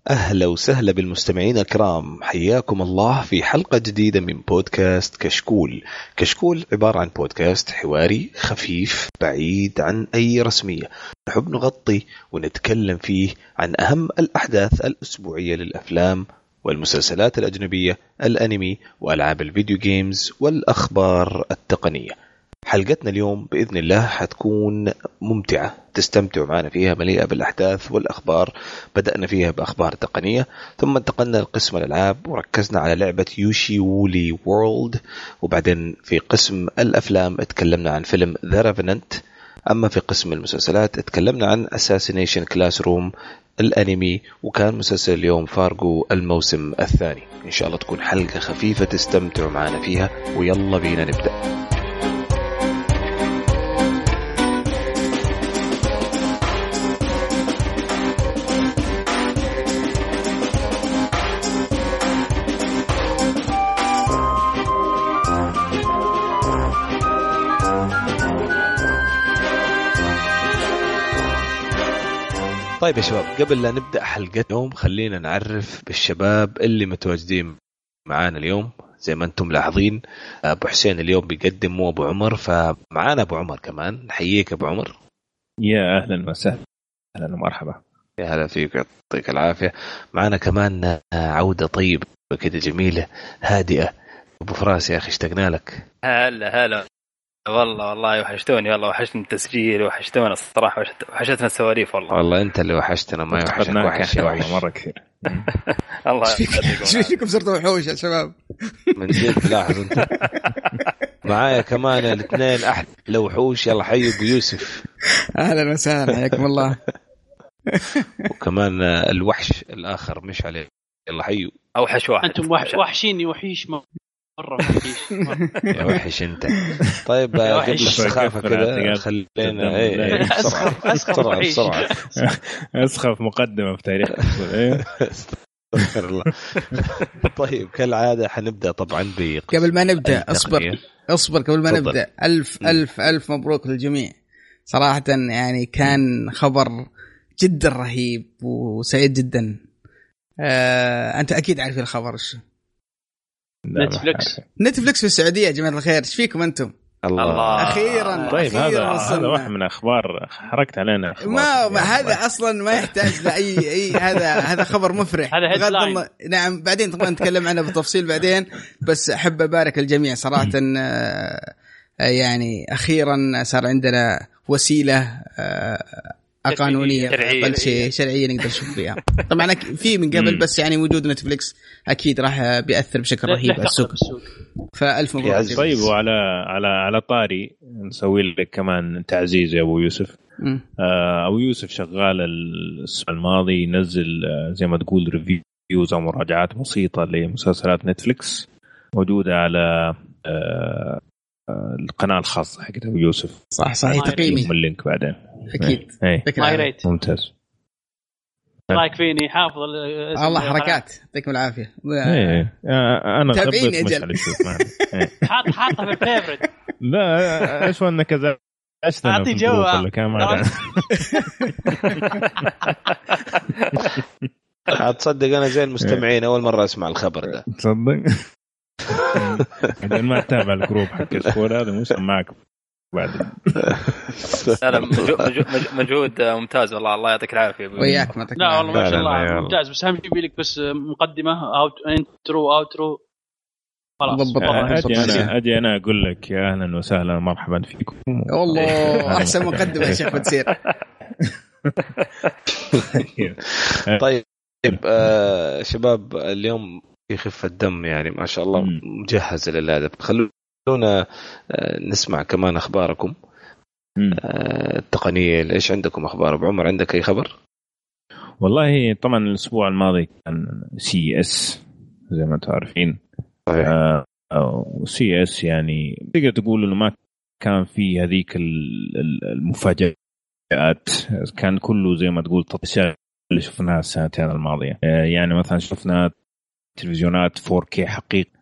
أهلا وسهلا بالمستمعين الكرام، حياكم الله في حلقة جديدة من بودكاست كشكول. كشكول عبارة عن بودكاست حواري خفيف بعيد عن أي رسمية، نحب نغطي ونتكلم فيه عن أهم الأحداث الأسبوعية للأفلام والمسلسلات الأجنبية، الأنمي وألعاب الفيديو جيمز والأخبار التقنية. حلقتنا اليوم بإذن الله حتكون ممتعة، تستمتعوا معنا فيها، مليئة بالأحداث والأخبار. بدأنا فيها بأخبار تقنية، ثم انتقلنا لقسم الألعاب وركزنا على لعبة يوشي وولي وورلد، وبعدين في قسم الأفلام اتكلمنا عن فيلم The Revenant. أما في قسم المسلسلات اتكلمنا عن Assassination Classroom الأنمي، وكان مسلسل اليوم فارغو الموسم الثاني. إن شاء الله تكون حلقة خفيفة تستمتعوا معنا فيها، ويلا بينا نبدأ. طيب يا شباب، قبل لا نبدأ حلقة اليوم خلينا نعرف بالشباب اللي متواجدين معانا اليوم. زي ما انتم لاحظين أبو حسين اليوم بيقدم مو أبو عمر، فمعانا أبو عمر كمان. نحييك أبو عمر. يا أهلا وسهلا، أهلا ومرحبا. يا هلا فيك، يعطيك العافية. معانا كمان عودة طيبة كده جميلة هادئة، أبو فراس. يا أخي اشتقنا لك. هلا والله وحشتوني، والله وحشتني التسجيل، وحشتونا الصراحة، وحشتنا السواليف. والله أنت اللي وحشتنا، ما يوحشك وحش مرة كثير. الله شو فيكم صرتوا وحوش يا شباب؟ من جد لاحظ أنت. معايا كمان الاثنين أحلى وحوش. يلا حي أبو يوسف. أهلا وسهلا، حياكم الله. وكمان الوحش الآخر مش عليه. يلا حيو. أوحش واحد. أنتم وحشيني وحيش مرة وحيش. يا وحش أنت. طيب قبل السخافة كده خلينا بسرعة أسخف مقدمة في تاريخ. استغفر الله. طيب كالعادة حنبدأ طبعا قبل ما نبدأ أصبر قبل ما نبدأ ألف مبروك للجميع صراحة. يعني كان خبر جدا رهيب وسعيد جدا. أنت أكيد عارف الخبر. شو نتفليكس في السعودية يا جماعة الخير. ايش فيكم أنتم؟ الله أخيرا. طيب هذا واحد من أخبار حركت علينا. ما هذا أصلا ما يحتاج لأي هذا خبر مفرح. هذا نعم، بعدين طبعا نتكلم عنه بالتفصيل بعدين. بس أحب أبارك الجميع صراحة. يعني أخيرا صار عندنا وسيلة قانونية شرعية نقدر نشوف فيها. طبعا في من قبل، بس يعني وجود نتفليكس أكيد راح بيأثر بشكل رهيب على السوق. فألف مبروك. طيب وعلى طاري نسوي لك كمان تعزيز يا أبو يوسف. أبو يوسف شغال الأسبوع الماضي نزل زي ما تقول ريفيوز أو مراجعات بسيطة لمسلسلات نتفليكس موجودة على القناة الخاصة حق أبو يوسف. صح تقييمي من اللينك بعدين. أكيد. ممتاز. رايك فيني حافظ الله حركات. يعطيكم العافية. أنا تابعيني أجل. حاطها في الفيفوريت. لا إيش وأنا كذا أعطي جوا. هتصدق أنا زي المستمعين أول مرة أسمع الخبر ده. تصدق؟ ما أتابع الجروب حق الكورة هذا مش معك بعد. مجهود ممتاز والله، الله يعطيك العافية. وياك ما لا والله ما شاء الله ممتاز. بس أهم شيء بيلك بس مقدمة أوترو خلاص. أجي أنا أقول لك يا أهلا وسهلا مرحبا فيكم. والله أحسن مقدمة يا شيخ بتصير. طيب شباب، اليوم في خفة دم يعني ما شاء الله مجهزة للهدف. خلونا نسمع كمان أخباركم التقنية. إيش عندكم أخبار؟ أبو عمر عندك أي خبر؟ والله طبعا الأسبوع الماضي كان CES زي ما تعرفين. CES يعني تقدر تقول إنه ما كان في هذيك المفاجآت، كان كله زي ما تقول تطبيقات اللي شفناها السنتين الماضية. يعني مثلا شفنا تلفزيونات 4K حقيقي.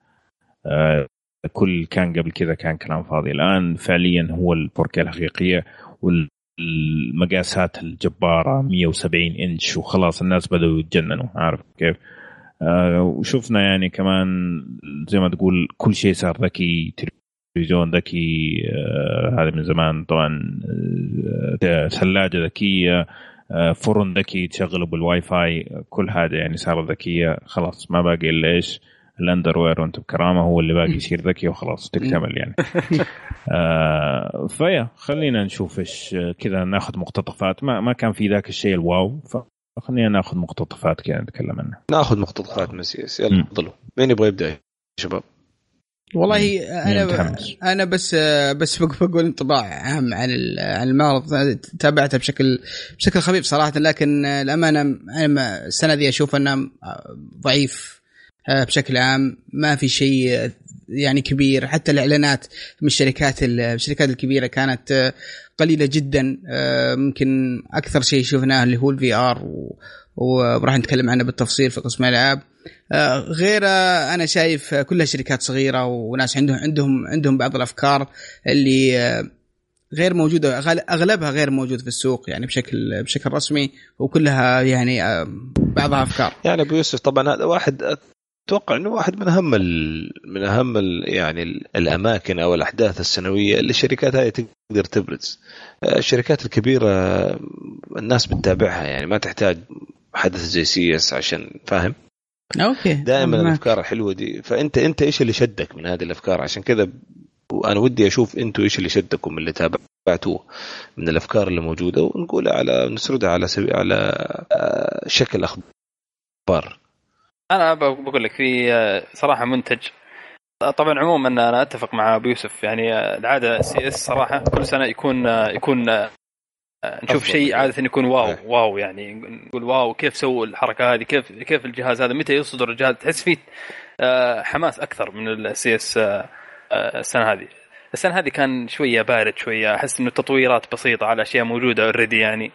كل كان قبل كذا كان كلام فاضي. الآن فعليا هو ال 4K الحقيقية المقاسات الجبارة 170 إنش وخلاص الناس بدأوا يتجننوا، عارف كيف. وشفنا يعني كمان زي ما تقول كل شيء صار ذكي، تلفزيون ذكي، هذا من زمان طبعا، ثلاجة ذكية، فرن ذكي تشغله بالواي فاي، كل حاجة يعني صارت ذكية. خلاص ما باقي إلا إيش الاندروير وانت بكرامة هو اللي باقي يصير ذكي وخلاص تكتمل يعني. فيا خلينا نشوف إيش كذا، ناخذ مقتطفات. ما كان في ذاك الشيء الواو، فخلينا ناخذ مقتطفات كذا نتكلم عنها. ناخذ مقتطفات مسيس. يلا تفضلوا، مين يبغى يبدأ يا شباب؟ والله انا بس بقول انطباع عام عن المعرض. تابعته بشكل خفيف صراحه، لكن الامانه انا السنه دي اشوف انه ضعيف بشكل عام. ما في شيء يعني كبير، حتى الاعلانات من الشركات الكبيره كانت قليله جدا. ممكن اكثر شيء شفناه اللي هو الفي ار، وراح نتكلم عنه بالتفصيل في قسم الالعاب. غير انا شايف كلها شركات صغيره وناس عندهم بعض الافكار اللي غير موجوده، اغلبها غير موجود في السوق يعني بشكل رسمي، وكلها يعني بعضها افكار. يعني ابو يوسف طبعا هذا واحد اتوقع انه واحد من اهم يعني الاماكن او الاحداث السنويه اللي الشركات هذه تقدر تبرز. الشركات الكبيره الناس بتتابعها، يعني ما تحتاج حدث زي CS عشان فاهم. اوكي دائما الافكار الحلوه دي. فانت ايش اللي شدك من هذه الافكار؟ عشان كذا وانا ودي اشوف انتوا ايش اللي شدكم اللي تابعتوه من الافكار اللي موجوده، ونقولها نسردها على شكل اخبار. انا بقول لك في صراحه منتج. طبعا عموما انا اتفق مع ابو يوسف، يعني العاده CS صراحه كل سنه يكون نشوف شيء عادة يكون واو يعني نقول واو كيف سووا الحركة هذه، كيف الجهاز هذا متى يصدر الجهاز، تحس فيه حماس أكثر من CS. السنة هذه كان شوية بارد، شوية أحس إنه تطويرات بسيطة على أشياء موجودة already يعني.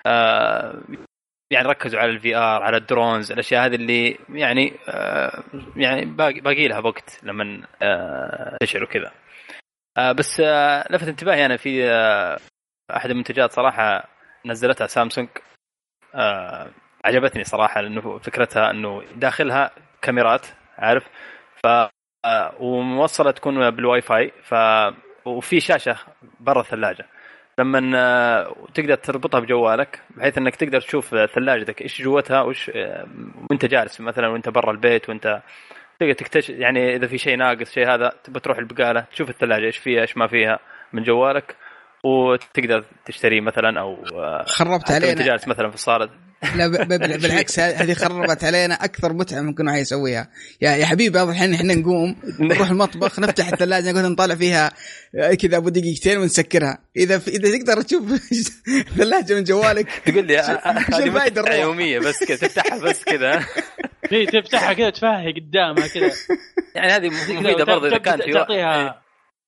يعني ركزوا على الVR، على الدرونز، الأشياء هذه اللي يعني باقي لها وقت لما تشعروا كذا. بس لفت انتباهي أنا في أحد المنتجات صراحة نزلتها سامسونج، عجبتني صراحة، لأنه فكرتها أنه داخلها كاميرات، عارف، وموصلة تكون بالواي فاي، وفي شاشة برا الثلاجة لما تقدر تربطها بجوالك، بحيث أنك تقدر تشوف ثلاجتك إيش جوتها وأنت جالس مثلا، وأنت برا البيت، وأنت تقدر تكتشف يعني إذا في شيء ناقص، شيء هذا تبى تروح البقالة تشوف الثلاجة إيش فيها إيش ما فيها من جوالك، وتقدر تشتري مثلا. او خربت علينا جالس مثلا في الصاله. لا بالعكس، هذه خربت علينا اكثر متعه ممكن واحد يسويها. يا حبيبي بعض الحين احنا نقوم نروح المطبخ نفتح الثلاجه نقعد نطالع فيها كذا ابو دقيقتين ونسكرها. اذا تقدر تشوف الثلاجه من جوالك تقول لي هذه فائده يوميه بس كذا تفتحها بس كذا تفتحها كذا تفهي قدامها كذا. يعني هذه مفيده برضه اذا كان في تعطيها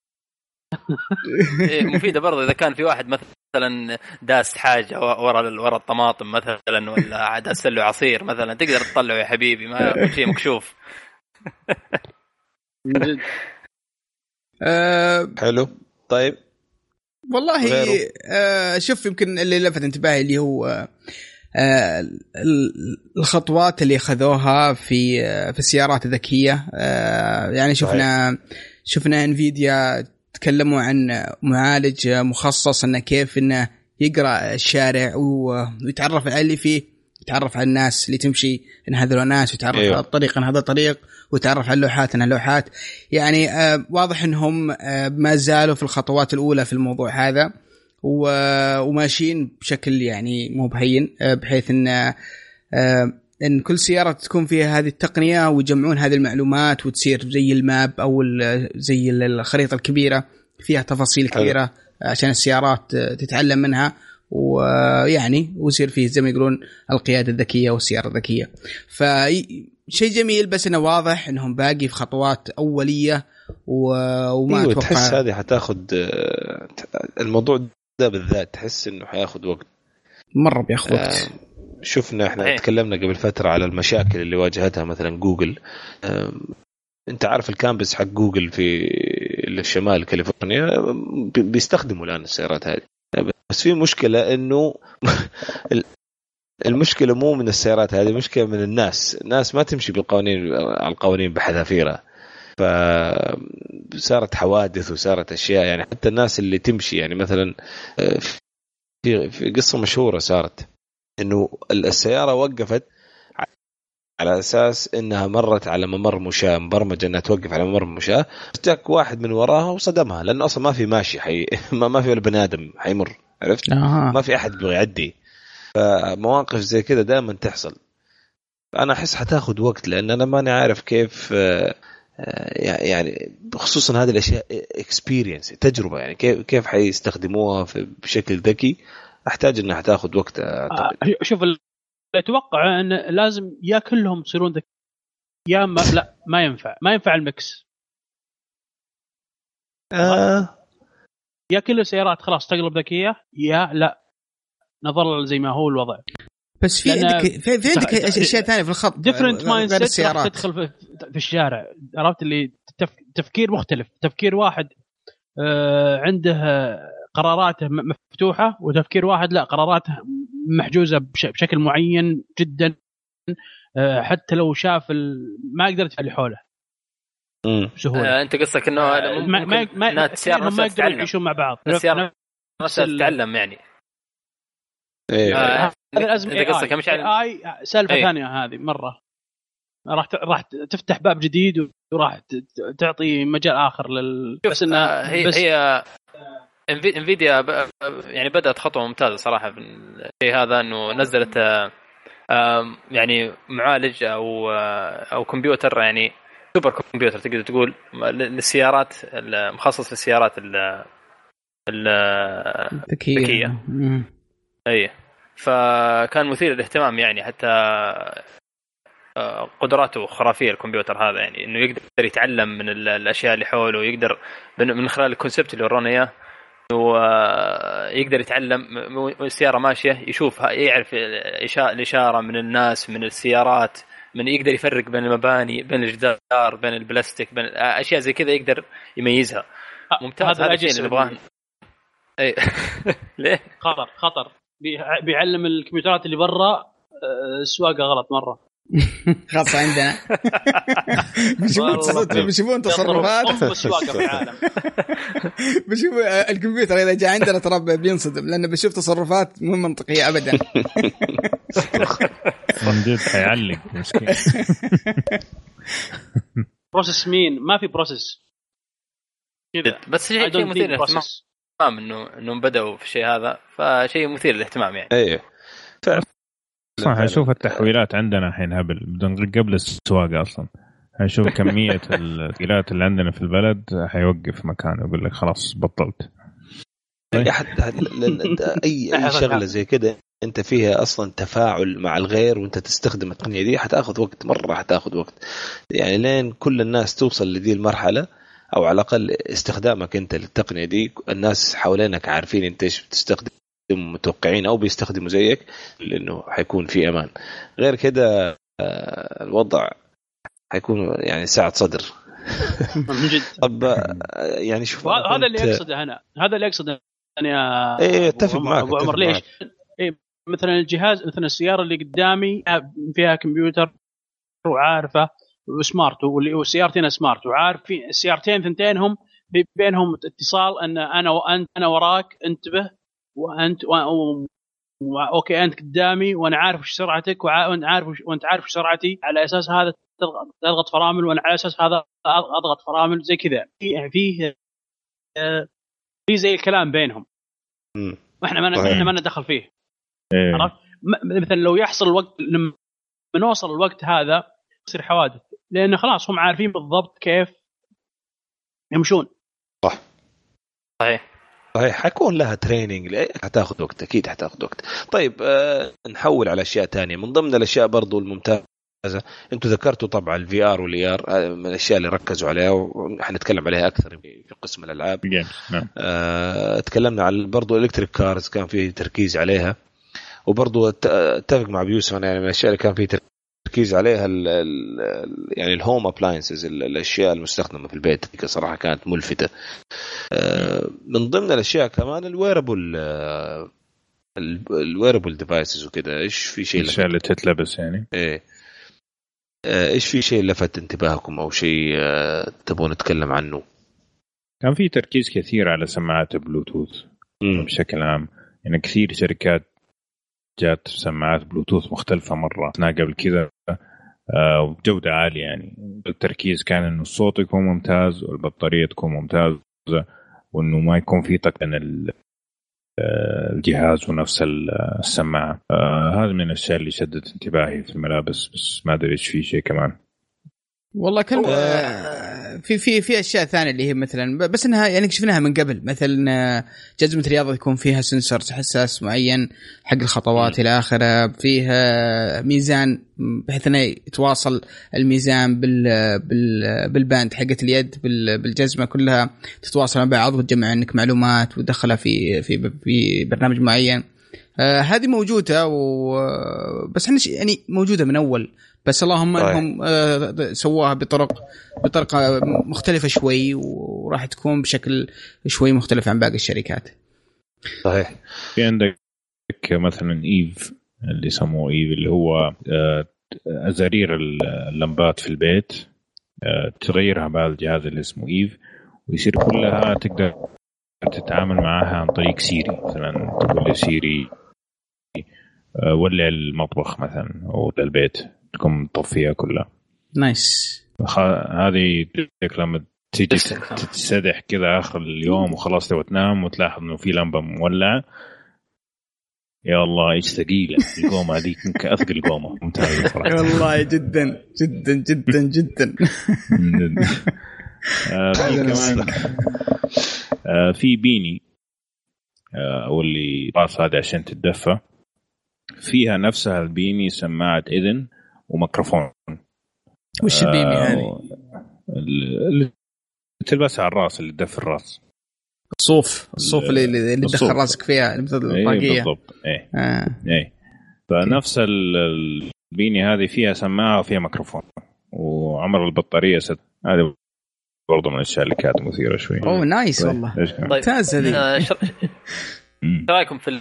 مفيدة برضه إذا كان في واحد مثلا داس حاجة ورا الطماطم مثلا، ولا داس له عصير مثلا، تقدر تطلعه يا حبيبي، ما كل شيء مكشوف. حلو. طيب والله شوف، يمكن اللي لفت انتباهي اللي هو الخطوات اللي أخذوها في السيارات الذكية. يعني شفنا انفيديا تكلموا عن معالج مخصص انه كيف انه يقرأ الشارع ويتعرف على اللي فيه، يتعرف على الناس اللي تمشي ان هذول الناس، ويتعرف على الطريق ان هذا طريق، ويتعرف على اللوحات انها لوحات. يعني واضح انهم ما زالوا في الخطوات الاولى في الموضوع هذا، وماشيين بشكل يعني مو بهين، بحيث ان كل سيارة تكون فيها هذه التقنية، ويجمعون هذه المعلومات وتصير زي الماب او زي الخريطة الكبيرة فيها تفاصيل كبيرة عشان السيارات تتعلم منها، ويعني ويصير فيه زي ما يقولون القيادة الذكية والسيارة الذكية. فشيء جميل، بس انه واضح انهم باقي في خطوات اولية، وما اتوقع تحس هذه حتاخد الموضوع ده بالذات، تحس انه حياخد وقت مرة، بياخد وقت. شفنا احنا تكلمنا قبل فترة على المشاكل اللي واجهتها مثلا جوجل. انت عارف الكامبس حق جوجل في الشمال كاليفورنيا بيستخدموا الآن السيارات هذه، بس في مشكلة إنه المشكلة مو من السيارات، هذه مشكلة من الناس ما تمشي بالقوانين على القوانين بحذافيرها، فصارت حوادث وصارت أشياء. يعني حتى الناس اللي تمشي، يعني مثلا في قصة مشهورة صارت إنه السيارة وقفت على أساس إنها مرت على ممر مشاة، مبرمجة إنها توقف على ممر مشاة، جاك واحد من وراها وصدمها، لأنه أصلا ما في ماشي ما في ولا بني آدم حيمر، عرفت؟ ما في أحد بيغي يعدي. فمواقف زي كده دائما تحصل. أنا أحس حتاخد وقت، لأن أنا ماني عارف كيف يعني خصوصا هذه الأشياء experience تجربة، يعني كيف حيستخدموها بشكل ذكي. أحتاج إنها حتاخد وقت. شوف أتوقع أن لازم يا كلهم يصيرون ذكي يا ما ينفع المكس. يا كل السيارات خلاص تقلب ذكية، يا لا نظل زي ما هو الوضع. بس في عندك اشياء ثانيه في الخط، ديفرنت مايند سيت راح تدخل في الشارع، عرفت اللي تفكير مختلف. تفكير واحد عنده قراراته مفتوحه، وتفكير واحد لا قراراته محجوزه بشكل معين جدا، حتى لو شاف ما يقدر يتفاعل حوله بسهوله. انت قصدك انه ما يقدرون يعيشون مع بعض، السيارة تتعلم يعني. هذا لازم اي سالفه ثانيه هذه مره راح تفتح باب جديد وراح تعطي مجال اخر بس انها هي انفيديا يعني بدات خطوه ممتازه صراحه في الشيء هذا، انه نزلت يعني معالج او كمبيوتر، يعني سوبر كمبيوتر تقدر تقول للسيارات، مخصص للسيارات الذكيه. اي فكان مثير للاهتمام، يعني حتى قدراته خرافيه الكمبيوتر هذا، يعني انه يقدر يتعلم من الاشياء اللي حوله، ويقدر من خلال الكونسبت اللي ورونا اياه ويقدر يتعلم السياره ماشيه، يشوف يعرف الاشاره من الناس من السيارات، من يقدر يفرق بين المباني، بين الجدار، بين البلاستيك، بين اشياء زي كذا يقدر يميزها. ممتاز هذا الشيء اللي نبغاه. اي ليه خطر بيعلم الكمبيوترات اللي برا السواقه غلط مره خاصة عندنا بيشوفون تصرفات السواقه في العالم. بيشوف الكمبيوتر اذا جاء عندنا ترى بينصدم، لانه بيشوف تصرفات مو منطقيه ابدا. صندوق حيعلق مشكله. بروسيس مين ما في بروسيس كذا، بس شيء مثير للاهتمام انه بدأوا في الشيء هذا، فشيء مثير للاهتمام يعني. ايه صح. اشوف التحويلات عندنا الحين هبل بدون قبل السواقه اصلا. اشوف كميه الثقيلات اللي عندنا في البلد حيوقف مكانه ويقول لك خلاص بطلت. اي شغله زي كده انت فيها اصلا تفاعل مع الغير وانت تستخدم التقنيه دي حتاخذ وقت، مره حتاخذ وقت، يعني لين كل الناس توصل لذي المرحله، او على الاقل استخدامك انت للتقنيه دي الناس حوالينك عارفين انت ايش بتستخدم، متوقعين او بيستخدموا زيك، لانه حيكون في امان. غير كده الوضع حيكون يعني ساعة صدر. طب يعني شوف هذا اللي يقصده هنا، هذا اللي يقصده انا. ايه اتفق معك ابو عمر. ليش إيه مثلا الجهاز، مثلا السياره اللي قدامي فيها كمبيوتر وعارفه وسمارت، وسيارتين سمارت وعارفين السيارتين ثنتينهم بينهم اتصال ان انا وانت، انا وراك انتبه، وانت اوكي انت قدامي وانا عارف ايش سرعتك وانت عارف ايش سرعتي، على اساس هذا تضغط فرامل وانا على اساس هذا اضغط فرامل، زي كذا. يعني في زي الكلام بينهم واحنا ما ندخل فيه. عرفت مثلا لو يحصل الوقت لما نوصل الوقت هذا يصير حوادث، لان خلاص هم عارفين بالضبط كيف يمشون. صحيح حيكون لها تريننج، حتاخذ وقت، اكيد حتاخذ وقت. طيب نحول على اشياء تانية. من ضمن الاشياء برضو الممتازه انتم ذكرتوا طبعا الفي ار والإي ار، من الاشياء اللي ركزوا عليها وحنتكلم عليها اكثر في قسم الالعاب. تكلمنا على برضو الكتريك كارز، كان فيه تركيز عليها، وبرضو اتفق مع بيوسف انا يعني من الاشياء اللي كان فيه التركيز عليها يعني الهوم ابلاينسز، الاشياء المستخدمه في البيت صراحه كانت ملفته. من ضمن الاشياء كمان الويربل ديفايسز وكده. ايش في شيء الاشياء اللي تتلبس يعني؟ ايه ايش في شيء لفت انتباهكم او شيء تبون نتكلم عنه؟ كان في تركيز كثير على سماعات بلوتوث بشكل عام، يعني كثير شركات جات سماعات بلوتوث مختلفة مرة قبل كذا وبجودة عالية. يعني التركيز كان إنه الصوت يكون ممتاز والبطارية تكون ممتازة وإنه ما يكون في بين الجهاز ونفس السماعة. هذا من الأشياء اللي شدت انتباهي في الملابس، بس ما أدري إيش في شيء كمان. والله كان في اشياء ثانيه اللي هي مثلا بس انها يعني شفناها من قبل، مثلا جزمه الرياضه يكون فيها سنسور حساس معين حق الخطوات الى اخره، فيها ميزان بحيث انه يتواصل الميزان بالباند حقه اليد بالجزمه كلها تتواصل مع بعض وتجمع عنك معلومات وتدخلها في برنامج معين. هذه موجوده بس احنا يعني موجوده من اول، بس اللهم انهم سووها بطريقه مختلفه شوي وراح تكون بشكل شوي مختلف عن باقي الشركات. صحيح. في عندك مثلا ايف اللي يسموه ايف، اللي هو ازارير اللمبات في البيت تغيرها بهذا الجهاز اللي اسمه ايف، ويصير كلها تقدر تتعامل معها عن طريق سيري. مثلا تقول لي سيري ولع المطبخ مثلا او البيت، تكون مطفيها كلها. نايس. هذه لما تيجي تتسدح كذا آخر اليوم وخلاص تبغى تنام وتلاحظ إنه في لمبة مولعة، يا الله إيش ثقيلة القومة هذه، يمكن أثقل قومة. ممتازة صراحة والله جدا جدا جدا جدا. في كمان في بيني أو اللي راس هذا عشان تتدفى، فيها نفسها البيني سماعة إذن وميكروفون. وش البيني هذه؟ اللي تلبسها على الراس، اللي تدفي الراس، الصوف اللي تدخل راسك فيها مثل الطاقية. بالضبط. ايه فنفس البيني هذه فيها سماعة وفيها ميكروفون وعمر البطارية هذه برضو من الاشياء اللي كانت مثيرة شوي. اوه نايس والله. ممتاز. رايكم في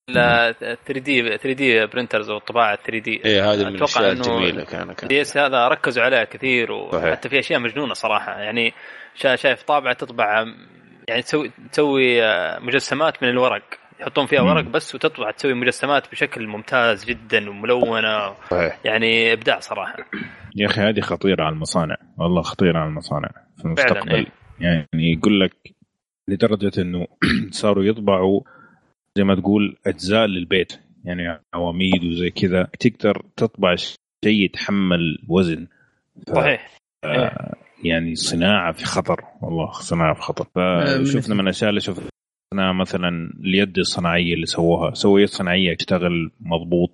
3D برينترز والطباعة 3D؟ ايه هذه من الاشياء الجميلة كانت هذا ركزوا عليها كثير، وحتى في اشياء مجنونة صراحة. يعني شايف طابعة تطبع، يعني تسوي مجسمات من الورق، يحطون فيها ورق بس وتطبع، تسوي مجسمات بشكل ممتاز جدا وملونة. يعني إبداع صراحة يا أخي. هذه خطيرة على المصانع، والله خطيرة على المصانع في المستقبل. يعني يقول لك لدرجة إنه صاروا يطبعوا زي ما تقول أجزاء للبيت، يعني عواميد وزي كذا، تقدر تطبع شيء يتحمل وزن. صحيح. يعني صناعة في خطر، والله صناعة في خطر. فشوفنا من الأشياء اللي شفنا مثلا اليد الصناعية اللي سووا يد صناعية تشتغل مضبوط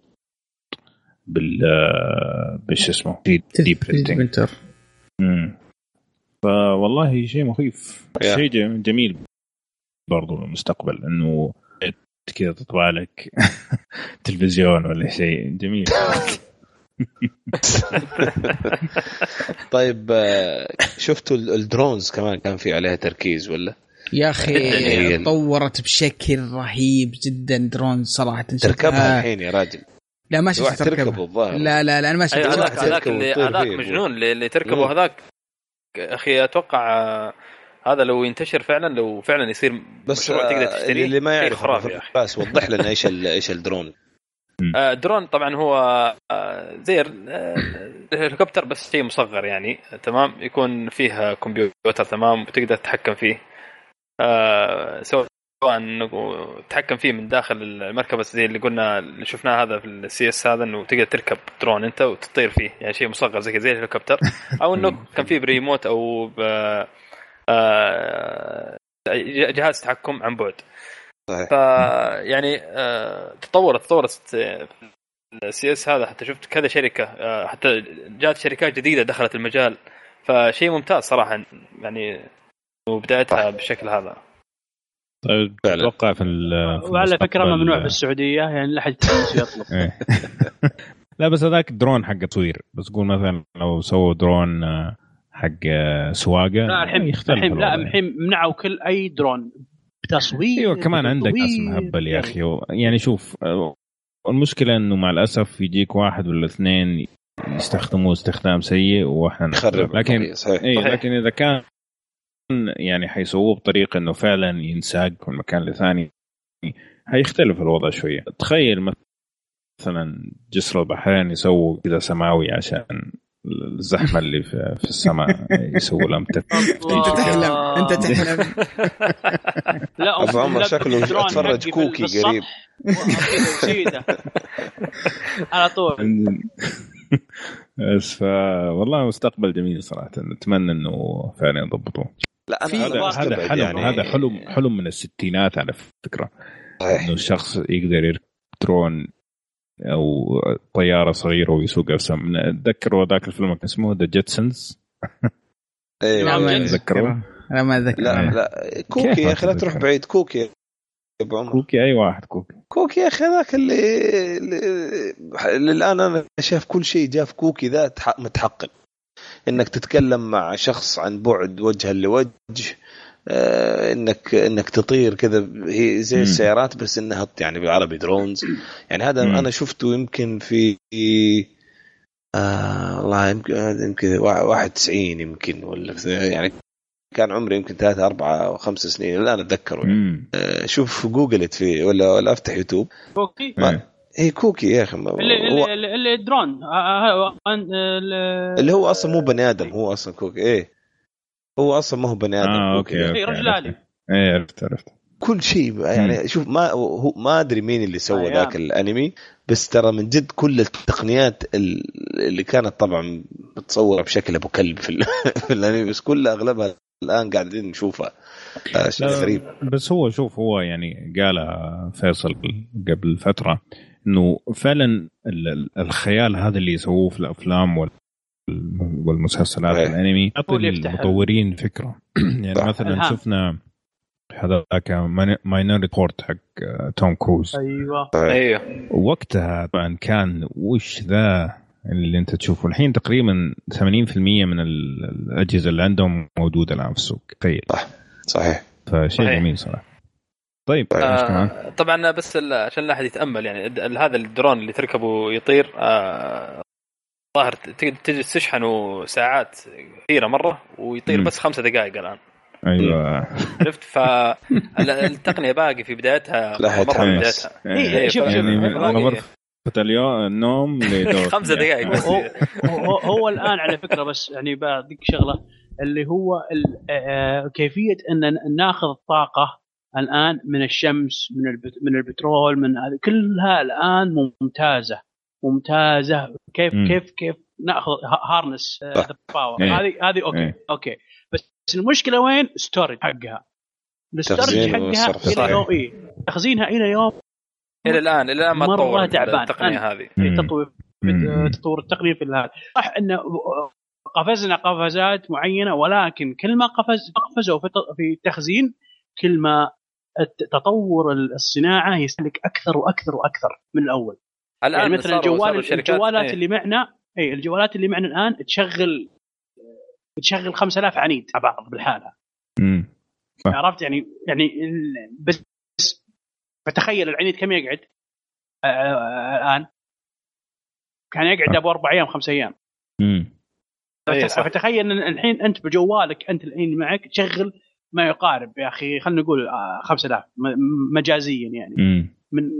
بالش اسمه 3D printing. فوالله شيء مخيف، شيء جميل برضو المستقبل، إنه كذا تطبع لك تلفزيون ولا شيء جميل. طيب شفتوا الدرونز كمان كان في عليها تركيز ولا؟ يا أخي تطورت بشكل رهيب جدا درونز صراحة. تركبها الحين يا راجل؟ لا ما شفت تركبها. لا أنا ما شفت. هذاك مجنون اللي تركبه هذاك. أخي أتوقع هذا لو ينتشر فعلا، لو فعلا يصير بس تقدر تشتريه. اللي ما يعرف بس وضح لنا ايش الدرون. الدرون طبعا هو زي الهليكوبتر بس شيء مصغر يعني، تمام، يكون فيها كمبيوتر تمام وتقدر تتحكم فيه، سواء تتحكم فيه من داخل المركبة زي اللي قلنا اللي شفناه هذا في الCES هذا، انه تقدر تركب درون انت وتطير فيه، يعني شيء مصغر زي الهليكوبتر، او انه كان فيه بريموت او جهاز تحكم عن بعد. يعني تطورت الCES هذا، حتى شفت كذا شركة، حتى جات شركات جديدة دخلت المجال، فشيء ممتاز صراحة يعني، وبدايتها بالشكل هذا. طيب أتوقع وعلى فكرة ممنوع في السعودية، يعني لا حد يطلب. لا بس هذاك درون حق تصوير، بس قول مثلا لو سووا درون حق سواقه لا الحين منعوا كل اي درون بتصوير. ايوه كمان عندك ناس مهبل يا اخي. يعني شوف المشكله انه مع الاسف يجيك واحد ولا اثنين يستخدموه استخدام سيء واحنا نخرب. لكن لكن اذا كان يعني حيسووه بطريقه انه فعلا ينساق من مكان لثاني هيختلف الوضع شويه. تخيل مثلا جسر البحرين يسووا كذا سماوي عشان الزحمه اللي في السماء يسووا لهم انت تحلم لا ابو عمر شكله اتفرج كوكي قريب على طول. بس والله مستقبل جميل صراحه، نتمنى انه فعلا يضبطوه. لا هذا حلم يعني. هذا حلم من الستينات على فكره، انه الشخص يقدر يركب درون او طياره صغيره ويسوق أسم. اتذكروا ذاك الفيلم كان اسمه ذا جيتسونز. ايه ما اتذكره. انا ما اتذكر. لا كوكي يا اخي لا تروح بعيد. كوكي يا ابو عمر، كوكي اي واحد كوكي يا اخي ذاك اللي الان انا شايف كل شيء جاء في كوكي ذا متحقق. انك تتكلم مع شخص عن بعد وجها لوجه، انك تطير كذا، هي زي السيارات بس انها يعني بالعربي درونز. يعني هذا انا شفته يمكن في والله يمكن 91 يمكن، ولا يعني كان عمري يمكن 3 4 و5 سنين الان اتذكره. يعني شوف جوجلت فيه ولا افتح يوتيوب كوكي. هي كوكي يا اخي اللي درون اللي هو اصلا مو بني ادم، هو اصلا كوكي. ايه هو اصلا ما هو بني ادم. اوكي رجل آلي. ايه عرفت كل شيء يعني. شوف ما ادري مين اللي سوى ذاك الانمي، بس ترى من جد كل التقنيات اللي كانت طبعا متصوره بشكل ابو كلب في الانمي، بس كل اغلبها الان قاعدين نشوفها. شيء غريب. بس هو شوف هو يعني قال فيصل قبل فتره انه فعلا الخيال هذا اللي يسووه في الافلام والمسلسلات والانمي يعطي المطورين فكره. يعني مثلا شفنا هذا ماينر ريبورت حق توم كروز. ايوه وقتها طبعا كان وش ذا اللي انت تشوفه الحين تقريبا 80% من الاجهزه اللي عندهم موجوده الان في السوق. تخيل. صحيح. فشيء جميل صراحه. طيب طبعا بس عشان لا احد يتامل، يعني هذا الدرون اللي تركبه يطير ظاهر تجلس تشحنه ساعات كثيره مره ويطير بس 5 دقائق الان. ايوه عرفت. فالتقنيه باقي في بدايتها مره في بدايتها. شوف يعني النوم 5 دقائق بس. هو الان على فكره، بس يعني بعطيك شغله اللي هو كيفيه ان ناخذ الطاقه الان من الشمس، من البترول، من هذه كلها الان ممتازه. كيف ناخذ هارنس ذا باور هذه اوكي. بس المشكله وين؟ ستورج حقها. الستورج حقها الى يوم تخزينها الى يوم الى الان ما تطور التقنيه هذه. تطور التقنيه في هذا صح. انه قفزنا قفزات معينه، ولكن كل ما قفزوا في التخزين كل ما تطور الصناعه يستهلك اكثر واكثر واكثر من الاول. الان يعني مثلا الجوالات اللي معنا، الجوالات اللي معنا الان تشغل 5000 عنيد مع بعض بالحالة. عرفت يعني بس فتخيل العنيد كم يقعد الآن؟ كان يقعد أبو 4 أيام 5 أيام. فتخيل أن الحين أنت بجوالك أنت الحين معك تشغل ما يقارب يا أخي خلنا نقول 5000 مجازيا يعني من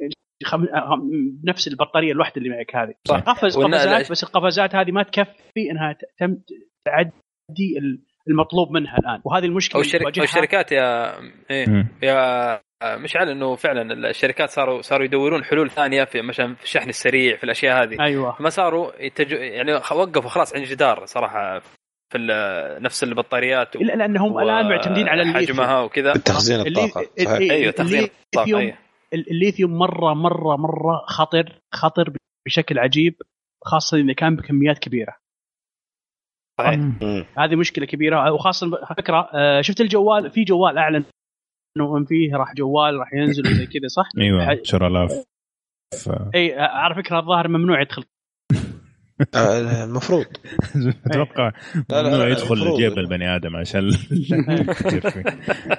نفس البطارية الواحدة اللي معك هذه. قفزات بس القفزات هذه ما تكفي إنها تعدي المطلوب منها الآن، وهذه المشكلة. والشركات يا مشعل إنه فعلا الشركات صاروا يدورون حلول ثانية في مثلا في الشحن السريع في الأشياء هذه. أيوة. ما صاروا يعني وقفوا خلاص عند جدار صراحة في نفس البطاريات. إلا لأنهم الآن معتمدين على حجمها وكذا تخزين الطاقة. أيوة تخزين الطاقة. الليثيوم مرة خطر بشكل عجيب، خاصة إذا كان بكميات كبيرة. هذه مشكلة كبيرة. وخاصة فكرة شفت الجوال، في جوال أعلن إنه فيه جوال راح ينزل زي كذا صح؟ أيوة 10,000. أي على فكرة الظاهر ممنوع يدخل المفروض اتوقع ممنوع يدخل جيب البني ادم عشان كثير فيه.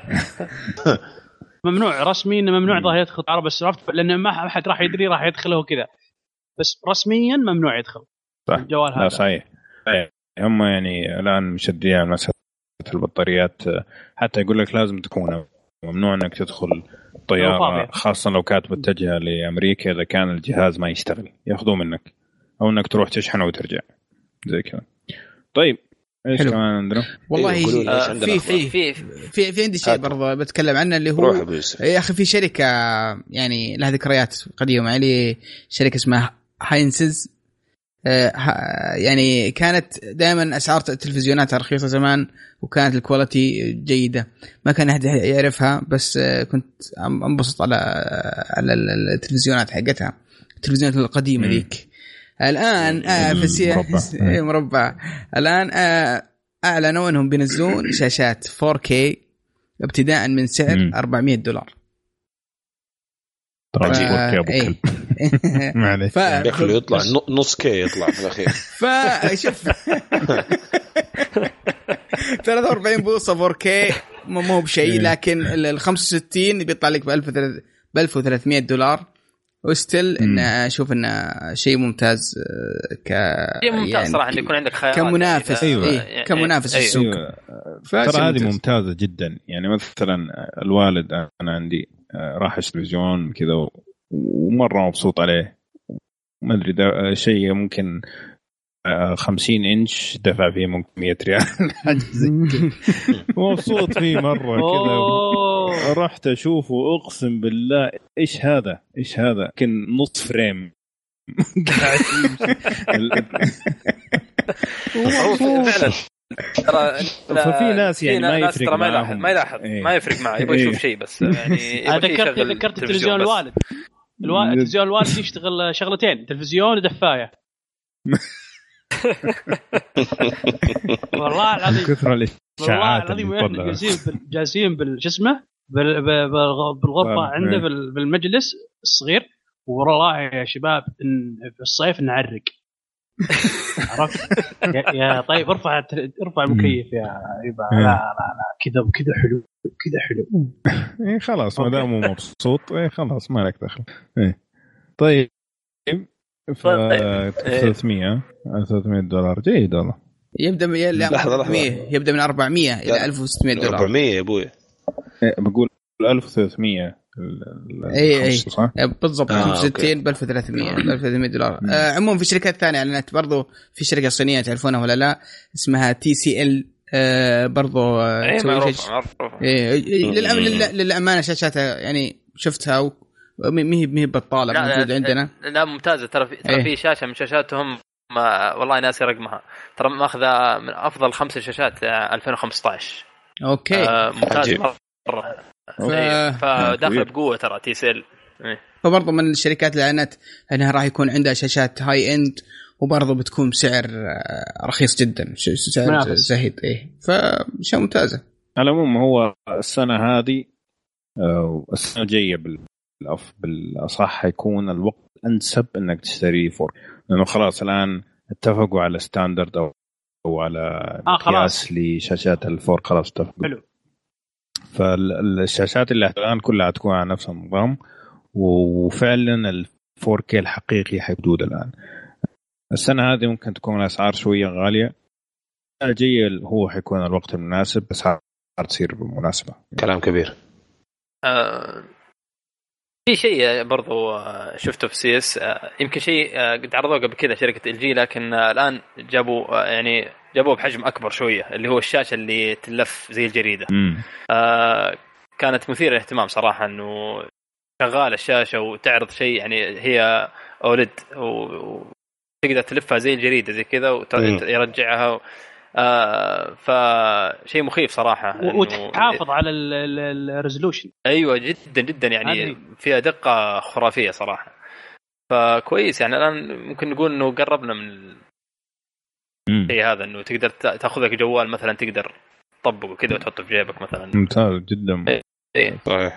ممنوع رسميا، ممنوع ظاهر يدخل عرب السرافت لان ما حد راح يدري راح يدخله كذا، بس رسميا ممنوع يدخل الجوال هذا. صحيح. هم يعني الان مشدين على مساله البطاريات، حتى يقول لك لازم تكون ممنوع انك تدخل طياره خاصه لو كانت متجهه لامريكا اذا كان الجهاز ما يشتغل ياخذوه منك، او انك تروح تشحنه وترجع زي كذا. طيب ايش كمان عندنا؟ والله في عندي شيء برضه بتكلم عنه اللي هو يا اخي في شركه يعني لها ذكريات قديمه معي، شركه اسمها هاينسز. يعني كانت دائما اسعار التلفزيونات رخيصه زمان، وكانت الكواليتي جيده، ما كان احد يعرفها، بس كنت انبسط على التلفزيونات حقتها، التلفزيونات القديمه ذيك. الان في مربع الان اعلنوا انهم بينزلون شاشات 4K ابتداء من سعر $400. طبعا 4K ابو كلب معليش يخلو يطلع نص كي يطلع في الاخير. فشوف 43 بوصه 4K مو بشيء، لكن ال 65 بيطلع لك ب $1300، وستيل ان اشوف انه شيء ممتاز ممتاز يعني صراحه ان يكون عندك خيارات كمنافس. يعني كمنافس في السوق. ترى هذه ممتازه جدا. يعني مثلا الوالد انا عندي راح تلفزيون كذا ومره مبسوط عليه، ما ادري ده شيء ممكن 50 إنش دفع فيه ممكن 100 ريال حاجة زي كذا، مبسوط فيه مرة كذا. رحت أشوفه أقسم بالله إيش هذا كان نص فريم قاعد فعلا. ففي ناس يعني ما يفرق معهم، ما يلاحظ ما يفرق معه، يبغى يشوف شيء بس. يعني ذكرت تلفزيون الوالد. تلفزيون الوالد يشتغل شغلتين، تلفزيون ودفاية. والله العظيم كثر الاشاعات اللي جالسين بالجسمه بالغرفه عنده بالمجلس الصغير، والله يا شباب في الصيف نعرق. عرفت يا طيب ارفع المكيف يا عيبه. لا كذا حلو اي خلاص ما دام مبسوط خلاص ما لك دخل. طيب $300 جيد والله. يبدأ من 400 إلى $1600. 400 يا أبوي. بقول 1300. اي بالضبط. 65 $1300. عموما في شركات ثانية اعلنت برضو، في شركة صينية تعرفونها ولا لا اسمها TCL برضو. للأمانة شاشاتها يعني شفتها مهي بطالة موجودة عندنا. لا ممتازة ترى في شاشة من شاشاتهم والله ناسي رقمها، ترى ماخذة من أفضل 5 شاشات 2015. أوكي ممتاز مرة. فداخل بقوة ترى TCL. فبرضه من الشركات اللي أعلنت أنها راح يكون عندها شاشات هاي إند، وبرضه بتكون بسعر رخيص جدا، سعر زهيد. فشيء ممتازة. على العموم هو السنة هذه السنة الجاية بالأصح يكون الوقت أنسب إنك تشتري فور، لأنه خلاص الآن اتفقوا على ستاندرد أو على مقياس لشاشات الفور، خلاص اتفقوا. حلو. فالشاشات اللي الآن كلها تكون على نفس النظام، وفعلا الفور كي الحقيقي حيبدود الآن. السنة هذه ممكن تكون الأسعار شوية غالية، الجاية هو حيكون الوقت المناسب، بس تصير بمناسبة. كلام كبير. في شيء برضو شفته في سيس، يمكن شيء قد عرضوه قبل كذا شركة LG، لكن الآن جابوه بحجم أكبر شوية، اللي هو الشاشة اللي تلف زي الجريدة. كانت مثيرة للاهتمام صراحة، أنه شغال الشاشة وتعرض شيء، يعني هي أولد وتقدر تلفها زي الجريدة زي كذا ويرجعها. فشيء مخيف صراحة، وتحافظ على الريزولوشن. أيوة جدا جدا، يعني فيها دقة خرافية صراحة. فكويس، يعني الآن ممكن نقول إنه قربنا من الشيء هذا، إنه تقدر تأخذك جوال مثلا تقدر تطبقه كذا وتحطه في جيبك مثلا. ممتاز جدا. صحيح.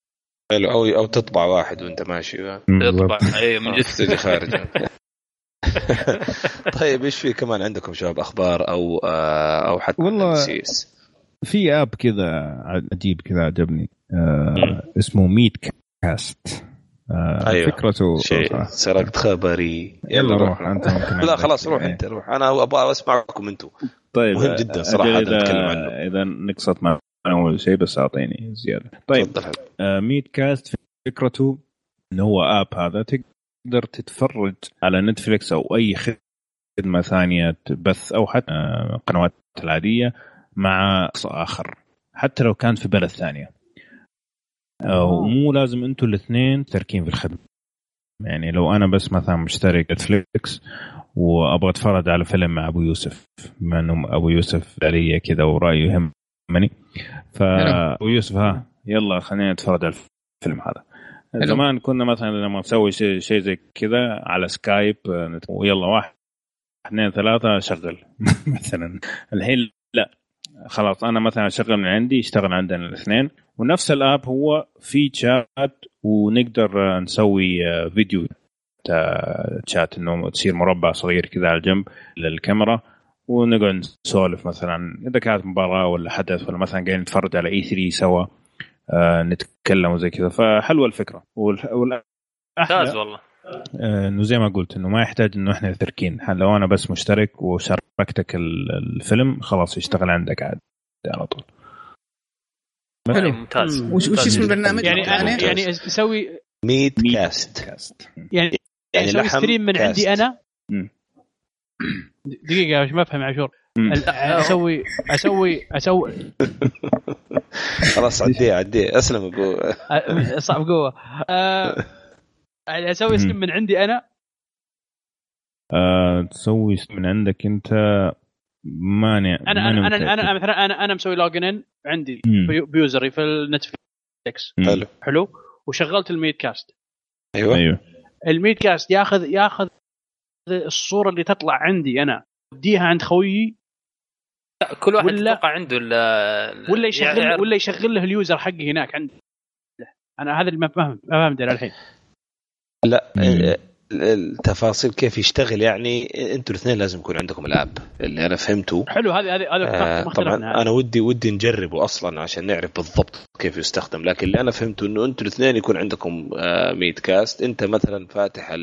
أو تطبع واحد وأنت ماشي. تطبع. أي من جد تجي خارج. طيب ايش في كمان عندكم شباب اخبار او حتى والله في اب كذا عجيب كذا عجبني اسمه ميت كاست. أيوة. فكرته سرقت خبري. يلا روح انت ممكن لا خلاص روح انت روح انا ابغى اسمعكم انتم. طيب مهم جدا صراحه نتكلم عنه. اذا نقصت مع اول شيء بس اعطيني زياده. طيب ميت كاست فكرته انه هو اب هذا تقدر تتفرج على نتفليكس او اي خدمه ثانيه بث او حتى قنوات العاديه مع شخص آخر حتى لو كان في بلد ثانية. ومو لازم أنتوا الاثنين تركين في الخدمة. يعني لو أنا بس مثلا مشترك نتفليكس وأبغى أتفرج على فيلم مع أبو يوسف بما أنه أبو يوسف علي كذا ورأيه يهمني فأبو يوسف يلا خلينا نتفرج على الفيلم هذا. زمان كنا مثلا لما نسوي شيء زي كذا على سكايب ويلا 1 2 3 شغل مثلا. الحين لا خلاص أنا مثلا أشغل من عندي يشتغل عندنا الاثنين ونفس الآب هو في شات ونقدر نسوي فيديو شات إنه تصير مربع صغير كذا على الجنب للكاميرا ونقعد نسولف مثلا إذا كانت مباراة ولا حدث ولا مثلا قاعدين نتفرج على E3 سوا نتكلم وزي كذا. فحلوة الفكرة ممتاز والله. إنه زي ما قلت إنه ما يحتاج إنه إحنا تركين. لو أنا بس مشترك وشاركتك الفيلم خلاص يشتغل عندك عاد على طول. حلو ممتاز. وش اسم البرنامج؟ يعني تسوي ميت كاست يعني أسوي ستريم من عندي أنا. دقيقة ما أفهم عاشور. أسوي خلاص عدي أسلم قوة صعب قوة. أسوي ستريم من عندي أنا. تسوي من عندك أنت مانع. أنا مثلا أنا مسوي لوجن عندي بيوزري في النتفليكس. حلو وشغلت الميت كاست. أيوة. الميت كاست ياخذ الصورة اللي تطلع عندي أنا وديها عند خويي. كل واحد يتوقع عنده ولا يشغل له اليوزر حقي هناك عنده. أنا هذا اللي ما فهمت الحين. لا التفاصيل كيف يشتغل يعني انتوا الاثنين لازم يكون عندكم الاب اللي انا فهمته. حلو هذا طبعا انا ودي نجربه اصلا عشان نعرف بالضبط كيف يستخدم. لكن اللي انا فهمته انه انتوا الاثنين يكون عندكم ميت كاست. انت مثلا فاتح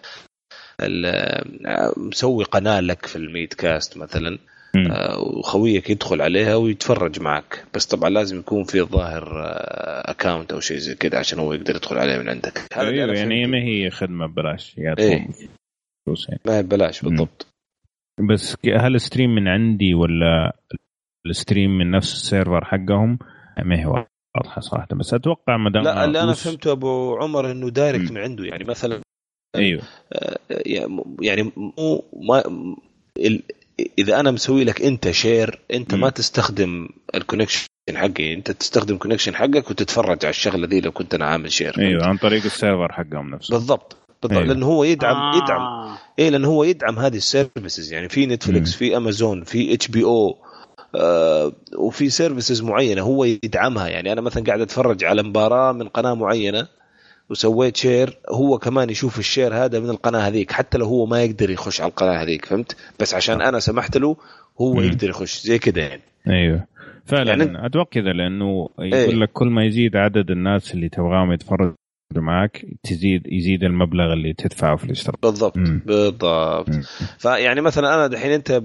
مسوي قناه لك في الميت كاست مثلا وخويك يدخل عليها ويتفرج معك. بس طبعا لازم يكون في ظاهر اكاونت او شيء زي كده عشان هو يقدر يدخل عليه من عندك. أيوة يعني ما هي خدمه ببلاش يعني ما هي ببلاش بالضبط. بس هل ستريم من عندي ولا الستريم من نفس السيرفر حقهم ما هو واضحه صراحه. بس اتوقع ما دام لا اللي انا فهمته ابو عمر انه دايركت من عنده. يعني مثلا ايوه يعني مو ما إذا أنا مسوي لك أنت شير أنت ما تستخدم الكونكشن حقي. أنت تستخدم كونكشن حقك وتتفرج على الشغلة ذي لو كنت أنا عامل شير. أيوة عن طريق السيرفر حقهم نفسه. بالضبط أيوة. لأنه هو يدعم لأنه هو يدعم هذه السيرفيسز. يعني في نتفليكس في أمازون في HBO وفي سيرفيسز معينة هو يدعمها. يعني أنا مثلا قاعد أتفرج على مباراة من قناة معينة وسويت شير هو كمان يشوف الشير هذا من القناة هذيك حتى لو هو ما يقدر يخش على القناة هذيك. فهمت؟ بس عشان أنا سمحت له هو يقدر يخش زي كده يعني. أيوه فعلا يعني أتوقع كذا لأنه يقول لك كل ما يزيد عدد الناس اللي تبغاهم يتفرجوا معك يزيد المبلغ اللي تدفعه في الاشتراك. بالضبط فيعني مثلا أنا دحين أنت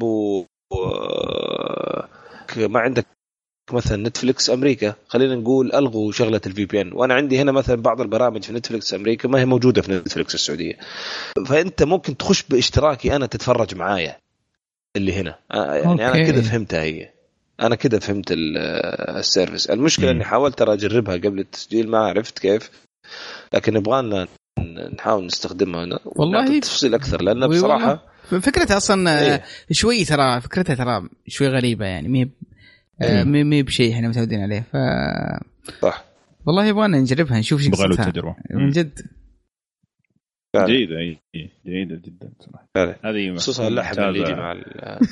ما عندك مثلا نتفليكس أمريكا خلينا نقول ألغوا شغلة الVPN وأنا عندي هنا مثلا بعض البرامج في نتفليكس أمريكا ما هي موجودة في نتفليكس السعودية. فأنت ممكن تخش باشتراكي أنا تتفرج معايا اللي هنا. يعني أنا كده فهمتها هي. أنا كده فهمت السيرفيس. المشكلة أني حاولت أجربها قبل التسجيل ما عرفت كيف. لكن نبغانا نحاول نستخدمها هنا والله تفصيل أكثر لأن بصراحة فكرتها أصلا شوي ترى فكرتها ترى شوي غريبة يعني مي بشيء احنا متعودين عليه. صح والله يبغانا نجربها نشوف شو قصتها من جد. جيدة جدا صراحة. هذه خصوصا اللحم اللي يجي مع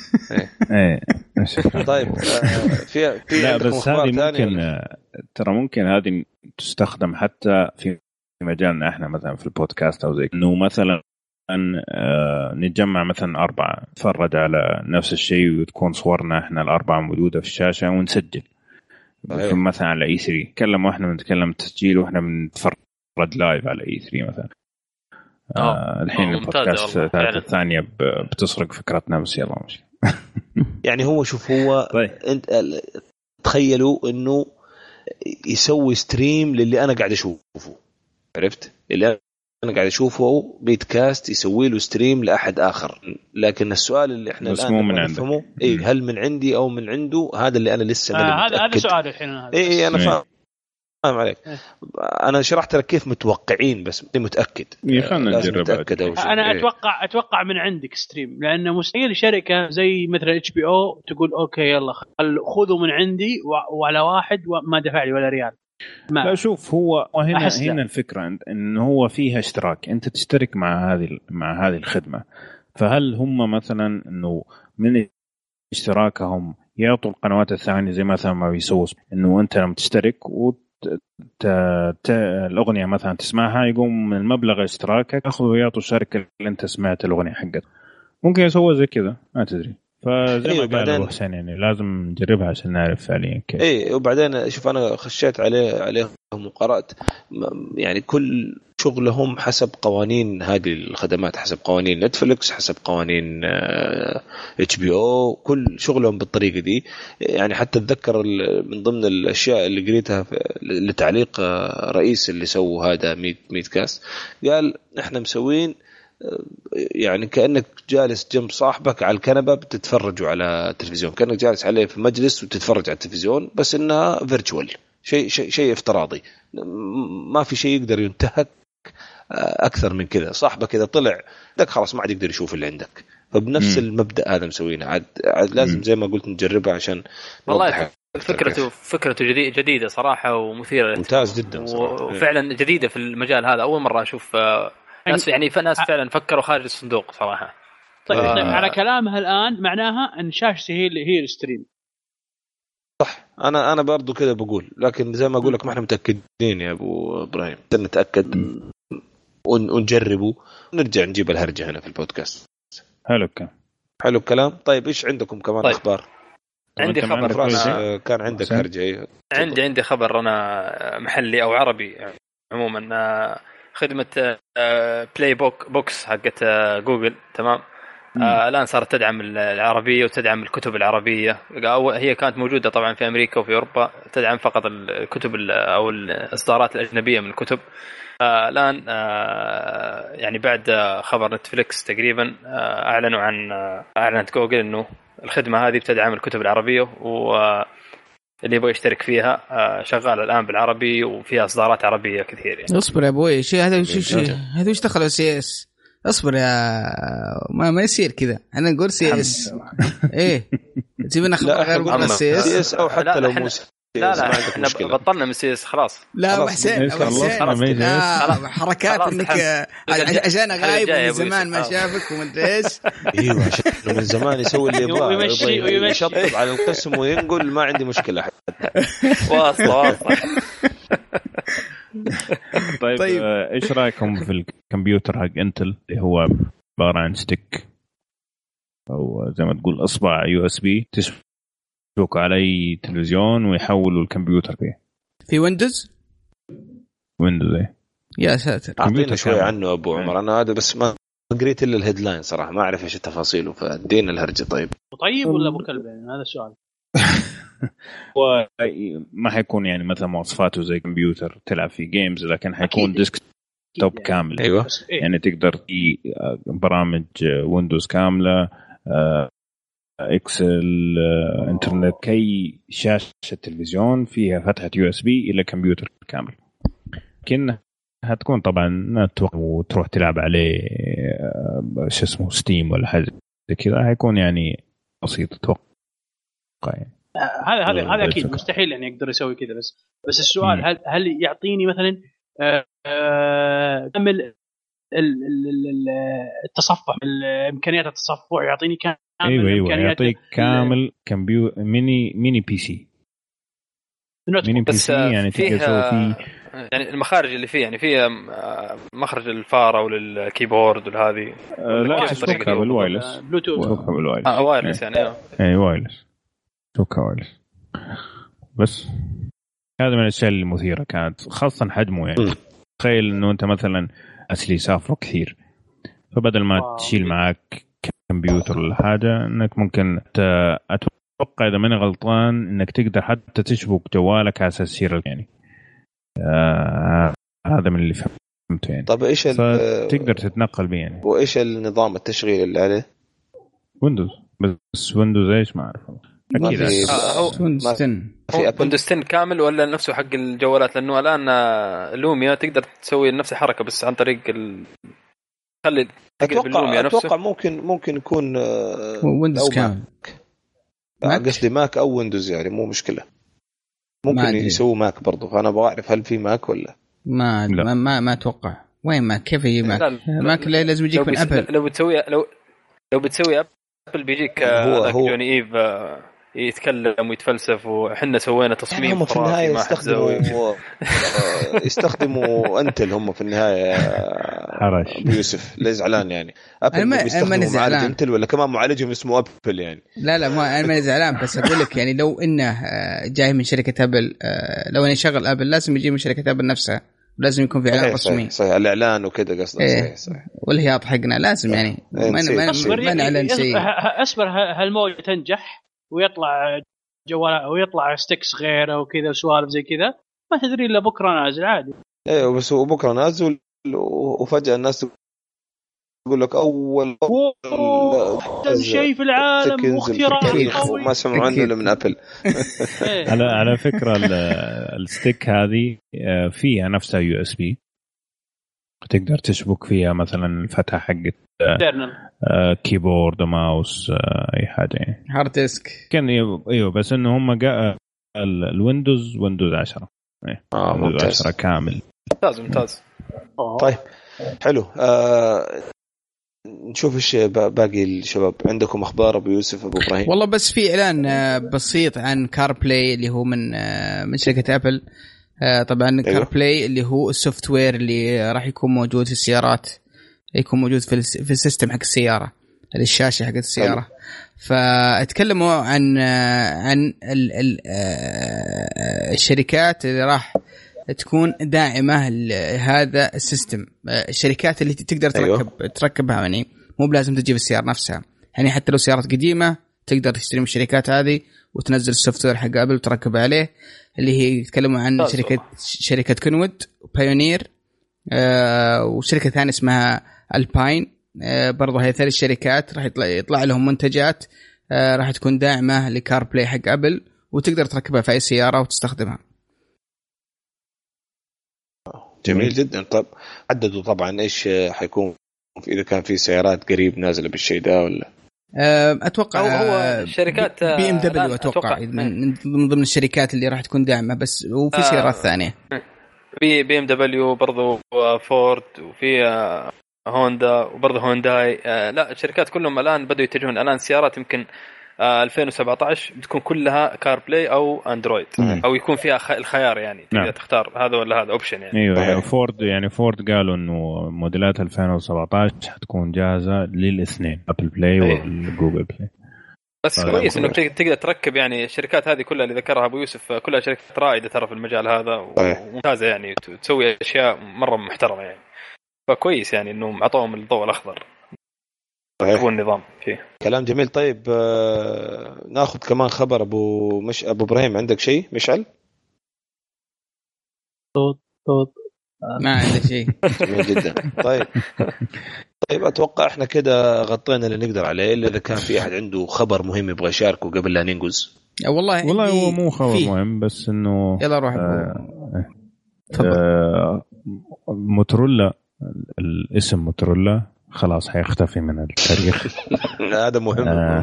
طيب في لا بس هذه ممكن ترى ممكن هذه تستخدم حتى في مجالنا احنا مثلا في البودكاست او زي انه مثلا نتجمع مثلا 4 نتفرج على نفس الشيء وتكون صورنا احنا ال4 موجودة في الشاشة ونسجل مثلا على E3 كلموا احنا بنتكلم تسجيل واحنا بنتفرج لايف على E3 مثلا. الحين البودكاست الثانية بتسرق فكرتنا بس يلا ماشي. يعني هو شوف هو طيب. انت تخيلوا انه يسوي ستريم للي انا قاعد اشوفه، عرفت؟ اللي انا قاعد اشوفه بيدكاست يسوي له ستريم لاحد اخر، لكن السؤال اللي احنا الان نفهمه هل من عندي او من عنده، هذا اللي انا لسه هذا سؤال الحين هذا. انا فاهم عليك. انا شرحت لك كيف متوقعين بس ماني متاكد. لازم متاكد او شيء. انا اتوقع من عندك ستريم، لانه مستحيل شركه زي مثل HBO تقول اوكي يلا خذوا من عندي وعلى واحد وما دفع لي ولا ريال. لا شوف هو هنا الفكره انه هو فيها اشتراك، انت تشترك مع هذه الخدمه، فهل هم مثلا انه من اشتراكهم يعطوا القنوات الثانيه زي مثلا ما بيسووا انه انت لما تشترك الأغنية مثلا تسمعها يقوم من مبلغ اشتراكك يأخذوا ويعطوا الشركة اللي أنت سمعت الأغنية حقتها، ممكن يسوي زي كذا ما تدري. فزي ما قال أبو حسين يعني لازم نجربها عشان نعرف فعليا كيف. وبعدين شوف أنا خشيت عليهم وقرأت يعني كل شغلهم حسب قوانين هذه الخدمات، حسب قوانين نتفليكس، حسب قوانين HBO، كل شغلهم بالطريقة دي. يعني حتى أتذكر من ضمن الأشياء اللي قريتها لتعليق رئيس اللي سووا هذا ميت كاست، قال إحنا مسوين يعني كأنك جالس جنب صاحبك على الكنبة بتتفرجوا على التلفزيون، كأنك جالس عليه في مجلس وتتفرج على التلفزيون، بس إنها فيرتشوال، شيء افتراضي، ما في شيء يقدر ينتهك أكثر من كذا. صاحبك إذا طلع لك خلاص ما عاد يقدر يشوف اللي عندك. فبنفس المبدأ هذا مسوينه، عاد لازم زي ما قلت نجربها عشان والله فكرته جديدة صراحة ومثيرة، ممتاز جدا صراحة. وفعلا جديدة في المجال هذا، أول مرة أشوف ناس يعني ناس فعلا فكروا خارج الصندوق صراحة. طيب على كلامها الآن معناها أن شاشتي هي الستريم صح. أنا برضو كده بقول، لكن زي ما أقول لك ما إحنا متأكدين يا أبو إبراهيم، نتأكد ونجربه نرجع نجيب الهرجة هنا في البودكاست. حلو الكلام. طيب إيش عندكم كمان أخبار؟ عندي خبر. كان عندك هرجة. عندي خبر أنا محلي أو عربي عموما. خدمة بلاي بوكس حقت جوجل، تمام. الآن صارت تدعم العربية وتدعم الكتب العربية. هي كانت موجودة طبعا في أمريكا وفي أوروبا، تدعم فقط الكتب أو الإصدارات الأجنبية من الكتب. الآن يعني بعد خبر نتفليكس تقريبا أعلنت جوجل إنه الخدمة هذه بتدعم الكتب العربية، اللي يبغى يشترك فيها شغال الآن بالعربي وفيها إصدارات عربية كثير يعني. اصبر يا أبوي، شيء هذا وش دخل CS؟ اصبر يا ما يصير كذا. انا نقول CS ايه تجيبنا خبر غير من CS او حتى لو مو لا احنا بطلنا من CS خلاص. لا حسين حركات انك عشان غايب من زمان ما شافك وما ادري ايش. ايوه عشان من زمان يسوي اللي يبغاه، يشطب على القسم وينقل، ما عندي مشكله حتى. واصله طيب ايش رايكم في الكمبيوتر حق انتل اللي هو عباره عن ستيك او زي ما تقول اصبع USB تشبك على تلفزيون ويحولوا الكمبيوتر فيه في ويندوز ايه؟ يا ساتر، اعطينا شوي عنه ابو عمر. انا هذا بس ما قريت الا الهيدلاين صراحه، ما اعرف ايش التفاصيل، فدينا الهرجه. طيب ولا ابو كلب؟ هذا السؤال. وما حيكون يعني مثلا مواصفاته زي كمبيوتر تلعب فيه جيمز، لكن حيكون ديسك توب كامل. ايوه يعني تقدر في برامج ويندوز كامله، اكسل، انترنت، كي شاشه تلفزيون فيها فتحه USB الى كمبيوتر كامل. لكن هتكون طبعا وتروح تلعب عليه شو اسمه ستيم ولا حاجه كذا، هيكون يعني بسيط اتوقع يعني. هذا اكيد مستحيل يعني يقدر يسوي كذا. بس السؤال هل يعطيني مثلا كامل التصفح، امكانيات التصفح، يعطيني كامل ايوه يعطيك كامل ميني بي سي. ميني بي سي يعني تقدر تسوي فيه يعني المخارج اللي فيه يعني فيه مخرج الفاره وللكيبورد والهذه لا تشبكها بالوايرلس بلوتوث وايرلس يعني وايرلس توكا وايرلس. بس هذا من الاشياء المثيره كانت، خاصه حجمه. يعني تخيل انه انت مثلا اسلي يسافروا كثير، فبدل ما تشيل معك كمبيوتر ولا حاجه انك ممكن اتوقع اذا ماني غلطان انك تقدر حتى تشبك جوالك على اساس يصير يعني هذا من اللي فهمته يعني. طب ايش تقدر تتنقل به يعني. وايش النظام التشغيل اللي عليه؟ ويندوز. بس ويندوز ايش ما اعرف اكيد ويندوز 10 كامل ولا نفسه حق الجوالات؟ لانه الان لوميا تقدر تسوي نفس الحركه بس عن طريق خلي اتوقع ممكن يكون ويندوز كامل. قصدي ماك او ويندوز يعني مو مشكله، ممكن يسوي ماك برضه. فانا ابغى اعرف هل في ماك ولا ما اتوقع. وين ماك؟ كيف يجي ماك؟ ماك لازم يجيك من ابل. لو بتسوي ابل بيجيك هو جوني ايف يتكلم ويتفلسف وحنا سوينا تصميم هم في النهايه يستخدموا انتل هم في النهايه حرش يوسف ليه زعلان يعني؟ ابل بيستخدموا معالج انتل ولا كمان معالجهم اسمه ابل يعني؟ لا ما انا زعلان، بس اقول لك يعني لو انه جاي من شركه ابل، لو انه يشغل ابل لازم يجي من شركه ابل نفسها، لازم يكون في اعلان رسمي. صحيح الاعلان وكده قصدك. صحيح والهياط حقنا لازم يعني ما نعلن شيء. اصبر هالموجة تنجح ويطلع جوال ويطلع ستيكس غيره وكذا وسوالف زي كذا، ما تدري الا بكره نازل عادي. ايوه بس هو بكره نازل وفجاه الناس تقول لك اول شيء في العالم واختراع قوي ما سمعوا عنه الا من ابل. على فكره الستيك هذه فيها نفسها يو اس بي، تقدر تشبك فيها مثلا الفتحه حقت كيبورد ماوس اي حاجه يعني هارد ديسك كان. ايوه بس انه هم الويندوز 10 ويندوز 10 كامل. ممتاز. طيب حلو. نشوف ايش باقي الشباب. عندكم اخبار ابو يوسف ابو ابراهيم؟ والله بس في اعلان بسيط عن كار بلاي اللي هو من شركه ابل. طبعا كار بلاي اللي هو السوفت وير اللي راح يكون موجود في السيارات، يكون موجود في السيستم حق السياره، الشاشه حق السياره. فاتكلموا عن الشركات اللي راح تكون داعمه لهذا السيستم. الشركات اللي تقدر تركبها يعني مو بلازم تجي في السياره نفسها، يعني حتى لو سيارات قديمه تقدر تشتري من الشركات هذه وتنزل السوفت وير حق ابل وتركب عليه، اللي هي يتكلموا عن شركه كونوود وبايونير وشركه ثانيه اسمها الباين. برضو هي ثلاث شركات راح يطلع لهم منتجات راح تكون داعمه لكار بلاي حق ابل، وتقدر تركبها في اي سياره وتستخدمها. جميل جدا. طب حددوا طبعا ايش حيكون اذا كان في سيارات قريب نازله بالشيء ده ولا؟ اتوقع هو شركات بي ام دبليو اتوقع من ضمن الشركات اللي راح تكون داعمه، بس وفي سيارات ثانيه بي ام دبليو برضو فورد وفي هوندا وبرضه هونداي. لا الشركات كلهم الان بدأوا يتجهون الان سيارات يمكن 2017 بتكون كلها كار بلاي او اندرويد او يكون فيها الخيار يعني تقدر تختار هذا ولا هذا اوبشن يعني. ايوه فورد قالوا انه موديلات 2017 حتكون جاهزه للاثنين، ابل بلاي والجوجل بلاي. بس كويس انك تقدر تركب يعني الشركات هذه كلها اللي ذكرها ابو يوسف كلها شركات رائده ترى في المجال هذا وممتازه يعني تسوي اشياء مره محترمه يعني، فكويس يعني انهم اعطوهم الضوء الاخضر هو النظام فيه. كلام جميل. طيب ناخذ كمان خبر ابو ابراهيم. عندك شيء مشعل؟ صوت ما عندي شيء. جميل جدا. طيب اتوقع احنا كده غطينا اللي نقدر عليه، الا اذا كان في احد عنده خبر مهم يبغى يشاركه قبل لا ننجز. والله هو مو خبر مهم بس انه يلا روح. موتورولا، الاسم موتورولا خلاص حيختفي من التاريخ. هذا مهم.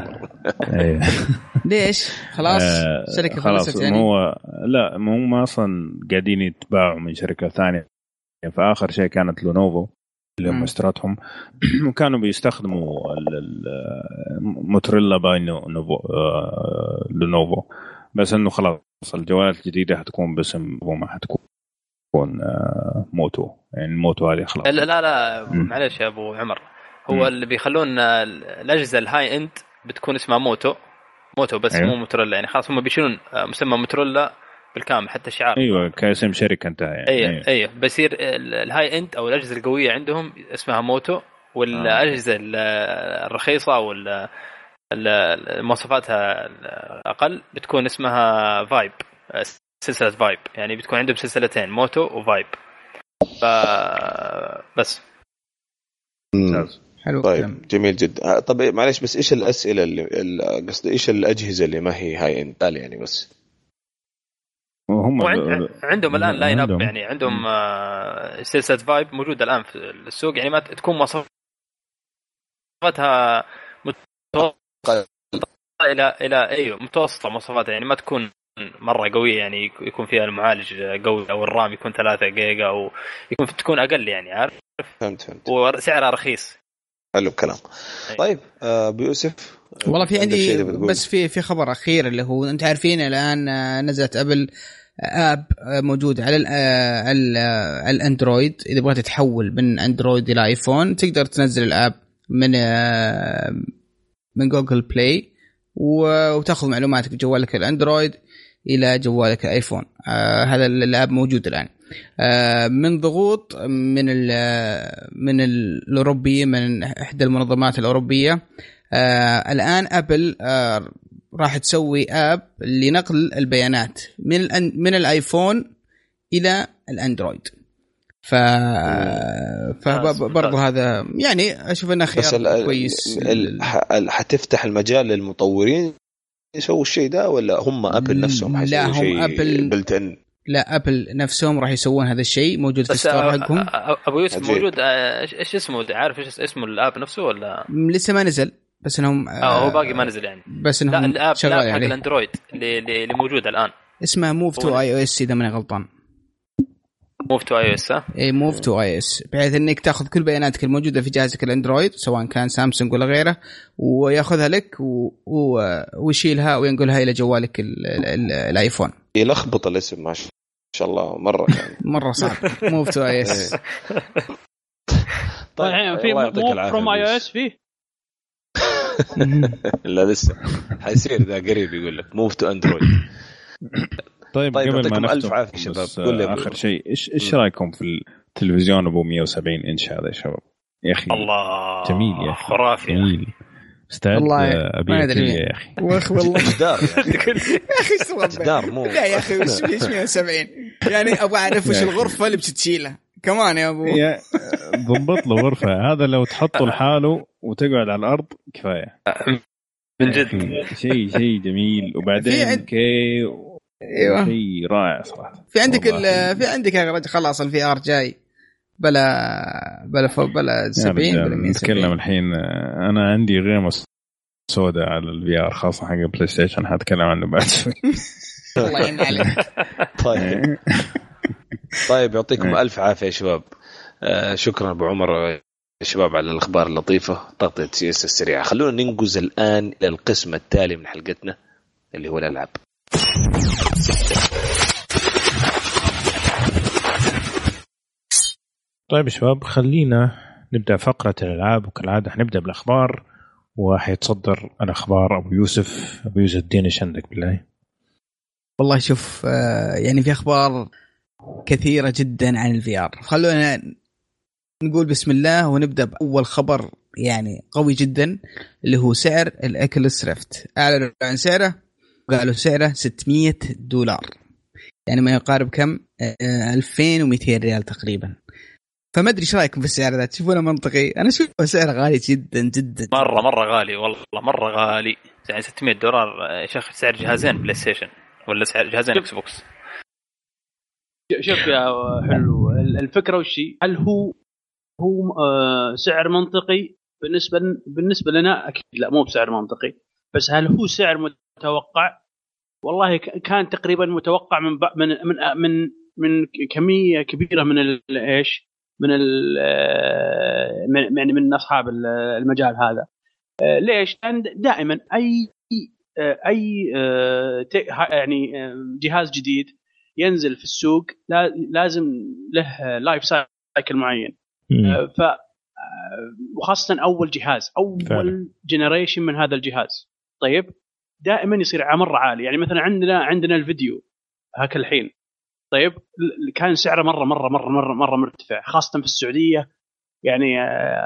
ليش خلاص شركة خلاص يعني؟ لا هم اصلا قاعدين يتباعوا من شركة ثانية. فآخر شيء كانت لونوفو اللي هم اشترتهم وكانوا بيستخدموا موتورولا باي لونوفو، بس انه خلاص الجوالات الجديدة هتكون باسم وما هتكون يكون موتو، يعني الموتو هذه خلاص. لا معلش يا ابو عمر، هو اللي بيخلون الاجهزه الهاي اند بتكون اسمها موتو بس أيوة. مو موتوريلا، يعني خلاص هم بيشيلون مسمى موتوريلا بالكامل حتى الشعار. ايوه كاسم شركه انتهى يعني. ايوه بيصير الهاي اند او الاجهزه القويه عندهم اسمها موتو، والاجهزه الرخيصه وال مواصفاتها اقل بتكون اسمها فايب، سلسله فايب، يعني بتكون عندهم سلسلتين موتو وفايب. بس حلو. طيب جميل جدا. طب معلش بس ايش الاسئله اللي قصدي ايش الاجهزه اللي ما هي هاي اند يعني بس هم عندهم الان لاين اب، يعني عندهم سلسله فايب موجوده الان في السوق، يعني ما تكون مواصفاتها متوسطه الى ايوه متوسطه مواصفاتها، يعني ما تكون مره قويه، يعني يكون فيها المعالج قوي او الرام يكون 3 جيجا او تكون اقل، يعني عارف. فهمت وسعرها رخيص. حلو الكلام. طيب بيوسف والله في عندي بس في خبر اخير اللي هو انت عارفين الان نزلت ابل اب موجود على الاندرويد. اذا بغيت تحول من اندرويد الى ايفون تقدر تنزل الاب من جوجل بلاي وتاخذ معلوماتك جوالك الاندرويد الى جوالك الايفون. هذا الاب موجود الان من ضغوط من الاوروبيه، من احدى المنظمات الاوروبيه. الان ابل راح تسوي اب لنقل البيانات من الايفون الى الاندرويد. فبرضه هذا يعني اشوف انه خيار كويس. حتفتح المجال للمطورين يسووا الشيء ده ولا هم ابل نفسهم حيسووا شيء بلتن؟ لا ابل نفسهم راح يسوون هذا الشيء موجود في الستور حقهم. ابو يوسف موجود ايش اسمه؟ عارف ايش اسمه الاب نفسه ولا لسه ما نزل؟ بس انهم هو باقي ما نزل يعني. بس انهم الاب شغال حق الاندرويد اللي موجود الان اسمه موف تو اي او اس اذا ماني غلطان. موف تو اي اس اي موف تو اي اس، بحيث انك تاخذ كل بياناتك الموجوده في جهازك الاندرويد سواء كان سامسونج ولا غيره وياخذها لك ويشيلها وينقلها الى جوالك الايفون. يلخبط الاسم ما شاء الله مره يعني. مره صعب. موف تو اي اس. طيب في موف فروم اي او اس فيه لا لسه حيصير ذا قريب يقول لك موف تو اندرويد. طيب قبل ما نفتح شباب آخر شيء إيش رأيكم في التلفزيون أبو 170 إنش هذا يا شباب؟ يا أخي الله جميل يا أخي، خرافي جميل استاذ أبي يا أخي. والله جدار يا أخي جدار مو لا يا أخي وش 170 يعني أبغى أعرف وش الغرفة اللي بتشيلها كمان يا أبو. ضبط له غرفة، هذا لو تحطه لحاله وتقعد على الأرض كفاية من جد. شيء جميل. وبعدين ايوه شيء رائع صراحه. في عندك يا رجل خلاص الفي ار جاي بلا 70 نتكلم الحين. انا عندي غيمه سوداء على الفي ار خاصه حق بلاي ستيشن حتكلم عنه بعد شوي. الله يعين عليك. طيب يعطيكم الف عافيه يا شباب. شكرا ابو عمر يا شباب على الاخبار اللطيفه تغطيه سياسه السريعه. خلونا ننقز الان الى القسم التالي من حلقتنا اللي هو الالعاب. طيب شباب خلينا نبدأ فقرة الألعاب، وكالعادة حنبدأ بالأخبار وحيتصدر الأخبار أبو يوسف الدين. إيش عندك بالله؟ والله شوف يعني في أخبار كثيرة جدا عن الفي آر. خلونا نقول بسم الله ونبدأ بأول خبر يعني قوي جدا اللي هو سعر الأكلس ريفت. أعلنوا عن سعره وقالوا سعره $600 يعني ما يقارب كم 2200 ريال تقريبا. فما أدري إيش رأيكم في السعر ذا؟ تشوفونه منطقي؟ أنا أشوفه سعر غالي جدا جدا مرة غالي والله مرة غالي. يعني $600 يا شيخ سعر جهازين بلاي ستيشن ولا سعر جهازين اكس بوكس. شوف يا حلو الفكرة وشي هل هو سعر منطقي بالنسبة لنا؟ أكيد لا مو بسعر منطقي، بس هل هو سعر متوقع؟ والله كان تقريبا متوقع من كمية كبيرة من ايش من أصحاب المجال هذا. ليش؟ دائما أي يعني جهاز جديد ينزل في السوق لازم له لايف سايكل معين. ف وخاصه اول جهاز اول جنريشن من هذا الجهاز طيب دائما يصير مره عالي. يعني مثلا عندنا الفيديو هاك الحين طيب كان سعره مره مرتفع خاصه في السعوديه. يعني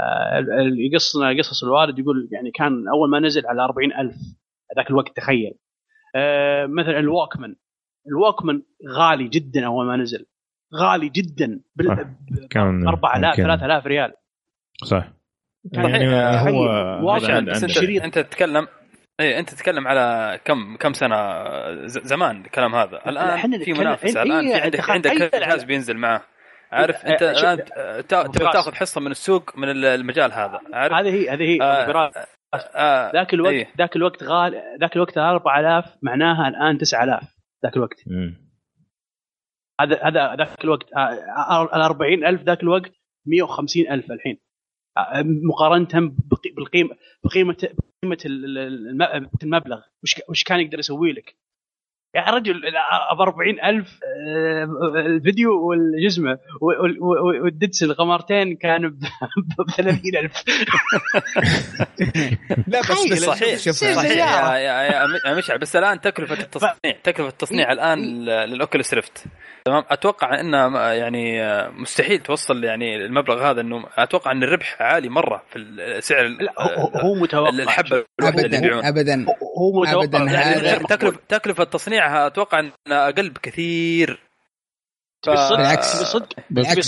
قصص الوالد يقول يعني كان اول ما نزل على 40,000 ذاك الوقت تخيل. مثلا الووكمان غالي جدا اول ما نزل غالي جدا كان 4,000 3,000 ريال صح. يعني هو انت تتكلم انت تتكلم على كم سنه زمان الكلام هذا. الان في منافسه الان في عندك جهاز بينزل معه عارف انت الان تبغى تاخذ حصه من السوق من المجال هذا عارف. هذه هي ذاك الوقت غالي. ذاك الوقت 4,000 معناها الان 9,000 ذاك الوقت. هذا ذاك الوقت 40,000 ذاك الوقت 150,000 الحين مقارنة بقيمة المبلغ. وش كان يقدر يسوي لك يا رجل ب 40,000 الفيديو والجزمة والددس الغمارتين كان ب 30,000. لا بس صحيح يا مشعل. بس الآن تكلفة التصنيع الآن للأوكيوليس ريفت تمام. أتوقع إنه يعني مستحيل توصل يعني المبلغ هذا. إنه أتوقع إن الربح عالي مرة في السعر. هو متوقع الحبة أبدا هو متوقع. يعني تكلفة تصنيعها أتوقع إنها أقل بكثير. بالصدق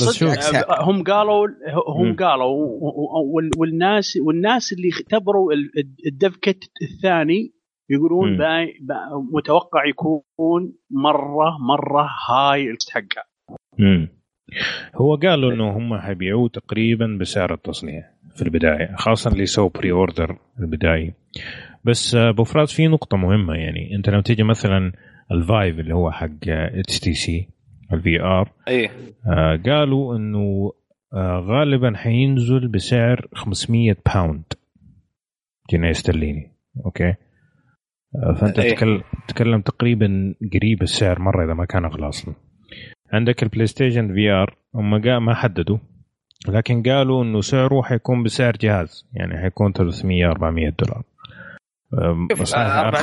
هم قالوا والناس اللي اختبروا الديف كيت الثاني يقولون متوقع يكون مرة هاي حقه. هو قالوا انه هم حيبيعوه تقريبا بسعر التصنيع في البدايه خاصه اللي سووا بري اوردر البدايه. بس بفراس في نقطه مهمه. يعني انت لما تيجي مثلا الفايف اللي هو حق HTC الفي ار قالوا انه غالبا حينزل بسعر 500 باوند جنيه استرليني. اوكي فانت تتكلم تقريبا قريب السعر مره اذا ما كان اغلى اصلا. عندك البلاي ستيشن في ار هم ما حددوا لكن قالوا انه سعره حيكون بسعر جهاز يعني حيكون 300-400 دولار. بس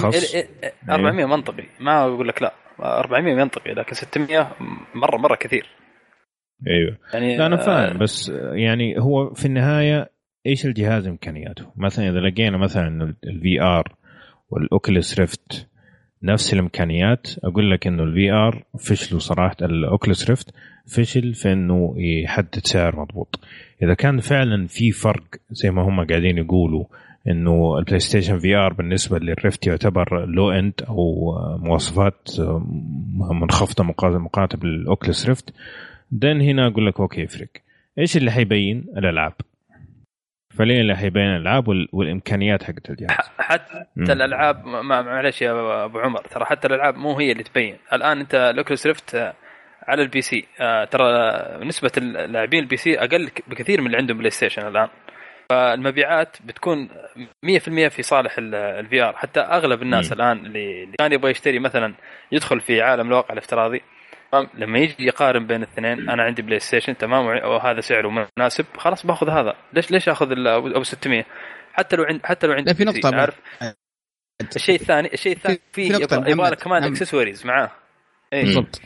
400 منطقي ما اقول لك لا 400 منطقي لكن 600 مره كثير. ايوه يعني لا انا فاهم بس يعني هو في النهايه ايش الجهاز امكانياته. مثلا اذا لقينا مثلا الفي ار والاوكيوليس ريفت نفس الامكانيات اقول لك انه الفي ار فشلوا صراحه. الاوكيوليس ريفت فشل في انه يحدد سعر مضبوط. اذا كان فعلا في فرق زي ما هم قاعدين يقولوا انه البلاي ستيشن في ار بالنسبه للريفت يعتبر لو اند او مواصفات منخفضه مقارنه بالاوكيوليس ريفت دين هنا اقول لك اوكي يفرق. ايش اللي حيبين الالعاب. فلين اللي حيبين الالعاب والامكانيات حقت الجهاز. حتى الالعاب معلش يا ابو عمر ترى حتى الالعاب مو هي اللي تبين. الان انت الاوكيوليس ريفت على البي سي ترى نسبه اللاعبين البي سي اقل بكثير من اللي عندهم بلاي ستيشن الان. فالمبيعات بتكون 100% في صالح الفي ار. حتى اغلب الناس الان اللي كان يبغى يشتري مثلا يدخل في عالم الواقع الافتراضي لما يجي يقارن بين الاثنين انا عندي بلاي ستيشن تمام وهذا سعره مناسب خلاص باخذ هذا. ليش اخذ ابو 600 حتى لو عندي في نقطه عارف. الشيء الثاني في يبغى لك كمان اكسسوارز معاه. بالضبط.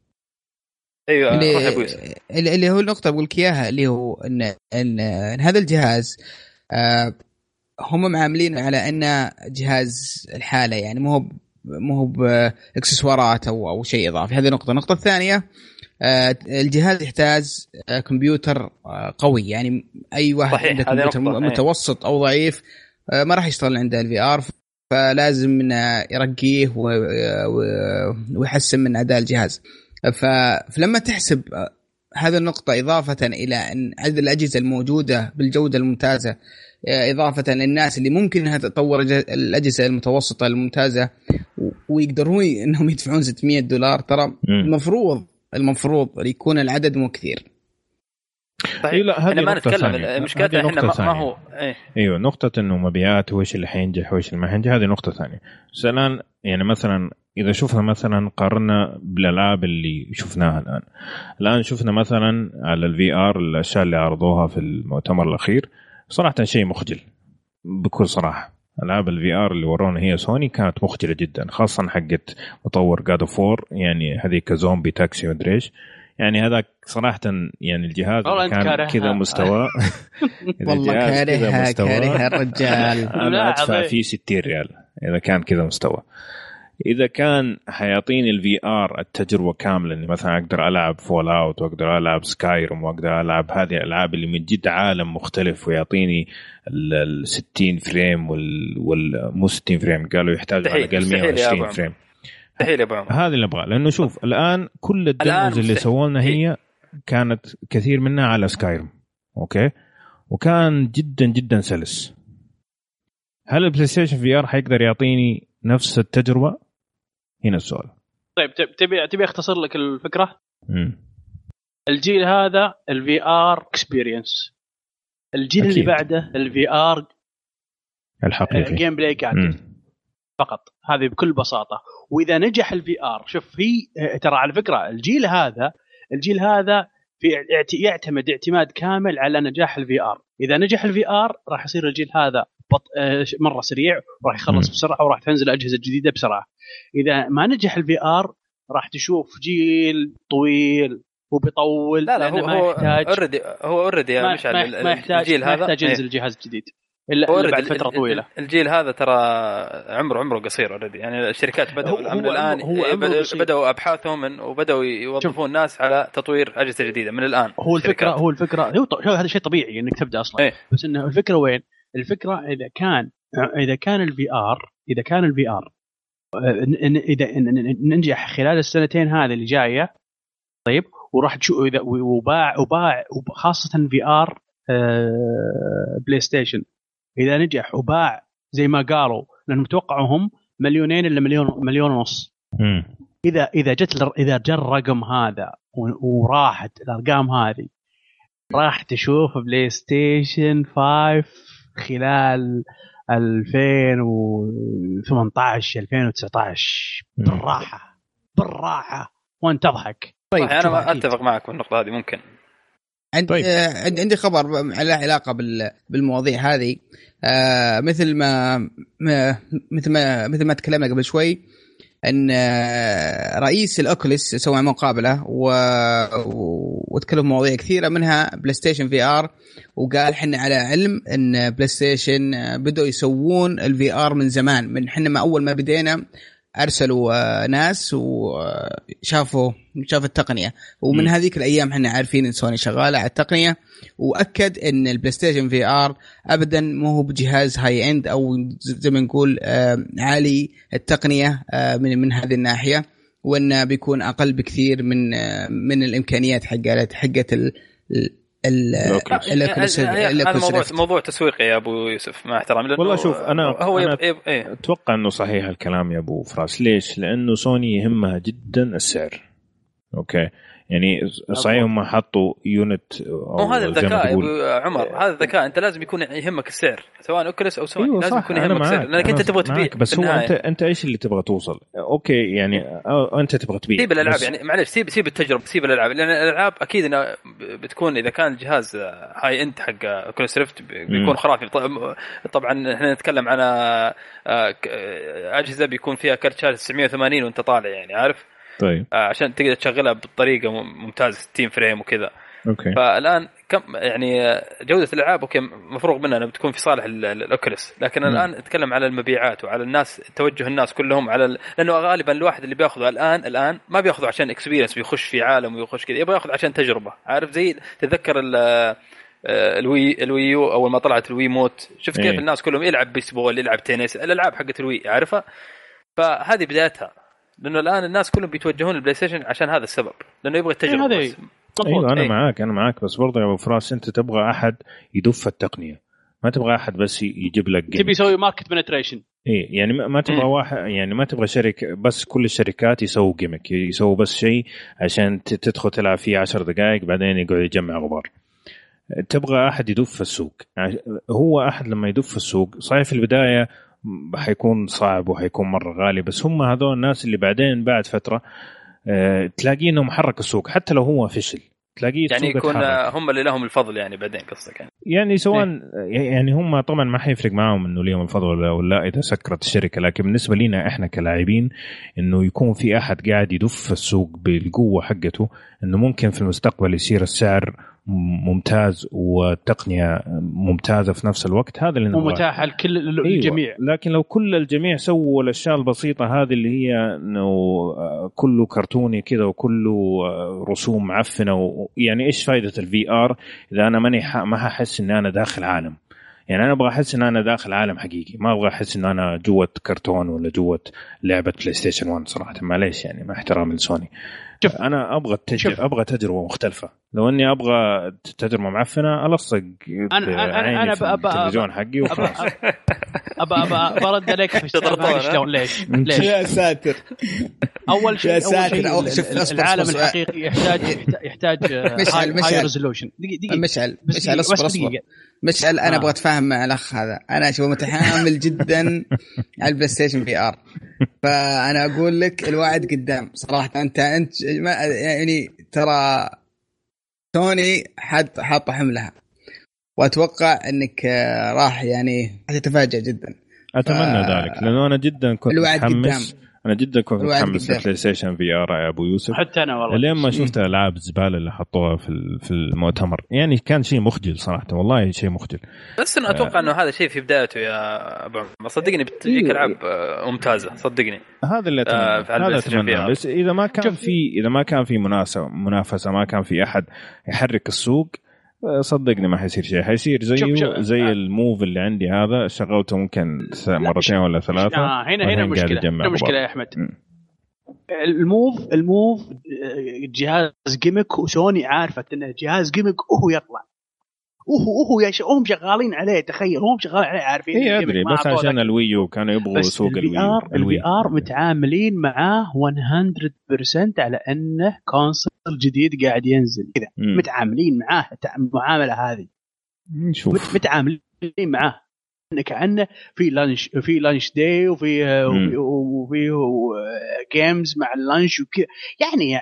ايوه اللي هو النقطه بقول لك اياها اللي هو ان هذا الجهاز هم معاملين على انه جهاز الحاله يعني مو هو باكسسوارات او شيء اضافي. هذه النقطه الثانيه الجهاز يحتاج كمبيوتر قوي. يعني اي واحد عنده كمبيوتر متوسط او ضعيف ما راح يشتغل عنده الفي ار. فلازم يرقيه ويحسن من اداء الجهاز. فلما تحسب هذه النقطة إضافة إلى أن عدد الأجهزة الموجودة بالجودة الممتازة إضافة للناس اللي ممكن أنها تطور الأجهزة المتوسطة الممتازة ويقدرون أنهم يدفعون $600 ترى المفروض يكون العدد مو كثير. طيب أنا ما نتكلم المشكلة إحنا ما هو أيوة نقطة إنه مبيعات وإيش اللي حينجح وإيش اللي ما حينجح هذه نقطة ثانية. بس الآن يعني مثلا إذا شفنا مثلا قارنا بالألعاب اللي شفناها الآن شفنا مثلا على الVR الأشياء اللي عرضوها في المؤتمر الأخير صراحة شيء مخجل بكل صراحة. ألعاب الVR اللي ورونا هي سوني كانت مخجلة جدا، خاصة حقت مطور God of War، يعني هذه كزومبي تاكسي ودريش، يعني هذا صراحة يعني الجهاز كان كذا مستوى والله كاره الرجال. أنا أدفع فيه 60 ريال إذا كان كذا مستوى. إذا كان حيعطيني الVR التجربة كاملة، إني مثلا أقدر ألعب فول أوت وأقدر ألعب سكايرم وأقدر ألعب هذه الألعاب اللي من جد عالم مختلف، ويعطيني 60 فريم مو 60 فريم، قالوا يحتاج على الأقل 120 فريم. هذا اللي أبغاه، لأنه شوف الآن كل الدموز اللي سوولنا هي كانت كثير منها على سكايرم، أوكي، وكان جدا جدا سلس. هل البلاي ستيشن VR حيقدر يعطيني نفس التجربة؟ هنا السؤال. طيب تبي اختصر لك الفكرة. الجيل هذا الVR اكسبيرينس، الجيل أكيد. اللي بعده الVR الحقيقي جيم بلاي كامل فقط، هذه بكل بساطة. وإذا نجح الVR، شوف هي ترى على فكرة الجيل هذا يعتمد اعتماد كامل على نجاح الVR. إذا نجح الVR راح يصير الجيل هذا مرة سريع، وراح يخلص بسرعة، وراح تنزل أجهزة جديدة بسرعة. إذا ما نجح الVR راح تشوف جيل طويل وبيطول. لا هو أوريدي يا مشعل، ما يحتاج ينزل جهاز جديد إلا بعد فترة طويلة. الجيل هذا ترى عمره قصير أوريدي، يعني الشركات بدأوا الآن بدأوا أبحاثهم وبدأوا يوظفون الناس على تطوير أجهزة جديدة من الآن. هو الفكرة هذا شيء طبيعي إنك تبدأ أصلا. بس إنه الفكرة وين؟ الفكرة إذا كان الVR إذا ننجح خلال السنتين هذه اللي جاية، طيب، وراح تشوف إذا وباع خاصة VR بلاي ستيشن، إذا نجح وباع زي ما قالوا، لأنهم متوقعوا هم 2 مليون إلا 1.5 مليون. إذا جاء الرقم هذا وراحت الأرقام هذه، راح تشوف بلاي ستيشن 5 خلال 2018 2019 بالراحة وانت تضحك. طيب أنا أتفق معك بالنقطة هذه. ممكن عندي خبر على علاقة بالمواضيع هذه، مثل ما تكلمنا قبل شوي، ان رئيس الأوكوليس سوى مقابلة وتكلم مواضيع كثيرة منها بلاي ستيشن VR، وقال حنا على علم ان بلاي ستيشن بدأوا يسوون الVR من زمان، من حنا ما اول ما بدينا ارسلوا ناس وشافوا التقنيه، ومن هذيك الايام احنا عارفين ان سوني شغاله على التقنيه. واكد ان البلاي ستيشن VR ابدا مو هو بجهاز هاي اند او زي ما نقول عالي التقنيه من هذه الناحيه، وانه بيكون اقل بكثير من الامكانيات حقت هذا موضوع تسويقي يا ابو يوسف، مع احترامي. والله شوف أنا اتوقع انه صحيح الكلام يا ابو فراس. ليش؟ لانه سوني يهمها جدا السعر. اوكي، يعني صحيح هم حطوا يونت، وهذا الذكاء يا ابو عمر، هذا الذكاء. انت لازم يكون يهمك السعر سواء اوكلس او سوني. لازم يكون يهمك السعر، لانك انت تبغى تبيع. بس هو انت ايش اللي تبغى توصل؟ اوكي يعني انت تبغى تبيع. سيب الالعاب، يعني معلش سيب التجربه، سيب الالعاب، لان الالعاب اكيد انها بتكون اذا كان الجهاز هاي اند حق اوكلس ريفت بيكون خرافي. طبعا احنا نتكلم على اجهزه بيكون فيها كارت شاشه 980 وانت طالع، يعني عارف. طيب عشان تقدر تشغلها بطريقه ممتازه 60 فريم وكذا. اوكي، فالان كم يعني جوده الالعاب اوكي مفروغ منها انها بتكون في صالح الاوكلس، لكن الان نتكلم على المبيعات وعلى الناس، توجه الناس كلهم على لانه غالبا الواحد اللي بياخذه الان ما بياخذه عشان اكسبيرينس بيخش في عالم ويخش كذا، يبغى ياخذ عشان تجربه. عارف زي تتذكر الويو اول ما طلعت الوي موت، شفت كيف الناس كلهم يلعب بيسبول، يلعب تنس، الالعاب حقت الوي عارفها. فهذه بدايتها، لانه الان الناس كلهم بيتوجهون للبلاي ستيشن عشان هذا السبب، لانه يبغى التجربه. ايوه انا معاك بس برضه يا ابو فراس انت تبغى احد يدف التقنيه، ما تبغى احد بس يجيب لك تبي يسوي ماركت بنتريشن. يعني ما تبغى واحد، يعني ما تبغى شركه بس كل الشركات يسووا جيمك، يسووا بس شيء عشان تدخل تلعب فيه 10 دقائق بعدين يقعد يجمع غبار. تبغى احد يدف السوق. هو احد لما يدف السوق صحيح في البدايه حيكون صعب وحيكون مرة غالي، بس هم هذول الناس اللي بعدين بعد فترة تلاقي انهم حرك السوق حتى لو هو فشل، تلاقيه يعني السوق يكون اتحرك. هم اللي لهم الفضل يعني بعدين قصدك يعني سواء يعني هم طبعا ما حيفرق معهم انه ليهم الفضل ولا اذا سكرت الشركه، لكن بالنسبه لنا احنا كلاعبين انه يكون في احد قاعد يدف السوق بالقوه حقته، انه ممكن في المستقبل يصير السعر ممتاز والتقنيه ممتازه في نفس الوقت، هذا اللي نبغاه متاح لكل الجميع. أيوة. لكن لو كل الجميع سووا الاشياء البسيطه هذه اللي هي انه كله كرتوني كذا وكله رسوم معفنه، يعني ايش فائده الفي ار اذا انا ما هحس ان انا داخل عالم؟ يعني انا ابغى احس ان انا داخل عالم حقيقي، ما ابغى احس ان انا جوه كرتون ولا جوه لعبه بلاي ستيشن 1 صراحه. معليش يعني مع احترامي لسوني، انا ابغى تجربه مختلفه. لو اني ابغى تجربه معفنه الصق انا التلفزيون حقي وخلاص. ابى برد عليك في السالفه شلون ليش يا ساتر. اول شيء العالم أصبر. الحقيقي يحتاج هاي ريزولوشن. دقيقه مشعل اصبر. مشعل انا ابغى اتفاهم مع الاخ هذا. انا شو متحامل جدا على البلاي ستيشن في ار، فانا اقول لك الوعد قدام صراحه. انت يعني ترى سوني حاطه حملها، واتوقع انك راح يعني تتفاجئ جدا. اتمنى ذلك لانه انا جدا كنت متحمس. انا جدا كنت متحمس للبلاي ستيشن في ار يا ابو يوسف، حتى انا والله لين ما شفت الالعاب الزباله اللي حطوها في المؤتمر. يعني كان شيء مخجل صراحه، والله شيء مخجل. بس انا اتوقع انه هذا شيء في بدايته يا ابو عمر، صدقني بتجيك العاب ممتازه صدقني. هذا اللي هذا اتمنى. بس اذا ما كان في منافسه، ما كان في احد يحرك السوق، صدقني ما حيصير شيء. حيصير زي الموف اللي عندي هذا، شغلته ممكن مرتين ولا ثلاثة. هنا مشكلة يا أحمد. الموف جهاز جيمك، وسوني عارفة إنه جهاز جيمك وهو يطلع هم شغالين عليه. تخيل هم شغالين عليه عارفين. إيه أدري، بس عشان الويو كانوا يبغوا سوق الفي ار متعاملين معاه 100% على انه كونسول جديد قاعد ينزل كذا. متعاملين معاه المعامله هذه، متعاملين معاه كأنه في لانش داي وفي جيمز مع اللانش وكذا. يعني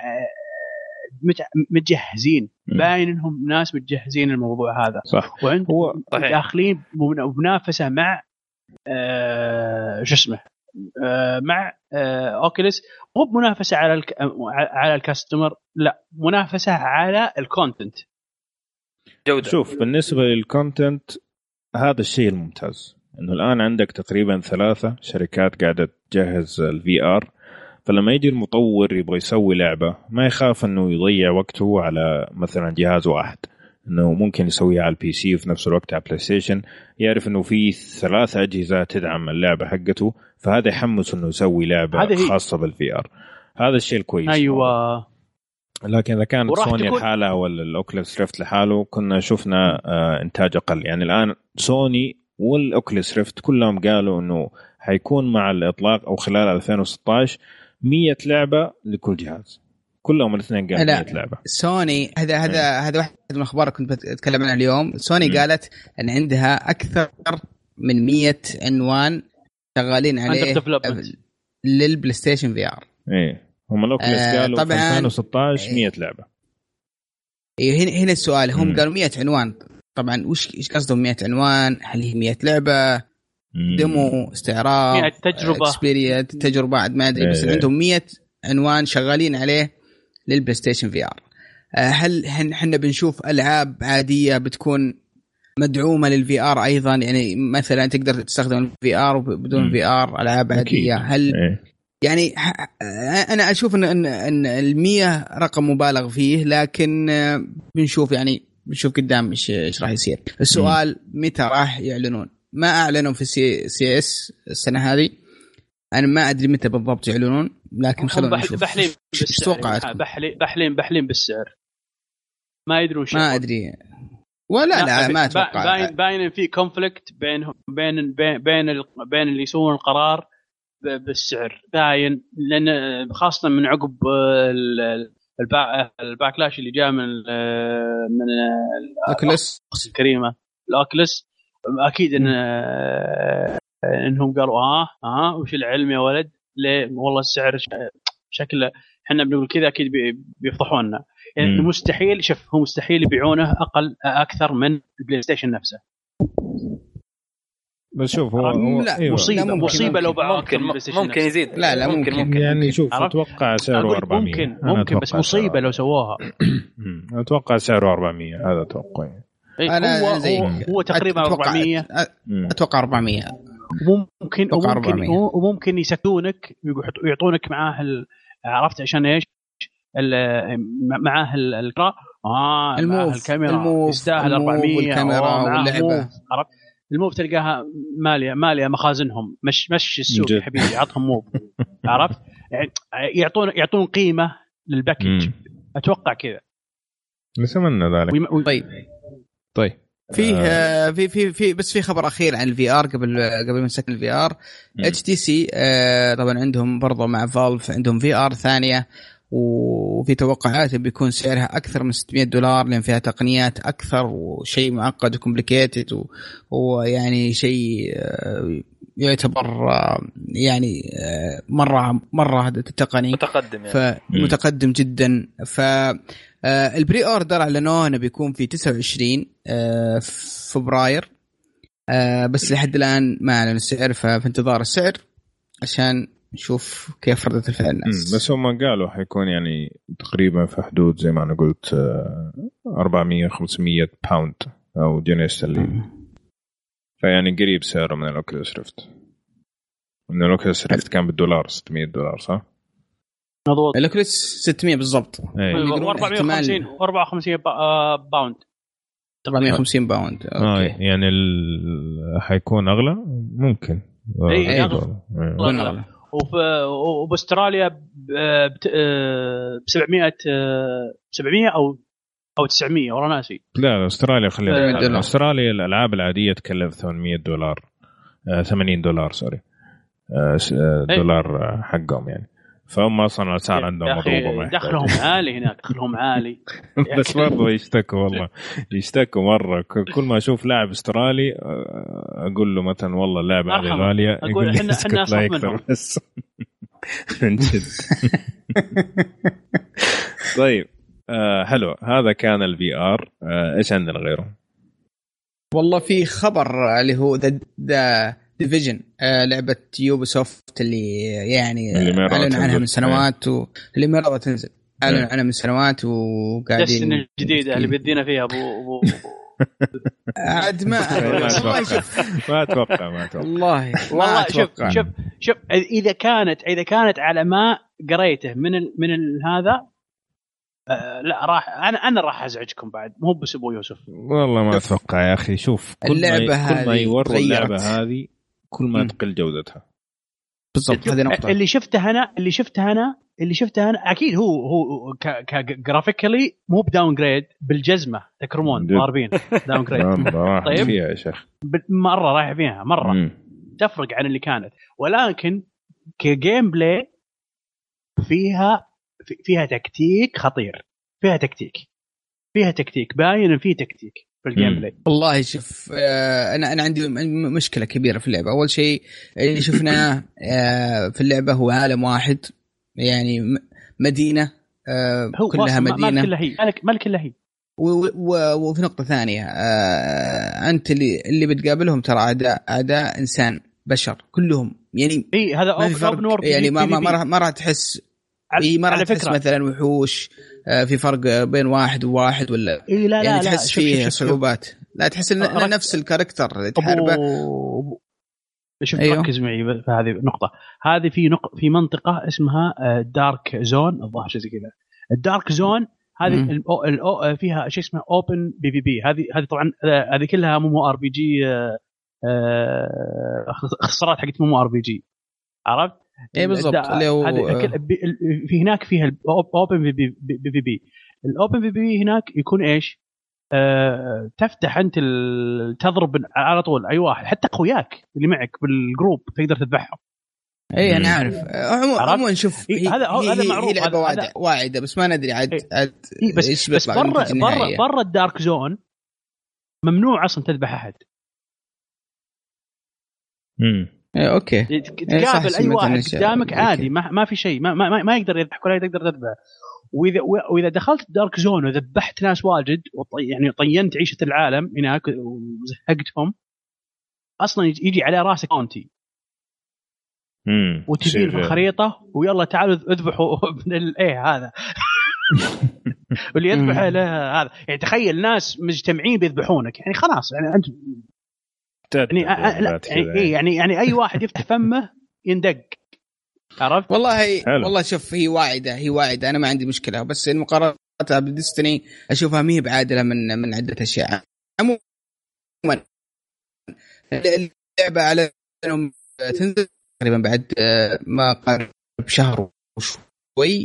متجهزين، باين انهم ناس متجهزين الموضوع هذا. صح. وعندهم داخلين بمنافسه مع شو اسمه مع اوكيلس. مو بمنافسه على الكاستمر، لا منافسه على الكونتنت جوده. شوف بالنسبه للكونتنت هذا الشيء الممتاز، انه الان عندك تقريبا 3 شركات قاعده تجهز الفي ار، فلما يجي المطور يبغى يسوي لعبة ما يخاف أنه يضيع وقته على مثلا جهاز واحد، أنه ممكن يسويها على البي سي وفي نفس الوقت على بلاي ستيشن. يعرف أنه في 3 أجهزة تدعم اللعبة حقته، فهذا يحمس أنه يسوي لعبة خاصة بالفي ار. هذا الشيء الكويس. أيوة. لكن إذا كانت سوني لحالها ولا الأوكيوليس ريفت لحاله كنا شفنا إنتاج أقل. يعني الآن سوني والأوكيوليس ريفت كلهم قالوا أنه حيكون مع الإطلاق أو خلال 2016 100 لعبة لكل جهاز. كلهم الاثنين قالوا 100 لعبة. سوني هذا واحد من الأخبار كنت بتكلم عنها اليوم. سوني قالت أن عندها أكثر من 100 عنوان شغالين عليه للبلاي ستيشن في ار. إيه هم الأوكيوليس قالوا في 2016 100 لعبة. إيه هنا السؤال، هم قالوا 100 عنوان. طبعا وش قصدهم 100 عنوان؟ هل هي 100 لعبة، ديمو، استعراض، تجربة بعد ما أدري. بس عندهم 100 عنوان شغالين عليه للبلاي ستيشن في ار. هل حنا بنشوف ألعاب عادية بتكون مدعومة للفي ار أيضا؟ يعني مثلا تقدر تستخدم الفي ار وبدون في ار ألعاب عادية. هل يعني أنا أشوف أن 100 رقم مبالغ فيه، لكن بنشوف قدام إيش راح يصير. السؤال متى راح يعلنون؟ ما أعلنوا في سي اس السنة هذه، أنا ما أدري متى بالضبط يعلنون، لكن خلونا نشوف. بحلين بالسعر، ما يدرون شيء. ما أدري ولا ما أتوقع. باين في كونفليكت بين اللي يسوون القرار بالسعر، باين. لأن خاصة من عقب الباكلاش اللي جاء من الأوكيوليس الكريمة الأوكيوليس، أكيد إن انهم قالوا وش العلم يا ولد؟ ليه والله السعر شكله احنا بنقول كذا اكيد بيفضحونا. يعني مستحيل، شوف هو مستحيل يبيعونه اكثر من البلاي ستيشن نفسه. بس شوف هو أيوة. مصيبه لو باعوا ممكن يزيد. لا ممكن يعني شوف اتوقع سعره 400 ممكن بس مصيبه لو سووها. اتوقع سعره 400 هذا توقعي. هو تقريبا 400 اتوقع 400 وممكن يسكتونك ويعطونك معاه عرفت عشان ايش معاه الكاميرا الكاميرا يستاهل 400 والكاميرا واللعبه. عرفت الموف تلقاها ماليه مخازنهم مش السوق يا حبيبي عطهم موف. عرفت يعني يعطون قيمه للباكج. اتوقع كذا نتمنى ذلك. طيب في بس في خبر اخير عن الفي ار قبل ما نسكن الفي ار. اتش تي سي طبعا عندهم برضه مع فالف عندهم في ار ثانيه، وفي توقعات بيكون سعرها أكثر من $600 لأن فيها تقنيات أكثر وشيء معقد وكومبليكيتد ويعني شيء يعتبر يعني مرة التقني متقدم يعني. متقدم جدا. فالبري اوردر اعلنوه انه بيكون في 29 فبراير، بس لحد الآن ما أعلن السعر، ففي انتظار السعر عشان نشوف كيف ردة الفعل الناس. بس هم قالوا حيكون يعني تقريبا في حدود زي ما أنا قلت 400-500 باوند أو جنيه استرليني، فيعني قريب سعره من الأوكيوليس ريفت. من الأوكيوليس ريفت كان $600 صح؟ مضبوط. الأوكيوليس 600 بالضبط. 450 باوند. 450 باوند. يعني حيكون أغلى ممكن. أغلى. وبأستراليا ب 700 أو 900 ورا ناسي. لا أستراليا خلينا أستراليا الألعاب العادية تكلف $800 $80 سوري دولار حقهم يعني، فهم أصلا الأسعار عندهم مضروبة. دخلهم عالي هناك، دخلهم عالي. بس برضو يشتكوا والله يشتكوا مرة. كل ما أشوف لاعب استرالي أقول له مثلا والله اللعبة هذه غالية، أقول إحنا لا يكثر بس من جد. طيب حلو، هذا كان الفي ار. إيش عندنا غيره؟ والله في خبر اللي هو ذا ديفيجن، لعبة يوبيسوفت اللي يعني أعلن عنها من سنوات واللي ما رضت تنزل. أعلن عنها من سنوات وقاعدين السنة الجديدة اللي بدينا فيها أبو عاد ما أتوقع والله شوف إذا كانت على ما قريته من هذا لا راح أنا راح أزعجكم بعد، مو بس أبو يوسف. والله ما أتوقع يا أخي. شوف كل ما يوروا اللعبة هذه كل ما تقل جودتها. بالضبط، هذه نقطة. اللي شفتها أنا أكيد هو كجرافيكالي مو بداون جريد بالجزمة تكرمون ضاربين داون جريد. طيب فيها يا شيخ مرة رايح فيها مرة تفرق عن اللي كانت، ولكن كجيم بلاي فيها تكتيك خطير، فيها تكتيك باين فيه تكتيك في الجيم بلاي. والله شوف انا عندي مشكله كبيره في اللعبه. اول شيء اللي شفناه في اللعبه هو عالم واحد، يعني مدينه كلها مدينه مالك كلها هي. وفي نقطه ثانيه انت اللي بتقابلهم ترى اعداء انسان بشر كلهم، يعني هذا اوبن يعني ما راح تحس ما راح تحس مثلا وحوش في فرق بين واحد وواحد ولا لا يعني تحس فيه صعوبات. لا تحس ان نفس الكاركتر تحاربه. شوف ركز معي في هذه النقطة. هذه في منطقة اسمها دارك زون، الظاهر شيء زي كذا. الدارك زون هذه فيها شيء اسمه اوبن بي بي. هذه طبعا هذه كلها مو ار بي جي، اختصارات حقت مو ار بي جي، عرفت؟ اي بالضبط. في هناك فيها الاوبن بي بي. الاوبن بي بي هناك يكون ايش؟ تفتح انت تضرب على طول اي واحد، حتى اخوياك اللي معك بالجروب تقدر تذبحهم. اي انا عارف. عموما شوف هذا معروف، هي لعبه واعده بس ما ندري عاد بس برا الدارك زون ممنوع اصلا تذبح احد. اوكي تقابل اي واحد قدامك عادي ما في شيء ما يقدر يذبحك ولا تقدر تذبحه. واذا دخلت دارك زون وذبحت ناس واجد يعني طينت عيشه العالم هناك وزهقتهم اصلا يجي على راسك كونتي وتبين في الخريطه ويلا تعالوا اذبحوا ابن الايه هذا واللي يذبح له هذا. يعني تخيل ناس مجتمعين بيذبحونك يعني خلاص يعني انت يعني اي واحد يفتح فمه يندق. عرفت والله شوف هي واعده انا ما عندي مشكله بس المقارنه بديستني اشوفها ما هي بعادله من عده اشياء. عموما اللعبه على انهم تنزل تقريبا بعد ما قارب شهر وشوي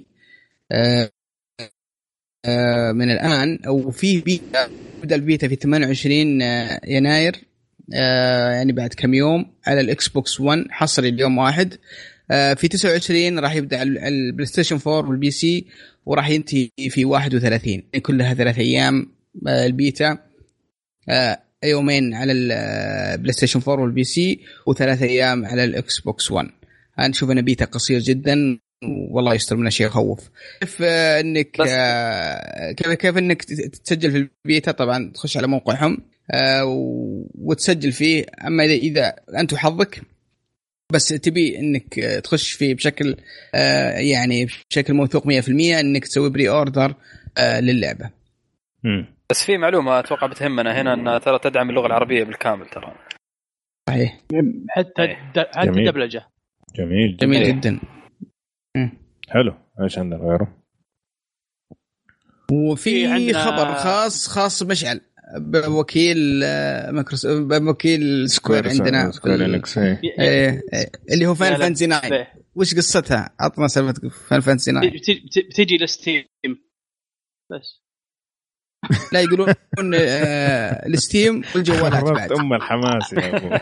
من الان او في بيتا بدا البيتا في 28 يناير يعني بعد كم يوم على الاكس بوكس 1 حصري اليوم واحد. في 29 راح يبدأ البلاي ستيشن 4 والبي سي وراح ينتهي في 31 يعني كلها 3 أيام البيتا. يومين على البلاي ستيشن 4 والبي سي و3 أيام على الاكس بوكس 1. هنشوف أنا بيتا قصير جدا والله يستر من شيء يخوف. كيف انك كيف انك تسجل في البيتا طبعا تخش على موقعهم وتسجل فيه. اما اذا انت حظك بس تبي انك تخش فيه بشكل يعني بشكل موثوق 100% انك تسوي بري اوردر للعبه. بس في معلومه اتوقع بتهمنا هنا ان ترى تدعم اللغه العربيه بالكامل ترى. صحيح حتى الدبلجه. جميل جدا. حلو. ايش عندنا غيره؟ وفي خبر خاص مشعل بوكيل بوكيل سكوير عندنا اللي هو فاينل فانتسي 9. وش قصتها؟ عطنا سالفه فاينل فانتسي 9. بتجي لستيم بس لا يقولون الستيم والجوالات بعد. الحماس يا ابو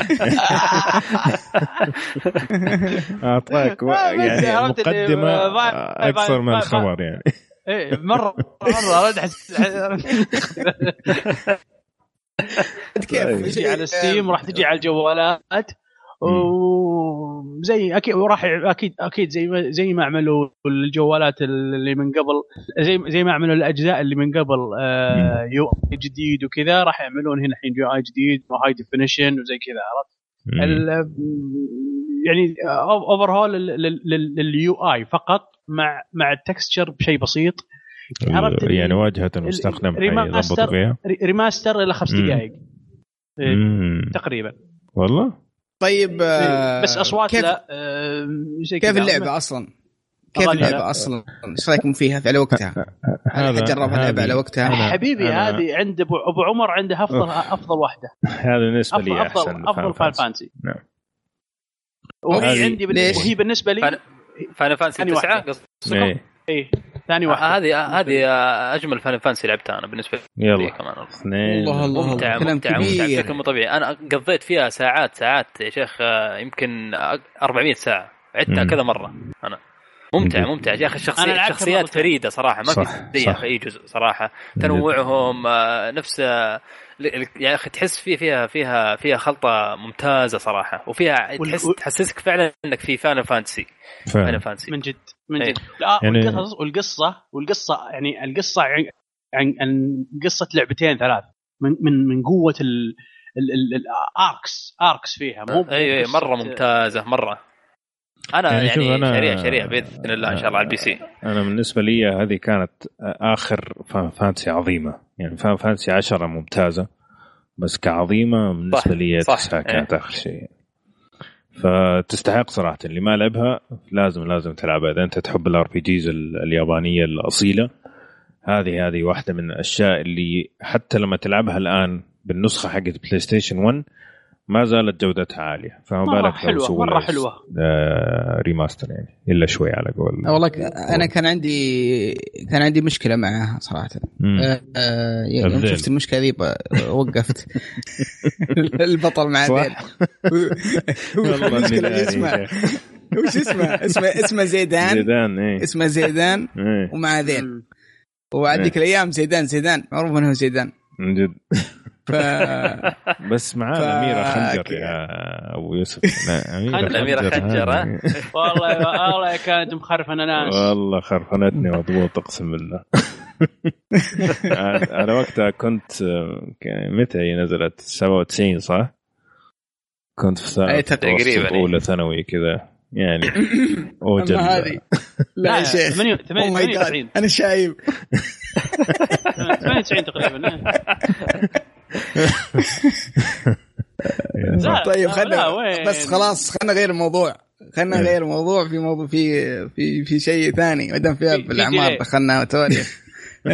اعطاك يعني مقدمه اكثر من الخبر يعني. ايه مره كيف تجي على ستيم راح تجي على الجوالات وزي اكيد وراح اكيد زي ما عملوا الجوالات اللي من قبل زي ما عملوا الاجزاء اللي من قبل يو اي جديد وكذا راح يعملون هنا الحين يو اي جديد وهاي ديفينيشن وزي كذا. عرفت يعني اوفرهول لليو اي فقط مع التكستشر بشيء بسيط. يعني واجهة المستخدم يضبط فيها ريماستر الى 5 دقائق تقريبا. والله طيب بس اصوات لا كيف اللعبه اصلا ايش رايكم فيها على وقتها؟ هذا جربها اللعبه على وقتها حبيبي. هذه عند ابو عمر عنده افضل واحده. هذا بالنسبه لي احسن افضل فاينل فانتسي. نعم وهي عندي وهي بالنسبه لي فاينل فانتسي 9 قصدك ايه ثاني واحده. هذه اجمل فاينل فانتسي لعبتها انا بالنسبه لي كمان. الله ممتع بشكل مو طبيعي. انا قضيت فيها ساعات يا شيخ يمكن 400 ساعه عدتها كذا مره. انا ممتع يا اخي. الشخصيات فريده صراحه ما في زي اي جزء صراحه. تنوعهم نفس يا اخي تحس فيها خلطه ممتازه صراحه وفيها تحسسك فعلا انك في فاينل فانتسي من جد لا يعني والقصه يعني القصه عن قصه لعبتين 3 من قوه الاركس فيها اي مره ممتازه مره. انا يعني شريع باذن الله ان شاء الله على البي سي. انا بالنسبه لي هذه كانت اخر فانتسي عظيمه يعني. فانتسي 10 ممتازه بس كعظيمه بالنسبه لي 9 كانت اخر شيء. فتستحق صراحه. اللي ما لعبها لازم تلعبها اذا انت تحب الار بي جيز اليابانيه الاصيله. هذه واحده من الاشياء اللي حتى لما تلعبها الان بالنسخه حقت بلاي ستيشن 1 ما زالت جودتها عاليه. فما بالك لو سووا مره حلوه ريماستر يعني الا شوي على قول. والله انا كان عندي مشكله معها صراحه. يوم شفت المشكله ذي وقفت البطل مع ذيل والله وش اسمه زيدان اسمه زيدان ومع ذيل وعندك الايام زيدان معروف انه زيدان من جد. بس معانا أميرة خنجر يا أبو يوسف. أميرة خنجر والله كانت مخرفنة ناس والله خرفنتني مضبوط أقسم بالله. أنا وقتها كنت متى هي نزلت 97 صح؟ كنت في سنة تقريبا أولى ثانوي كذا يعني. أما هذه لا يا شيخ 98 أنا شايب 98 تقريبا. طيب خلنا بس خلاص خلنا غير الموضوع. خلنا غير الموضوع في موضوع في شيء ثاني ما دام في الأعمار دخلنا تواريخ.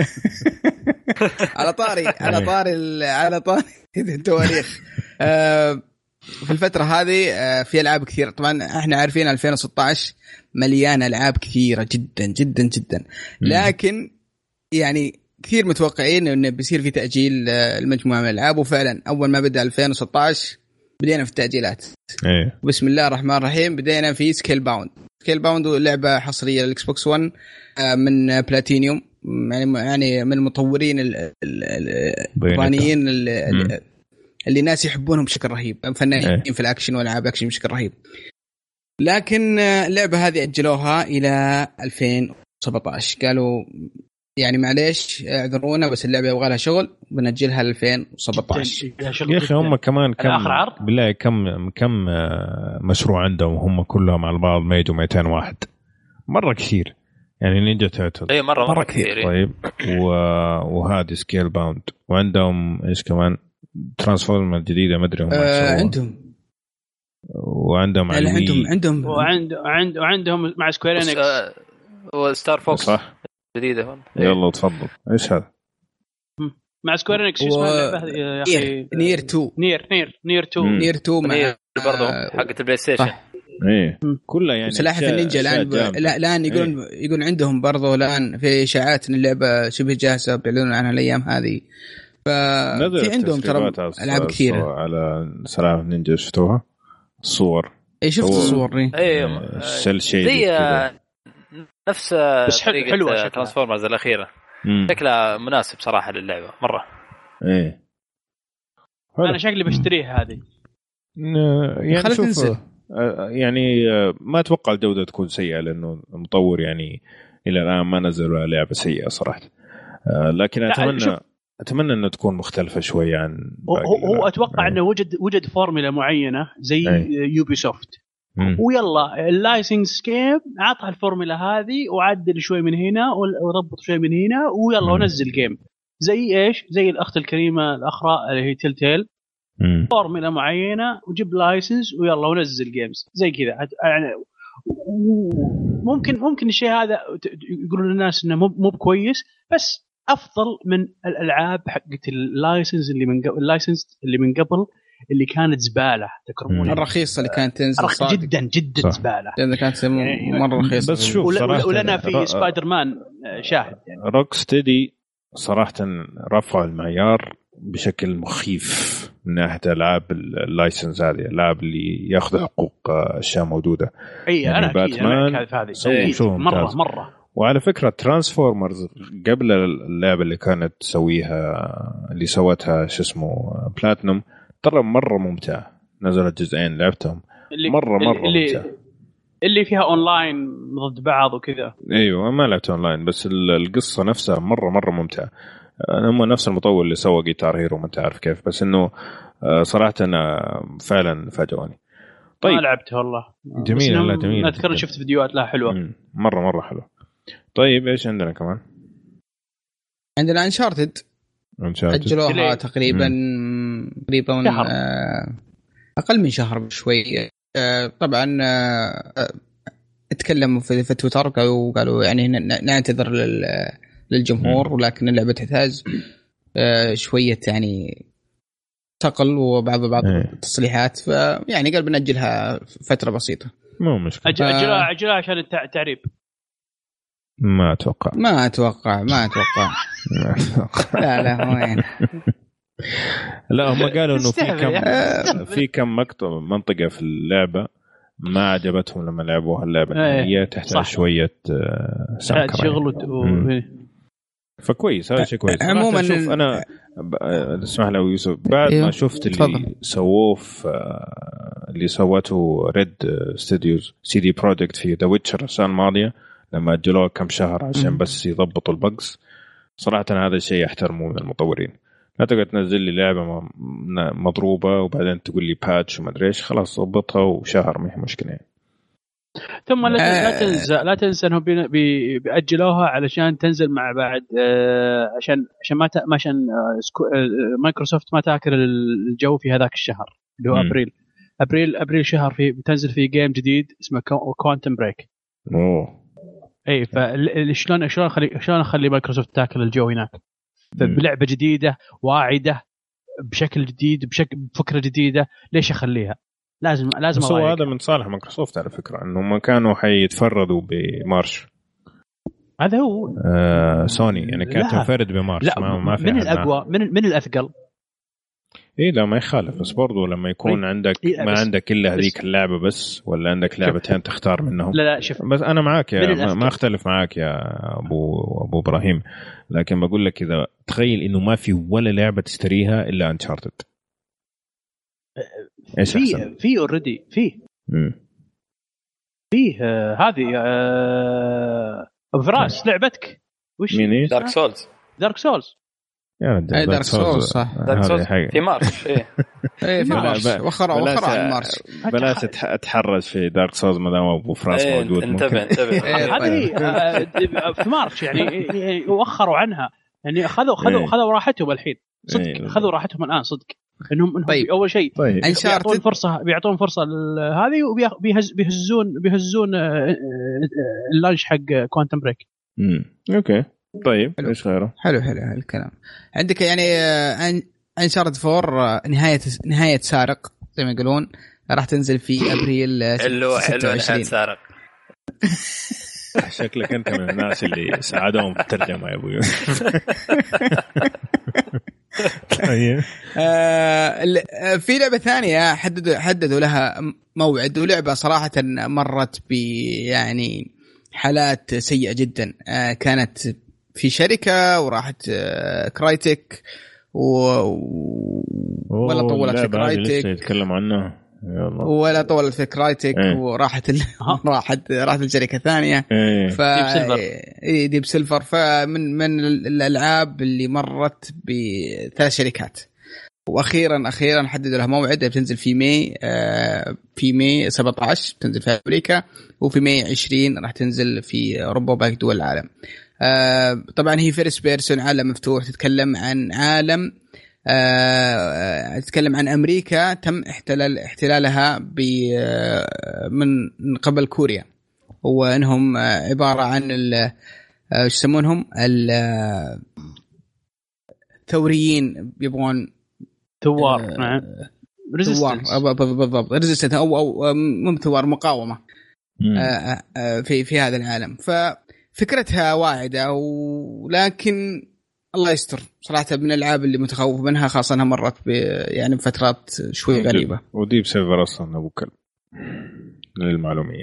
على طاري التواريخ. في الفترة هذه في ألعاب كثيرة طبعا احنا عارفين 2016 مليان ألعاب كثيرة جدا جدا جدا لكن يعني كثير متوقعين انه بيصير في تأجيل المجموعة من الألعاب وفعلا أول ما بدأ 2016 بدينا في التأجيلات. بسم الله الرحمن الرحيم بدينا في سكيل باوند لعبة حصرية للإكس بوكس 1 من بلاتينيوم يعني من المطورين الإيرانيين اللي الناس يحبونهم بشكل رهيب فنانين في الأكشن والألعاب أكشن بشكل رهيب. لكن اللعبة هذه أجلوها إلى 2017 قالوا يعني معليش اعذرونا بس اللعبة يبغى لها شغل بنأجلها 2017. يا أخي هم كمان بالله كم مشروع عندهم هم كلهم على بعض ما يجوا 200 واحد مرة كثير يعني نينجا تيرتل أي مرة كثير. طيب وهذه سكيل باوند وعندهم إيش كمان ترانسفورمر الجديدة ما أدري هم عندهم وعندهم وعندهم مع سكوير إنكس وستار فوكس صح جديدة. يلا تفضل إيش هذا مع سكوير إنكس اسمها اللعبة يا أخي نير 2 نير 2 مع برضه حقة البلاي ستيشن. ايه كلها يعني سلاحف النينجا الآن يقولون عندهم برضه الآن في إشاعات إن اللعبة شبه جاهزة بيعلنون عنها الأيام هذه. في عندهم ترى ألعاب كثيرة على سلاحف النينجا شفتوها الصور. اي شفت الصور ايوه شل شيء نفس طريقة ترانسفورمرز الأخيرة شكلها مناسب صراحة للعبة مرة. ايه أنا شكلي بشتريها هذه يعني شوف يعني ما أتوقع الجودة تكون سيئة لأنه المطور يعني إلى الآن ما نزلوا لعبة سيئة صراحة. لكن أتمنى أنه تكون مختلفة شوية عن هو أتوقع أنه وجد فورمولا معينة زي يوبي سوفت ويلا اللايسنس جيم عطها الفورمولا هذه وعدل شوي من هنا وربط شوي من هنا ويلا ونزل جيم زي إيش زي الأخت الكريمة الأخرى اللي هي تيل فورمولا معينة وجيب لايسنس ويلا ونزل جيمز زي كذا يعني. ممكن الشيء هذا يقولون للناس إنه مو كويس بس أفضل من الألعاب حقت اللايسنس اللي من قبل اللي كانت زبالة تكرمون الرخيصة اللي كانت تنزل جدا زبالة لأن كانت مرة رخيصة. بس شوف ولنا في سبايدر مان شاهد يعني. روك ستيدي صراحة رفع المعيار بشكل مخيف من ناحية ألعاب اللايسنس هذه الألعاب اللي يأخذ حقوق أشياء موجودة. يعني أنا باتمان مرة. وعلى فكرة ترانسفورمرز قبل اللعبة اللي كانت تسويها اللي سوتها شو اسمه بلاتنوم ترى مرة ممتع. نزلت جزئين لعبتهم مرة ممتع اللي فيها أونلاين ضد بعض وكذا. أيوة ما لعبت أونلاين بس القصة نفسها مرة ممتع. هم نفس المطور اللي سوى جيتار هيرو ما تعرف كيف بس إنه صراحة أنا فعلا فاجأوني. طيب ما لعبته والله جميل أذكر شفت فيديوهات لها حلوة مرة حلوة. طيب إيش عندنا كمان؟ عندنا أنشارتد أجلوها تقريبا أقل من شهر بشوي. طبعا اتكلموا في تويتر وقالوا يعني نعتذر للجمهور ولكن اللعبة تحتاج شوية يعني ثقل وبعض التصليحات يعني قال بنأجلها فترة بسيطة. مو مشكلة أجلها عشان التعريب. ما أتوقع لا وين لا هم قالوا إنه في كم منطقة في اللعبة ما عجبتهم لما لعبوها اللعبة. هي تحتاج شوية شغل فكويس هذا شيء كويس. عموما شوف انا اسمح لي يوسف بعد ما شفت اللي سووه اللي سوته ريد ستوديوز سي دي بروجكت في ذا ويتشر السنه الماضيه لما اجلوه كم شهر عشان بس يضبطوا البجز. صراحه هذا الشيء احترمه من المطورين. لا تقدر تنزل لي لعبه مضروبه وبعدين تقول لي باتش وما ادري ايش. خلاص ضبطها وشهر ما هي مشكله. ثم لا تنسى انهم بيأجلوها علشان تنزل مع بعد عشان مايكروسوفت ما تاكل الجو في هذاك الشهر اللي هو ابريل شهر بتنزل فيه جيم جديد اسمه كوانتم بريك. اي شلون اخلي مايكروسوفت تاكل الجو هناك بلعبه جديده واعده بشكل جديد بفكره جديده. ليش اخليها؟ لازم هذا من صالح مايكروسوفت على فكره انه ما كانوا حيتفردوا بمارش. هذا هو سوني يعني كانت تنفرد بمارش. ما في من الاقوى من الاثقل. ايه لا ما يخالف بس برضو لما يكون عندك ما عندك الا هذيك اللعبه بس ولا عندك لعبتين تختار منهم. لا شوف بس انا معاك يا ما اختلف معاك يا ابو ابراهيم. لكن بقول لك اذا تخيل انه ما في ولا لعبه تشتريها الا انشارتد. في اوريدي فيه هذه فراس لعبتك وش دارك سولز يا دارك سولز صح. في مارش ايه في مارش وخروا عن مارش. بلاش اتحرج في دارك سولز ما دام ابو فراس موجود. انتبه هذه في مارش يعني وخروا عنها يعني خذوا راحتهم الحين صدق. خذوا راحتهم الان صدق انهم طيب. اول شيء بيعطون فرصه هذه وبيهزون اللانش حق كوانتم بريك. اوكي طيب ايش غيره؟ حلو الكلام. عندك يعني انشارتد 4 نهايه سارق زي ما يقولون راح تنزل في ابريل 26. سارق شكلك انت من الناس اللي ساعدهم في الترجمه يا ابوي. طيب في لعبه ثانيه حددوا لها موعد ولعبه صراحه مرت ب يعني حالات سيئه جدا. كانت في شركه وراحت كرايتك ولا طولت في كرايتك يتكلم عنه ولا طولت في كرايتك وراحت راحت الشركه ثانيه ديب سيلفر. فمن الالعاب اللي مرت بثلاث شركات واخيرا حددوا لها موعد بتنزل في ماي 17 بتنزل في امريكا وفي ماي 20 راح تنزل في اوروبا وباقي دول العالم. طبعا هي فيرست بيرسون عالم مفتوح. تتكلم عن عالم تتكلم عن أمريكا تم احتلالها من قبل كوريا وأنهم عبارة عن ايش يسمونهم الثوريين يبغون ثوار. نعم بالضبط ريزيستنس أو مو ثوار مقاومة في هذا العالم. ففكرتها واعدة ولكن الله يستر صراحة من الألعاب اللي متخوف منها خاصة أنها مرت يعني بفترات شوي غريبة. وديب سيلفر أصلا أبو كلب للمعلومية.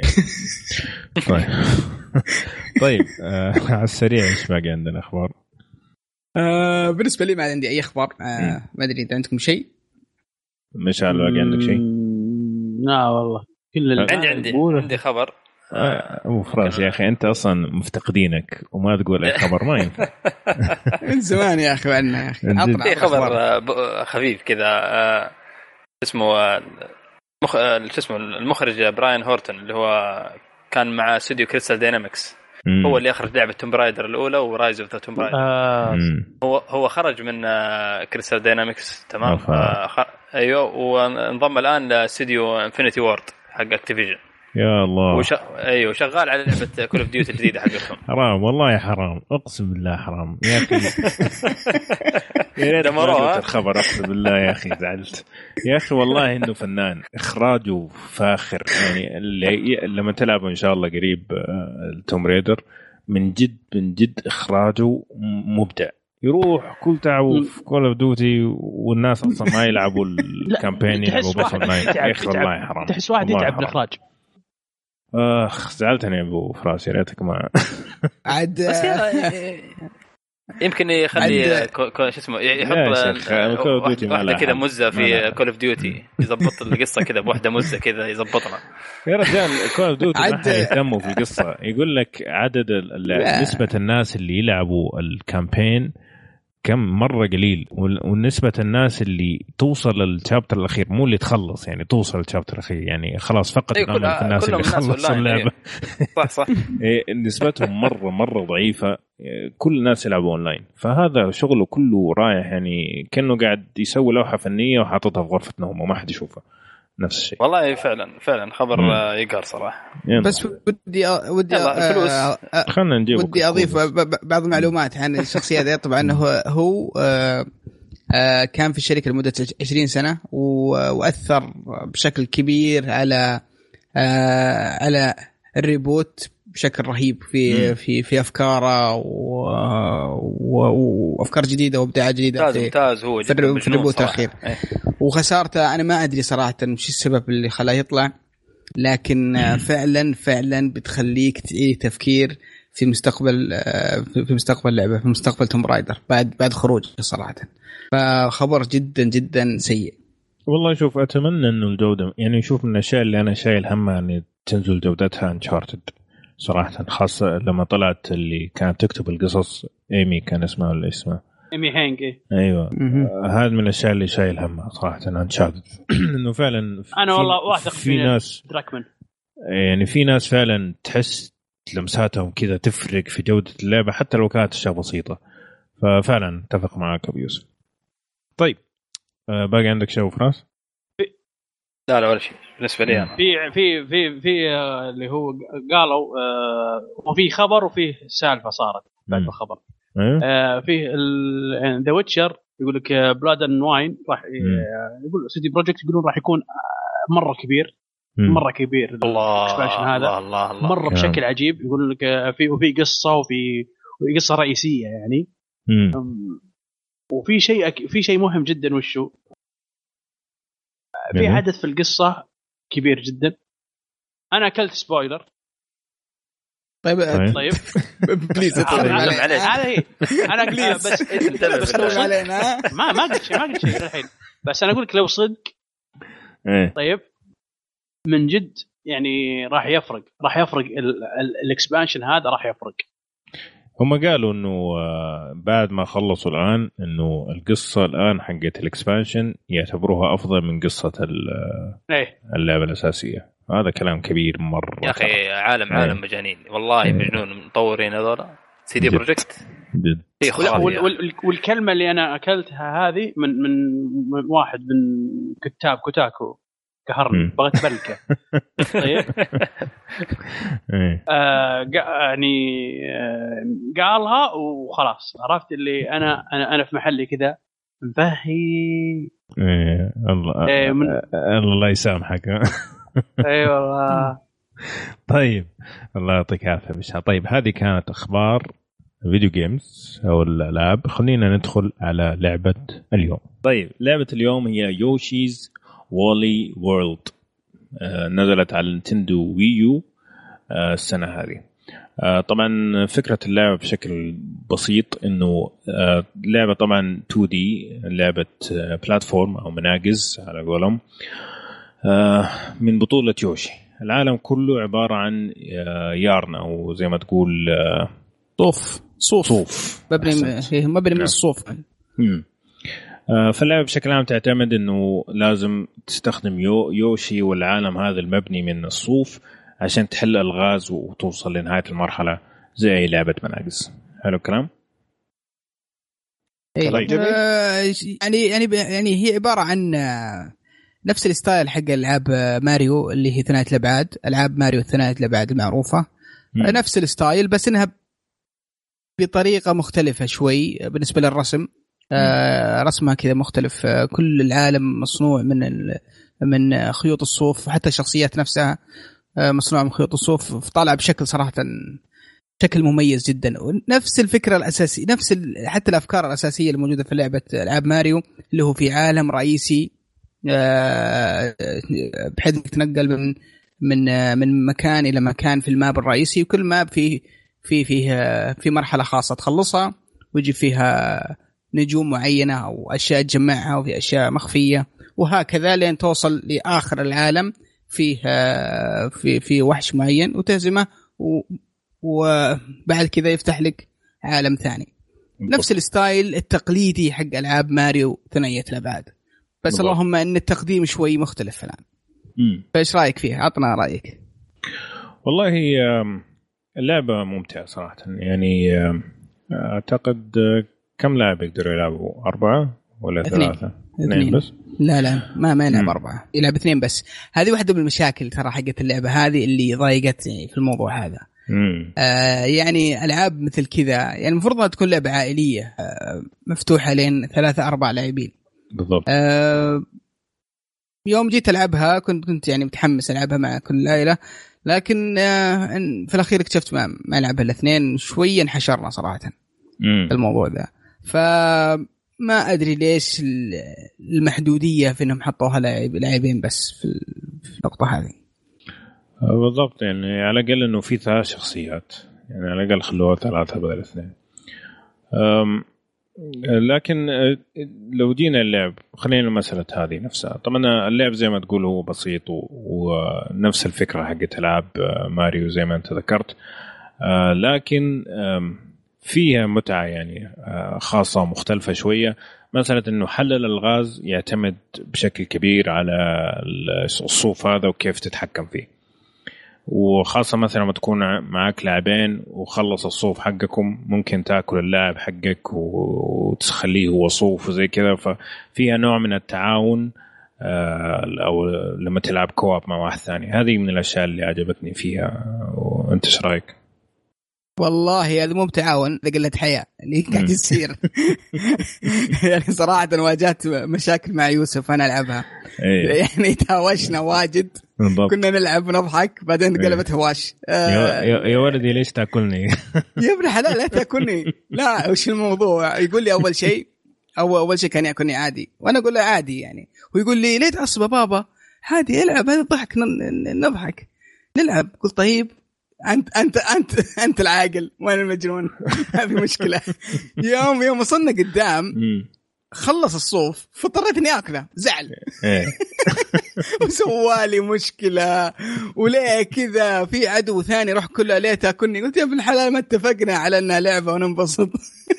طيب على السريع إيش باقي عندنا أخبار؟ بالنسبة لي ما عندي أي أخبار. ما أدري إذا عندكم شيء. مشعل باقي عندك شيء؟ لا والله عندي خبر. أبو فراس يا أخي أنت أصلا مفتقدينك وما تقول أي خبر ما ينفع. من زمان يا أخي عنا يا أخي. في خبر خفيف كذا اسمه المخرج براين هورتون اللي هو كان مع استوديو كريستال داينامكس. هو اللي أخرج لعبة توم برايدر الأولى ورايز أوف ذا توم برايدر. هو خرج من كريستال داينامكس تمام. أيوه وانضم الآن لاستوديو انفينيتي وورد حق اكتيفيجن. يا الله ايوه شغال على لعبه كول اوف ديوتي الجديده حقتهم. حرام والله حرام اقسم بالله حرام يا اخي. دمروها الخبر اقسم بالله يا اخي زعلت يا اخي والله انه فنان اخراجه فاخر يعني لما تلعبوا ان شاء الله قريب التوم ريدر من جد اخراجه مبدع. يروح كل تعبه في كول اوف ديوتي والناس اصلا ما يلعبوا الكامبين يلعبوا بس اونلاين. يا اخي والله حرام تحس واحد يتعب بالاخراج. زعلتني يا ابو فراس يا ريتك ما عاد يمكن يخلي شو اسمه يحط واحدة كذا مزة في كول اوف ديوتي يضبط القصة كذا بوحدة مزة كذا يضبطنا. يا رجال كول اوف ديوتي ما حيهتموا في القصة، يقول لك عدد نسبة الناس اللي يلعبوا الكامبين كم مرة قليل، ونسبة الناس اللي توصل للشابتر الأخير مو اللي تخلص يعني توصل للشابتر الأخير يعني خلاص فقط الأمل في الناس اللي خلصوا اللعبة. صح نسبتهم مرة ضعيفة، كل الناس يلعبوا أونلاين، فهذا شغله كله رايح يعني كأنه قاعد يسوي لوحة فنية وحاططها في غرفة نومه وما حد يشوفها. نفس الشيء والله فعلا خبر يقهر صراحة. بس ودي خلنا نجيب ودي أضيف بعض المعلومات عن الشخصية هذه. طبعا هو كان في الشركة لمدة 20 سنة وأثر بشكل كبير على الريبوت بشكل رهيب في أفكاره وأفكار جديدة وإبداعات جديدة ممتاز هو في الريبوت الأخير. وخسارته أنا ما أدري صراحة مش السبب اللي خلاه يطلع، لكن فعلا بتخليك تعيد تفكير في مستقبل اللعبة، في مستقبل توم رايدر بعد خروجه صراحة. فخبر جدا سيء والله. شوف أتمنى إنه الجودة يعني شوف من الأشياء اللي أنا شايل همها أن تنزل جودتها انشارتد صراحة، خاصة لما طلعت اللي كانت تكتب القصص إيمي كان اسمها ولا اسمها إيمي هانجي. أيوة هذا من الأشياء اللي شايل همها صراحة انشارتد. إنه فعلا أنا والله واثق في ناس دراكمان، يعني في ناس فعلا تحس لمساتهم كذا تفرق في جودة اللعبة حتى لو كانت أشياء بسيطة. ففعلا اتفق معك أبو يوسف. طيب باقي عندك شيء فراس؟ لا ولا شيء بالنسبة لي أنا. في اللي هو قالوا وفي خبر وفيه سالفة صارت بعد الخبر. فيه ذا ويتشر يقول لك بلاد اند واين راح يقول سيتي بروجكت يقولون راح يكون مرة كبير الاكسبانشن هذا الله. مرة بشكل عجيب. يقول لك وفي قصة وفي قصة رئيسية يعني. وفي شيء مهم جدا وشو في حدث في القصة كبير جدا. أنا أكلت سبويلر. طيب بليز اتفضل عليه. هذا هي أنا بس علينا ما قلت شيء الحين، بس أنا أقول لك لو صدق طيب من جد يعني راح يفرق الإكسبانشن هذا راح يفرق. هم قالوا انه بعد ما خلصوا الان انه القصه الان حقت الاكسبانشن يعتبروها افضل من قصه اللعبه الاساسيه. هذا كلام كبير مره يا اخي. عالم مجانين والله. مجنون مطورين هذول سيدي بروجكت. والكلمه اللي انا اكلتها هذه من واحد من كتاب كوتاكو قهرني بغيت بلكه. طيب يعني قالها وخلاص عرفت اللي انا في محلي كذا مفهي. الله يسامحك. اي والله. طيب الله يعطيك العافيه بشا. طيب هذه كانت اخبار فيديو جيمز او الالعاب. خلينا ندخل على لعبه اليوم. طيب لعبه اليوم هي يوشيز وولي وورلد. نزلت على نينتندو ويو السنة هذه. طبعا فكرة اللعبة بشكل بسيط انه لعبة طبعا 2D، لعبة بلاتفورم او مناقز على قولهم، من بطولة يوشي. العالم كله عبارة عن يارن او زي ما تقول صوف مبني من الصوف. فاللعبة بشكل عام تعتمد انه لازم تستخدم يوشي والعالم هذا المبني من الصوف عشان تحل الغاز وتوصل لنهاية المرحلة زي اي لعبة مناقز. حلو الكلام. يعني هي عبارة عن نفس الستايل حق العاب ماريو اللي هي ثنائية الابعاد، العاب ماريو ثنائية الابعاد المعروفة. نفس الستايل بس انها بطريقة مختلفة شوي بالنسبة للرسم. رسمها كذا مختلف. كل العالم مصنوع من خيوط الصوف، حتى الشخصيات نفسها مصنوعة من خيوط الصوف. طالع بشكل صراحة شكل مميز جدا. ونفس الفكرة الأساسية، حتى الأفكار الأساسية الموجودة في لعبة ألعاب ماريو، اللي هو في عالم رئيسي بحيث تنقل من مكان إلى مكان في الماب الرئيسي، وكل ماب في مرحلة خاصة تخلصها ويجي فيها نجوم معينة أو أشياء تجمعها وفي أشياء مخفية، وهكذا لين توصل لآخر العالم فيه في وحش معين وتهزمه، وبعد كذا يفتح لك عالم ثاني. نفس الستايل التقليدي حق ألعاب ماريو ثنائية الأبعاد، بس اللهم أن التقديم شوي مختلف الآن. فإيش رأيك فيها؟ عطنا رأيك. والله اللعبة ممتعة صراحة، يعني أعتقد كم لاعب يقدروا يلعبوا؟ 4 ولا 3؟ 2 بس؟ لا ما يلعب 4، يلعب 2 بس. هذه واحدة من المشاكل ترى حقت اللعبة هذه اللي ضايقتني في الموضوع هذا. يعني ألعاب مثل كذا يعني المفروض أنها تكون لعبة عائلية مفتوحة لين 3-4 لاعبين بالضبط. يوم جيت ألعبها كنت يعني متحمس ألعبها مع كل العائلة، لكن في الأخير اكتشفت ما ألعبها الاثنين، شوية انحشرنا صراحة الموضوع ذا. فما أدري ليش المحدودية في أنهم حطوها لاعبين بس في النقطة هذه. بالضبط، يعني على الأقل أنه في 3 شخصيات، يعني على الأقل خلوها 3 بدل 2. لكن لو جينا اللعب، خلينا المسألة هذه نفسها. طبعا اللعب زي ما تقول هو بسيط ونفس الفكرة حقت ألعاب ماريو زي ما أنت ذكرت، لكن فيها متعة يعني خاصة مختلفة شوية. مسألة أنه حل الألغاز يعتمد بشكل كبير على الصوف هذا وكيف تتحكم فيه، وخاصة مثلا لما تكون معك لاعبين وخلص الصوف حقكم ممكن تأكل اللاعب حقك وتخليه هو صوف وزي كذا. ففيها نوع من التعاون أو لما تلعب كواب مع واحد ثاني. هذه من الأشياء اللي عجبتني فيها. وأنت إيش رأيك؟ والله هذا مو بتعاون، ذا قلة حياة اللي قاعد يصير. يعني صراحة واجهت مشاكل مع يوسف أنا ألعبها. يعني تهاوشنا واجد، كنا نلعب ونضحك بعدين قلبت هواش. يا ولدي ليش تأكلني؟ يا ابن حلال لا تأكلني. لا وش الموضوع؟ يقول لي أول شيء كان يأكلني عادي، وأنا أقول له عادي يعني، ويقول لي ليه تعصب بابا؟ عادي العب، هذا ضحك نضحك نلعب. قلت طيب أنت العاقل وأنا المجنون. هذه مشكلة. يوم وصلنا قدام خلص الصوف فاضطريت إني أكله، زعل. وسوالي مشكلة وليه كذا، في عدو ثاني روح كله ليه تاكلني. قلت يا ابن الحلال ما اتفقنا على أنها لعبة وننبسط.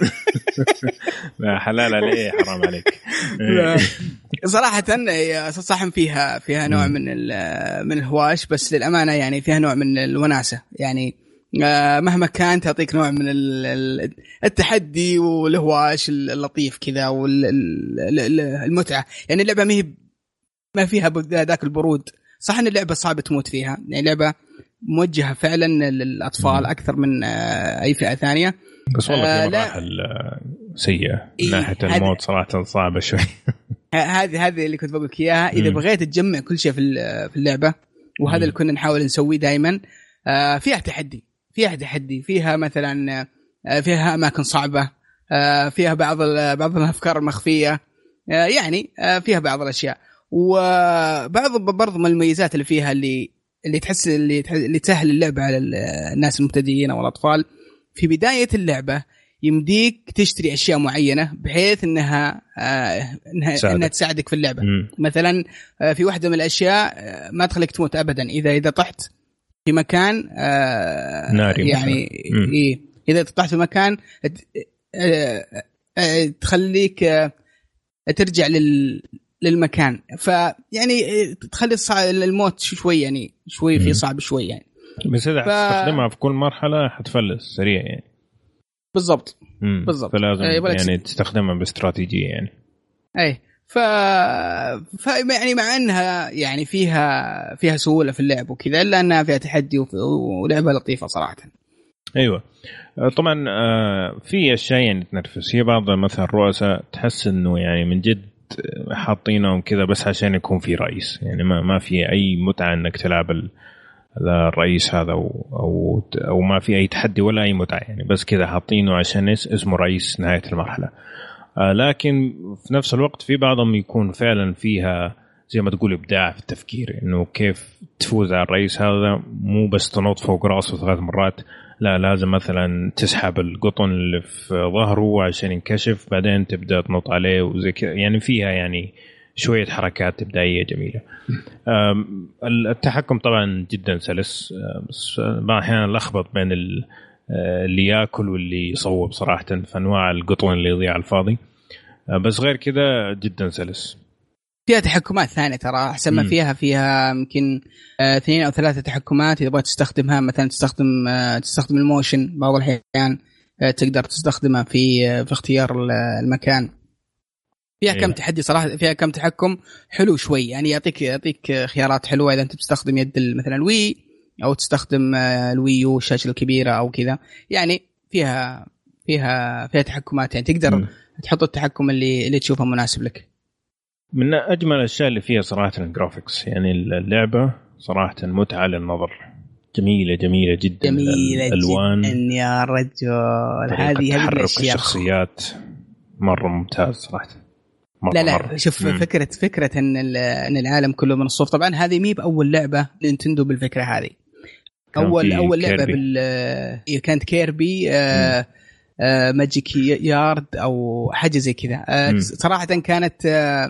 لا حلال عليه، حرام عليك. صراحة صح فيها نوع من الهواش، بس للأمانة يعني فيها نوع من الوناسة. يعني مهما كان تعطيك نوع من التحدي والهواش اللطيف كذا والمتعة. يعني اللعبة ما فيها ذاك البرود. صح ان اللعبة صعبة تموت فيها، يعني لعبة موجهة فعلا للأطفال أكثر من أي فئة ثانية. بس والله في مراحل سيئة من ناحية الموت صراحة صعبة شوي. هذه اللي كنت بقولك إياها. إذا بغيت تجمع كل شيء في اللعبة، وهذا اللي كنا نحاول نسويه دائما، فيها تحدي، فيها مثلا فيها أماكن صعبة، فيها بعض الأفكار المخفية، يعني فيها بعض الأشياء. وبعض برضو من المميزات اللي فيها اللي تحس اللي تسهل اللعبة على الناس المبتدئين أو الأطفال. في بداية اللعبة يمديك تشتري أشياء معينة بحيث إنها تساعدك في اللعبة. مثلا في واحدة من الأشياء ما تخليك تموت أبدا إذا طحت في مكان ناري يعني إذا طحت في مكان تخليك ترجع للمكان. فيعني تخلي الموت شوي، يعني شوي في صعب شوي يعني. بس إذا تستخدمها في كل مرحلة حتفلس سريع يعني. بالضبط. فلازم يعني تستخدمها باستراتيجية يعني. أي يعني مع أنها يعني فيها سهولة في اللعب وكذا، إلا أنها فيها تحدي ولعبة لطيفة صراحة. أيوة طبعا في أشياء يعني تنرفز. هي بعض مثلا الرؤساء تحس إنه يعني من جد حاطينهم كذا بس عشان يكون في رئيس، يعني ما في أي متعة إنك تلعب الرئيس هذا أو ما في أي تحدي ولا أي متعة، يعني بس كذا حاطينه عشان اسمه رئيس نهاية المرحلة. لكن في نفس الوقت في بعضهم يكون فعلا فيها زي ما تقول إبداع في التفكير، إنه كيف تفوز على الرئيس هذا، مو بس تنط فوق رأسه 3 مرات، لا لازم مثلا تسحب القطن اللي في ظهره عشان ينكشف، بعدين تبدأ تنط عليه وزي كذا، يعني فيها يعني شوية حركات إبداعية جميلة. التحكم طبعا جدا سلس، بس أحيانا لخبط بين اللي يأكل واللي يصوب صراحة في أنواع القطن اللي يضيع على الفاضي، بس غير كذا جدا سلس. فيها تحكمات ثانية ترى أحسن ما فيها يمكن 2 أو 3 تحكمات إذا بغيت تستخدمها، مثلا تستخدم الموشن بعض الأحيان، تقدر تستخدمها في اختيار المكان. فيها كم تحدي صراحة، فيها كم تحكم حلو شوي، يعني يعطيك خيارات حلوة إذا أنت بتستخدم يد مثلا الوي أو تستخدم الويو الشاشة الكبيرة أو كذا، يعني فيها تحكمات، يعني تقدر تحط التحكم اللي تشوفه مناسب لك. من أجمل الأشياء اللي فيها صراحة الجرافيكس، يعني اللعبة صراحة متعة للنظر، جميلة جدا، جميلة الألوان جدا يا رجل، هذه تحرك الشخصيات مرة ممتاز صراحة. لا شوف فكرة إن العالم كله من الصوف، طبعا هذه مي بأول لعبة نينتندو بالفكرة هذه، أول لعبة كانت كيربي ماجيك يارد أو حاجة زي كذا. صراحة كانت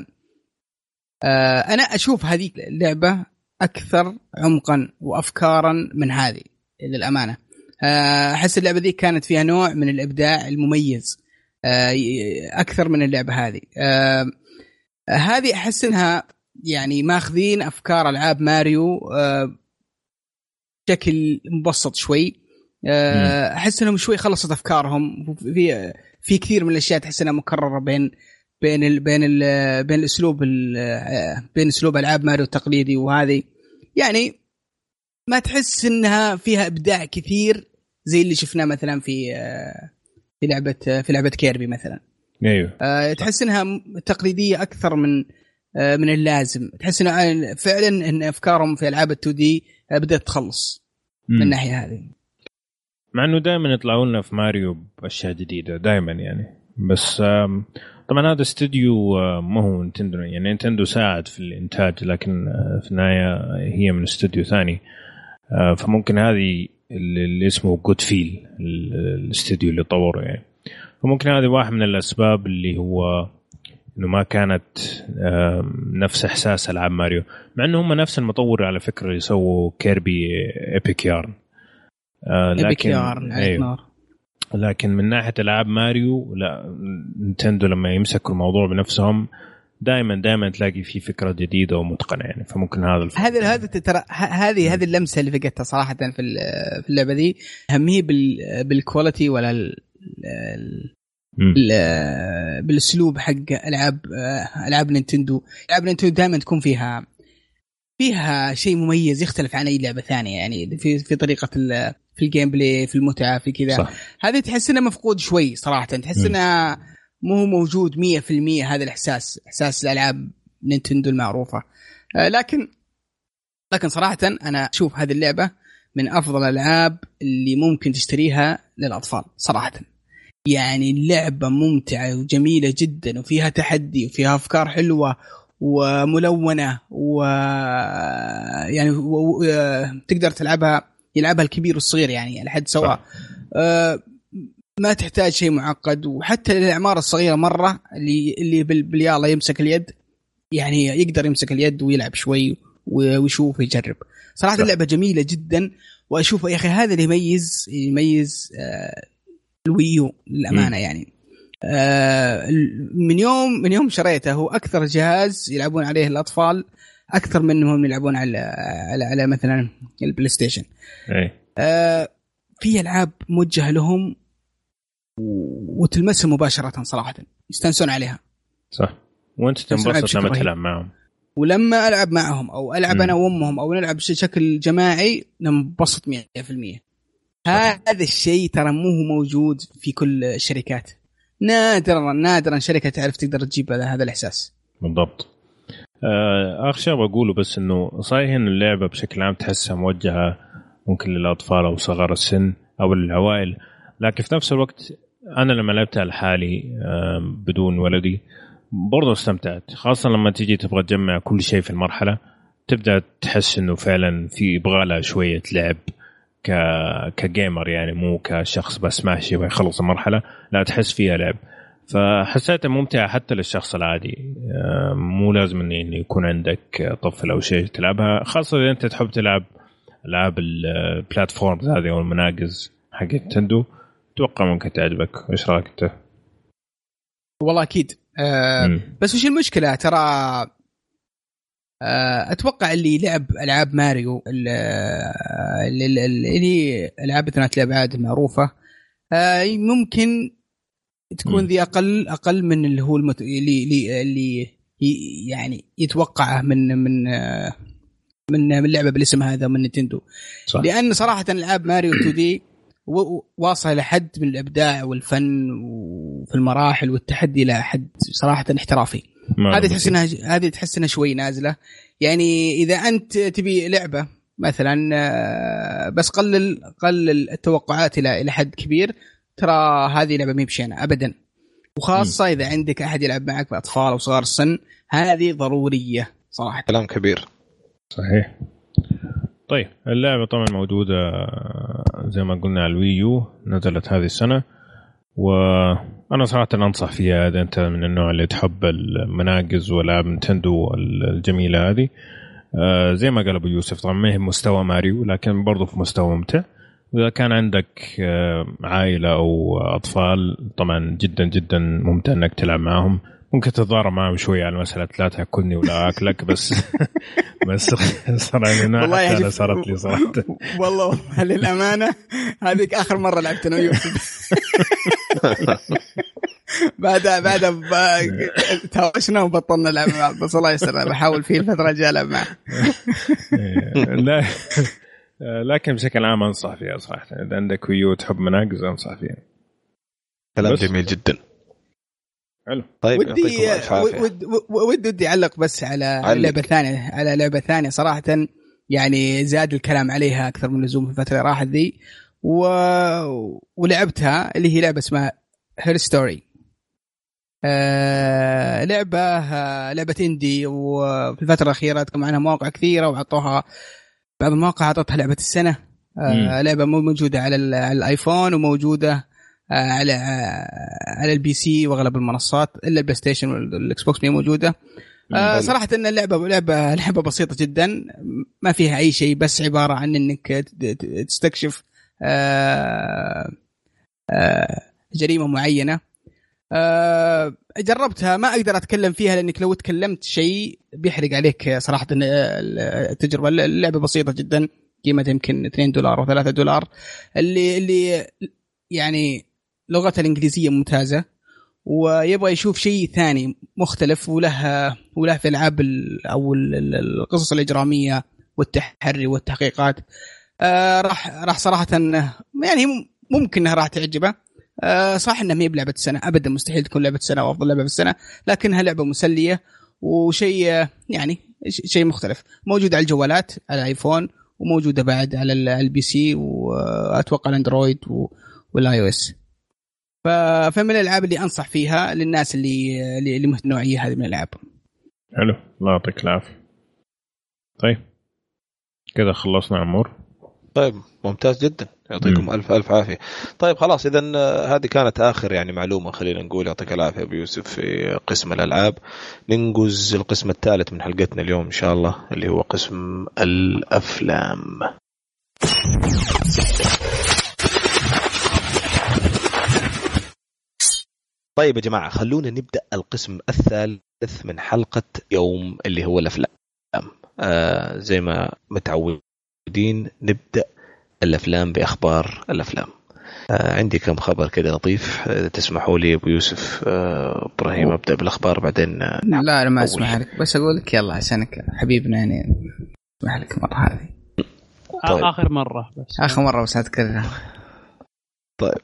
أنا أشوف هذه اللعبة أكثر عمقا وأفكارا من هذه للأمانة. أحس اللعبة ذي كانت فيها نوع من الإبداع المميز أكثر من اللعبة هذه. هذه أحس إنها يعني ماخذين أفكار ألعاب ماريو بشكل مبسط شوي. أحس إنهم شوي خلصت أفكارهم في كثير من الأشياء تحس إنها مكررة بين أسلوب ألعاب ماريو التقليدي وهذه، يعني ما تحس إنها فيها إبداع كثير زي اللي شفناه مثلا في لعبة كيربي مثلا. أيوه. تحس إنها تقليدية أكثر من اللازم. تحس إنه فعلا إن أفكارهم في ألعاب 2D بدأت تخلص من الناحية هذه، مع إنه دائما يطلعوا لنا في ماريو بأشياء جديدة دائما يعني. بس طبعا هذا استوديو ما هو نينتندو، يعني نينتندو ساعد في الإنتاج، لكن في النهاية هي من استوديو ثاني. فممكن هذه اللي اسمه جود فيل الاستوديو اللي طوره يعني، فممكن هذه واحد من الأسباب اللي هو إنه ما كانت نفس إحساس ألعاب ماريو، مع إنه هم نفس المطور على فكرة اللي يسووا كيربي إيبك يارن. لكن من ناحية ألعاب ماريو لا، نينتندو لما يمسكوا الموضوع بنفسهم دائما تلاقي فيه فكرة جديدة ومتقنة يعني. فممكن هذا ترى هذه اللمسة اللي فقدتها صراحة في اللعبة دي، هميه بالكواليتي ولا بالاسلوب حق العاب نينتندو. العاب نينتندو دائما تكون فيها شيء مميز يختلف عن اي لعبة ثانية، يعني في طريقة في الجيم بلاي، في المتعة، في كذا. هذه تحس انه مفقود شوي صراحة، تحس انه مو موجود 100% هذا احساس الالعاب نينتندو المعروفة. لكن صراحة انا اشوف هذه اللعبة من افضل الالعاب اللي ممكن تشتريها للاطفال صراحة. يعني اللعبة ممتعة وجميلة جدا، وفيها تحدي وفيها افكار حلوة وملونة، يعني تقدر يلعبها الكبير والصغير يعني لحد سواء. ما تحتاج شيء معقد، وحتى الأعمار الصغيرة مرة اللي باليالة يمسك اليد، يعني يقدر يمسك اليد ويلعب شوي ويشوف ويجرب. صراحة اللعبة جميلة جدا، وأشوف يا أخي هذا اللي يميز الويو للأمانة يعني. من يوم شريته هو أكثر جهاز يلعبون عليه الأطفال أكثر منهم يلعبون على مثلا البلاي ستيشن. في ألعاب موجهة لهم وتلمسهم مباشرة صراحة، يستنسون عليها. صح، وانت تنبسط لما تلعب معهم، ولما ألعب معهم أو ألعب أنا وأمهم أو نلعب بشكل جماعي ننبسط 100%. هذا الشيء ترى مو موجود في كل الشركات، نادرا شركة تعرف تقدر تجيب هذا الإحساس. بالضبط. آخر شيء بقوله بس إنه صحيح إن اللعبة بشكل عام تحسها موجهة ممكن للأطفال أو صغار السن أو العوائل، لكن في نفس الوقت أنا لما لعبتها لحالي بدون ولدي برضو استمتعت، خاصة لما تيجي تبغى تجمع كل شيء في المرحلة، تبدأ تحس إنه فعلا في يبغى لها شوية لعب كجيمر يعني، مو كشخص بس ماشي ويخلص المرحلة، لا تحس فيها لعب. فحسيتها ممتعة حتى للشخص العادي، مو لازم إن يكون عندك طفل أو شيء تلعبها، خاصة إذا أنت تحب تلعب ألعاب البلاتفورمز هذه أو المناقز حق نينتندو، أتوقع ممكن تعجبك. إيش رأيك أنت؟ والله أكيد. بس وش المشكلة ترى؟ أتوقع اللي لعب ألعاب ماريو اللي ألعاب ذات الأبعاد المعروفة ممكن تكون ذي أقل من اللي هو اللي يعني يتوقعه من لعبة بالاسم هذا من نينتندو. صح. لأن صراحة ألعاب ماريو 2D واصل لحد من الإبداع والفن وفي المراحل والتحدي لحد صراحة احترافي. هذه تحس انها شوي نازله. يعني اذا انت تبي لعبه مثلا بس قلل التوقعات الى حد كبير، ترى هذه لعبه مي بشينه ابدا، وخاصه اذا عندك احد يلعب معك باطفال او صغار السن، هذه ضروريه صراحه. كلام كبير. صحيح. طيب اللعبه طبعا موجوده زي ما قلنا على الويو، نزلت هذه السنه، وأنا صراحة أنصح فيها إذا أنت من النوع اللي تحب المناقز والألعاب نينتندو الجميلة هذه. زي ما قال أبو يوسف، طبعا ما هي مستوى ماريو لكن برضو في مستوى ممتع، وإذا كان عندك عائلة أو أطفال طبعا جدا جدا ممتع أنك تلعب معهم. ممكن تتضارب معهم شوي على مسألة لا تأكلني ولا أكلك، بس صراحة أنا صارت لي صراحة والله للأمانة هذيك آخر مرة لعبت أنا ويوسف بعد تهاوشنا وبطلنا نلعب، بس الله يسر بحاول فيه الفترة الجاية ألعب معه. لا لكن بشكل عام أنصح فيها صراحة، إذا عندك ويو تحب مناقز أنصح فيها. كلام جميل جدا. حلو. طيب ودي أعلق بس على لعبة ثانية صراحة، يعني زاد الكلام عليها أكثر من اللزوم في الفترة راحت ذي، ولعبتها اللي هي لعبة اسمها هير ستوري. لعبة إندي، وفي الفترة الأخيرة تكون معنا مواقع كثيرة وعطوها بعض المواقع عطتها لعبة السنة. لعبة موجودة على الآيفون وموجودة على البي سي واغلب المنصات الا البلاي ستيشن والاكس بوكس مي موجوده. صراحه ان اللعبه بسيطه جدا، ما فيها اي شيء، بس عباره عن انك تستكشف جريمه معينه. جربتها، ما اقدر اتكلم فيها لانك لو تكلمت شيء بيحرق عليك صراحه. التجربه اللعبه بسيطه جدا، قيمتها يمكن $2 أو $3. اللي يعني لغتها الإنجليزية ممتازة، ويبغى يشوف شيء ثاني مختلف وله في الألعاب أو القصص الإجرامية والتحري والتحقيقات، راح صراحة يعني ممكن أنها راح تعجبه. صح أنها ما هي بلعبة السنة أبدا، مستحيل تكون لعبة السنة أو أفضل لعبة في السنة، لكنها لعبة مسلية وشيء يعني شيء مختلف. موجودة على الجوالات على الآيفون، وموجودة بعد على البي سي، وأتوقع الأندرويد والاي او اس. فمن الالعاب اللي انصح فيها للناس اللي مثل النوعيه هذه من الالعاب. حلو، الله يعطيك العافيه. طيب كذا خلصنا عمور. طيب ممتاز جدا، يعطيكم الف عافيه. طيب خلاص، اذا هذه كانت اخر يعني معلومه خلينا نقول. يعطيك العافيه ابو يوسف في قسم الالعاب. ننجز القسم الثالث من حلقتنا اليوم ان شاء الله، اللي هو قسم الافلام. طيب يا جماعة، خلونا نبدأ القسم الثالث من حلقة يوم اللي هو الأفلام. زي ما متعودين نبدأ الأفلام بأخبار الأفلام. عندي كم خبر كده لطيف، تسمحوا لي أبو يوسف إبراهيم أبدأ بالأخبار بعدين. لا أنا ما أسمح لك، بس أقول لك يلا عشانك حبيبنا، يعني أسمح لك مرة هذه. طيب. آخر مرة بس هتكررها. طيب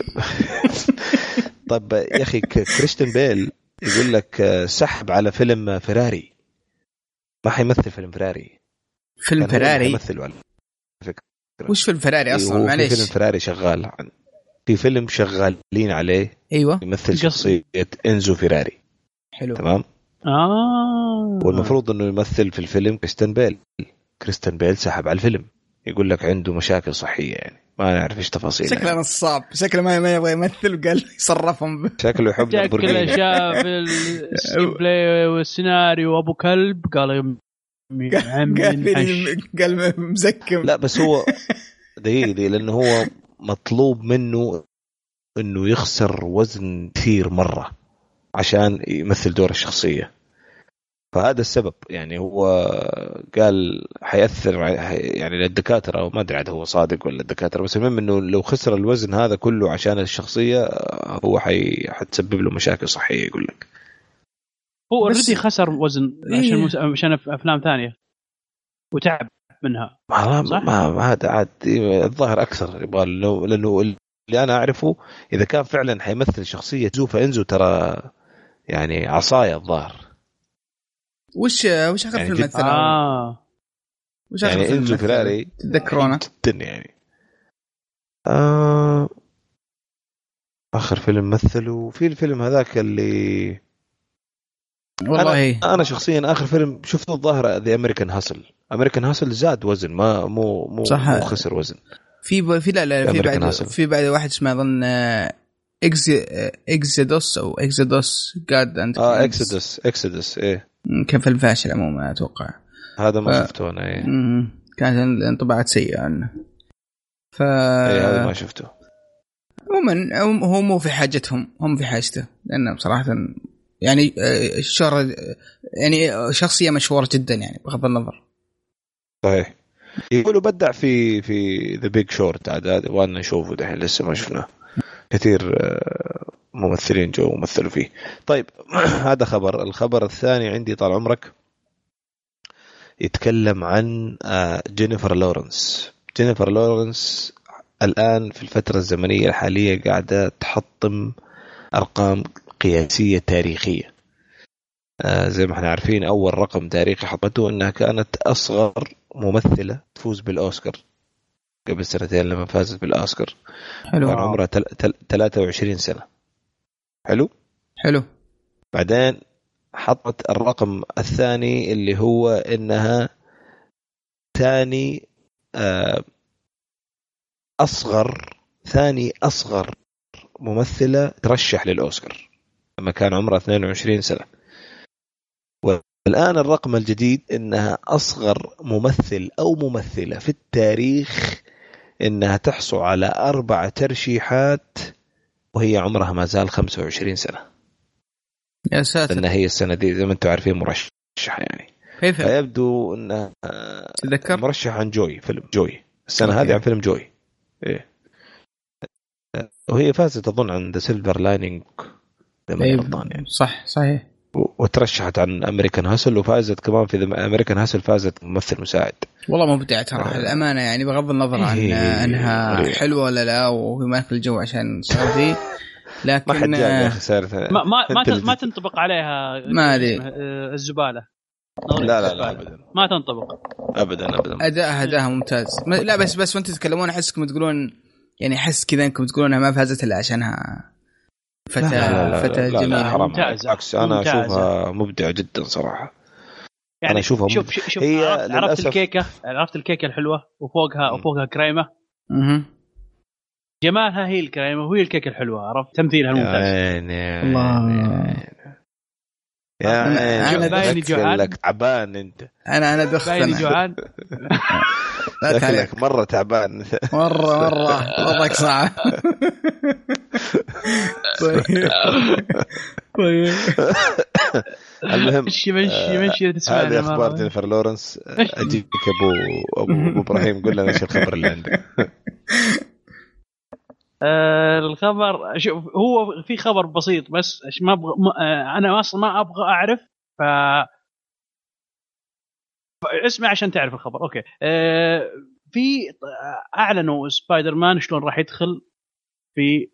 طيب يا أخي، كريستيان بيل يقول لك سحب على فيلم فيراري، ما حيمثل فيلم فيراري. فيلم فيراري يمثل على فكرة. وش فيلم فيراري أصلا؟ معليش، فيلم فيراري شغال في فيلم شغالين عليه. أيوة، يمثل شخصية إنزو فيراري. حلو، تمام. والمفروض إنه يمثل في الفيلم كريستيان بيل سحب على الفيلم. يقول لك عنده مشاكل صحيه، يعني ما نعرف ايش تفاصيل. شكله نصاب، شكله ما يبغى يمثل وقال يصرفهم شكله يحب شكله شاف السكرين بلاي والسيناريو ابو كلب قال قال مزكم. لا بس هو دقيقة لأنه هو مطلوب منه إنه يخسر وزن كثير مرة عشان يمثل دور الشخصية، فهذا السبب. يعني هو قال حيأثر يعني للدكاترة، أو ما أدري عاد هو صادق ولا الدكاترة، بس المهم إنه لو خسر الوزن هذا كله عشان الشخصية هو حتسبب له مشاكل صحية يقول لك. هو اوريدي خسر وزن عشان أفلام ثانية وتعب منها. ما هذا عاد الظاهر أكثر يبغى، لأنه اللي أنا أعرفه إذا كان فعلا حيمثل شخصية إنزو ترى يعني عصاية الظاهر. وش آخر يعني فيلم مثله؟ وش آخر يعني فيلم إنزو فيراري تذكرونه جدا يعني. آخر فيلم مثله في الفيلم هذاك اللي والله أنا شخصيا آخر فيلم شفته الظاهر The American Hustle زاد وزن، مو خسر وزن. في بعد واحد اسمه أظن إكسيدوس أو إكسيدوس جاد أنت إكسيدوس إيه كان فيلم فاشل عموما أتوقع. هذا ما شفته أنا إيه. كانت انطباعات سيئة عنه. إيه هذا ما شفته. عموما هو مو في حاجتهم، هم في حاجته، لأنه بصراحة يعني الشهرة يعني شخصية مشهورة جدا يعني بغض النظر. صحيح. يقولوا بدع في The Big Short هذا، وانا نشوفه دحين لسه ما شفناه. كثير ممثلين جو مثلوا فيه. طيب هذا خبر. الخبر الثاني عندي طال عمرك يتكلم عن جينيفر لورنس الآن في الفترة الزمنية الحالية قاعدة تحطم أرقام قياسية تاريخية. زي ما احنا عارفين أول رقم تاريخي حطته أنها كانت أصغر ممثلة تفوز بالأوسكار قبل سنتين لما فازت بالأوسكار. كان عمرها 23 سنة. حلو. بعدين حطت الرقم الثاني اللي هو إنها ثاني أصغر ممثلة ترشح للأوسكار لما كان عمرها 22 سنة. والآن الرقم الجديد إنها أصغر ممثل أو ممثلة في التاريخ إنها تحصل على 4 ترشيحات وهي عمرها ما زال 25 سنة. يا ساتر. إنها هي السنة دي زي ما أنتم عارفين مرشحة يعني. كيف؟ فيبدو إنها مرشحة عن فيلم جوي السنة هذه، عن فيلم جوي. إيه. وهي فازت أظن عن The Silver Lining يعني. صحيح. وترشحت عن أمريكان هاسل وفازت كمان في أمريكان هاسل، فازت ممثل مساعد. والله مبدع ترى الأمانة يعني بغض النظر عن أنها حلوة ولا لا وهي ما في الجو عشان صار لكن ما تنطبق عليها الزبالة. لا أبدا ما تنطبق أبدا. أداءها ممتاز. لا بس وانتم تتكلمون أحسكم تقولون يعني أحس كذا انكم تقولونها ما فازت إلا عشانها فتاة جميلة. حرام عكس أنا أشوفها مبدعة جدا صراحة. يعني أنا أشوفها شوف هي عرفت الكيكة الحلوة وفوقها كريمة. جمالها هي الكريمة وهي الكيكة الحلوة. عرفت تمثيلها الممتاز. أنا بايني جوعان لك تعبان أنت. أنا دخل بايني جوعان. لك مرة تعبان مرة وضعك صعب. طيب المهم مشي تسمعنا. هذه أخبار جينيفر لورنس. أجيك أبو إبراهيم قل لنا إيش الخبر اللي عندك. الخبر شوف هو في خبر بسيط بس ما أبغى أنا أصلا ما أبغى أعرف اسمع عشان تعرف الخبر. أوكي. في أعلنوا سبايدر مان شلون راح يدخل في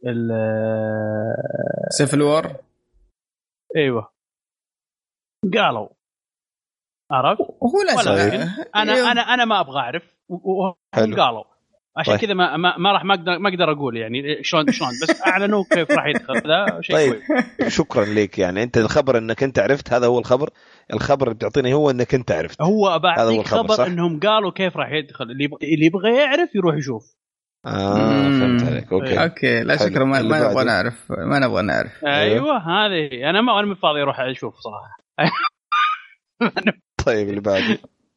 سيفل وور. أيوة قالوا عرفت. هو لا أنا ما أبغى أعرف. وهم قالوا عشان كذا ما راح ما اقدر اقول يعني شلون بس اعلنوا كيف راح يدخل. ذا شيء طيب شكرا لك. يعني انت الخبر انك انت عرفت، هذا هو الخبر اللي بتعطيني هو انك انت عرفت. هو بعطيك خبر انهم قالوا كيف راح يدخل، اللي يبغى يعرف يروح يشوف. فهمت عليك. اوكي لا شكرا، ما نبغى نعرف. ايوه هذه انا ما فاضي اروح اشوف صراحه. طيب اللي بعده.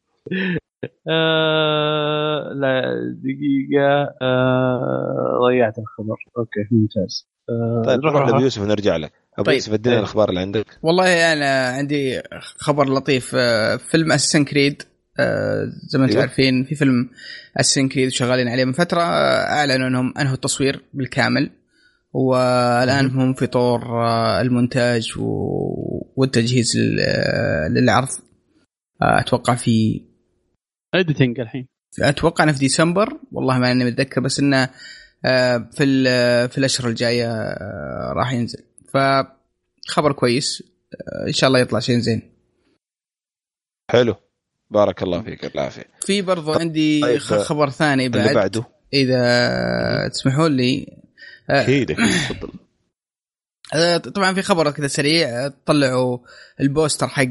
لا دقيقة ضيعت الخبر. أوكي ممتاز. طيب نروح لأبو يوسف ونرجع لك. أبو يوسف ادينا الأخبار اللي عندك. والله أنا عندي خبر لطيف. فيلم أساسن كريد زي ما انتم عارفين في فيلم أساسن كريد شغالين عليه من فترة. أعلنوا أنهم أنهوا التصوير بالكامل والآن هم في طور المونتاج والتجهيز للعرض. أتوقع في editing الحين، اتوقع انه في ديسمبر، والله ما اني متذكر، بس انه في الاشهر الجايه راح ينزل. فخبر كويس، ان شاء الله يطلع شيء زين. حلو بارك الله فيك العافيه. في برضو عندي خبر ثاني بعده اذا تسمحوا لي. اكيد تفضل. طبعا في خبر كذا سريع، طلعوا البوستر حق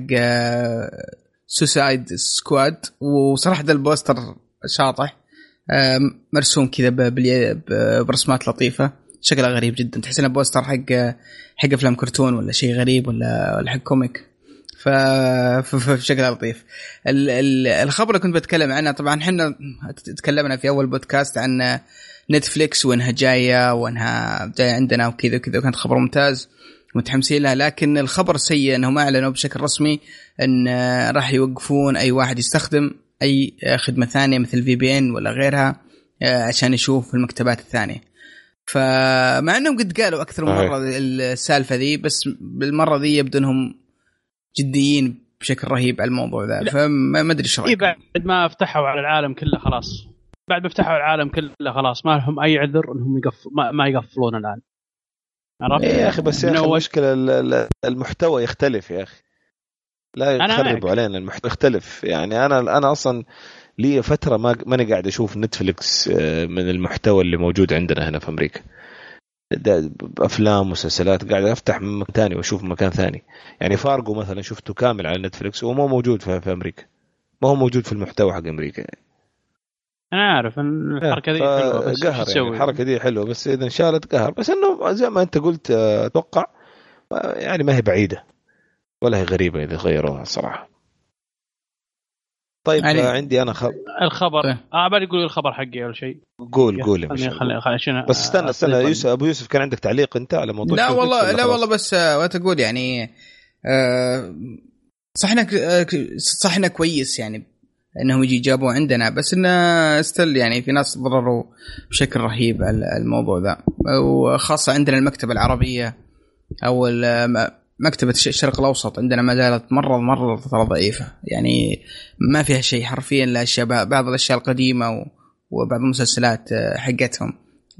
سوسايد سكواد، وصراحة البوستر شاطح، مرسوم كذا برسمات لطيفة، شكلها غريب جدا، تحس انه بوستر حق افلام كرتون ولا شيء غريب ولا حق كوميك. فشكلها لطيف. الخبر اللي كنت بتكلم عنه، طبعا احنا تكلمنا في اول بودكاست عن نتفليكس وانها جاية عندنا وكذا وكذا، وكانت خبر ممتاز متحمسين لها. لكن الخبر السيء انهم اعلنوا بشكل رسمي ان راح يوقفون اي واحد يستخدم اي خدمه ثانيه مثل VPN ولا غيرها عشان يشوف المكتبات الثانيه. فمع انهم قد قالوا اكثر من مره السالفه ذي، بس بالمره ذي يبدو انهم جديين بشكل رهيب على الموضوع ذا. فما ادري ايش رايك. بعد ما فتحوا على العالم كله خلاص، بعد ما فتحوا على العالم كله خلاص ما لهم اي عذر انهم ما يقفلون الان. يا أخي بس يا أخي المشكلة المحتوى يختلف يا أخي، لا يخربوا علينا المحتوى يختلف. يعني أنا أصلا لي فترة ماني قاعد أشوف نتفليكس من المحتوى اللي موجود عندنا هنا في أمريكا، أفلام مسلسلات قاعد أفتح من مكان ثاني وأشوف مكان ثاني. يعني فارغو مثلا شفته كامل على نتفليكس وما موجود في أمريكا، ما هو موجود في المحتوى حق أمريكا يعني. أنا عارف أن الحركة دي حلوة، بس قهر يعني الحركة دي حلوة، بس إذا انشالت قهر. بس إنه زي ما أنت قلت أتوقع يعني ما هي بعيدة ولا هي غريبة إذا غيروها الصراحة. طيب يعني عندي أنا الخبر أبغى أقول الخبر حقي أول شيء. قول خلي بس استنى يوسف، أبو يوسف كان عندك تعليق أنت على موضوع؟ لا والله بس وتقول يعني صحنا كويس يعني انهم يجي جابوا عندنا، بس انه استل يعني في ناس ضرروا بشكل رهيب على الموضوع ذا، وخاصه عندنا المكتبه العربيه او مكتبه الشرق الاوسط عندنا ما زالت مره ضعيفه، يعني ما فيها شيء حرفيا، لا اشياء بعض الاشياء القديمه وبعض المسلسلات حقتهم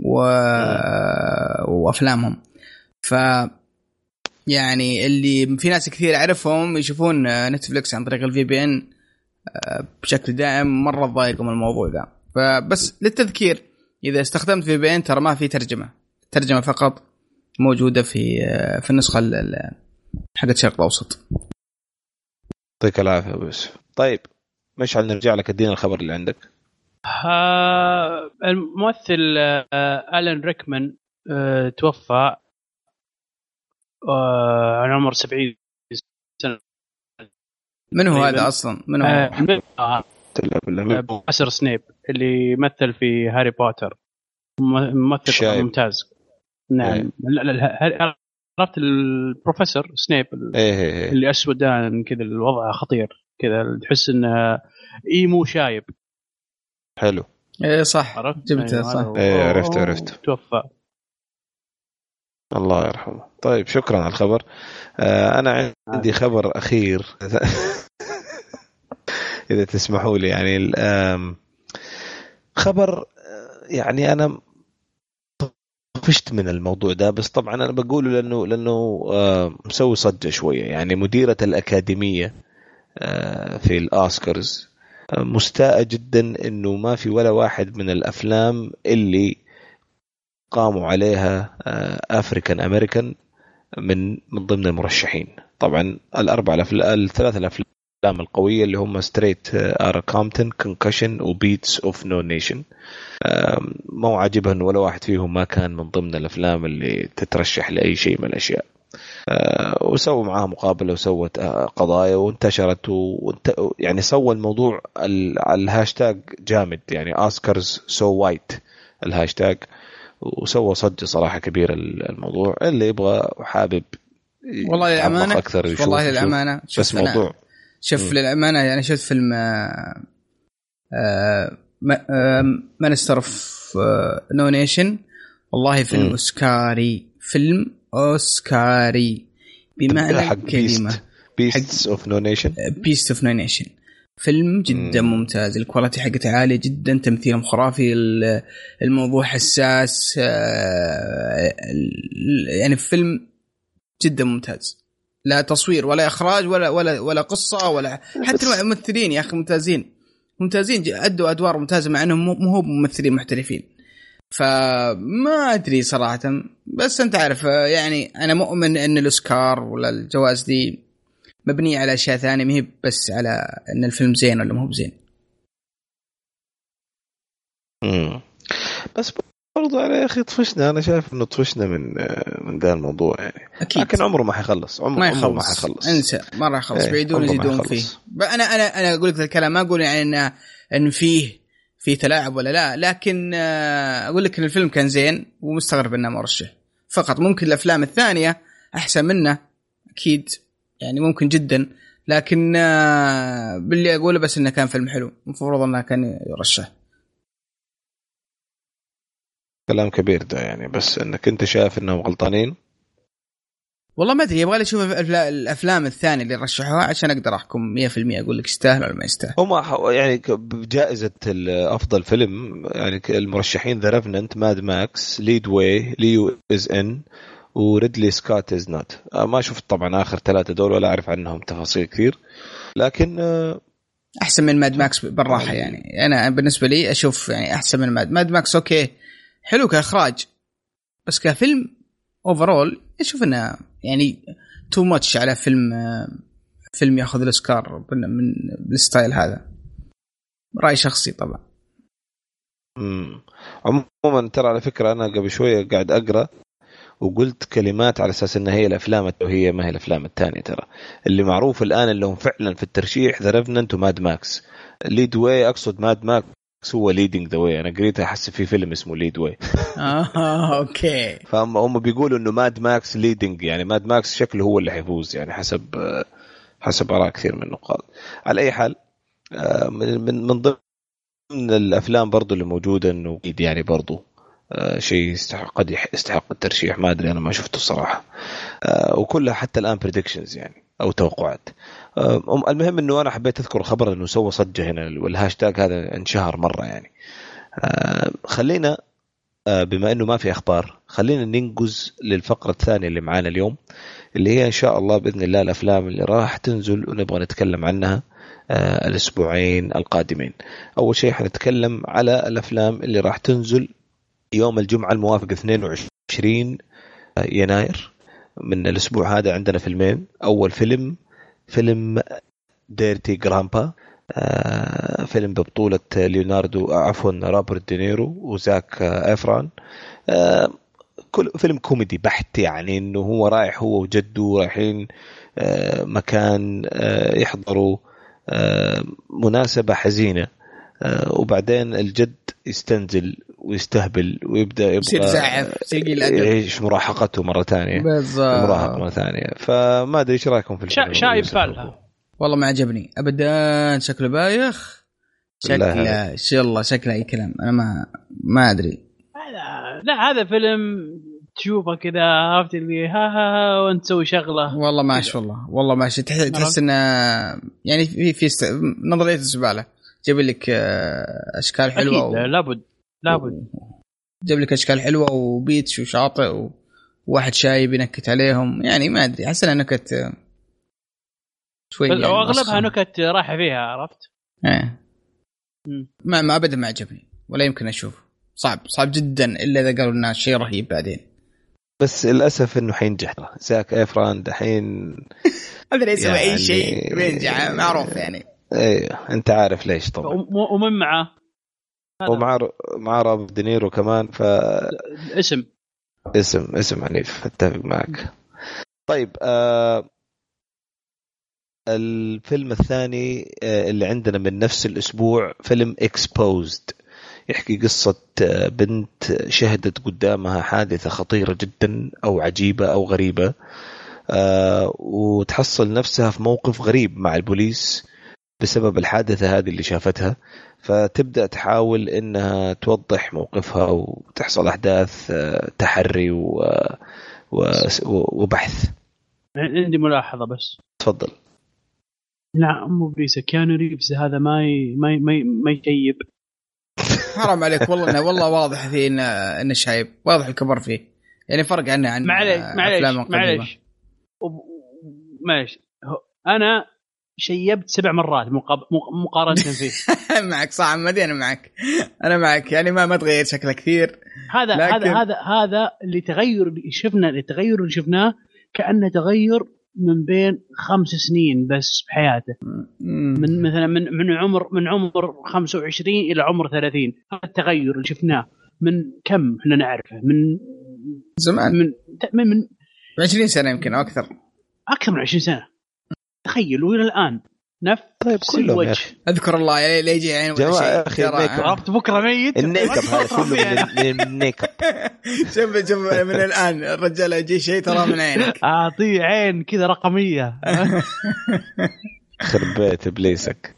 وافلامهم. ف يعني اللي في ناس كثير اعرفهم يشوفون نتفليكس عن طريق الVPN بشكل دائم، مرة ضايقهم الموضوع ذا. فبس للتذكير إذا استخدمت VPN ترى ما في ترجمة فقط موجودة في النسخة حقت الشرق الأوسط. يعطيك العافية بس. طيب مشعل نرجع لك، ادينا الخبر اللي عندك. الممثل ألان ريكمان توفى عن عمر 70 سنة. من هو هذا أصلا؟ من هو؟ بروفيسور سنيب اللي مثل في هاري بوتر، ممثل ممتاز. نعم لا عرفت البروفيسور سنيب اللي أسودان كذا، الوضع خطير كذا، تحس إنه إيمو شايب. حلو صح جبته صح. عرفت توفى، الله يرحمه. طيب شكرا على الخبر. أنا عندي خبر أخير إذا تسمحوا لي. يعني خبر يعني أنا طفشت من الموضوع ده، بس طبعا أنا بقوله لأنه مسوي صدق شوية. يعني مديرة الأكاديمية في الأوسكارز مستاء جدا انه ما في ولا واحد من الافلام اللي قاموا عليها افريكان امريكان من ضمن المرشحين. طبعا الثلاث الافلام القويه اللي هم ستريت آر كومبتون، كونكشن، وبيتس اوف نو نيشن، مو عاجبها انه ولا واحد فيهم ما كان من ضمن الافلام اللي تترشح لاي شيء من الاشياء. وسووا معها مقابله وسوت قضايا وانتشرت يعني سوى الموضوع الهاشتاج جامد، يعني اوسكارز سو وايت الهاشتاج، وسوى صدى صراحه كبيره الموضوع. اللي يبغى وحابب والله للامانه اكثر يشوف، والله للامانه بس موضوع شوف للامانه يعني شفت فيلم مانستر اوف نو نيشن، والله فيلم اوسكاري، فيلم اوسكاري بمعنى الكلمه. بيست اوف نو نيشن، بيست اوف نو نيشن فيلم جدا ممتاز، الكواليتي حقته عاليه جدا، تمثيل خرافي، الموضوع حساس، يعني فيلم جدا ممتاز، لا تصوير ولا اخراج ولا قصه ولا حتى الممثلين يا اخي ممتازين ادوا ادوار ممتازه مع انهم مو هو ممثلين محترفين. فما ادري صراحه، بس انت عارف يعني انا مؤمن ان الاوسكار ولا الجوائز دي مبنيه على اشياء ثانيه، ما هي بس على ان الفيلم زين ولا مو بزين. بس برضو يا اخي طفشنا، انا شايف انه طفشنا من ذا الموضوع يعني. أكيد. لكن عمره ما حيخلص، ما حيخلص، انسى مره يخلص، بيعيدون يزيدون فيه. انا اقول لك الكلام، ما اقول يعني ان فيه تلاعب ولا لا، لكن اقول لك ان الفيلم كان زين ومستغرب انه مرشح فقط. ممكن الافلام الثانيه احسن منه اكيد يعني، ممكن جدا، لكن باللي اقوله بس انه كان فيلم حلو، المفروض انه كان يرشح. كلام كبير ده يعني، بس انك انت شايف انهم غلطانين. والله ما ادري، يبغى لي اشوف الافلام الثانيه اللي رشحوها عشان اقدر احكم 100% اقول لك يستاهل ولا ما يستاهل. هم يعني بجائزه افضل فيلم يعني المرشحين ذا ريفننت، ماد ماكس، ليد واي، ليو از ان، وريدلي سكوت از نوت. ما شفت طبعا اخر 3 دول ولا اعرف عنهم تفاصيل كثير، لكن احسن من ماد ماكس بالراحه يعني. انا بالنسبه لي اشوف يعني احسن من ماد ماكس. اوكي حلو كاخراج، بس كفيلم اوفرول اشوف انه يعني تو ماتش على فيلم ياخذ الاوسكار من الستايل هذا. راي شخصي طبعا. عموما ترى على فكره انا قبل شويه قاعد اقرا وقلت كلمات على اساس انها هي الافلام، وهي ما هي الافلام الثانيه. ترى اللي معروف الان اللي هم فعلا في الترشيح ذا ريفننت وماد ماكس. ليد واي اقصد ماد ماكس هو ليدنج ذا واي، انا قريت احس في فيلم اسمه ليد واي. اوكي. فهم بيقولوا انه ماد ماكس ليدنج، يعني ماد ماكس شكله هو اللي حيفوز يعني حسب آراء كثير من النقاد. على اي حال من ضمن الافلام برضو اللي موجوده انه يعني برضو شيء قد يستحق الترشيح، ما ادري انا ما شفته الصراحه، وكلها حتى الان بريدكشنز يعني او توقعات. المهم انه انا حبيت اذكر خبر انه سوى صجه هنا والهاشتاج هذا انشهر مره يعني. خلينا بما انه ما في اخبار خلينا ننجز للفقره الثانيه اللي معانا اليوم، اللي هي ان شاء الله باذن الله الافلام اللي راح تنزل ونبغى نتكلم عنها الاسبوعين القادمين. اول شيء حنتكلم على الافلام اللي راح تنزل يوم الجمعه الموافق 22 يناير من الاسبوع هذا. عندنا فيلمين. اول فيلم ديرتي جرامبا، فيلم ببطولة روبرت دينيرو وزاك إفران. كل فيلم كوميدي بحت، يعني انه هو رايح هو وجده رايحين مكان يحضروا مناسبة حزينة، وبعدين الجد يستنزل ويستهبل ويبدأ يبغى يعيش مراهقته مرة ثانية. مراهق مرة ثانية. فما أدري إيش رأيكم في الفيلم؟ شايب فالها والله ما عجبني أبدا، شكله بايخ، شكله أي كلام. أنا ما أدري. لا هذا فيلم تشوفه كذا عرفت اللي ها وانت تسوي شغله. والله ماشي، والله ماشي، تحس انه يعني في نظريه الزباله. جاب لك اشكال حلوه أكيد. لابد جاب لك اشكال حلوه وبيتش وشاطئ وواحد شايب ينكت عليهم، يعني ما ادري، احس انها نكت شويه يعني واغلبها نكت رايحه فيها، عرفت. ما ابدا ما عجبني ولا يمكن اشوفه. صعب جدا الا اذا قالوا لنا شيء رهيب بعدين. بس للاسف انه حينجح زاك إفران دحين هذا ليس يعني اي شيء بينجح معروف يعني. ايه انت عارف ليش طبعا. ومن معه ومع روبرت دينيرو كمان. اسم عنيف. اتفق معك. طيب الفيلم الثاني اللي عندنا من نفس الأسبوع فيلم Exposed. يحكي قصة بنت شهدت قدامها حادثة خطيرة جدا أو عجيبة أو غريبة، وتحصل نفسها في موقف غريب مع البوليس بسبب الحادثة هذه اللي شافتها. فتبدأ تحاول إنها توضح موقفها وتحصل أحداث تحري وبحث. عندي ملاحظة بس. تفضل. نعم مو بيس كيانو ريفز هذا ما يجيب. حرام عليك والله واضح فيه إنه شايب، واضح الكبر فيه يعني فرق عنه عن معليش أنا شيبت 7 مرات مقارنة فيه. معك صح مدي، أنا معك يعني ما تغير شكله كثير. هذا اللي تغير اللي شفناه كأنه تغير من بين 5 سنين بس بحياته. من مثلا من عمر 25 إلى عمر 30. هذا التغير اللي شفناه من كم احنا نعرفه من زمان، من 20 سنة يمكن أكثر من 20 سنة. تخيل وإلى الآن نفس الوجه. أذكر الله لا يجي عين ولا شيء. عرفت بكرة ميت. النيك اب هذا كله من النيك اب. شوف من الآن الرجال يجي شيء ترى من عينك. أعطيه عين كذا رقمية. خرب بيت إبليسك.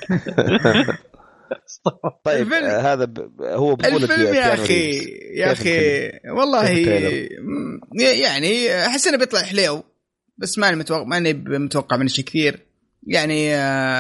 طيب هذا هو الفيلم يا أخي والله يعني أحس إنه بيطلع حليو، بس ماني متوقع منه شيء كثير يعني.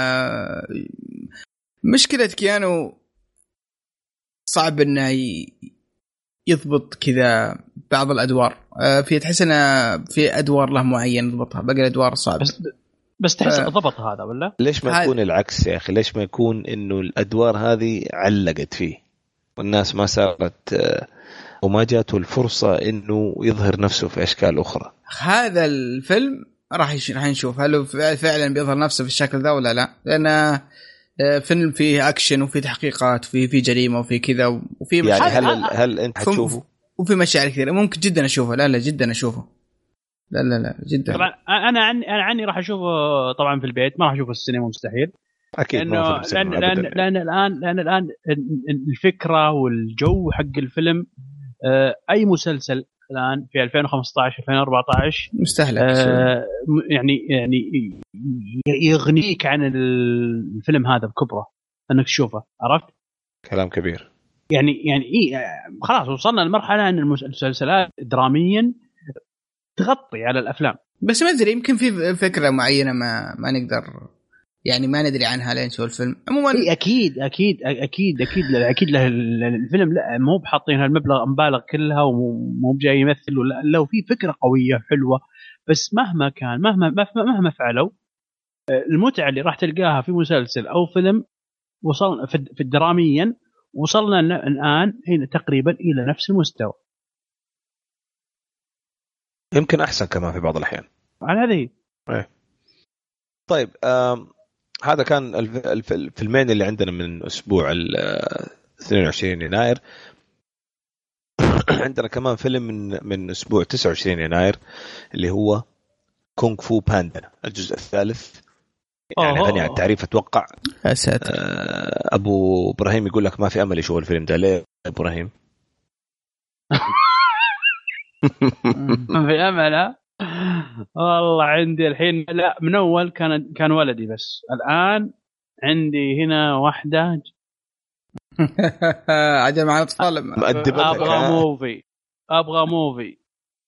مشكلة كيانو صعب إنه يضبط كذا بعض الأدوار. في تحس إنه في أدوار له معين يضبطها، باقي الأدوار صعب. بس تحس ضبط هذا ولا؟ ليش ما يكون العكس يا أخي؟ ليش ما يكون إنه الأدوار هذه علقت فيه والناس ما صارت وما جاته الفرصة إنه يظهر نفسه في أشكال أخرى؟ هذا الفيلم راح نشوف هل فعلا بيظهر نفسه في الشكل ذا ولا لا، لأن فيلم فيه أكشن وفيه تحقيقات وفيه جريمة وفيه كذا وفيه يعني هل أنت هتشوفه؟ وفي مشاعر كثيرة ممكن جدا أشوفه. لا جدا أشوفه. لا جدا. طبعا أنا عني راح أشوفه طبعا في البيت، ما راح أشوفه في السينما مستحيل. أكيد. لأن الآن الفكرة والجو حق الفيلم أي مسلسل الآن في 2015 2014 مستهلك يعني يغنيك عن الفيلم هذا بكبره انك تشوفه. عرفت كلام كبير يعني خلاص وصلنا لمرحله ان المسلسلات دراميا تغطي على الافلام. بس ما ادري يمكن في فكره معينه ما نقدر يعني ما ندري عنها لين نشوف الفيلم. عموما اكيد له الفيلم لا مو بحاطين هالمبلغ مبالغ كلها ومو بجاي يمثل لو في فكره قويه حلوه، بس مهما كان مهما فعلوا المتعه اللي راح تلقاها في مسلسل او فيلم وصلنا في الدراميا وصلنا الان هنا تقريبا الى نفس المستوى، يمكن احسن كمان في بعض الاحيان على هذه. طيب هذا كان الفيلمين اللي عندنا من أسبوع 22 يناير. عندنا كمان فيلم من أسبوع 29 يناير اللي هو كونغ فو باندا الجزء الثالث. يعني غني عن التعريف أتوقع. أبو إبراهيم يقول لك ما في أمل يشوف الفيلم ده. ليه إبراهيم؟ ما في أمل. والله عندي الحين لا من أول كان ولدي، بس الآن عندي هنا واحدة. عجل مع الأطفال. أبغى موفي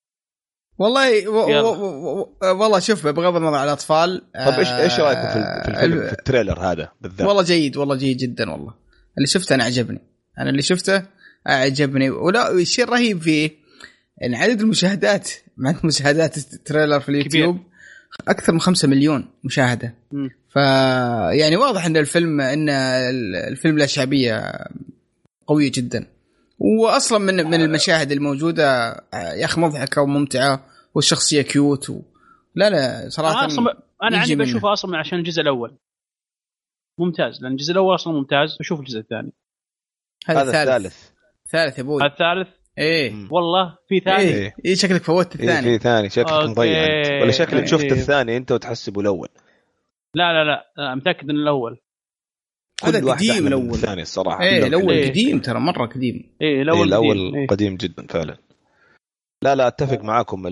والله شوف بغض النظر على الأطفال. طب إيش رأيكم في الفيلم في التريلر هذا بالذات؟ والله جيد جدا. والله اللي شفته أنا عجبني. ولا الشيء الرهيب فيه إن عدد المشاهدات مع مشاهدات التريلر في اليوتيوب كبير. أكثر من 5 مليون مشاهدة. يعني واضح ان الفيلم له شعبية قوية جدا، واصلا من المشاهد الموجودة يا اخي مضحكة وممتعة والشخصية كيوت لا صراحة انا عندي بشوفه اصلا عشان الجزء الاول ممتاز، لان الجزء الاول اصلا ممتاز. بشوف الجزء الثاني. هذا الثالث يا ابوي. الثالث والله في ثاني. ايه شكلك فوتت الثاني. في ثاني شكلك مضيع انت، ولا شكلك شفت الثاني انت وتحسبه الاول؟ لا متاكد ان الاول هذا قديم. الاول الثاني الصراحه الاول قديم ترى مره قديم. الاول قديم جدا فعلا. لا اتفق معاكم.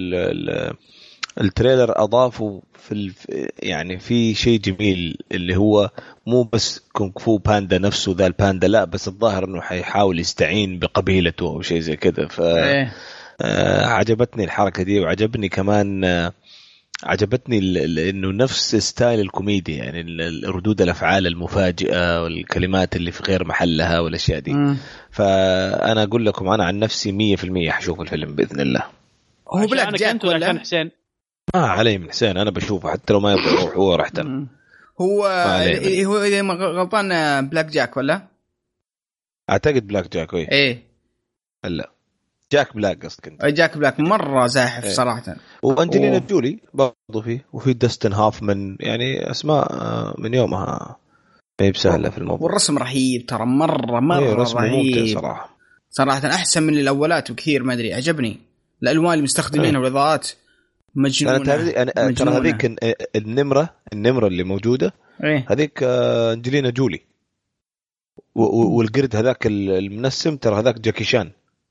التريلر اضافوا يعني في شيء جميل اللي هو مو بس كونغ فو باندا نفسه ذا الباندا، لا بس الظاهر انه حيحاول يستعين بقبيلته او شيء زي كذا. عجبتني الحركه دي، وعجبني كمان عجبتني انه نفس ستايل الكوميديا، يعني ردود الافعال المفاجئه والكلمات اللي في غير محلها والاشياء دي. فانا اقول لكم انا عن نفسي 100% حشوف الفيلم باذن الله. هو بلاك جاك ولا كان حسين؟ علي من حسين انا بشوفه حتى لو ما يبغى يروح هو راح تم. هو اذا ما غلطان بلاك جاك ولا اعتقد بلاك جاك. ايه لا جاك بلاك قصدك انت؟ جاك بلاك مره زاحف صراحه. وانجلينا جولي برضو فيه، وفي داستن هافمان، يعني اسماء من يومها ما هي بسهله في الموضوع. والرسم رهيب ترى، مره رهيب صراحه احسن من الاولات وكثير. ما ادري عجبني الالوان اللي مستخدمينها والاضاءات مجنونه. انا ترى هذيك النمره اللي موجوده هذيك انجلينا جولي، والقرد هذاك المنسم ترى هذاك جاكي شان.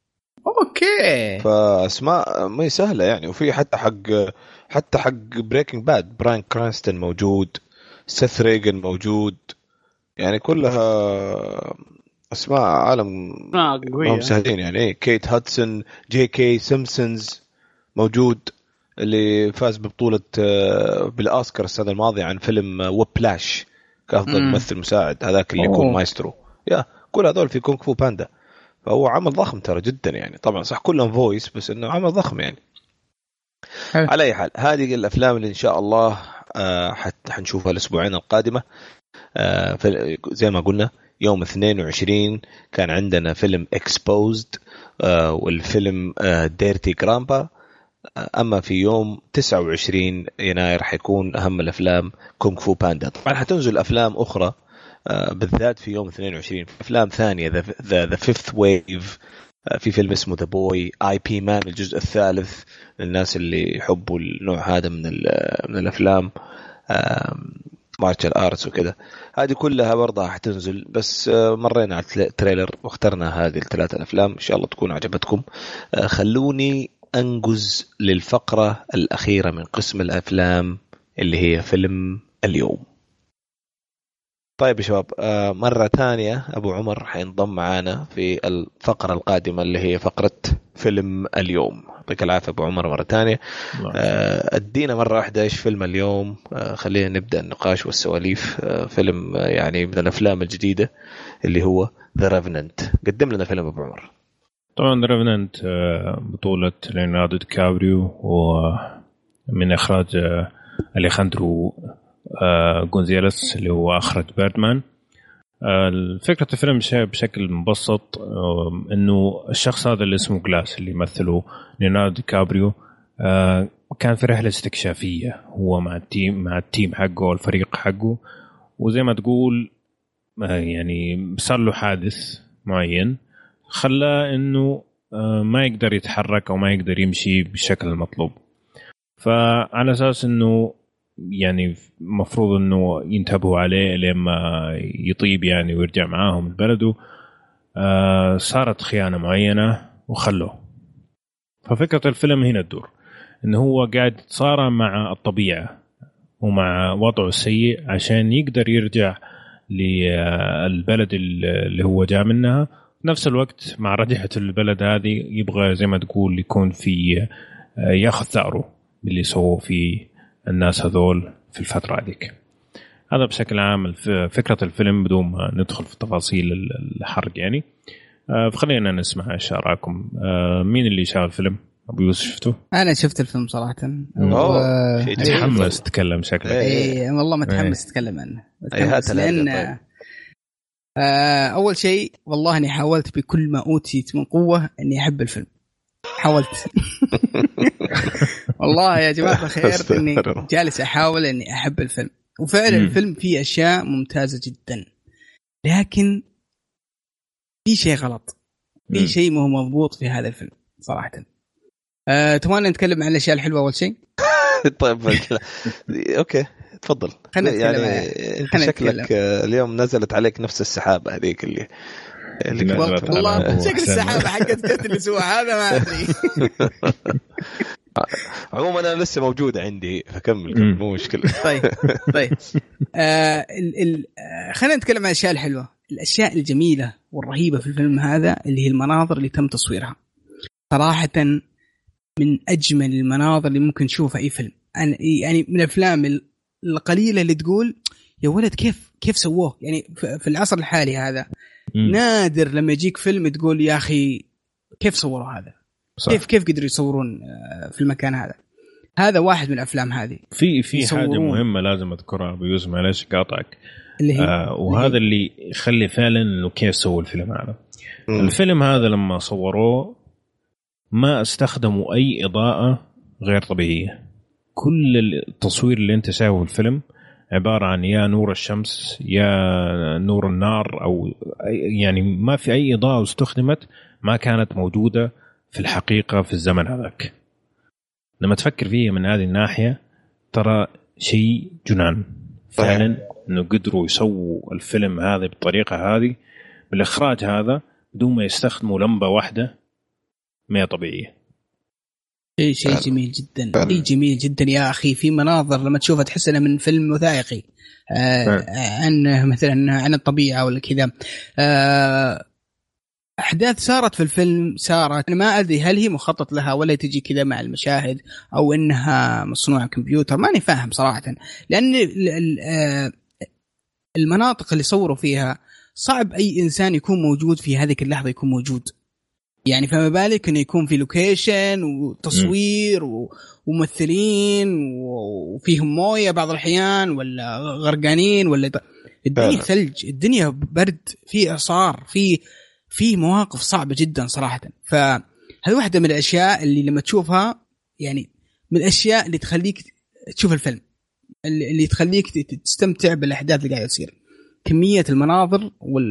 اوكي فاسماء ما هي سهله يعني. وفي حتى حق بريكنج باد براين كرانستون موجود، سيث ريغن موجود، يعني كلها اسماء عالم هم سهلين يعني. كيت هاتسون، جي كي سيمبسونز موجود، اللي فاز ببطوله بالاوسكار السنه الماضيه عن فيلم وبلاش كافضل ممثل مساعد، هذاك اللي يكون مايسترو. كل هذول في كونغ فو باندا. فهو عمل ضخم ترى جدا يعني. طبعا صح كلهم فويس، بس انه عمل ضخم يعني. على اي حال هذه الافلام اللي ان شاء الله حنشوفها الاسبوعين القادمه. زي ما قلنا يوم 22 كان عندنا فيلم اكسبوزد والفيلم ديرتي جرامبا. اما في يوم 29 يناير حيكون اهم الافلام كونغ فو باندا. طبعا حتنزل افلام اخرى بالذات في يوم 22 أفلام ثانية. The Fifth Wave، في فيلم اسمه The Boy، IP Man الجزء الثالث للناس اللي يحبوا النوع هذا من الأفلام، مارشال آرتس وكذا. هذه كلها برضه حتنزل، بس مرينا على التريلر واخترنا هذه الثلاثة الأفلام. إن شاء الله تكون عجبتكم. خلوني أنجز للفقرة الأخيرة من قسم الأفلام اللي هي فيلم اليوم. طيب يا شباب، مرة تانية أبو عمر حينضم معانا في الفقرة القادمة اللي هي فقرة فيلم اليوم. يعطيك العافية أبو عمر مرة تانية. أدينا مرة واحدة إيش فيلم اليوم. خلينا نبدأ النقاش والسواليف. فيلم يعني من الأفلام الجديدة اللي هو The Revenant. قدم لنا فيلم أبو عمر. طبعا The Revenant بطولة ليوناردو دي كابريو ومن إخراج أليخاندرو غونزاليس اللي هو أخرج بيردمان. فكرة الفيلم بشكل مبسط إنه الشخص هذا اللي اسمه جلاس اللي يمثله ليوناردو دي كابريو كان في رحلة استكشافية هو مع التيم حقه والفريق حقه، وزي ما تقول يعني صار له حادث معين خلاه إنه ما يقدر يتحرك أو ما يقدر يمشي بالشكل المطلوب. فعلى أساس إنه يعني مفروض إنه ينتبهوا عليه لما يطيب يعني ويرجع معاهم لبلده، صارت خيانة معينة وخلوه. ففكرة الفيلم هنا تدور إنه هو قاعد يتصارع مع الطبيعة ومع وضعه السيء عشان يقدر يرجع للبلد اللي هو جاء منها. نفس الوقت مع رجعته البلد هذه يبغى زي ما تقول يكون في ياخذ ثأره باللي سووا في الناس هذول في الفترة هذيك. هذا بشكل عام فكرة الفيلم بدون ما ندخل في تفاصيل الحرق يعني. فخلينا نسمع إيش آراءكم. مين اللي شاف الفيلم ابو يوسف شفته؟ انا شفت الفيلم صراحه. شيء متحمس تتكلم شكلك. اي والله متحمس اتكلم عنه. لان اول شيء والله اني حاولت بكل ما اوتيت من قوه اني احب الفيلم. حاولت والله يا جماعه الخير اني جالس احاول اني احب الفيلم، وفعلا الفيلم فيه اشياء ممتازه جدا، لكن في شيء غلط، في شيء مو مضبوط في هذا الفيلم صراحه. تبغى نتكلم عن الاشياء الحلوه اول شيء؟ طيب اوكي تفضل. يعني انت شكلك اليوم نزلت عليك نفس السحابه هذيك اللي والله شكل السحابه حقت جت اللي سوى هذا ما ادري. عموما انا لسه موجوده عندي فكمل مو مشكله. طيب خلينا نتكلم عن الاشياء الحلوه، الاشياء الجميله والرهيبه في الفيلم هذا اللي هي المناظر اللي تم تصويرها. صراحه من اجمل المناظر اللي ممكن تشوفها اي فيلم. يعني من الافلام القليله اللي تقول يا ولد كيف سووه. يعني في العصر الحالي هذا نادر لما يجيك فيلم تقول يا اخي كيف صوروا هذا، كيف قدروا يصورون في المكان هذا. هذا واحد من الافلام هذه. في حاجه مهمه لازم اذكرها ابو يوسف، معلش قاطعك، وهذا اللي يخلي فعلا انه كيف سووا الفيلم هذا. الفيلم هذا لما صوروه ما استخدموا اي اضاءه غير طبيعيه. كل التصوير اللي انت شايفه في الفيلم عباره عن يا نور الشمس يا نور النار، او يعني ما في اي اضاءه استخدمت ما كانت موجوده في الحقيقه في الزمن هذاك. لما تفكر فيه من هذه الناحيه ترى شيء جنان فعلا، انه قدروا يسووا الفيلم هذا بالطريقه هذه بالاخراج هذا بدون ما يستخدموا لمبه واحده ما طبيعيه. شيء جميل جدا، شيء جميل جدا يا أخي. في مناظر لما تشوفها تحس إنها من فيلم وثائقي عن مثلا عن الطبيعة ولا كذا. أحداث صارت في الفيلم صارت أنا ما أدري هل هي مخطط لها ولا تجي كذا مع المشاهد أو إنها مصنوعة كمبيوتر، ماني فاهم صراحة. لأن المناطق اللي صوروا فيها صعب أي إنسان يكون موجود في هذه اللحظة يكون موجود. يعني فما بالك انه يكون في لوكيشن وتصوير وممثلين وفيهم مويه بعض الاحيان ولا غرقانين ولا الدنيا ثلج، الدنيا برد، في اعصار، في مواقف صعبه جدا صراحه. فهذه واحده من الاشياء اللي لما تشوفها يعني من الاشياء اللي تخليك تشوف الفيلم، اللي تخليك تستمتع بالاحداث اللي قاعده تصير. كميه المناظر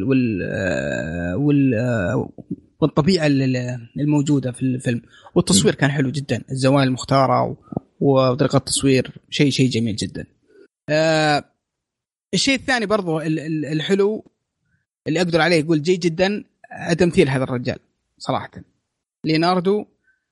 والطبيعة الموجودة في الفيلم، والتصوير كان حلو جدا، الزوايا المختارة وطريقة التصوير شيء جميل جدا. الشيء الثاني برضو الحلو اللي أقدر عليه يقول جيد جدا تمثيل هذا الرجال صراحة. ليوناردو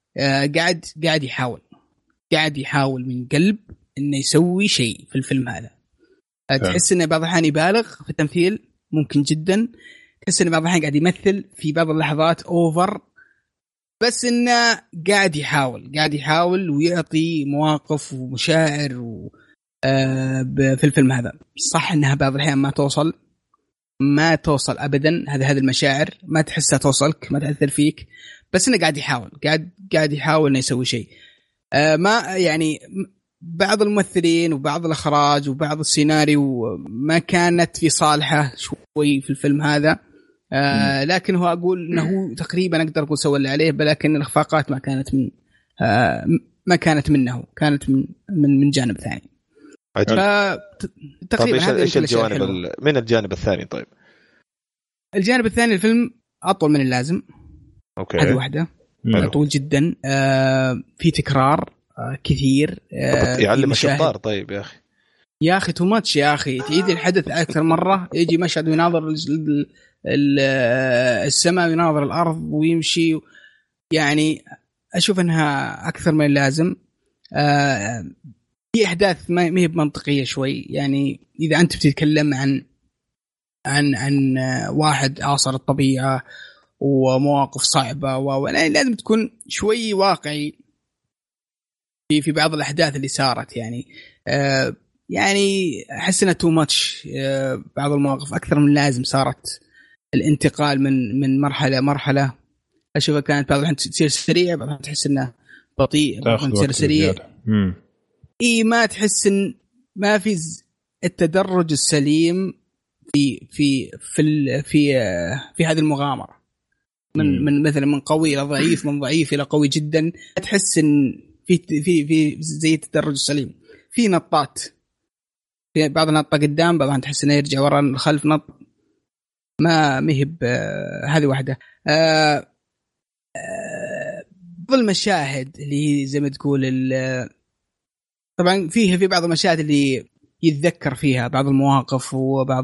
قاعد يحاول من قلب إنه يسوي شيء في الفيلم هذا. تحس إنه بعض الأحيان يبالغ في التمثيل ممكن جدا، تحس إنه بعض الأحيان قاعد يمثل في بعض اللحظات أوفر، بس إنه قاعد يحاول ويعطي مواقف ومشاعر في الفيلم هذا. صح إنها بعض الأحيان ما توصل أبدا، هذه المشاعر ما تحسها توصلك، ما تأثر فيك، بس إنه قاعد يحاول إنه يسوي شيء. ما يعني بعض الممثلين وبعض الإخراج وبعض السيناريو ما كانت في صالحه شوي في الفيلم هذا. لكن هو أقول أنه تقريبا أقدر أقول سوى اللي عليه، لكن الإخفاقات ما كانت منه، كانت من جانب ثاني. تقريبا هذا إيش الجوانب من الجانب الثاني؟ طيب الجانب الثاني الفيلم أطول من اللازم. هذه واحدة طول جدا، في تكرار كثير، يعلم الشطار. طيب يا أخي تو ماتش يا أخي، تعيد الحدث أكثر مرة، يجي مشهد ويناظر السماء ويناظر الأرض ويمشي، يعني أشوف أنها أكثر من اللازم. في أحداث ما هي منطقية شوي، يعني إذا أنت بتتكلم عن واحد عاصر الطبيعة ومواقف صعبة يعني لازم تكون شوي واقعي في بعض الأحداث اللي صارت. يعني أحس أنها تو ماتش، بعض المواقف أكثر من لازم صارت. الانتقال من مرحلة أشوفها كانت بعض الأحيان تصير سريع، بعض الأحيان تحس أنها بطيء سرسرية. اي ما تحس ان ما في التدرج السليم في هذه المغامرة من مثلا من قوي إلى ضعيف، من ضعيف إلى قوي جدا. تحس إن في زي التدرج السليم. في نطات، في بعض النطة قدام، بعضها تحس إنه يرجع ورا الخلف نط، ما مهب. هذه واحدة. بعض المشاهد اللي زي ما تقول طبعا في بعض المشاهد اللي يتذكر فيها بعض المواقف وبعض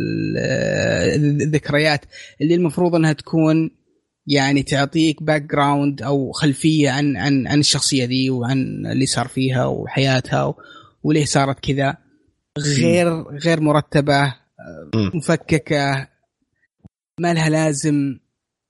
الذكريات اللي المفروض أنها تكون يعني تعطيك باك جراوند أو خلفية عن الشخصية دي وعن اللي صار فيها وحياتها وليه صارت كذا، غير مرتبة، مفككة، ما لها لازم،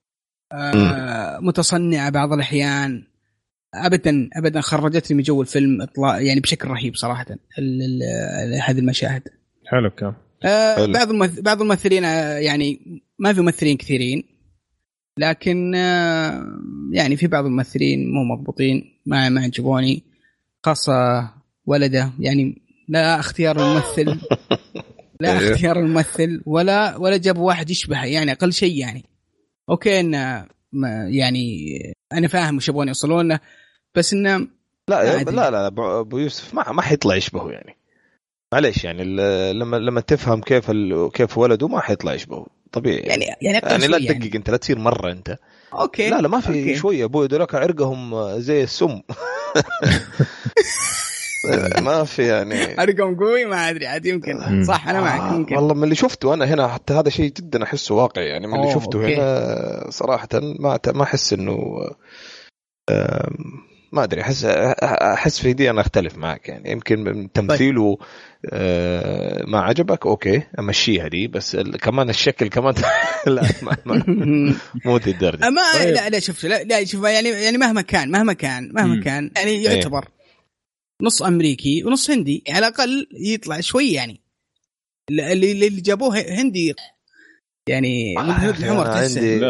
متصنعة بعض الأحيان. أبدا خرجتني من جو الفيلم إطلاق يعني بشكل رهيب صراحة. هذه المشاهد حلو كم. بعض الممثلين يعني ما في ممثلين كثيرين، لكن يعني في بعض الممثلين مو مضبوطين، ما عجبوني، خاصة ولده. يعني لا اختيار الممثل لا اختيار الممثل ولا جابوا واحد يشبهه يعني أقل شيء. يعني أوكي إن يعني أنا فاهم وش يبغون يوصلون له، بس إنه لا أبو يوسف ما حيطلع يشبهه يعني. معليش يعني لما تفهم كيف ولده ما حيطلع يشبهه طبيعي يعني لا تدقق يعني. انت لا تصير مرة انت اوكي لا ما في أوكي. شوية ابوي دولك عرقهم زي السم ما في يعني عرقهم قوي ما ادري عاد يمكن صح انا معك ممكن والله من اللي شفته انا هنا حتى هذا شيء جدا احسه واقعي يعني من اللي شفته أوكي. هنا صراحة ما احس انه ما ادري احس في دي انا اختلف معك يعني. يمكن تمثيله ما عجبك اوكي امشيها دي، بس كمان الشكل كمان لا مو ذي الدرجه. لا شوف لا شوف يعني مهما كان يعني يعتبر نص امريكي ونص هندي على الاقل يطلع شوي يعني. اللي جابوه هندي يعني مهد الحمر عندي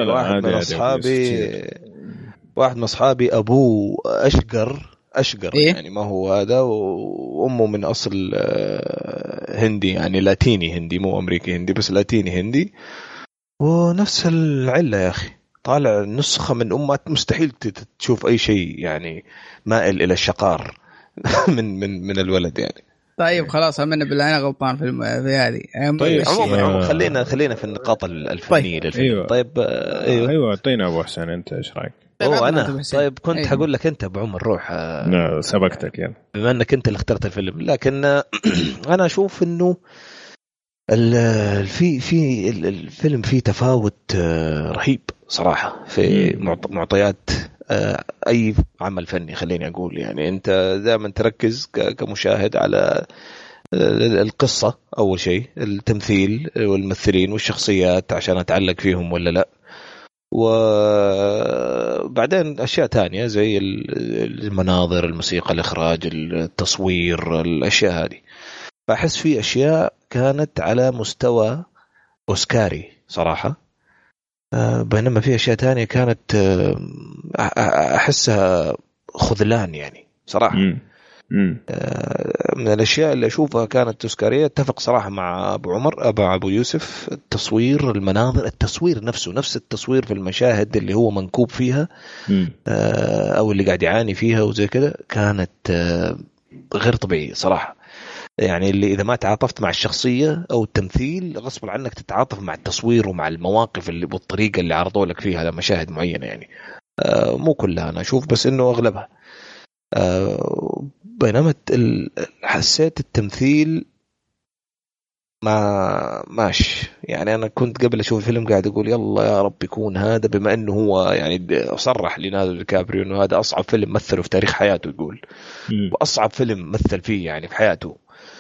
واحد من أصحابي أبوه أشقر إيه؟ يعني ما هو هذا، وأمه من أصل هندي يعني لاتيني هندي مو أمريكي هندي بس لاتيني هندي، ونفس العلة يا أخي. طالع نسخة من أمات مستحيل تشوف أي شيء يعني مائل إلى الشقار من الولد يعني. طيب خلاص أمنا بالله أنا غلطان في هذه. طيب عموما خلينا في النقاط الفنية للفيلم. أيوة. طيب أيوة طينا أبو حسين أنت إيش رأيك؟ أنا طيب كنت هقول لك أنت بعمر روح سبقتك يعني بما أنك أنت اللي اخترت الفيلم، لكن أنا أشوف إنه الفيلم فيه تفاوت رهيب صراحة في معطيات أي عمل فني. خليني أقول يعني أنت دائما تركز كمشاهد على القصة أول شيء، التمثيل والممثلين والشخصيات عشان أتعلق فيهم ولا لا، وبعدين أشياء تانية زي المناظر، الموسيقى، الإخراج، التصوير، الأشياء هذه. فأحس في أشياء كانت على مستوى أوسكاري صراحة، بينما في أشياء تانية كانت أحسها خذلان يعني صراحة. من الأشياء اللي أشوفها كانت أوسكارية. اتفق صراحة مع أبو يوسف، التصوير، المناظر، التصوير نفس التصوير في المشاهد اللي هو منكوب فيها أو اللي قاعد يعاني فيها وزي كده كانت غير طبيعية صراحة. يعني اللي إذا ما تعاطفت مع الشخصية أو التمثيل غصب عنك تتعاطف مع التصوير ومع المواقف اللي بالطريقة اللي عرضوا لك فيها على مشاهد معينة يعني. مو كلها أنا أشوف بس إنه أغلبها. بينما حسيت التمثيل ماشي يعني. أنا كنت قبل أشوف الفيلم قاعد أقول يلا يا رب يكون هذا، بما إنه هو يعني صرح ليوناردو دي كابريو إنه هذا أصعب فيلم مثله في تاريخ حياته، يقول وأصعب فيلم مثل فيه يعني في حياته.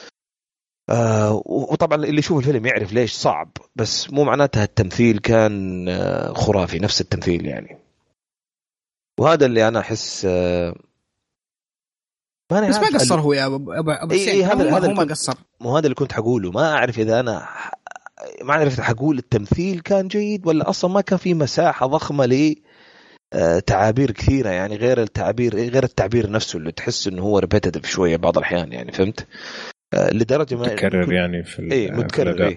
وطبعا اللي يشوف الفيلم يعرف ليش صعب، بس مو معناتها التمثيل كان خرافي نفس التمثيل يعني. وهذا اللي أنا أحس بس ما قصر هو يا أبو حسين. هذا هو ما قصر. مو هذا اللي كنت حقوله. ما أعرف إذا أنا ما عرفت حقول التمثيل كان جيد ولا أصلا ما كان في مساحة ضخمة تعابير كثيرة يعني غير التعبير نفسه اللي تحس إنه هو ريبيتيتيف شوية بعض الأحيان يعني فهمت لدرجة ما متكرر يعني في متكرر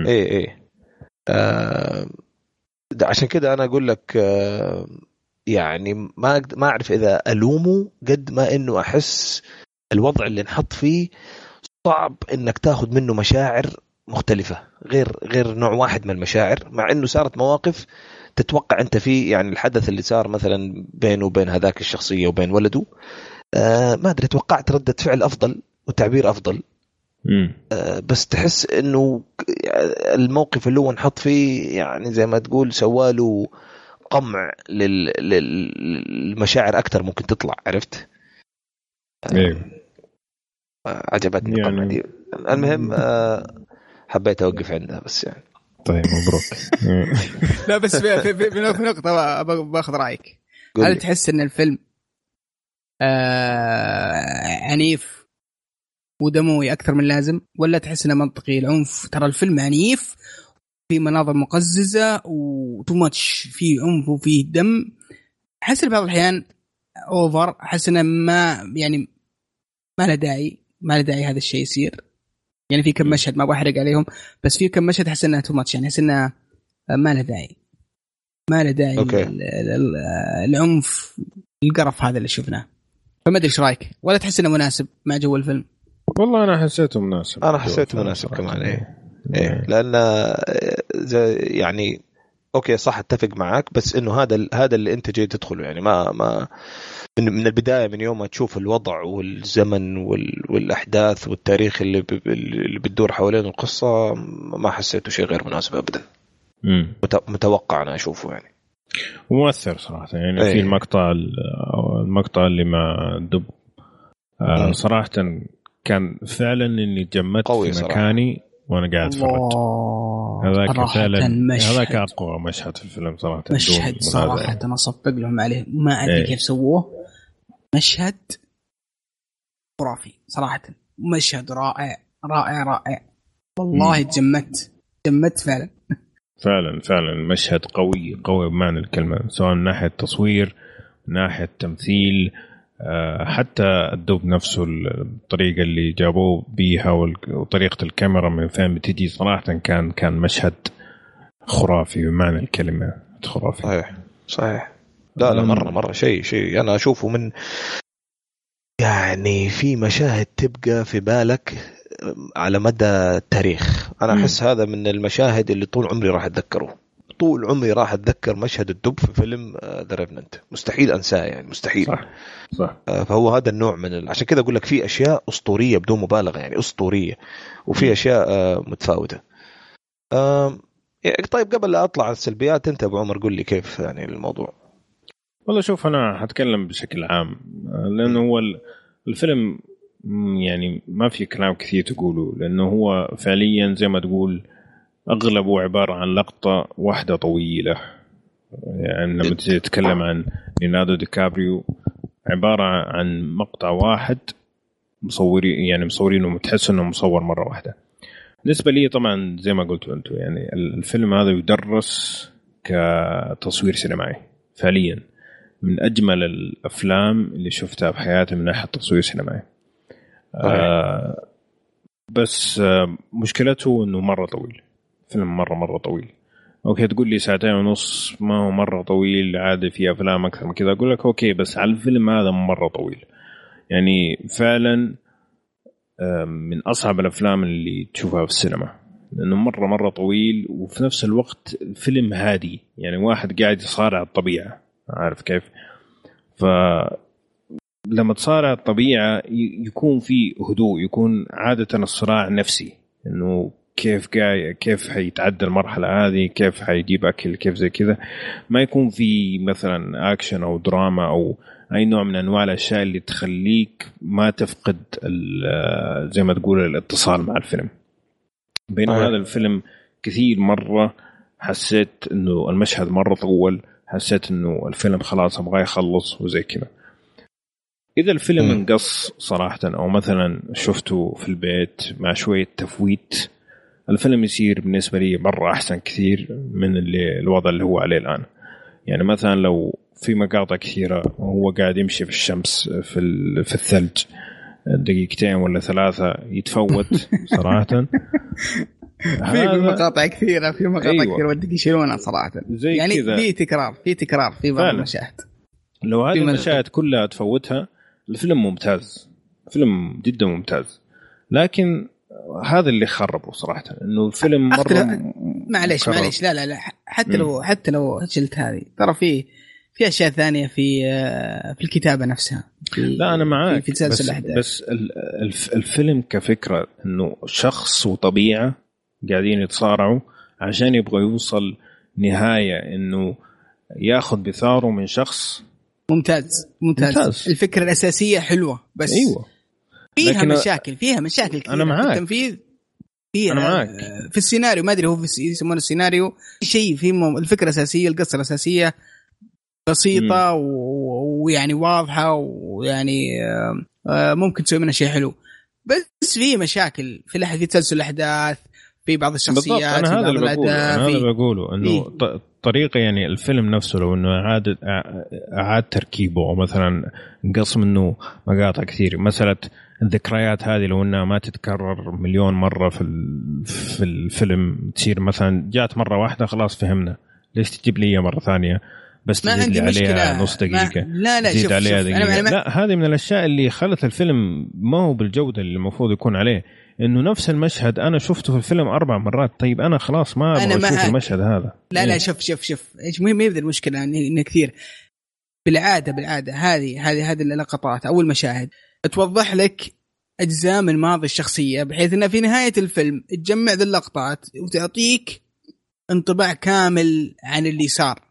عشان كده أنا أقول لك يعني ما أعرف إذا ألومه قد ما إنه أحس الوضع اللي نحط فيه صعب إنك تاخد منه مشاعر مختلفة غير نوع واحد من المشاعر مع إنه صارت مواقف تتوقع أنت فيه يعني الحدث اللي صار مثلا بينه وبين هذاك الشخصية وبين ولده ما أدري توقعت ردة فعل أفضل وتعبير أفضل بس تحس إنه الموقف اللي هو نحط فيه يعني زي ما تقول سواله قمع للمشاعر أكتر ممكن تطلع عرفت عجبتني يعني... دي المهم حبيت أوقف عندها بس يعني طيب مبروك لا بس في نقطة باخذ رأيك هل تحس إن الفيلم عنيف ودموي أكثر من لازم ولا تحس إنه منطقي العنف ترى الفيلم عنيف في مناظر مقززة وتوماتش فيه عنف وفيه دم أحس بعض الأحيان أوفر أحس إنه ما له داعي هذا الشيء يصير يعني في كم مشهد ما بحرق عليهم بس في كم مشهد أحس إنه توماتش يعني أحس إنه ما له داعي العنف القرف هذا اللي شفناه فما أدري إيش رأيك ولا تحس إنه مناسب مع جو الفيلم؟ والله أنا حسيته مناسب. أنا حسيته مناسب كمان إيه لأن يعني أوكي صح أتفق معك بس إنه هذا اللي أنت جاي تدخله يعني ما من البداية من يوم ما تشوف الوضع والزمن والأحداث والتاريخ اللي بتدور حوالين القصة ما حسيته شيء غير مناسب أبدا. متوقع أنا أشوفه يعني مؤثر صراحة يعني في المقطع اللي مع الدب صراحة كان فعلا إني جمدت في مكاني وأنا قاعد أتفرج. هذاك فعلا هذاك أقوى مشهد في الفيلم صراحة. مشهد صراحة أنا أصفق لهم عليه ما أدري كيف سووه. مشهد خرافي صراحة مشهد رائع رائع رائع والله جمدت فعلا مشهد قوي بمعنى الكلمة سواء من ناحية تصوير من ناحية تمثيل حتى الدب نفسه الطريقة اللي جابوه بيها وطريقة الكاميرا من فين بتجي صراحة كان مشهد خرافي بمعنى الكلمة خرافي. صحيح لا مرة شيء أنا أشوفه من يعني في مشاهد تبقى في بالك على مدى التاريخ. أنا أحس هذا من المشاهد اللي طول عمري راح أتذكر مشهد الدب في فيلم The Revenant مستحيل أنساه يعني مستحيل. صح. فهو هذا النوع من عشان كده أقول لك في أشياء أسطورية بدون مبالغة يعني أسطورية وفي أشياء متفاوتة. طيب قبل لا أطلع على السلبيات أنت أبو عمر قل لي كيف يعني الموضوع. والله شوف أنا هتكلم بشكل عام لأنه هو الفيلم يعني ما في كلام كثير تقوله لأنه هو فعليا زي ما تقول أغلبه عبارة عن لقطة واحدة طويلة. يعني لما تتكلم عن ليوناردو دي كابريو عبارة عن مقطع واحد مصورينه متحس إنه مصور مرة واحدة. بالنسبة لي طبعا زي ما قلتوا أنتوا يعني الفيلم هذا يدرس كتصوير سينمائي فعليا من أجمل الأفلام اللي شفتها بحياتي من ناحية تصوير سينمائي. بس مشكلته إنه مرة طويل فيلم مرة طويل. أوكي تقول لي 2.5 ساعة ما هو مرة طويل عادي في أفلام أكثر من كذا أقول لك أوكي بس على الفيلم هذا مرة طويل يعني فعلا من أصعب الأفلام اللي تشوفها في السينما لأنه مرة طويل وفي نفس الوقت الفيلم هادي يعني واحد قاعد يصارع الطبيعة عارف كيف. فلما تصارع الطبيعة يكون في هدوء يكون عادة الصراع نفسي إنه كيف حيتعدى المرحلة هذه كيف حيجيب أكل كيف زي كذا ما يكون في مثلا أكشن أو دراما أو أي نوع من أنواع الأشياء اللي تخليك ما تفقد زي ما تقول الاتصال مع الفيلم. بينما هذا الفيلم كثير مرة حسيت إنه المشهد مرة طول حسيت إنه الفيلم خلاص أبغى يخلص وزي كذا. إذا الفيلم انقص صراحة أو مثلا شفته في البيت مع شوية تفويت الفيلم يصير بالنسبة لي مرة أحسن كثير من الوضع اللي هو عليه الآن. يعني مثلا لو في مقاطع كثيرة وهو قاعد يمشي في الشمس في الثلج دقيقتين ولا 3 يتفوت صراحة. في مقاطع كثيرة كثيرة ودك يشيلونها صراحة يعني كذا. في تكرار في بعض المشاهد. لو هذه المشاهد كلها تفوتها الفيلم ممتاز، فيلم جدا ممتاز، لكن هذا اللي خربه صراحة إنه الفيلم مرة معليش لا حتى لو شلت هذه ترى في أشياء ثانية في الكتابة نفسها. لا أنا معاك في تسلسل الأحداث. بس الفيلم كفكرة إنه شخص وطبيعة قاعدين يتصارعوا عشان يبغى يوصل نهاية إنه ياخذ بثاره من شخص. ممتاز. الفكرة الأساسية حلوة بس أيوة. فيها مشاكل كثيرة. أنا معاك. التنفيذ فيها في السيناريو ما أدري هو يسمونه السيناريو شيء في الفكرة الأساسية القصة الأساسية بسيطة ويعني واضحة ويعني ممكن تسوي منها شيء حلو، بس فيه مشاكل في تسلسل الأحداث في بعض الشخصيات. أنا هذا اللي بقوله إنه طريقة يعني الفيلم نفسه لو إنه أعاد تركيبه أو مثلا قص منه مقاطع كثير. مثلا الذكريات هذه لو إنها ما تتكرر مليون مرة في الفيلم تصير مثلا جات مرة واحدة خلاص فهمنا، ليش تجيب لي مرة ثانية بس تزيد لي عليها نص دقيقة لا تزيد عليها دقيقة. لا هذه من الأشياء اللي خلت الفيلم ما هو بالجودة اللي المفروض يكون عليه. إنه نفس المشهد أنا شفته في الفيلم 4 مرات، طيب أنا خلاص ما أبغى أشوف المشهد هذا. لا شوف إيش مهم يبدأ المشكلة إن كثير بالعادة هذه اللقطات أو المشاهد توضح لك أجزاء من ماضي الشخصية بحيث إن في نهاية الفيلم تجمع ذي اللقطات وتعطيك انطباع كامل عن اللي صار.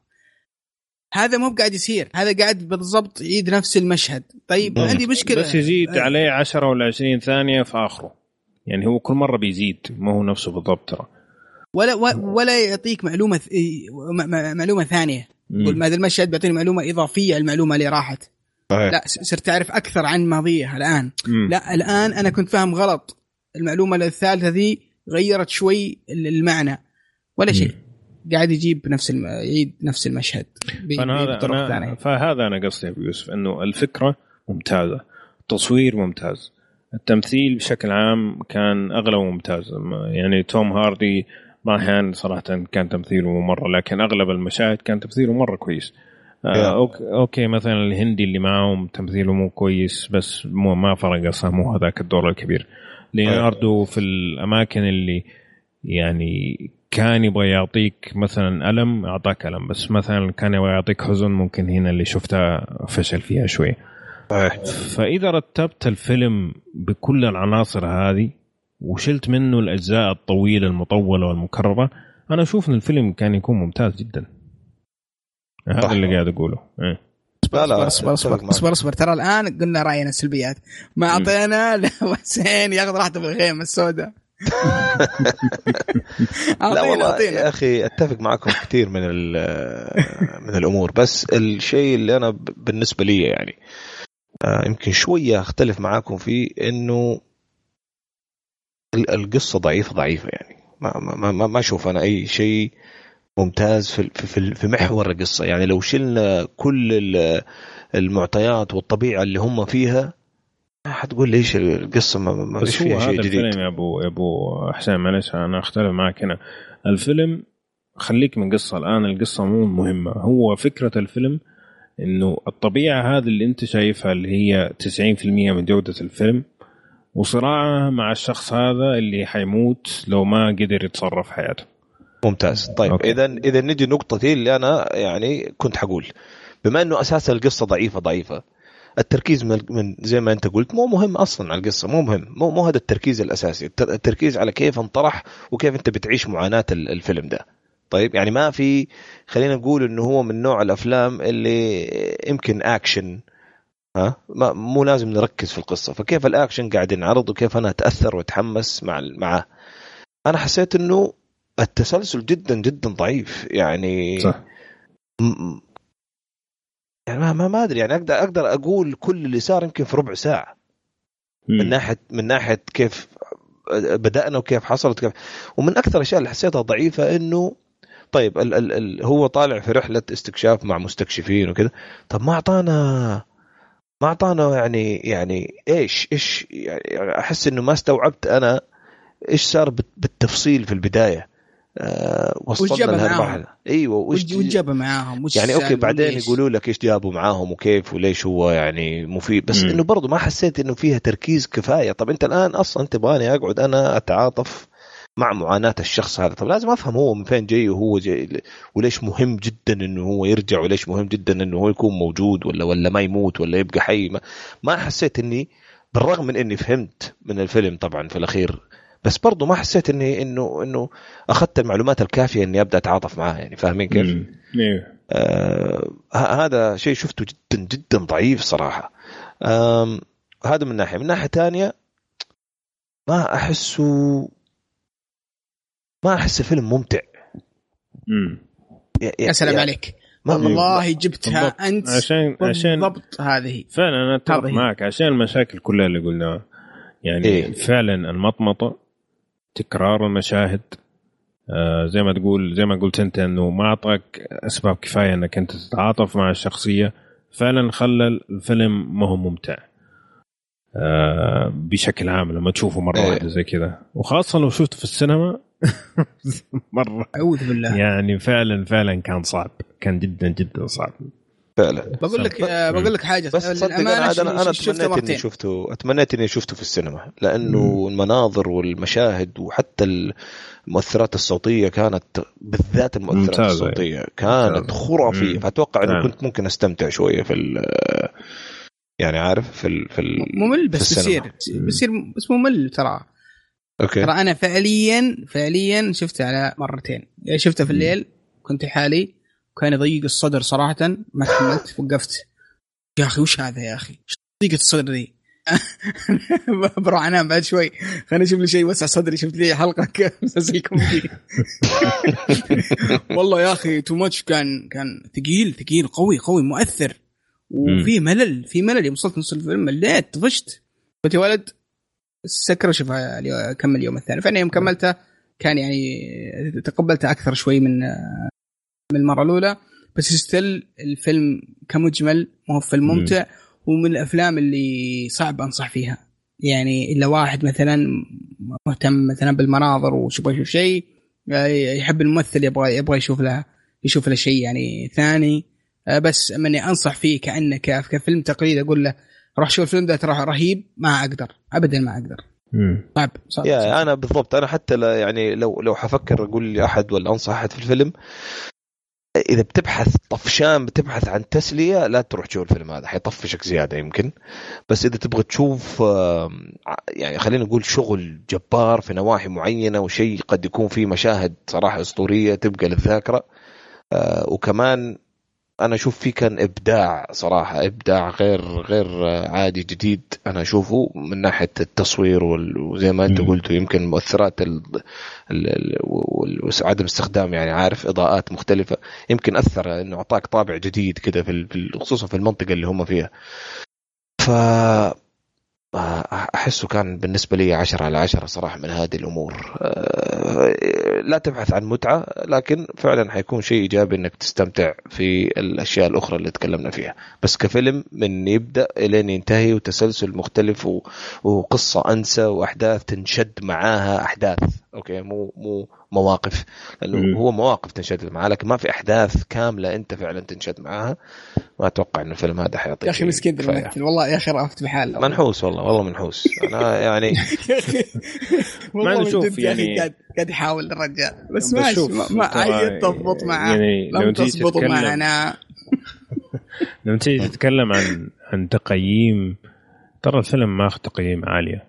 هذا مو قاعد يصير، هذا قاعد بالضبط يعيد نفس المشهد. طيب عندي مشكلة بس يزيد عليه 10 ولا 20 ثانية في آخره، يعني هو كل مرة بيزيد ما هو نفسه بالضبط ترى. ولا يعطيك معلومة ثانية. يقول هذا المشهد بيعطيني معلومة إضافية المعلومة اللي راحت. لا صرت تعرف أكثر عن ماضيها الآن. لا الآن أنا كنت فاهم غلط، المعلومة الثالثة ذي غيرت شوي المعنى ولا شيء. قاعد يجيب يعيد نفس المشهد بطرق ثانية. فهذا أنا قصدي أبو يوسف إنه الفكرة ممتازة، التصوير ممتاز، التمثيل بشكل عام كان أغلب ممتاز. يعني توم هاردي ما أحيانا صراحة كان تمثيله مرة، لكن أغلب المشاهد كان تمثيله مرة كويس. أوكي مثلا الهندي اللي معهم تمثيله مو كويس بس ما فرق أصلا، مو هذاك الدور الكبير. ليناردو في الأماكن اللي يعني كان يبغى يعطيك مثلا ألم أعطاك ألم، بس مثلا كان يبغى يعطيك حزن ممكن هنا اللي شفتها فشل فيها شوي. فإذا رتبت الفيلم بكل العناصر هذه وشلت منه الأجزاء الطويلة المطولة والمكررة، أنا أشوف أن الفيلم كان يكون ممتاز جدا. هذا اللي قاعد أقوله. اصبر ترى الآن قلنا رأينا السلبيات، ما أعطينا لحسين ياخذ راحته بالخيمة السوداء. لا والله يا أخي أتفق معكم كثير من الأمور، بس الشيء اللي أنا بالنسبة لي يعني يمكن شوية أختلف معاكم فيه إنه القصة ضعيفة يعني ما أشوف أنا أي شيء ممتاز في محور القصة. يعني لو شلنا كل المعطيات والطبيعة اللي هم فيها حتقول ليش القصة ما فيش فيها شيء جديد. الفيلم يا أبو حسين معلش أنا أختلف معك هنا. الفيلم خليك من قصة الآن، القصة مو مهمة، هو فكرة الفيلم إنه الطبيعة هذه اللي أنت شايفها اللي هي 90% من جودة الفيلم، وصراعه مع الشخص هذا اللي حيموت لو ما قدر يتصرف حياته. ممتاز. طيب إذا نجي نقطتي اللي أنا يعني كنت حقول، بما إنه أساس القصة ضعيفة، التركيز من زي ما أنت قلت مو مهم أصلا على القصة، مو مهم، مو هذا التركيز الأساسي. التركيز على كيف انطرح وكيف أنت بتعيش معاناة الفيلم ده. طيب يعني ما في، خلينا نقول إنه هو من نوع الأفلام اللي يمكن أكشن، مو لازم نركز في القصة، فكيف الأكشن قاعد ينعرض وكيف أنا أتأثر وأتحمس معه. أنا حسيت إنه التسلسل جدا جدا ضعيف يعني. صح. يعني ما أدري يعني أقدر أقول كل اللي صار يمكن في ربع ساعة من ناحية كيف بدأنا وكيف حصلت ومن أكثر الأشياء اللي حسيتها ضعيفة إنه طيب هو طالع في رحلة استكشاف مع مستكشفين وكذا، طب ما أعطانا يعني إيش يعني أحس إنه ما استوعبت أنا إيش صار بالتفصيل في البداية. وصلنا لهالمرحلة. أيوة وش جابوا معاهم يعني أوكي بعدين يقولوا لك إيش جابوا معاهم وكيف وليش هو يعني مفيد، بس إنه برضو ما حسيت إنه فيها تركيز كفاية. طب أنت الآن أصلا تبغاني أقعد أنا أتعاطف مع معاناة الشخص هذا، طب لازم أفهم هو من فين جاي وهو جاي وليش مهم جدا إنه هو يرجع، وليش مهم جدا إنه هو يكون موجود ولا ما يموت ولا يبقى حي. ما حسيت إني بالرغم من إني فهمت من الفيلم طبعا في الأخير، بس برضو ما حسيت إنه أخذت المعلومات الكافية إني أبدأ أتعاطف معها. يعني فاهمين كيف؟ هذا شيء شفته جدا جدا ضعيف صراحة. هذا من ناحية تانية ما أحس الفيلم ممتع. يا سلام عليك والله جبتها أنت عشان ضبط هذه فعلا. أنا أتفق معك عشان المشاكل كلها اللي قلناها يعني فعلا المطمطة، تكرار المشاهد، زي ما قلت أنت إنه ما أعطاك أسباب كفاية إنك أنت تتعاطف مع الشخصية، فعلا خلى الفيلم ما هو ممتع بشكل عام لما تشوفه مرة واحدة زي كذا، وخاصة لو شفته في السينما مرة أعوذ بالله. يعني فعلا كان صعب، كان جدا جدا صعب فعلا. بقول لك حاجة بس أنا أتمنيت إني شفته في السينما، لأنه المناظر والمشاهد وحتى المؤثرات الصوتية كانت بالذات المؤثرات الصوتية كانت خرافية، فأتوقع إنه كنت ممكن أستمتع شوية في يعني عارف في ممل بس بيصير بس ممل ترى. أوكي. ترى أنا فعليا شفته على مرتين، يعني شفته في الليل كنت حالي كان يضيق الصدر صراحة، ما كملت وقفت يا أخي وش هذا يا أخي ضيقة الصدر دي بروح أنام بعد شوي، خليني أشوف لي شيء وسع صدري. شفت لي حلقة مسلسل كوميدي والله يا أخي تو ماتش، كان ثقيل قوي مؤثر، وفي ملل يوم وصلت نص الفيلم مليت طفشت، قلت يا ولد سكر وشوفها كمل اليوم الثاني. فأنا يوم كملته كان يعني تقبلته أكثر شوي من المرة الأولى، بس ستيل الفيلم كمجمل ما هو فيلم ممتع، ومن الأفلام اللي صعب أنصح فيها يعني إلا واحد مثلا مهتم مثلا بالمناظر وشبه يشوف شيء، يحب الممثل يبغى يشوف له شيء يعني ثاني. بس مني أنصح فيه كأنك كفيلم تقليد أقول له روح شوف الفيلم ده ترى رهيب، ما أقدر أبدا ما أقدر. صعب يا أنا بالضبط. أنا حتى يعني لو حفكر أقول لي أحد ولا أنصح أحد في الفيلم، إذا بتبحث بتبحث عن تسلية لا تروح تشوف الفيلم هذا، حيطفشك زيادة يمكن. بس إذا تبغى تشوف يعني خلينا نقول شغل جبار في نواحي معينة وشيء قد يكون فيه مشاهد صراحة أسطورية تبقى للذاكرة، وكمان أنا أشوف فيه كان إبداع صراحة، إبداع غير عادي جديد أنا أشوفه من ناحية التصوير وزي ما أنت قلت يمكن مؤثرات وعدم استخدام يعني عارف إضاءات مختلفة يمكن أثر إنه أعطاك طابع جديد كده خصوصا في المنطقة اللي هم فيها. أحسه كان بالنسبة لي 10/10 صراحة من هذه الأمور. لا تبحث عن متعة، لكن فعلا حيكون شيء إيجابي إنك تستمتع في الأشياء الأخرى اللي تكلمنا فيها. بس كفيلم من يبدأ إلين ينتهي وتسلسل مختلف وقصة أنسى وأحداث تنشد معاها أحداث، أوكي مو مواقف، لأنه هو مواقف تنشد معها لكن ما في أحداث كاملة أنت فعلا تنشد معاها. ما أتوقع إن الفيلم هذا حيعطيك يا أخي مسكين الممثل والله يا أخي رأفت بحاله منحوس والله منحوس. أنا يعني ما نشوف يعني قاعد يحاول الرجال بس ما عايز تضبط معه يعني لم تضبط معنا. لما تيجي تتكلم عن تقييم، ترى الفيلم ما أخذ تقييم عالية.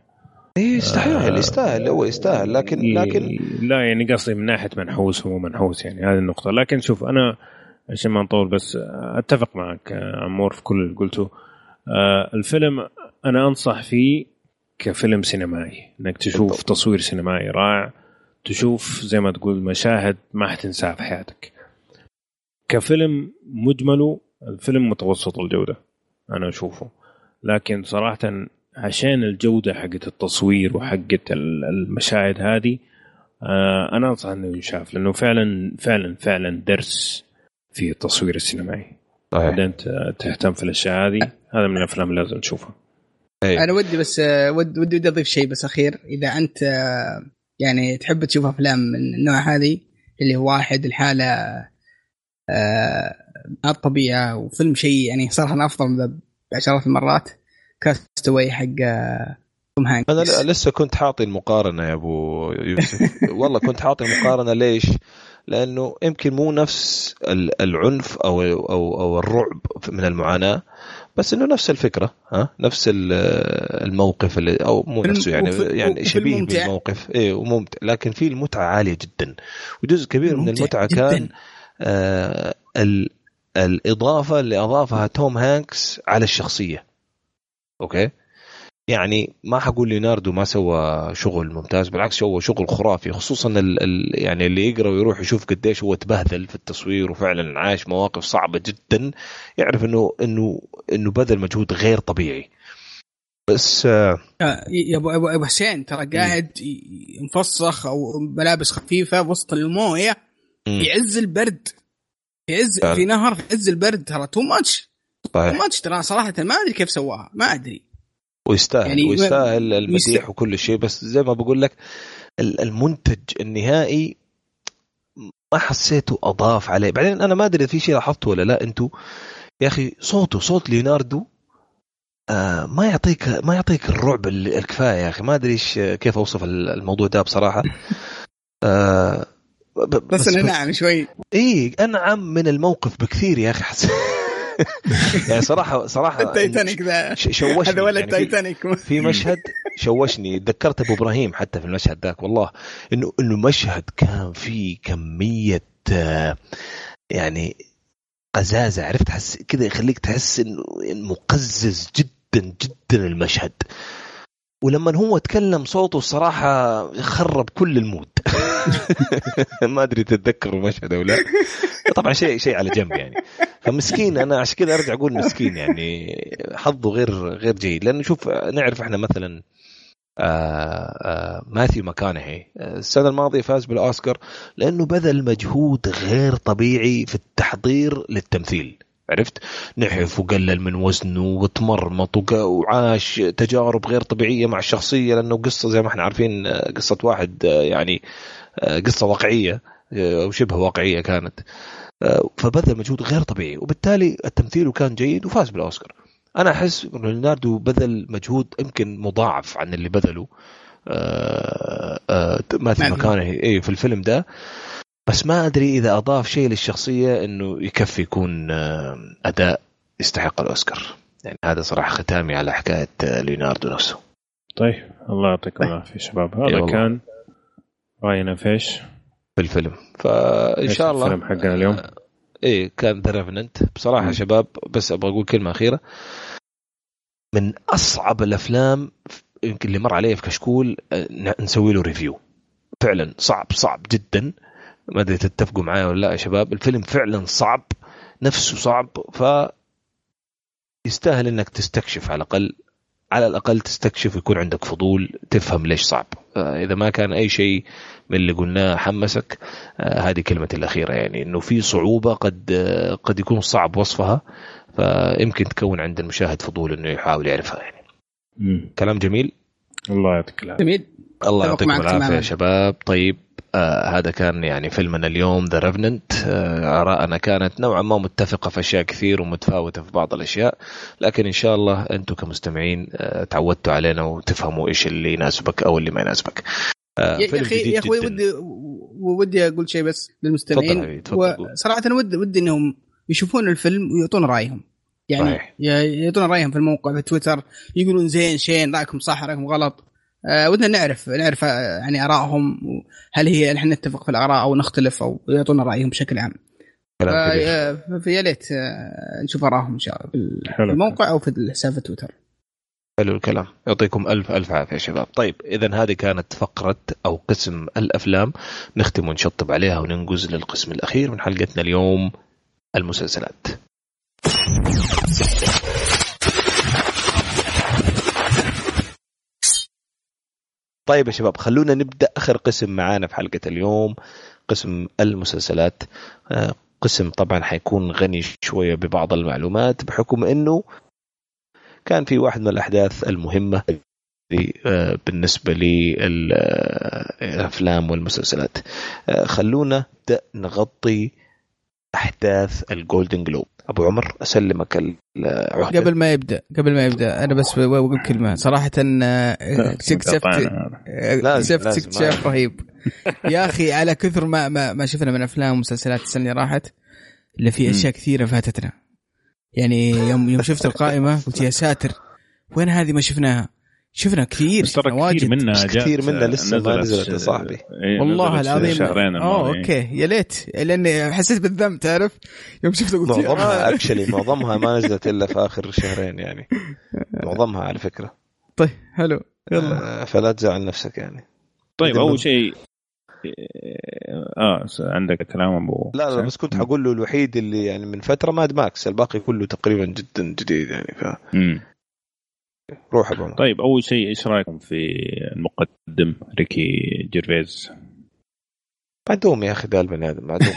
يستاهل لكن لا يعني قصدي من ناحية منحوس هو منحوس يعني هذه النقطة. لكن شوف أنا عشان ما نطول بس أتفق معك عمور في كل اللي قلته. الفيلم أنا أنصح فيه كفيلم سينمائي، إنك تشوف تصوير سينمائي رائع، تشوف زي ما تقول مشاهد ما حتنساها في حياتك. كفيلم مجمله الفيلم متوسط الجودة أنا أشوفه، لكن صراحة عشان الجودة حقت التصوير وحقت المشاهد هذه انا انصح انه يشاف لانه فعلا فعلا فعلا درس في التصوير السينمائي. اذا انت تهتم في الاشياء هذه، هذا من الافلام اللي لازم تشوفها. انا ودي بس ودي اضيف شيء بس اخير. اذا انت يعني تحب تشوف افلام من النوع هذه اللي هو واحد الحاله الطبيعه وفيلم شيء يعني صراحه أنا افضل من بعشرات المرات كاستوي حق توم هانكس. انا لسه كنت حاطي المقارنه يا ابو يوسف. والله كنت حاطي المقارنه. ليش؟ لانه يمكن مو نفس العنف او الرعب من المعاناه، بس انه نفس الفكره، نفس الموقف اللي او مو نفسه يعني شبيه بالموقف، ايه وممتع، لكن فيه المتعه عاليه جدا. وجزء كبير من المتعه كان الاضافه اللي اضافها توم هانكس على الشخصيه. اوكي، يعني ما حقول ليوناردو ما سوى شغل ممتاز، بالعكس هو شغل خرافي، خصوصا يعني اللي يقرأ ويروح يشوف قديش هو تبهدل في التصوير وفعلا عاش مواقف صعبة جدا، يعرف انه بذل مجهود غير طبيعي. بس يا ابو حسين ترى قاعد مفسخ او ملابس خفيفة وسط المويه في عز البرد، في نهر في عز البرد، ترى تو ماتش ترى صراحة ما ادري كيف سواها، ما ادري. ويستاهل المديح وكل شيء، بس زي ما بقول لك المنتج النهائي ما حسيته أضاف عليه. بعدين أنا ما أدري في شيء لاحظته ولا لا أنتوا يا أخي، صوت ليوناردو ما يعطيك الرعب الكفاية يا أخي. ما أدري كيف أوصف الموضوع ده بصراحة. بس أنا نعم شوي أنعم من الموقف بكثير يا أخي. يعني صراحة التايتانيك ذا شوشني، هذا ولا التايتانيك في مشهد شوشني، تذكرت أبو إبراهيم حتى في المشهد ذاك، والله إنه مشهد كان فيه كمية يعني قزازة، عرفت تحس كذا، يخليك تحس إنه مقزز جدا جدا المشهد. ولما هو تكلم صوته الصراحة خرب كل المود. ما أدري تتذكر المشهد أو لا، طبعا شيء على جنب يعني. فمسكين أنا عشان كذا أرجع أقول مسكين، يعني حظه غير جيد. لأنه شوف نعرف إحنا مثلا ماثيو ماكونهي السنة الماضية فاز بالأوسكار لأنه بذل مجهود غير طبيعي في التحضير للتمثيل، عرفت، نحف وقلل من وزنه وتمرمط وعاش تجارب غير طبيعية مع الشخصية، لأنه قصة زي ما احنا عارفين قصة واحد يعني قصة واقعية أو شبه واقعية كانت، فبذل مجهود غير طبيعي، وبالتالي التمثيل كان جيد وفاز بالأوسكار. أنا أحس إن ليوناردو بذل مجهود يمكن مضاعف عن اللي بذله ماثيو ماكونهي في الفيلم ده، بس ما أدري إذا أضاف شيء للشخصية إنه يكفي يكون أداء يستحق الأوسكار. يعني هذا صراحة ختامي على حكاية ليوناردو نفسه. طيب الله يعطيكم العافية شباب، هذا كان رأينا فيش في الفيلم. فإن شاء الله الفيلم حقنا اليوم كان ذا ريفننت بصراحة شباب. بس أبغى أقول كلمة أخيرة، من أصعب الأفلام يمكن اللي مر عليه في كشكول نسوي له ريفيو. فعلا صعب جدا، ما أدري تتفقوا معايا ولا لا يا شباب. الفيلم فعلا صعب، نفسه صعب، يستاهل انك تستكشف على الأقل تستكشف، يكون عندك فضول تفهم ليش صعب. إذا ما كان أي شيء من اللي قلناه حمسك، هذه كلمة الأخيرة، يعني إنه في صعوبة قد يكون صعب وصفها، فيمكن تكون عند المشاهد فضول إنه يحاول يعرفها يعني. كلام جميل، الله يعطيك العافية. جميل، الله يعطيكم العافية يا شباب. طيب هذا كان يعني فيلمنا اليوم ذا ريفننت. آراءنا كانت نوعا ما متفقة في أشياء كثير ومتفاوتة في بعض الأشياء، لكن إن شاء الله أنتم كمستمعين تعودتوا علينا وتفهموا إيش اللي يناسبك أو اللي ما يناسبك. يا أخوي ودي أقول شيء بس للمستمعين. وصراحة ودي إنهم يشوفون الفيلم ويعطون رأيهم، يعني يعطون رأيهم في الموقع في تويتر، يقولون زين شين، رأيكم صح رأيكم غلط. ودنا نعرف يعني آرائهم، هل هي نحن نتفق في الآراء أو نختلف، أو يعطونا رأيهم بشكل عام. فيا ليت نشوف آرائهم إن شاء الله في الموقع أو في الحساب في تويتر. حلو الكلام، يعطيكم ألف عافية يا شباب. طيب إذن هذه كانت فقرة أو قسم الأفلام، نختم ونشطب عليها وننجز للقسم الأخير من حلقتنا اليوم، المسلسلات. طيب يا شباب، خلونا نبدأ آخر قسم معانا في حلقة اليوم، قسم المسلسلات. قسم طبعا حيكون غني شوية ببعض المعلومات بحكم أنه كان في واحد من الأحداث المهمة بالنسبة للأفلام والمسلسلات. خلونا نبدأ نغطي أحداث الجولدن جلوب. أبو عمر أسلمك العهدة. قبل ما يبدأ أنا بس بقول كلمة صراحة. اكتشفت شيء رهيب يا أخي، على كثر ما شفنا من أفلام ومسلسلات السنة اللي راحت اللي في أشياء كثيرة فاتتنا. يعني يوم شفت القائمة قلت يا ساتر وين هذه ما شفناها. شفنا كثير كثير منها لسه ما نزلت يا صاحبي. والله العظيم. اوكي يا ليت، لاني حسيت بالذنب تعرف يوم شفت قلت معظمها معظمها ما نزلت الا في اخر شهرين يعني، معظمها على فكرة. طيب حلو يلا. فلا تزعل نفسك يعني. طيب اول شيء عندك كلام ابو؟ لا بس كنت حقول له الوحيد اللي يعني من فترة ماد ماكس، الباقي كله تقريبا جدا جديد يعني. روح أبو. طيب أول شيء إيش رأيكم في المقدم ريكي جيرفيز؟ معدوم يا أخي، ده البني آدم معدوم.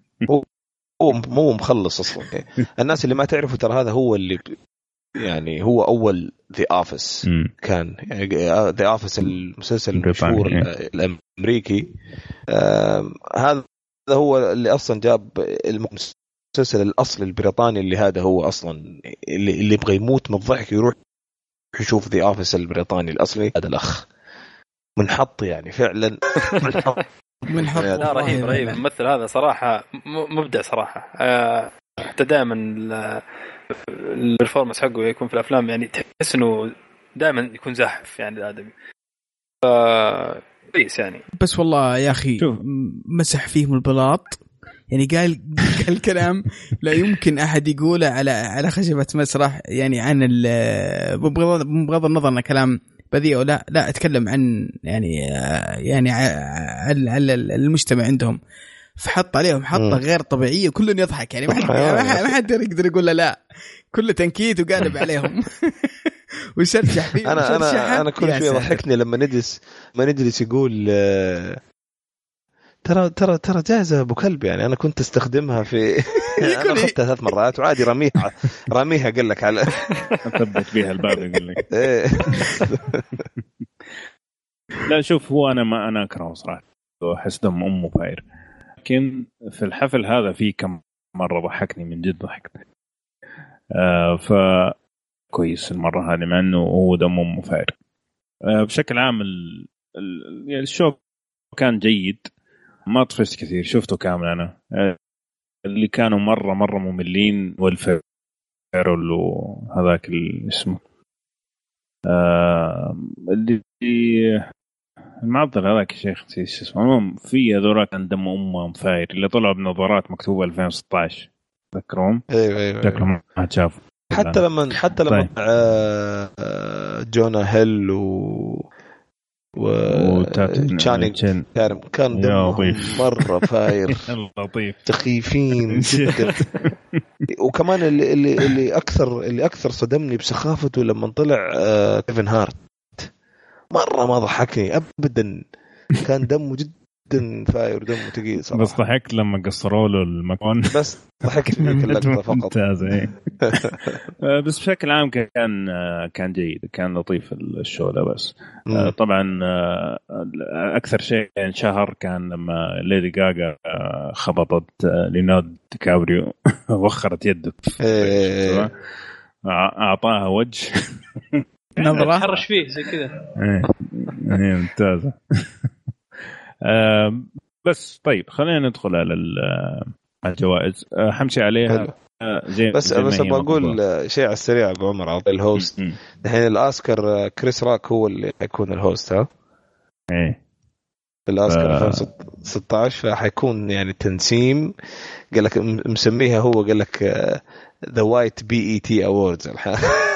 هو مخلص أصلا. الناس اللي ما تعرفوا ترى هذا هو اللي يعني هو أول The Office كان يعني The Office المسلسل المشهور الأمريكي. هذا هو اللي أصلا جاب المسلسل الأصلي البريطاني اللي هذا هو أصلا اللي يبغى يموت من الضحك يروح يشوف The Office البريطاني الأصلي. هذا الأخ منحط يعني فعلا منحط. لا رهيب الممثل هذا صراحة مبدع صراحة. حتى دائما البرفورمانس حقه يكون في الأفلام يعني تحس إنه دائما يكون زاحف يعني الآدمي. كويس يعني. بس والله يا أخي مسح فيهم البلاط يعني، قال كلام لا يمكن أحد يقوله على خشبة مسرح يعني. عن بغض النظر عن كلام بذيء ولا لا، أتكلم عن يعني على المجتمع عندهم، فحط عليهم حطة غير طبيعية، كلهم يضحك يعني، ما حد يقدر يقول لا، كله تنكيت وقالب عليهم. ويشرشح فيه. أنا كل شيء ضحكني لما ندرس يقول ترى جاهزة أبو كلب يعني. أنا كنت استخدمها في أنا أخذتها 3 مرات وعادي رميها قال لك على أثبت فيها الباب يقول لك. لا شوف، هو أنا أكره صراحة، أحس دم أمه فاير، لكن في الحفل هذا فيه كم مرة ضحكني من جد ضحكت. فكويس المرة هذه مع أنه هو دم أمه فاير. بشكل عام الشو كان جيد، ما طفشت كثير، شفته كامل أنا. اللي كانوا مرة مملين والفيرول وهذاك اسمه اللي المعضل هذاك الشيخ ايش اسمه، في هذول كان دم أمهم فاير اللي طلعوا بنظارات مكتوبة 2016 تذكرهم؟ ايوه شكلهم ما تشافوا. حتى لما طيب. جونا هيل وتشانينج كان دمهم مرة فاير لطيف تخيفين جدا. وكمان اللي أكثر صدمني بسخافته لما طلع كيفن هارت، مرة ما ضحكني أبدا، كان دمه جدا فاير، دمه تقيل صراحة. بس ضحكت لما قصروا له المكان، بس ضحكت في اللقطة فقط. ممتازة. بس بشكل عام كان جيد، كان لطيف الشو ده. بس طبعا أكثر شيء انشهر كان لما ليدي غاغا خبطت ليوناردو دي كابريو وخرت يده، أعطاها وجه نظرة حرش فيه زي كذا. ممتازة. بس طيب خلينا ندخل على الجوائز. حمشي عليها زي بس بقول شيء على السريع أبو عمر على الهوست. الحين الأوسكار كريس راك هو اللي يكون الهوست. ايه الأوسكار 2016 فحيكون يعني تنسيم، قال لك مسميها هو، قال لك The White BET Awards الحين.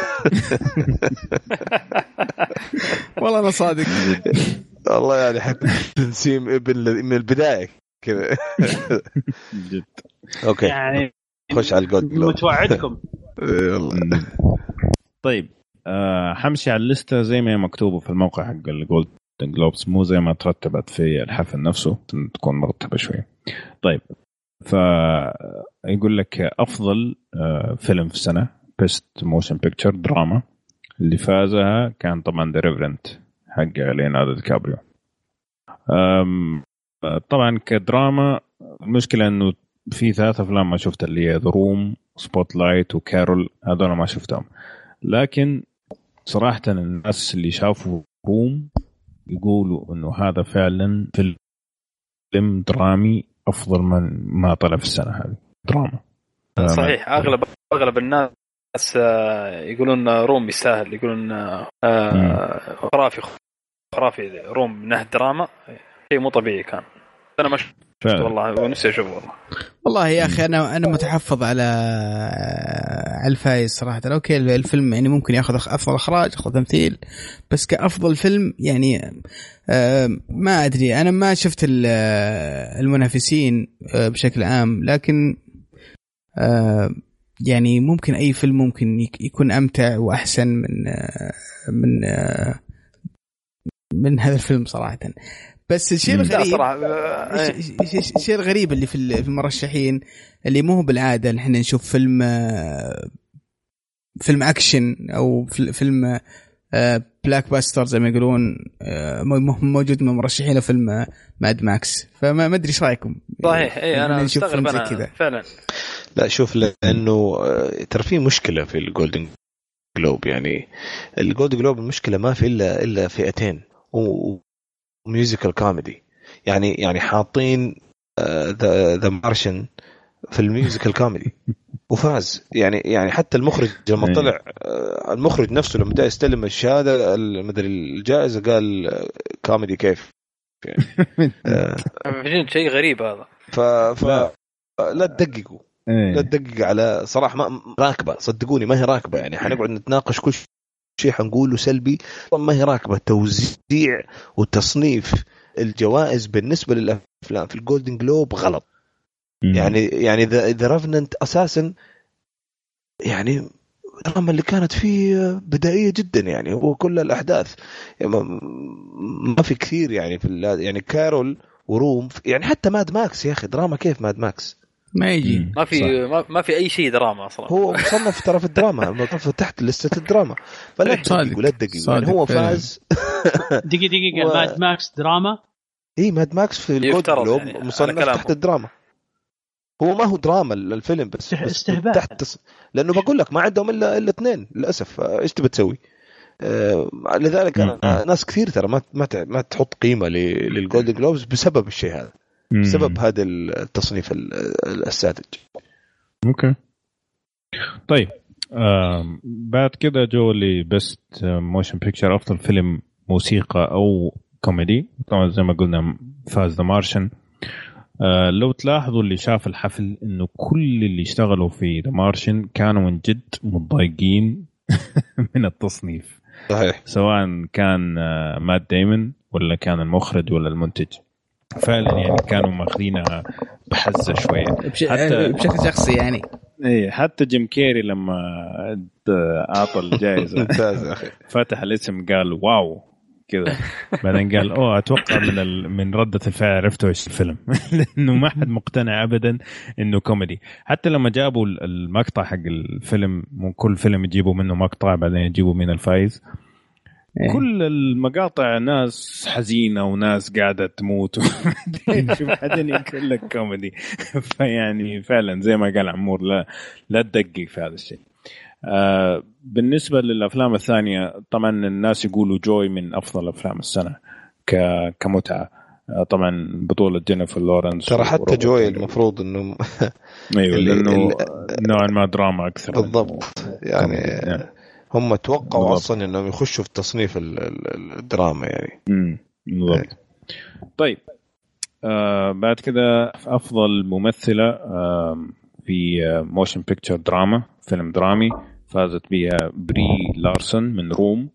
والله أنا صادق والله يعني حتى تنسيم ابن من البداية كذا. جد. أوكي يعني خش على الجود متوعدكم. والله. طيب حمشي على الليستة زي ما هي مكتوبة في الموقع حق الجولد جلوبز مو زي ما ترتبت في الحفل نفسه، تكون مرتبة شوية. طيب فيقول لك أفضل فيلم في السنة Best Motion Picture دراما، اللي فازها كان طبعا The Revenant حق ليوناردو دي كابريو. طبعا كدراما المشكلة أنه في 3 أفلام ما شفتها، اللي هي The Room Spotlight وكارول، هذول ما شفتهم. لكن صراحة الناس اللي شافوا روم يقولوا أنه هذا فعلا فيلم درامي أفضل من ما طلع في السنة هذه دراما. صحيح. أغلب الناس يقولون روم يستاهل، يقولون خرافي روم من ناحية دراما، شيء مو طبيعي كان. أنا مش والله ونفسي أشوفه والله يا أخي. أنا متحفظ على الفايز صراحة. أوكي الفيلم يعني ممكن يأخذ أفضل إخراج، أخذ تمثيل، بس كأفضل فيلم يعني ما أدري. أنا ما شفت المنافسين بشكل عام، لكن يعني ممكن أي فيلم ممكن يكون أمتع وأحسن من هذا الفيلم صراحة. بس الشيء الغريب اللي في المرشحين اللي مو بالعادة نحن نشوف فيلم أكشن أو فيلم بلاك باستر زي ما يقولون موجود من مرشحين لفيلم ماد ماكس. فما أدري إيش رأيكم؟ صحيح. أنا استغرب أنا كذا فعلا. لا شوف، لأنه ترى في مشكلة في الجولدن جلوب. يعني الجولدن جلوب المشكلة ما في إلا فئتين، وميوزيكال كوميدي. يعني حاطين ذا مارشن في الميوزيكال كوميدي وفاز. يعني حتى المخرج لما طلع، المخرج نفسه لما جاء يستلم الشهادة المدري الجائزة قال كوميدي كيف يعني شيء غريب هذا. لا تدققوا، لا تدقق على صراحة ما راكبة، صدقوني ما هي راكبة. يعني حنقعد نتناقش كل شيء حنقوله سلبي، ما هي راكبة. توزيع وتصنيف الجوائز بالنسبة للأفلام في الجولدن جلوب غلط. يعني ذا ريفننت أساسا يعني الدراما اللي كانت فيه بدائية جدا، يعني هو كل الأحداث يعني ما في كثير يعني يعني كارول وروم. يعني حتى ماد ماكس يا أخي دراما كيف ماد ماكس ما يجي، ما في أي شيء دراما أصلا. هو مصنف ترى في الدراما تحت لستة الدراما. فلا تدقق يعني هو فاز. دقيقة ماد ماكس دراما. إيه ماد ماكس في الجولدن جلوب يعني مصنف تحت الدراما. هو ما هو دراما الفيلم بس تحت، لأنه بقول لك ما عندهم إلا 2 للأسف. إيش تبي تسوي؟ لذلك ناس كثير ترى ما تحط قيمة للجولدن جلوبز بسبب الشيء هذا، بسبب هذا التصنيف الساذج. اوكي طيب بعد كده جو لي بيست موشن بيكتشر، افضل فيلم موسيقى او كوميدي. طبعا زي ما قلنا فاز ذا مارشن. لو تلاحظوا اللي شاف الحفل انه كل اللي اشتغلوا في ذا مارشن كانوا من جد متضايقين من التصنيف. صحيح. سواء كان مات دايمون ولا كان المخرج ولا المنتج، فعلا يعني كانوا ماخذينها بحزة شوية بشكل شخصي يعني. ايه حتى جيم كيري لما اعطى الجائزة فتح الاسم قال واو كذا، بعدين قال اتوقع من ردة الفعل عرفتوا ايش الفيلم لانه ما حد مقتنع ابدا انه كوميدي. حتى لما جابوا المقطع حق الفيلم، من كل فيلم يجيبوا منه مقطع بعدين يجيبوا من الفايز، كل المقاطع ناس حزينة وناس قاعدة تموت شوف بعدين يقول لك كوميدي. فيعني فعلا زي ما قال عمور لا تدقق في هذا الشيء. بالنسبة للأفلام الثانية طبعا الناس يقولوا جوي من أفضل أفلام السنة كمتعة. طبعا بطولة جينيفر لورنس. ترى حتى جوي المفروض إنه أيوة لأنه نوعا ما دراما أكثر بالضبط. يعني هم توقعوا أصلا إنهم يخشوا في تصنيف الدراما يعني. بالضبط. طيب بعد كده أفضل ممثلة في موشن بيكتشر دراما، فيلم درامي، فازت بها بري لارسون من روم.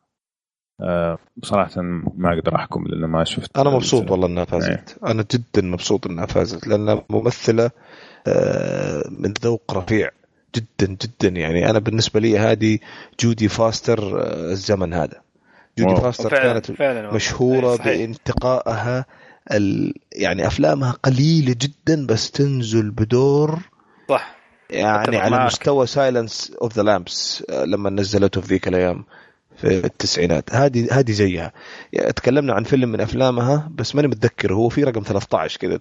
بصراحة ما أقدر أحكم لأنه ما شفت. أنا مبسوط والله إنها فازت. أنا جدا مبسوط إنها فازت لأنها ممثلة من ذوق رفيع جدا جدا. يعني أنا بالنسبة لي هذه جودي فاستر الزمن هذا. جودي فاستر كانت فعلا مشهورة بانتقائها يعني أفلامها قليلة جدا بس تنزل بدور صح يعني على مستوى سايلنس اوف ذا لامبس لما نزلته في ذيك الأيام في التسعينات. هذه زيها. يعني تكلمنا عن فيلم من أفلامها بس ماني متذكر، هو في رقم 13 كده.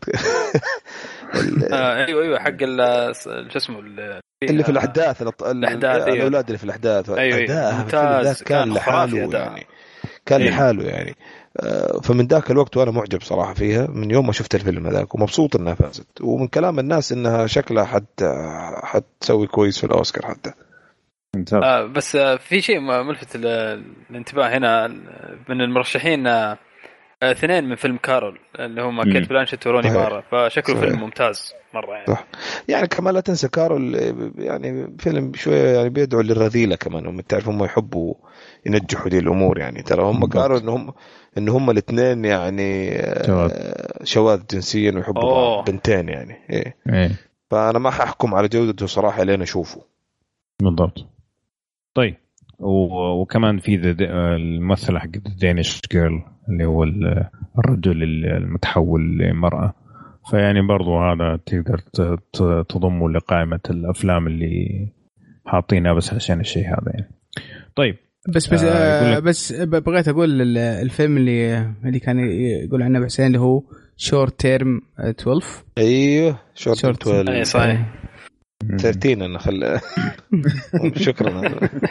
ايوه حق شو اسمه اللي في الأحداث الأولاد اللي في الأحداث. أداءها كان لحاله يعني كان لحاله يعني. فمن ذاك الوقت وأنا معجب صراحة فيها من يوم ما شفت الفيلم هذاك، ومبسوط إنها فازت، ومن كلام الناس إنها شكلها حتسوي كويس في الأوسكار حتى. بس في شيء ملفت الانتباه هنا من المرشحين، اثنين من فيلم كارول اللي هم كيت بلانشيت وروني مارا، فشكله صحيح. فيلم ممتاز مرة يعني. صح. يعني كمان لا تنسى كارول يعني فيلم شوية يعني بيدعو للرذيلة كمان، هم تعرف هم يحبوا ينجحوا دي الأمور يعني. ترى هم كارول إن هم الاثنين يعني شواذ جنسيا ويحبوا بنتين يعني. إيه. فأنا ما ححكم على جودته صراحة لين أشوفه. بالضبط. طيب وكمان في الممثل حق دانيش جيرل اللي هو الرجل المتحول لمرأة، فيعني برضو هذا تقدر تضمه لقائمة الأفلام اللي حاطينها بس عشان الشيء هذا يعني. طيب بس بغيت أقول الفيلم اللي كان يقول عنه حسين اللي هو شورت تيرم 12. أيوه شورت 12. أي صحيح. 13 أنا شكرا.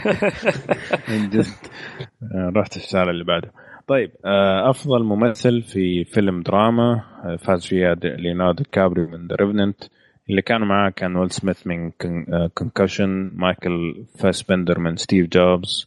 رحت السؤال اللي بعده. طيب أفضل ممثل في فيلم دراما فاز فيها ليوناردو كابري من The Revenant. اللي كانوا معاه كان ويل سميث من كونكشن، مايكل فاسبندر من ستيف جوبز،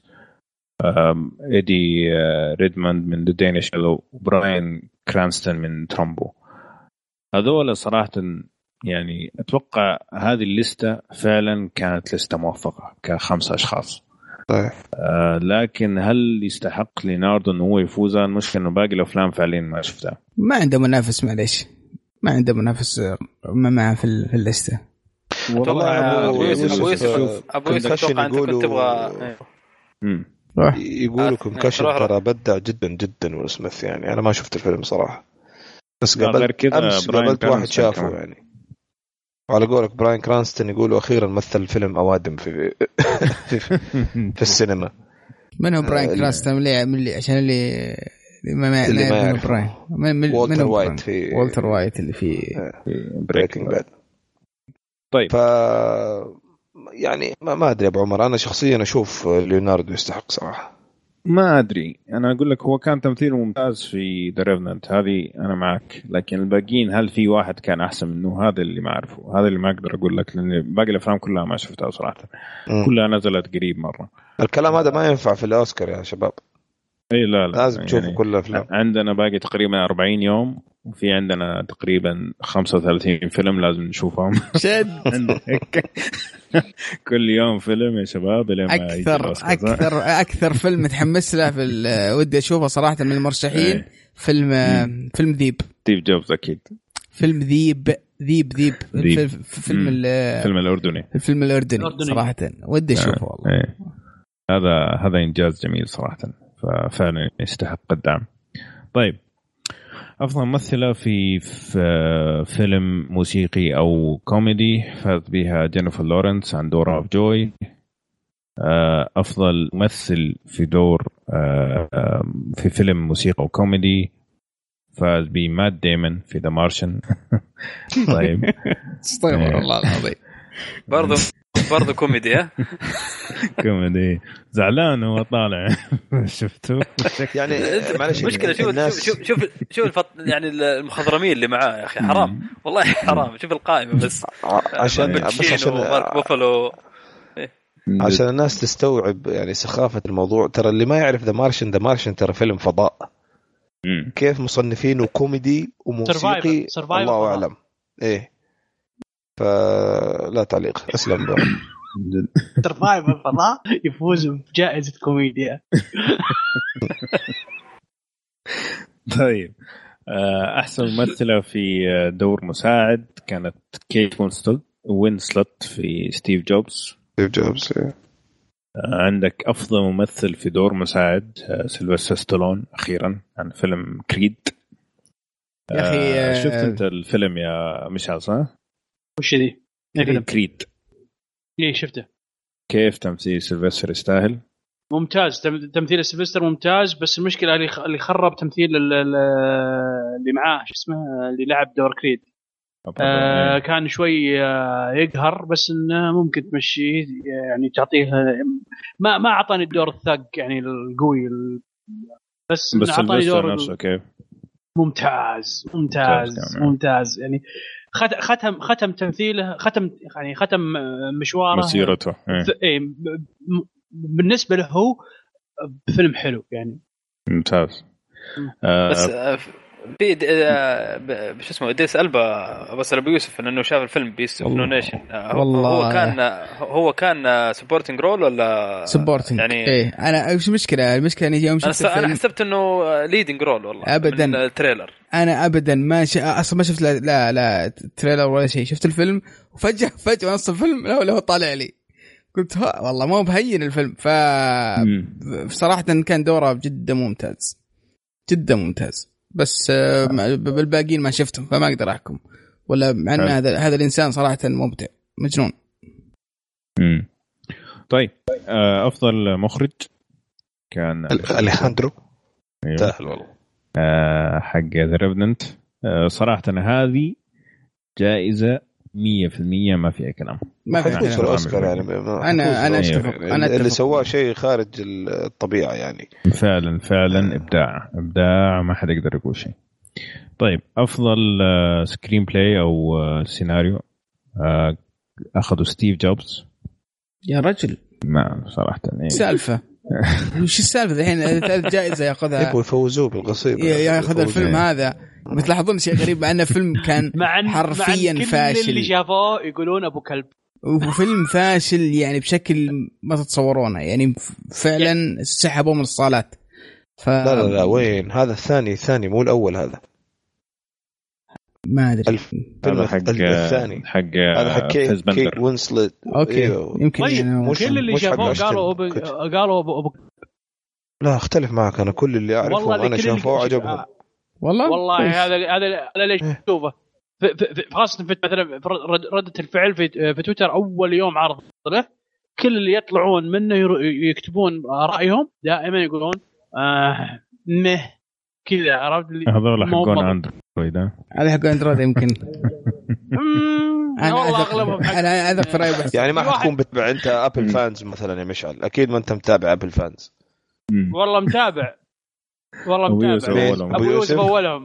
إيدي ريدموند من The Danish Girl، وبراين كرانستون من ترامبو. هذول صراحة يعني أتوقع هذه الليستة فعلا كانت لستة موفقة ك5 أشخاص. لكن هل يستحق ليناردو أنه هو يفوز؟ المشكلة أنه باقي الأفلام فعليا ما شفتها، ما عنده منافس. معليش ما عنده منافس معه في الليستة. والله أبو يوسف أتوقع أنت كنت تبغى يقولوا كونكشن ترى بدع جدا جدا واسمث يعني. أنا ما شفت الفيلم صراحة بس قابلت واحد شافه يعني. وعلى قولك براين كرانستون يقولوا أخيرا مثل فيلم أوادم في السينما. من هو براين كرانستون اللي عشان اللي ما يعرف براين والتر وايت اللي في بريكنج باد. طيب يعني ما أدري أبو عمر، أنا شخصيا أشوف ليوناردو يستحق صراحة. ما أدري، أنا أقول لك هو كان تمثيله ممتاز في The Revenant، هذه أنا معك، لكن الباقيين هل في واحد كان أحسن منه؟ هذا اللي ما أعرفه، هذا اللي ما أقدر أقول لك، لأن باقي الأفلام كلها ما شفتها صراحة. كلها نزلت قريب مرة. الكلام هذا ما ينفع في الأوسكار يا شباب. أي لا لازم تشوفوا يعني كل الأفلام. عندنا باقي تقريبا 40 يوم، وفي عندنا تقريبا 35 فيلم لازم نشوفهم. كل يوم فيلم يا شباب. أكثر فيلم متحمس له ودي أشوفه صراحة من المرشحين فيلم ذيب جوبز. أكيد فيلم ذيب فيلم الأردني. الفيلم الأردني صراحة ودي أشوفه والله. هذا إنجاز جميل صراحة، ففعلا يستحق الدعم. طيب أفضل ممثلة في فيلم موسيقي أو كوميدي فاز بها جينيفر لورنس عن دور أوف جوي. أفضل ممثل في دور في فيلم موسيقى أو كوميدي فاز بمات ديمون في ذا مارشن. طيب استغفر الله العظيم. برضو كوميدي. كوميدي زعلان هو طالع. شفتوا يعني معلش مشكلة. شوف يعني المخضرمين اللي معاه يا أخي حرام والله حرام. شوف القائمة بس عشان مارك بوفالو عشان الناس تستوعب يعني سخافة الموضوع. ترى اللي ما يعرف ذا مارشن ترى فيلم فضاء. كيف مصنفينه كوميدي وموسيقي الله أعلم. إيه فلا تعليق. أسلم بقى. سرفايفر فضاء يفوز بجائزة كوميديا. طيب أحسن ممثلة في دور مساعد كانت كيت وينسلت في ستيف جوبز. عندك افضل ممثل في دور مساعد سيلفستر ستالون اخيرا عن فيلم كريد. يا اخي شفت انت الفيلم يا مشعل صح؟ وش ذي كريد؟ ايه شفته. كيف تمثيل سيلفستر يستاهل؟ ممتاز، تمثيل سيلفستر ممتاز، بس المشكله اللي خرب تمثيل اللي معاه شو اسمه اللي لعب دور كريد. كان شوي يقهر، بس انه ممكن تمشيه يعني تعطيه ما اعطاني الدور الثق يعني القوي، بس اعطاني دور نفسه كيف ممتاز يعني ختم تمثيله، ختم مشواره مسيرته بالنسبه له هو فيلم حلو يعني ممتاز. بس شو اسمه اديس ألبا بس ابو يوسف انه شاف الفيلم بيست اوف نو نيشن، هو كان سبورتنج رول ولا سبورتنج يعني ايه؟ انا ايش المشكله يعني يوم شفت انا حسبت انه ليدنج رول والله ابدا من التريلر. انا ابدا ما اصلا ما شفت لا تريلر ولا شيء، شفت الفيلم وفجاه نص الفيلم لا هو طالع لي قلت والله ما هو بهين الفيلم. بصراحه كان دوره جدا ممتاز بس بالباقيين ما شفتهم فما اقدر احكم، ولا مع ان هذا الانسان صراحه ممتع مجنون. طيب افضل مخرج كان أليخاندرو سهل والله حق ذا ريفننت. صراحه هذه جائزه 100% ما فيها كلام، ما فيش الأوسكار يعني. أنا أتفق. اللي سواه شيء خارج الطبيعة يعني. فعلا إبداع ما حد يقدر يقول شيء. طيب أفضل سكرين بلاي أو سيناريو أخذوا ستيف جوبز. يا رجل ما صراحة سالفة وش السالفة الحين ثالث جائزة يأخذها؟ يبغوا يفوزوه بالقصيدة يأخذ الفيلم هذا. بتلاحظون شيء غريب مع أنه فيلم كان حرفيا فاشل، اللي شافوه يقولون أبو كلب، وفيلم فاشل يعني بشكل ما تتصورونه يعني فعلا سحبوا من الصالات. لا وين هذا الثاني مو الأول هذا ما أدري هذا حق الثاني هذا حق كيت وينسلت. أوكي يمكن يعني كل اللي شافوه قالوا أبو لا اختلف معك، أنا كل اللي أعرفه أنا شافوه عجبهم والله. هذا ليش تشوفه خاصة في مثلا ردة الفعل في تويتر أول يوم عرض له، كل اللي يطلعون منه يكتبون رأيهم دائما يقولون كذا، عرفت اللي هذول حقون اندرويد. هذا حق اندرويد يمكن انا اذكر في رايي يعني ما حتكون بتبع انت ابل فانز مثلا يا مشعل؟ اكيد ما انت متابع ابل فانز. والله متابع ابو يوسف اولهم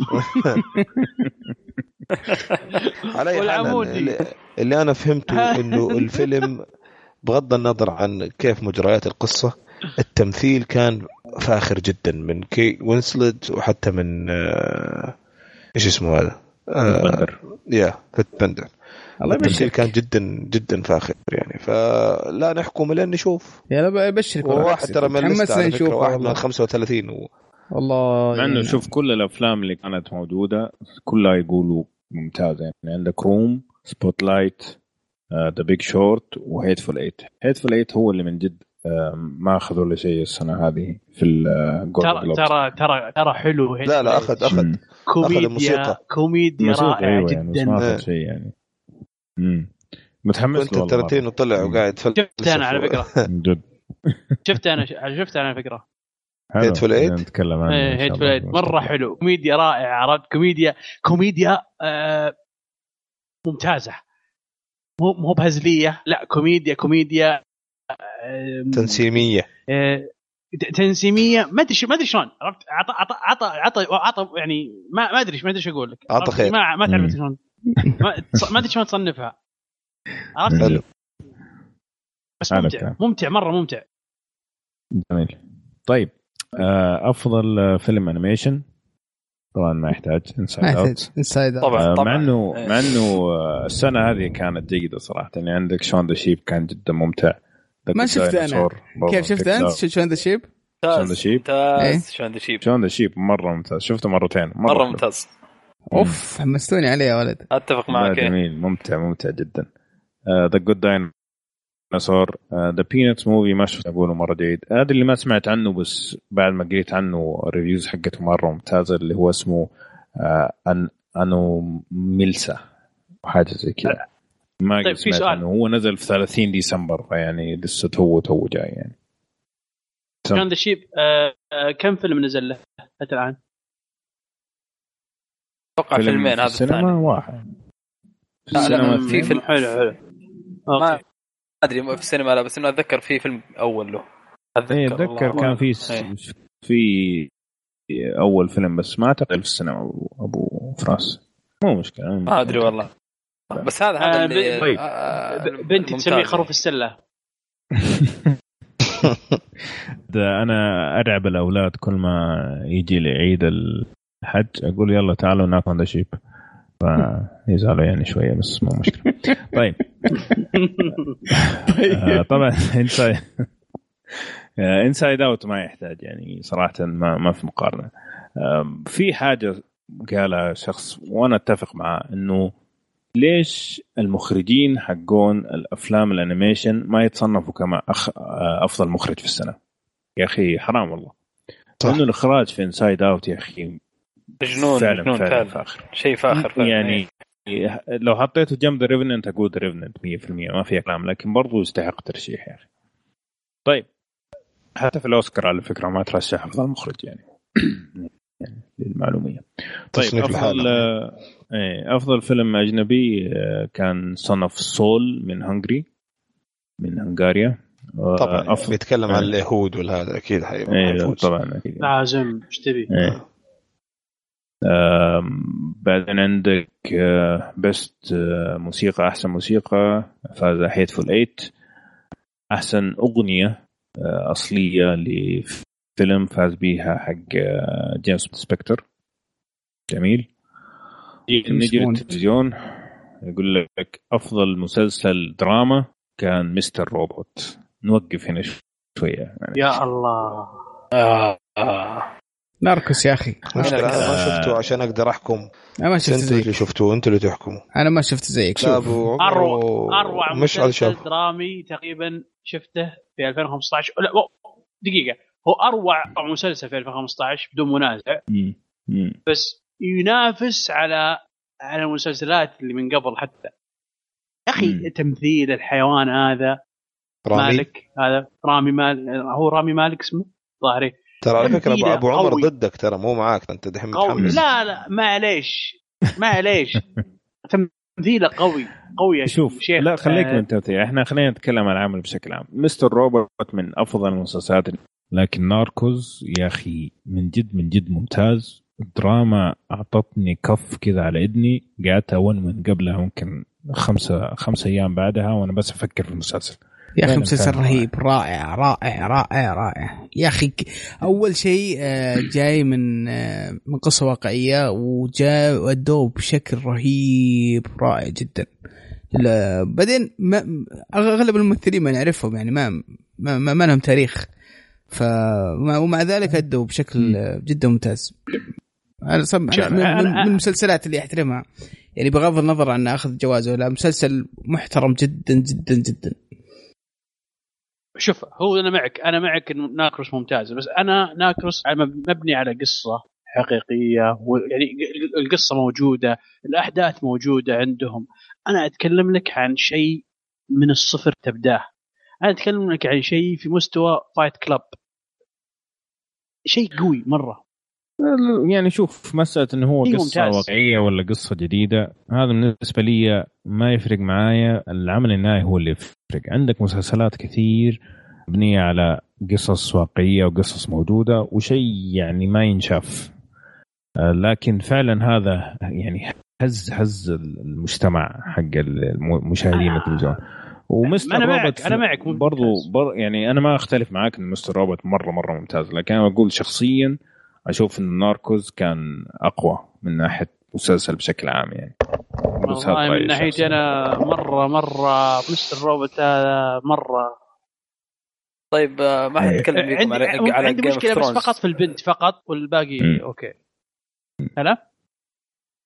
على اللي انا فهمته انه الفيلم بغض النظر عن كيف مجريات القصة، التمثيل كان فاخر جدا من كي وينسلت وحتى من ايش اسمه هذا فيتبندر. التمثيل كان جدا جدا فاخر يعني، فلا نحكم لين نشوف. يلا بشرك واحد ترى من الليستة واحد من 35 والله. مع انه شوف كل الافلام اللي كانت موجودة كلها يقولوا ممتازة يعني. عندك روم، سبوت لايت، ذا بيج شورت، وهيتفول ايت. هيتفول ايت هو اللي من جد ما اخذوا له شيء السنه هذه في الجولدن جلوب. ترى حلو. لا اخذ كوميديا رائعه أيوة جدا يعني. ما شيء يعني متحمس له والله. 30 وطلع وقاعد شفت انا على فكره جد شفت انا فكره هيتفول ايت. نتكلم عنه هيتفول ايت مره حلو، كوميديا رائعه، عرفت كوميديا ممتازه، مو بهزليه، لا كوميديا تنسيميه ما ادري شلون، عرفت؟ عطى يعني ما ادري ايش اقول لك، ما تعرف شلون، ما ادري شلون تصنفها، عرفت؟ بس ممتع مره ممتع. جميل. طيب افضل فيلم انيميشن طبعا ما يحتاج انسايد طبعا. مع انه السنه هذه كانت جيده صراحه يعني. عندك شون ذا شيب كان جدا ممتع. ما شفت انا كيف شفت انت شون ذا شيب؟ شون ذا شيب مره ممتاز، شفته مرتين مره ممتاز. اوف حمستوني عليه يا ولد. اتفق معك. جميل ممتع جدا. ذا جود ديناصور. ذا بينتس موفي ما شفت اقوله مره جيد. هذا اللي ما سمعت عنه بس بعد ما قريت عنه ريفيوز حقته مره ممتازه اللي هو اسمه انو ميلسا حاجه زي كذا. ما طيب سمعت عنه. هو نزل في 30 ديسمبر فيعني لسه تو جاي يعني. كان ذا شيب كم فيلم نزل له حتى الان؟ اتوقع فيلمين هذا الثاني واحد في السينما. في فيلم حلو ما ادري في السينما لا بس انه اتذكر في فيلم اول له اتذكر كان في اول فيلم بس ما اعتقد في السينما ابو فراس مو مشكله ما ادري والله بس هذا اللي بنتي تسميه خروف السله. ده انا ارعب الاولاد كل ما يجي لي عيد الحج اقول يلا تعالوا ناكل ذا شيب فيزعلوا يعني شويه بس مو مشكله. طيب طبعا انسايد اوت ما يحتاج يعني صراحه ما في مقارنه. في حاجه قالها شخص وانا اتفق معه انه ليش المخرجين حقون الافلام الانيميشن ما يتصنفوا كما افضل مخرج في السنه؟ يا اخي حرام والله. لانه الاخراج في انسايد اوت يا اخي جنون فعلا فاخر شيء فاخر فعلا. يعني لو حطيته جنب ذا ريفننت اقول ذا ريفننت 100% ما في كلام لكن برضو يستحق ترشيح يا اخي. طيب حتى في الاوسكار على فكره ما ترشح افضل مخرج يعني للمعلوميه. طيب افضل فيلم اجنبي كان صن اوف سول من هنغاريا. طبعا بيتكلم عن اليهود والهذا اكيد حيبقى طبعا اكيد لازم ايش تبي. بعدين عندك بست موسيقى احسن موسيقى فاز هيتفول 8. احسن اغنيه اصليه لفيلم فاز بيها حق جيمس سبكتر. جميل. نجي للتلفزيون يقول لك افضل مسلسل دراما كان مستر روبوت. نوقف هنا شويه يعني. يا الله ناركوس يا اخي انا ما شفته عشان اقدر احكم. انا ما شفت انتوا اللي شفتوه انتوا اللي تحكموا. انا ما شفت زيك. شوف اروع مسلسل درامي تقريبا شفته في 2015. لا دقيقه هو اروع مسلسل في 2015 بدون منازع. بس ينافس على المسلسلات اللي من قبل حتى. يا اخي تمثيل الحيوان هذا مالك هذا رامي مالك اسمه ظاهري. ترى على فكره ابو عمر ضدك ترى مو معاك انت دحين متحمس. لا معليش تمثيله قوي يا شوف لا خليك من التمثيل. احنا خلينا نتكلم عن العمل بشكل عام. مستر روبوت من افضل المسلسلات لكن ناركوز يا اخي من جد ممتاز. الدراما اعطتني كف كذا على اذني قعدت من قبلها ممكن 5 أيام بعدها وانا بس افكر في المسلسل. يا اخي مسلسل رهيب رائع يا اخي. اول شيء جاي من قصة واقعية وجاء ودوه بشكل رهيب رائع جدا. بعدين اغلب الممثلين ما نعرفهم يعني ما لهم تاريخ ومع ذلك أدوا بشكل جدا ممتاز. أنا من المسلسلات اللي أحترمها يعني بغض النظر عن أخذ جوازه ولا مسلسل محترم جدا جدا جدا. شوف هو أنا معك إنه ناكروس ممتاز بس أنا ناكروس مبني على قصة حقيقية يعني القصة موجودة الأحداث موجودة عندهم. أنا أتكلم لك عن شيء من الصفر تبداه. أنا أتكلم لك عن شيء في مستوى فايت كلاب شيء قوي مرة. يعني شوف مسألة إنه هو قصة ممتاز. واقعية ولا قصة جديدة هذا بالنسبة لي ما يفرق معايا. العمل النهائي هو اللي يفرق. عندك مسلسلات كثير مبنية على قصص واقعية وقصص موجودة وشيء يعني ما ينشاف لكن فعلا هذا يعني هز المجتمع حق المشاهدين التلفزيون. ومستر روبوت أنا معك برضو يعني أنا ما أختلف معاك إن مستر روبوت مرة ممتاز لكن أنا أقول شخصيا أشوف إن ناركوز كان أقوى من ناحية مسلسل بشكل عام يعني. من ناحية أنا مرة مستر روبوت هذا مرة. طيب ما حنتكلم بيكم على عندي مشكلة بس فقط في البنت فقط والباقي أوكي. هلا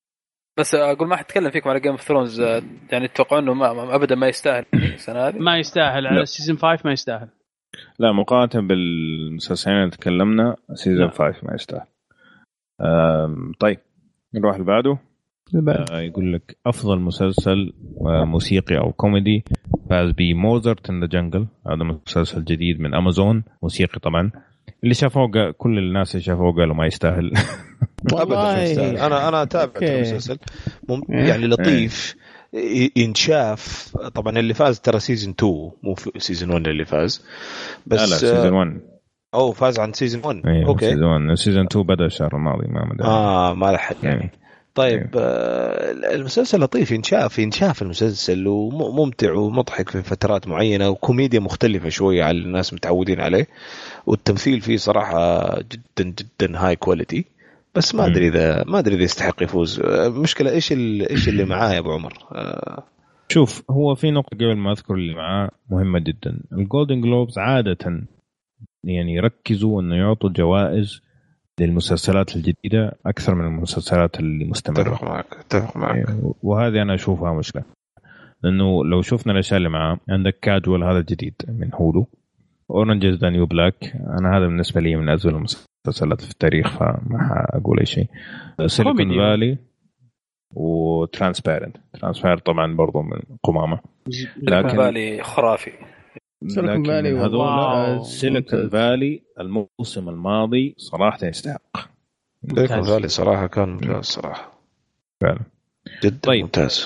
بس اقول ما حتكلم فيكم على جيم اوف ثرونز، يعني تتوقعون انه ما ابدا ما يستاهل السنه هذه؟ ما يستاهل على سيزون 5 ما يستاهل. لا مقارنة بالمسلسلين اللي تكلمنا سيزون 5 ما يستاهل. طيب نروح اللي بعده. يقول لك أفضل مسلسل موسيقي أو كوميدي فاز بموزارت إن ذا جنجل. هذا مسلسل جديد من أمازون، موسيقي طبعا. اللي شافوه كل الناس اللي شافوه قالوا ما يستاهل. أبدا يستاهل. أنا تابعت المسلسل يعني لطيف ينشاف. طبعا اللي فاز ترى سيزن 2 مو سيزن 1 اللي فاز، بس لا سيزن 1 أو فاز عن سيزن 1. أوكي سيزن 2 بدأ الشهر الماضي ما مدى. ما لحق يعني. طيب المسلسل لطيف ينشاف المسلسل وممتع ومضحك في فترات معينة وكوميديا مختلفة شوية على الناس متعودين عليه، والتمثيل فيه صراحة جدا جدا هاي كواليتي. بس ما ادري اذا يستحق يفوز. مشكلة ايش اللي معاه يا ابو عمر؟ شوف هو في نقطة قبل ما اذكر اللي معاه مهمة جدا. الجولدن جلوبز عادة يعني يركزوا انه يعطوا جوائز للمسلسلات الجديدة أكثر من المسلسلات اللي مستمرة. اتفق معك. وهذه أنا أشوفها مشكلة، لأنه لو شفنا الأشياء اللي معاه عندك كاجوال هذا جديد من هولو، أورنج إز ذا نيو بلاك أنا هذا بالنسبة لي من أزول المسلسلات في التاريخ فما أقول أي شيء. سيليكون فالي وترانسبيرنت طبعا برضو من قمامة، لكن فالي خرافي. لكن هذول سيليكون فالي الموسم الماضي صراحة يستحق. سيليكون فالي صراحة كان ممتاز صراحة فعلا جدا. طيب. ممتاز.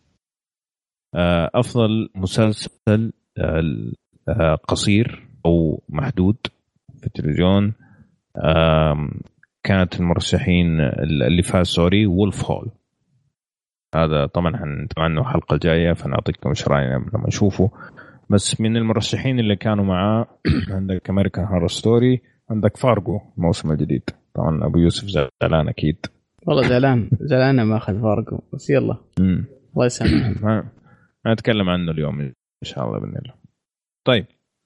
أفضل مسلسل قصير أو محدود في التلفزيون كانت المرشحين اللي فاز وولف هول. هذا طبعا هنتابع عنه الحلقة الجاية فنعطيكم ايش راينا لما نشوفه. بس من المرشحين اللي كانوا معاه عندك أمريكان هورر ستوري، عندك فارغو الموسم الجديد. طبعا أبو يوسف زعلان أكيد. والله زعلان ما أخذ فارغو بس يلا الله يسامحه. هنتكلم عنه اليوم إن شاء الله بإذن الله. طيب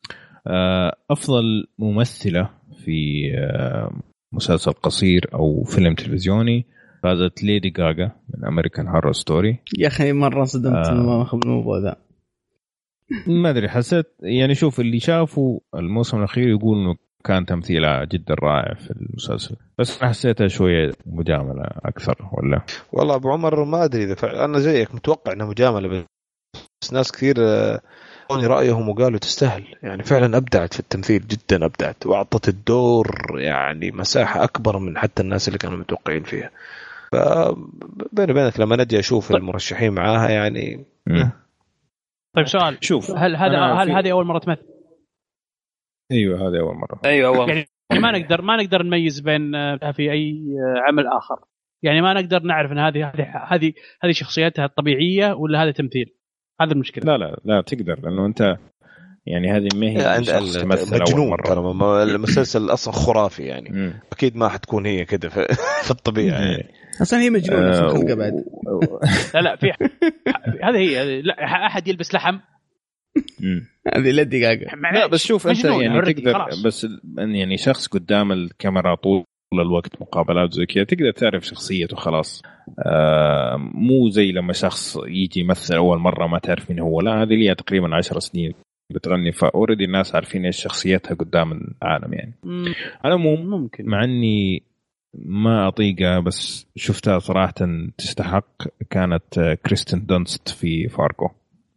أفضل ممثلة في مسلسل قصير أو فيلم تلفزيوني فازت ليدي غاغا من أمريكان هورر ستوري. يا أخي مرة صدمت ما أخذ الموضوع ذا. ما أدري حسيت يعني شوف اللي شافوا الموسم الأخير يقول إنه كان تمثيله جدا رائع في المسلسل، بس أنا حسيتها شوية مجاملة أكثر. ولا والله أبو عمر ما أدري إذا أنا زيك متوقع إنه مجاملة، بس ناس كثير قالوا رأيهم وقالوا تستاهل. يعني فعلا أبدعت في التمثيل جدا أبدعت وأعطت الدور يعني مساحة أكبر من حتى الناس اللي كانوا متوقعين فيها. فبيني وبينك لما نجي أشوف المرشحين معاها يعني طيب سؤال، شوف هل هذه أول مرة تمثل؟ أيوة هذه أول مرة. أيوة يعني ما نقدر نميز بين في أي عمل آخر. يعني ما نقدر نعرف أن هذه شخصيتها الطبيعية ولا هذا تمثيل. هذا المشكلة. لا تقدر، لأنه أنت يعني هذه ما هي شخص تمثل أول مرة. المسلسل أصلا خرافي يعني أكيد ما حتكون هي كده في الطبيعة يعني. أصلا هي مجنونة في الخلقة بعد. لا في هذا هي لا أحد يلبس لحم. هذه لدي غاغا. لا بس شوف أنت يعني تقدر خلاص. بس يعني شخص قدام الكاميرا طول الوقت مقابلات زي كذا تقدر تعرف شخصيته خلاص. مو زي لما شخص يجي يمثل أول مرة ما تعرف مين هو. لا هذه ليها تقريبا 10 سنين بتغني فأوردي الناس عارفين إيش شخصيتها قدام العالم يعني. أنا ممكن مع إني ما أطيقها بس شفتها صراحة تستحق. كانت كريستين دونست في فارغو.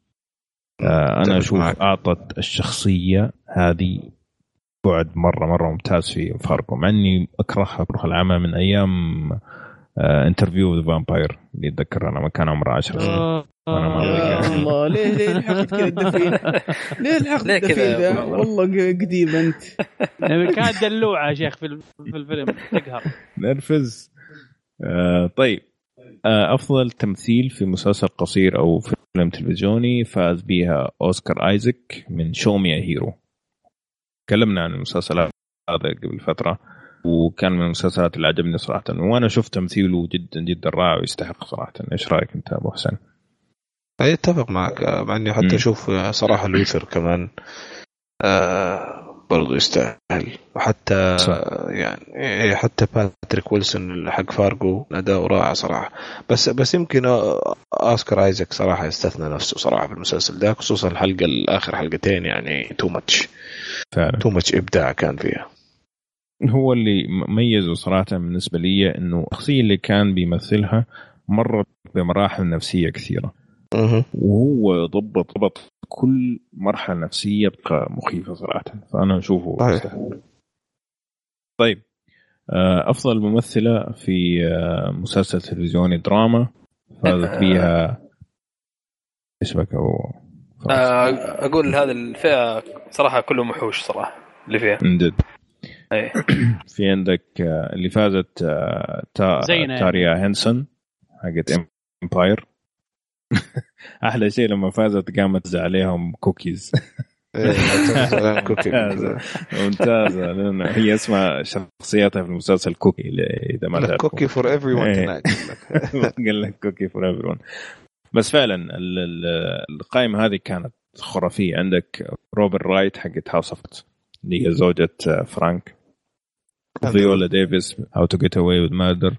أنا أشوف أعطت الشخصية هذه بعد مرة ممتاز في فارغو، مع إني أكره العمل من أيام انترفيو ذا فامباير اللي أتذكر أنا ما كان عمره 10 سنين. أنا ما أطيقها. الله ليه لحقت كذا الدفين؟ ليه لحقت الدفين ده؟ والله قديم أنت. كانت دلوعة يا شيخ في الفيلم تقهر نرفز. طيب أفضل تمثيل في مسلسل قصير أو فيلم تلفزيوني فاز بها أوسكار آيزاك من شو مي هيرو. تكلمنا عن المسلسل هذا قبل فترة وكان من المسلسلات اللي عجبني صراحة، وأنا شفت تمثيله جدا جدا رائع ويستحق صراحة. إيش رأيك أنت أبو حسن؟ اتفق معك، مع اني حتى اشوف صراحه لوثر كمان برضو يستاهل سهل. وحتى يعني حتى باتريك ويلسون حق فارغو أداؤه رائع صراحة. بس يمكن أوسكار آيزاك صراحة يستثنى نفسه صراحة في المسلسل ده، خصوصا الحلقة الآخر حلقتين يعني تو ماتش إبداع كان فيها. هو اللي ميزه صراحة بالنسبة لي إنه الشخصية اللي كان بيمثلها مرت بمراحل نفسية كثيرة، وهو ضبط كل مرحلة نفسية بقى مخيفة صراحة، فأنا أشوفه طيب. أفضل ممثلة في مسلسل تلفزيوني دراما فازت بيها إيش بك أقول هذا الفئة صراحة كله محوش صراحة اللي فيها جد. في عندك اللي فازت تاريا هنسون حقت إمباير. أحلى شيء لما فازت قامت عليهم كوكيز. ممتازة لأن هي اسمها شخصيتها في المسلسل كوكي. إذا ما تعرف كوكي فور everyone قال لك كوكي فور everyone. بس فعلا القائمة هذه كانت خرافية. عندك روبن رايت حقت هاوس اوف اللي هي زوجة فرانك، فيولا ديفيس How to Get Away with Murder،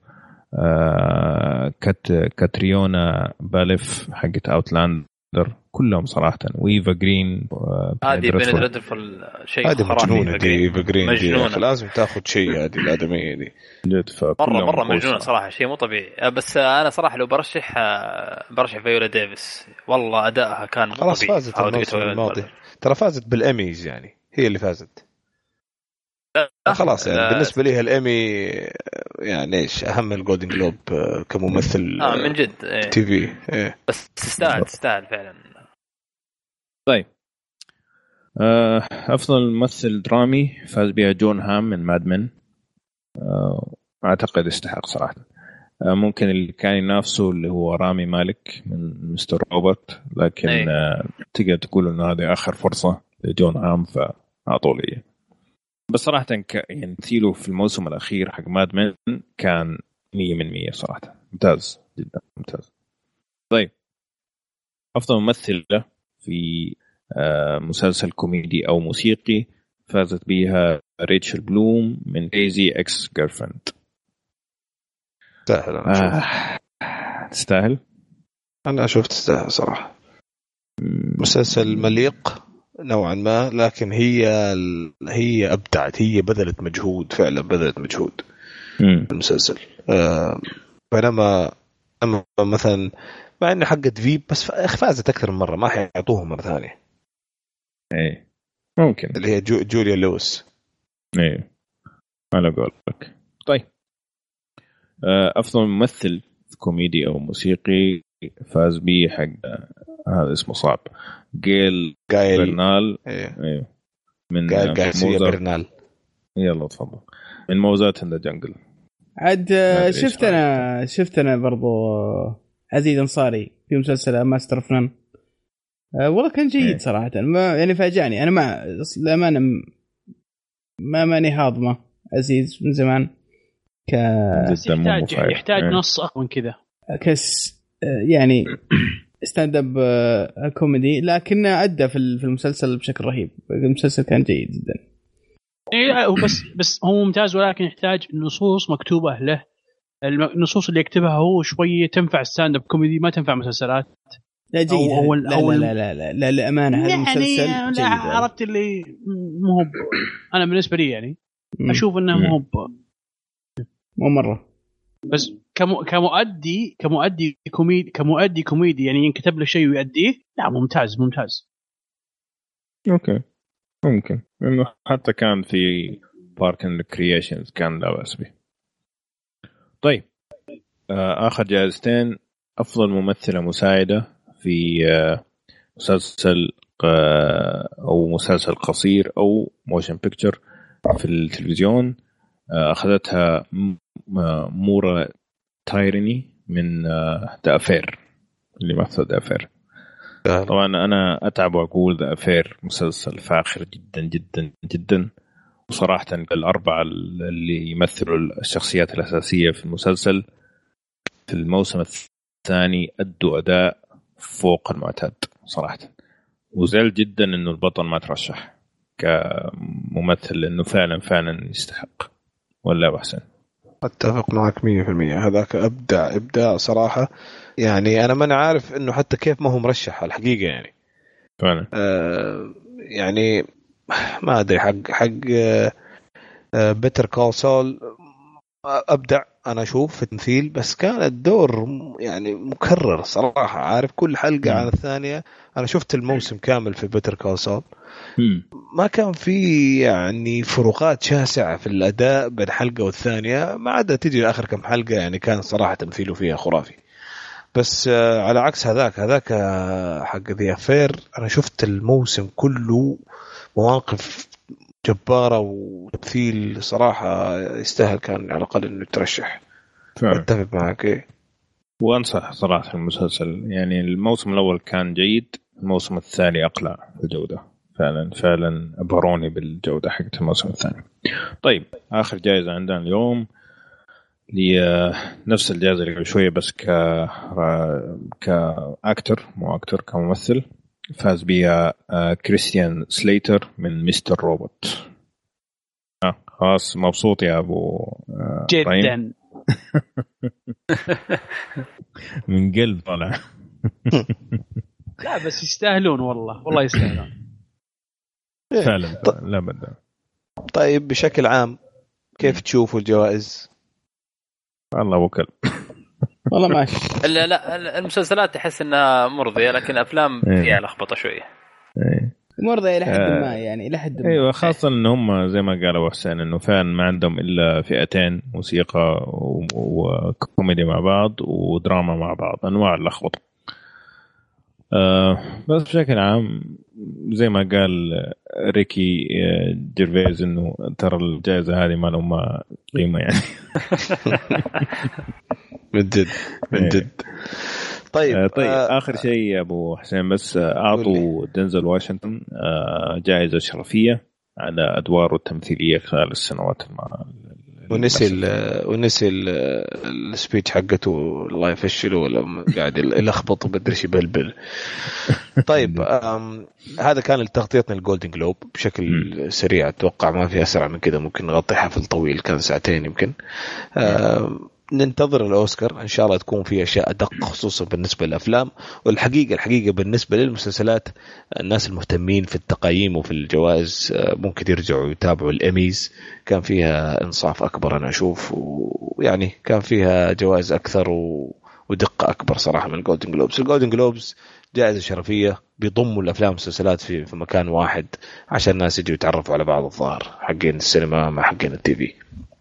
كاتريونا باليف حقت اوتلاندر، كلهم صراحة. وإيفا جرين هذه بندرفل شيء خرافي. إيفا جرين لازم تاخذ شيء هذه الآدمية دي مرة مجنونة صراحة، شيء مو طبيعي. بس أنا صراحة لو برشح فيولا ديفيس، والله أدائها كان مو طبيعي. خلاص فازت الموسم الماضي، ترى فازت بالأميز، يعني هي اللي فازت خلاص. يعني بالنسبة لي الأمي يعني إيش أهم الجولدن جلوب كممثل من جد تي في. بس تستاهل فعلا. طيب أفضل ممثل درامي فاز بها جون هام من مادمن. أعتقد يستحق صراحة. ممكن اللي كان ينافسه اللي هو رامي مالك من مستر روبوت، لكن تقدر تقول إنه هذه آخر فرصة لجون هام فأعطوا لي. بس صراحة يعني تمثيله في الموسم الأخير حق مادمن كان 100% صراحة، ممتاز جدا ممتاز. طيب أفضل ممثلة في مسلسل كوميدي أو موسيقي فازت بها ريتشل بلوم من دايزي إكس جيرلفريند. تستاهل. أنا شفت تستاهل صراحة. مسلسل مليق نوعا ما، لكن هي أبدعت، هي بذلت مجهود، فعلا بذلت مجهود في المسلسل. بينما مثلا مع إنه حقت فيب بس فازت أكثر من مرة، ما حيعطوها مرة ثانية. ممكن اللي هي جوليا لويس. أنا أقول لك. طيب أفضل ممثل كوميدي أو موسيقي فاز به حق هذا اسمه صعب، جيل برنال. من جارسيا برنال. يلا تفضل. من موزات إن ذا جنجل. عاد شفت أنا برضو عزيز أنصاري في مسلسل ماستر اوف نان. والله كان جيد صراحة، ما يعني فاجأني. أنا للأمانة ماني هاضمة عزيز من زمان. يحتاج نص أقوى من كذا يعني ستاند اب كوميدي، لكن أدى في المسلسل بشكل رهيب. المسلسل كان جيد جدا. بس هو ممتاز، ولكن يحتاج نصوص مكتوبة له. النصوص اللي يكتبها هو شوية تنفع ستاند اب كوميدي، ما تنفع مسلسلات. لا جيد. لا للأمانة هذا المسلسل يعني جيد. عرفت اللي مو أنا بالنسبة لي يعني أشوف إنه مو مرة. بس كمؤدي كوميدي يعني ينكتب له شيء ويؤديه، لا ممتاز. اوكي ممكن انه حتى كان في بارك اند كرييشنز كان لا بأس به. طيب اخر جائزتين، افضل ممثلة مساعدة في مسلسل او مسلسل قصير او موشن بيكتشر في التلفزيون، اخذتها مورا تايرني من ذا أفير، اللي مثل ذا أفير. طبعا أنا أتعب وأقول ذا أفير مسلسل فاخر جدا جدا جدا، وصراحة الأربعة اللي يمثلوا الشخصيات الأساسية في المسلسل في الموسم الثاني أدوا أداء فوق المعتاد صراحة، وزعل جدا إنه البطل ما ترشح. كممثل انه فعلا يستحق، ولا أحسن؟ اتفق معك 100%. هذاك ابداع صراحه. يعني انا ما عارف انه حتى كيف ما هو مرشح الحقيقه يعني فعلا. يعني ما ادري حق بيتر كول سول ابدع انا اشوف في التمثيل، بس كان الدور يعني مكرر صراحه، عارف كل حلقه عن الثانيه. انا شفت الموسم كامل في بيتر كول سول، ما كان في يعني فروقات شاسعه في الاداء بين حلقه والثانيه، ما عدا تيجي اخر كم حلقه يعني كان صراحه تمثيله فيها خرافي. بس على عكس هذاك حق ذي أفير، أنا شفت الموسم كله مواقف جبارة وتمثيل صراحة يستاهل كان على الأقل إنه يترشح. أتفق معك. إيه، وأنصح صراحة المسلسل. يعني الموسم الأول كان جيد، الموسم الثاني أقلع في الجودة. فعلا أبهروني بالجودة حقت الموسم الثاني. طيب آخر جائزة عندنا اليوم لنفس الجائزة اللي قبل شوية، بس كأكتر مو أكتر، كممثل. فاز بها كريستيان سليتر من مستر روبوت. خلاص مبسوط يا أبو جدا. من قلب طلع. لا بس يستاهلون، والله يستاهلون فعلا. لا بد. طيب بشكل عام كيف تشوفوا الجوائز؟ الله وكل. والله ماشي. لا المسلسلات تحس انها مرضيه، لكن افلام فيها لخبطه شويه. مرضيه الى حد ما، يعني الى حد ما. ايوه، خاصه ان هم زي ما قالوا حسين انه فعلا ما عندهم الا فئتين، موسيقى وكوميدي مع بعض ودراما مع بعض، انواع اللخبطه. بس بشكل عام زي ما قال ريكي جيرفيز انه ترى الجائزه هذه ما لهم قيمه يعني. من جد. طيب آخر شيء يا أبو حسين، بس أعطوا دينزل واشنطن جائزة شرفية على أدواره التمثيلية خلال السنوات ونسي السبيتش حقته، الله يفشله ولا قاعد يلخبط وبدري شي بلبل. طيب هذا كان تغطيتنا الجولدن جلوب بشكل سريع. أتوقع ما في أسرع من كده، ممكن نغطي حفل طويل كان ساعتين يمكن. ننتظر الأوسكار إن شاء الله تكون في أشياء أدق، خصوصا بالنسبة للأفلام. والحقيقة بالنسبة للمسلسلات، الناس المهتمين في التقييم وفي الجوائز ممكن يرجعوا يتابعوا الإميز، كان فيها إنصاف أكبر أنا أشوف، ويعني كان فيها جوائز أكثر ودقة أكبر صراحة من الجولدن جلوبز. الجولدن جلوبز جائزة شرفية، بيضموا الأفلام والمسلسلات في مكان واحد عشان الناس يجوا يتعرفوا على بعض الظاهر، حقين السينما مع حقين التي في.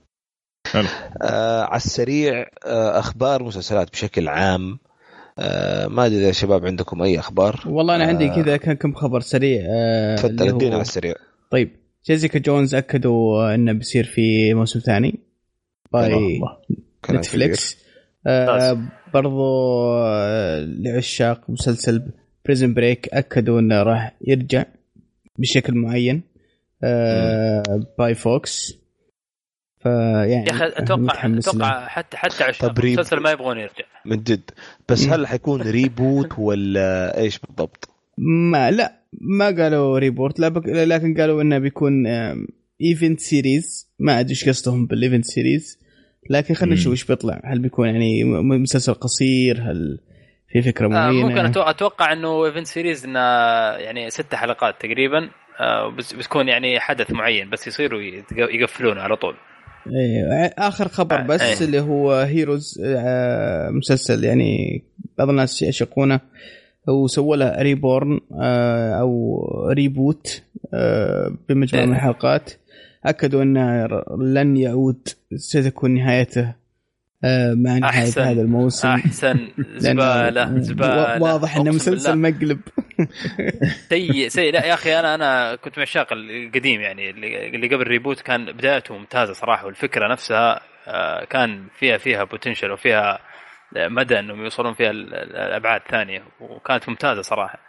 على السريع أخبار مسلسلات بشكل عام. ما أدري إذا شباب عندكم أي أخبار. والله أنا عندي كذا كم خبر سريع. تفضل ادينا على السريع. طيب جيسيكا جونز أكدوا إنه بيصير في موسم ثاني باي نتفليكس. برضو لعشاق مسلسل بريزن بريك أكدوا إنه راح يرجع بشكل معين باي فوكس. فيعني يا أخي أتوقع حتى عشان المسلسل ما يبغون يرجع من جد. بس هل حيكون ريبوت ولا إيش بالضبط؟ ما قالوا ريبورت، لكن قالوا إنه بيكون إيفنت سيريز. ما أدري إيش قصدهم بالإيفنت سيريز، لكن خلنا نشوف إيش بيطلع. هل بيكون يعني مسلسل قصير؟ هل في فكرة معينة؟ ممكن أتوقع إنه إيفنت سيريز إنه يعني 6 حلقات تقريبا، بتكون يعني حدث معين بس يصيروا يقفلونه على طول. آخر خبر بس اللي هو هيروز، مسلسل يعني بعض الناس يعشقونه، وسووا له ريبورن أو ريبوت بمجموعة من الحلقات. أكدوا أنه لن يعود، ستكون نهايته مع نهاية هذا الموسم. أحسن زبالة واضح أنه مسلسل مقلب. سيء. لا يا أخي أنا كنت معشاق القديم، يعني اللي قبل ريبوت كان بدايته ممتازة صراحة، والفكرة نفسها كان فيها بوتنشل وفيها مدى أنهم يوصلون فيها الأبعاد ثانية، وكانت ممتازة صراحة.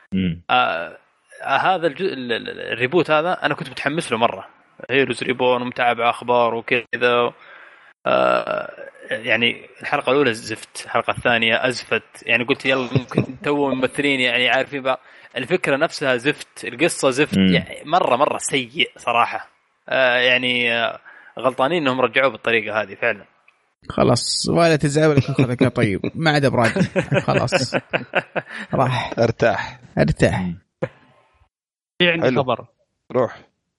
هذا الريبوت هذا أنا كنت متحمس له مرة. هيروز ريبون ومتابع أخبار وكذا. يعني الحلقه الاولى زفت، الحلقه الثانيه ازفت، يعني قلت يلا ممكن تو ممثلين يعني عارفين بقى الفكره نفسها زفت، القصه زفت، يعني مره سيء صراحه. يعني غلطانين انهم رجعوه بالطريقه هذه فعلا. خلاص ولا تزعل ولا تاخذك طيب ما عاد براجع خلاص راح ارتاح. في عندي خبر روح.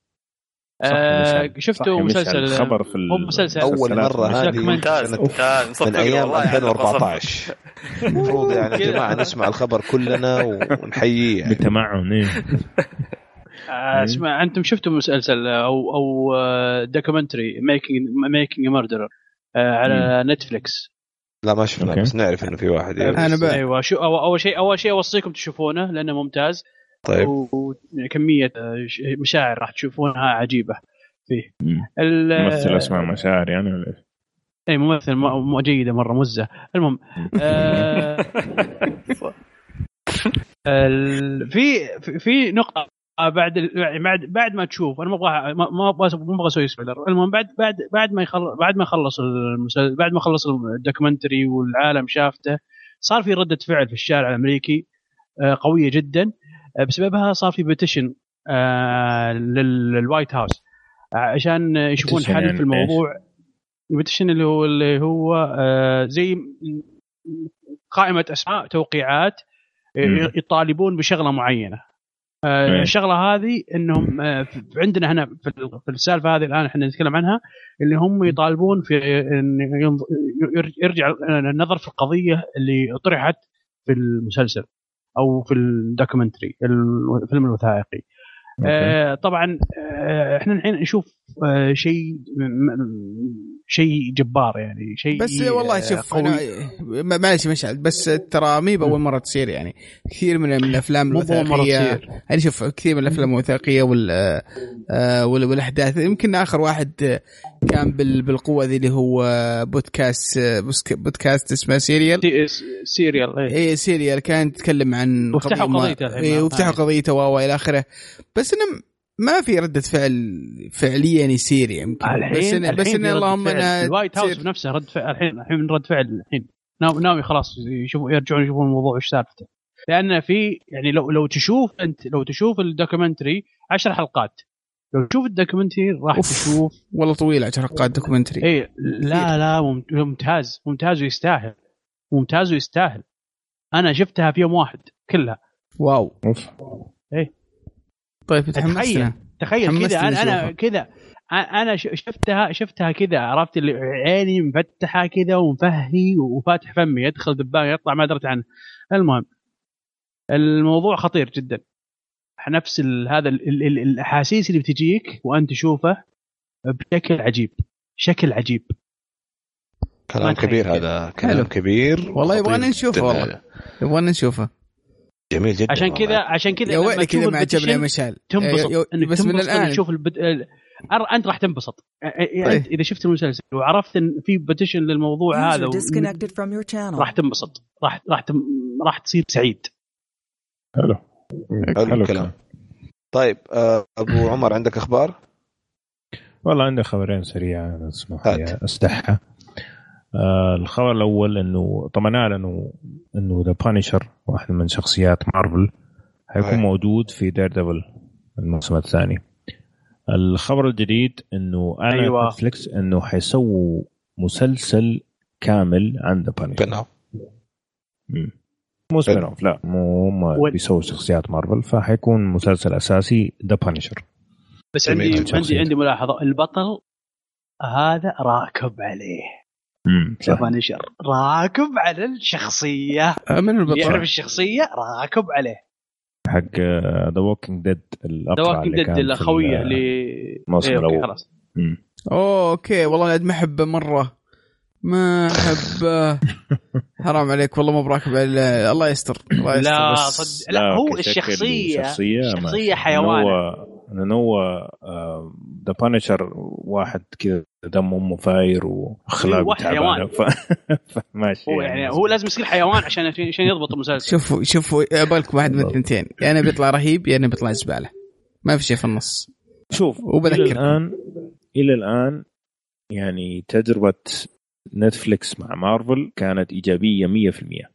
شفتوا مسلسل خبر في مسلسل اول مره هذه ممتاز من ايام 2014 المفروض يعني يا جماعه نسمع الخبر كلنا ونحييه يعني. بتمعن. اسمع انتم شفتوا مسلسل او دوكيومنتري ميكينج ماردر على نتفليكس؟ لا ما شفنا بس نعرف انه في واحد ايوه شو اول شيء اوصيكم تشوفونه لانه ممتاز. طيب وكميه مشاعر راح تشوفونها عجيبه فيه. ممثل اسمه مشاعر يعني ولا ايش؟ اي ممثل جيده مره مزه. المهم في نقطه بعد ما تشوف انا ما ابغى اسوي سبويلر. المهم بعد ما يخلص المسلسل، بعد ما خلص الدوكيومنتري والعالم شافته، صار في ردة فعل في الشارع الامريكي قويه جدا. بسببها صار في بيتيشن للوايت هاوس عشان يشوفون حل يعني في الموضوع. البيتيشن اللي هو زي قائمه اسماء توقيعات يطالبون بشغله معينه. الشغله هذه انهم عندنا هنا في السالفه هذه الان احنا نتكلم عنها، اللي هم يطالبون في يرجع النظر في القضيه اللي طرحت في المسلسل او في الدوكيومنتري الفيلم الوثائقي. طبعا احنا الحين نشوف شيء جبار يعني شيء. بس والله شوف معلش مشعل، بس ترى مي بأول مرة تصير يعني كثير من الأفلام الوثائقية. يعني شوف كثير من الأفلام الوثائقية والأحداث يمكن آخر واحد كان بالقوة ذي اللي هو بودكاست اسمه سيريال. إيه سيريال كان يتكلم عن وفتحوا قضيته وإلى آخره. بس إنه ما في ردة فعل فعليا يصير يمكن. بس إن اللهم الوايت هاوس بنفسه رد فعل الحين رد فعل الحين ناوي خلاص يرجعون يشوفون الموضوع ايش سالفته. لأن في يعني لو تشوف الدوكيومنتري 10 حلقات، لو تشوف الدوكيومنتري راح تشوف والله طويل 10 حلقات دوكيومنتري. ايه لا ممتاز ويستاهل. انا شفتها في يوم واحد كلها. واو. ايه طيب تخيل كذا انا كذا انا شفتها كذا، عرفت اللي عيني مفتحه كذا ومفهي وفاتح فمي، يدخل دبان يطلع ما درت عنه. المهم الموضوع خطير جدا. نفس هذا الاحاسيس اللي بتجيك وانت تشوفه بشكل عجيب. كلام كبير هذا، كلام كبير والله. يبغانا نشوفه والله، يبغانا نشوفه. جميل جدا. عشان كذا يا ويلي كذا ما عجبني مشعل تنبسط بس من الان تشوف انت راح تنبسط. انت اذا شفت المسلسل وعرفت ان في بيتيشن للموضوع هذا راح تنبسط، راح تصير سعيد. حلو الكلام. طيب ابو عمر عندك اخبار؟ والله عندي خبرين سريعه اسمح لي استحها. الخبر الأول إنه طبعا أعلنوا إنه ذا بانيشر واحد من شخصيات مارفل هيكون موجود في ديرديفل الموسم الثاني. الخبر الجديد إنه أعلن نتفليكس إنه حيسووا مسلسل كامل عن ذا بانيشر. مو سبين-اوف، لا مو هم بيسووا شخصيات مارفل، فحيكون مسلسل أساسي ذا بانيشر. بس عندي ملاحظة، البطل هذا راكب عليه بانيشر، راكب على الشخصية. من البطل يعرف الشخصية راكب عليه حق ذا ووكينج ديد الأخوية اللي موسم الأول. خلاص اوكي والله ما احبه مرة، ما احبه. حرام عليك والله، ما براكب على الله يستر. لا صد لا هو الشخصية حيوان. هو ذا بانيشر واحد كذا دمه مفاير واخلاقه تعبانه ماشي. هو يعني هو لازم يصير حيوان عشان يضبط المسلسل. شوفوا بالكم واحد من الثنتين، يا انا بيطلع رهيب يا انا بيطلع زباله، ما في شيء في النص. شوف وبذكر الى الان يعني تجربه نتفليكس مع مارفل كانت إيجابية 100%.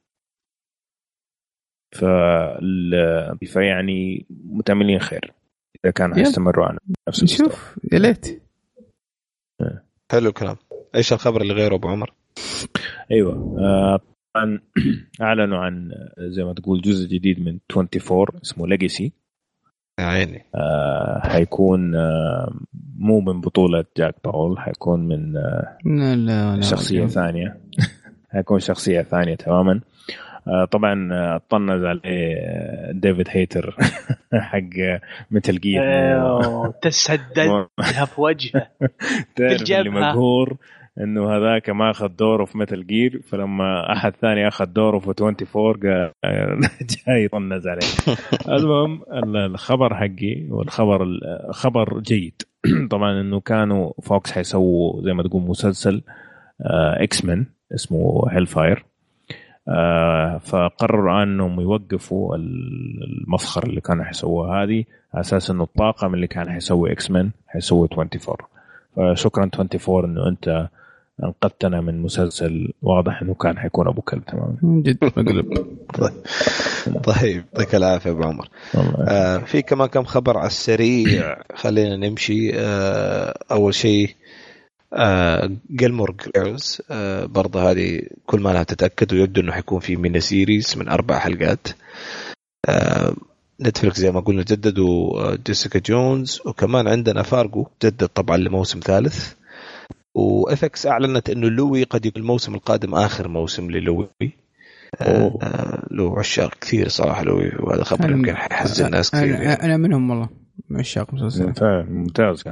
فيعني متأملين خير إذا كانوا يستمروا على نفس المستوى. نشوف يا ليت. حلو الكلام. إيش الخبر اللي غيره أبو عمر؟ أيوة طبعا أعلنوا عن زي ما تقول جزء جديد من 24 اسمه ليجاسي. عيني. حيكون مو من بطولة جاك باول، حيكون من شخصية ثانية. حيكون شخصية ثانية تماما. طبعا طنز عليه ديفيد هيتر حق ميتال جير. تسددها في وجهه. تعرف اللي مقهور انه هذاك ما اخذ دوره في ميتال جير، فلما احد ثاني اخذ دوره في 24 جاي يطنز عليه. المهم الخبر حقي والخبر خبر جيد طبعا انه كانوا فوكس حيسووا زي ما تقول مسلسل اكس مان اسمه هيل فاير. فقرروا انهم يوقفوا المفخر اللي كانوا حيسووها هذه على اساس انه الطاقم اللي كان حيسوي اكس مان حيسوي 24. فشكرا 24 انه انت انقذتنا من مسلسل واضح انه كان حيكون ابو كلب تماما جد مقلب. طيب يعطيك العافيه ابو عمر. في كمان كم خبر على السريع خلينا نمشي. اول شيء جيلمور جيرلز برضه هذه كل ما لها تتأكد ويبدو انه حيكون في ميني سيريز من 4 حلقات. نتفليكس زي ما قلنا جددوا جيسيكا جونز، وكمان عندنا فارغو جدد طبعا لموسم ثالث، وإفكس أعلنت إنه لوي قد يكون الموسم القادم آخر موسم للوي. لو عشاق كثير صراحة لوي، وهذا خبر يمكن حيحزن الناس كثير. أنا منهم والله عشاق مسلسل ممتاز.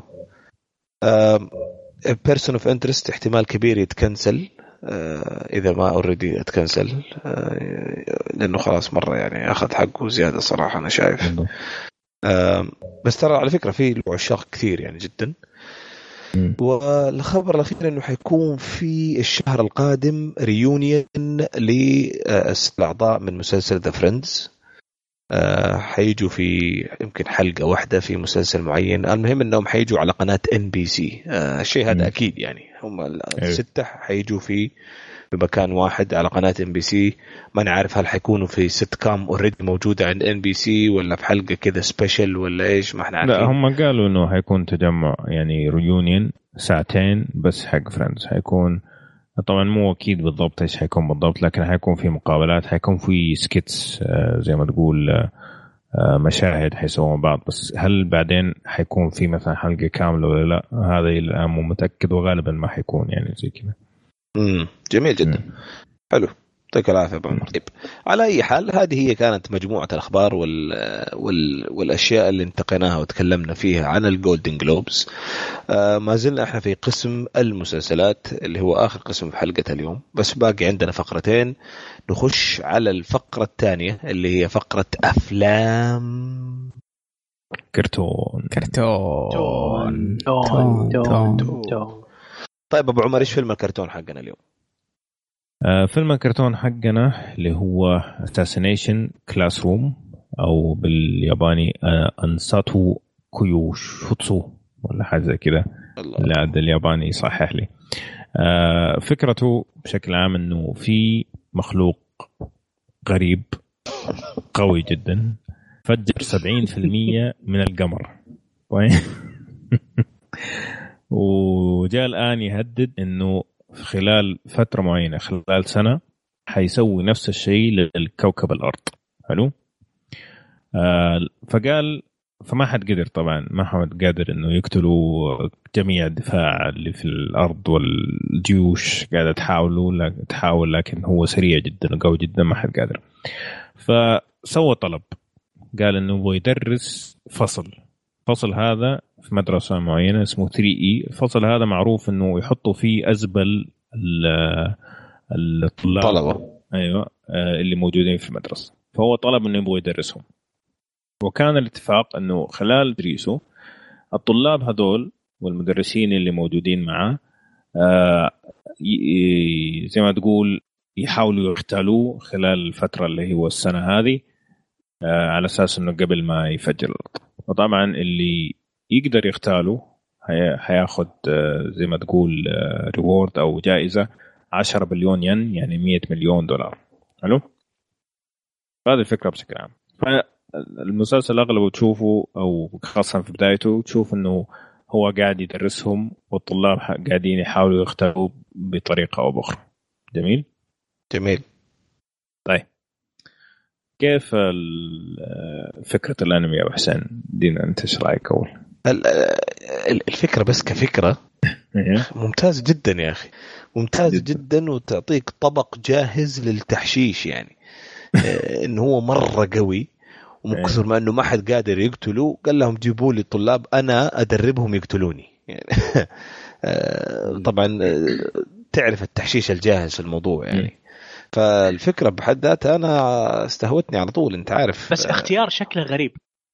بيرسون اوف انترست احتمال كبير يتكنسل اذا ما اوريدي اتكنسل، لانه خلاص مره يعني اخذ حقه زياده صراحه انا شايف. بس ترى على فكره في عشاق كثير يعني جدا. والخبر الاخير انه حيكون في الشهر القادم ريونيون للاعضاء من مسلسل ذا فريندز. حيجوا في يمكن حلقة واحدة في مسلسل معين. المهم انهم حيجوا على قناة NBC. الشيء هذا اكيد يعني هم الستة حيجوا في بمكان واحد على قناة NBC. ما نعرف هل حيكونوا في سيت كام اوريدي موجودة عند NBC ولا في حلقة كذا سبيشل ولا ايش، ما احنا عارفين. لا هم قالوا انه حيكون تجمع يعني ريونيون ساعتين بس حق فريندز. حيكون طبعا مو اكيد بالضبط ايش حيكون بالضبط، لكن حيكون في مقابلات، حيكون في سكيتس زي ما تقول مشاهد حيسوون بعض. بس هل بعدين حيكون في مثلا حلقة كاملة ولا لا، هذا الآن مو متأكد، وغالبا ما حيكون يعني زي كذا. جميل جدا. حلو يعطيك العافية ابو عمر. على اي حال هذه هي كانت مجموعة الاخبار والاشياء اللي انتقيناها وتكلمنا فيها عن الجولدن جلوبز. ما زلنا احنا في قسم المسلسلات اللي هو اخر قسم في حلقة اليوم، بس باقي عندنا فقرتين. نخش على الفقرة الثانية اللي هي فقرة افلام كرتون. طيب ابو عمر ايش فيلم الكرتون حقنا اليوم؟ فيلم الكرتون حقنا اللي هو Assassination Classroom أو بالياباني أنساتو كيوشوتسو ولا حاجة زي كده. اللي عاد الياباني يصحح لي. فكرته بشكل عام إنه في مخلوق غريب قوي جدا فجر 70% من القمر وجاء الآن يهدد إنه في خلال فترة معينة خلال سنة حيسوي نفس الشيء للكوكب الأرض. حلو. فقال فما حد قدر، طبعا ما حد قادر إنه يقتلوا جميع الدفاع اللي في الأرض، والجيوش قاعدة تحاول لكن هو سريع جدا وقوي جدا ما حد قادر. فسوى طلب، قال إنه هو يدرس فصل هذا في مدرسة معينة اسمه 3E. الفصل هذا معروف إنه يحطوا فيه أزبل الطلاب. أيوة اللي موجودين في المدرسة. فهو طلب إنه يبغى يدرسهم، وكان الاتفاق إنه خلال تدريسه الطلاب هذول والمدرسين اللي موجودين معه زي ما تقول يحاولوا يقتلوه خلال الفترة اللي هو السنة هذه على أساس إنه قبل ما يفجر الأرض. وطبعا اللي يقدر يقتله هياخد زي ما تقول ريورد أو جائزة 10 بليون ين، يعني 100 مليون دولار. حلو، هذه الفكرة بشكل عام. فالمسلسل أغلبه تشوفه أو خاصة في بدايته تشوف إنه هو قاعد يدرسهم والطلاب قاعدين يحاولوا يختاروا بطريقة أو بأخرى. جميل. طيب كيف فكرة الأنمي يا أبو حسين؟ دينا أنت إيش رأيك أول؟ الفكرة بس كفكرة ممتاز جدا يا أخي، ممتاز جدا وتعطيك طبق جاهز للتحشيش يعني. إنه هو مرة قوي، ومن كثر ما إنه ما حد قادر يقتله قال لهم جيبوا لي طلاب أنا أدربهم يقتلوني يعني. طبعا تعرف التحشيش الجاهز في الموضوع يعني. فالفكرة بحد ذاتها أنا استهوتني على طول، أنت عارف. بس اختيار شكله غريب.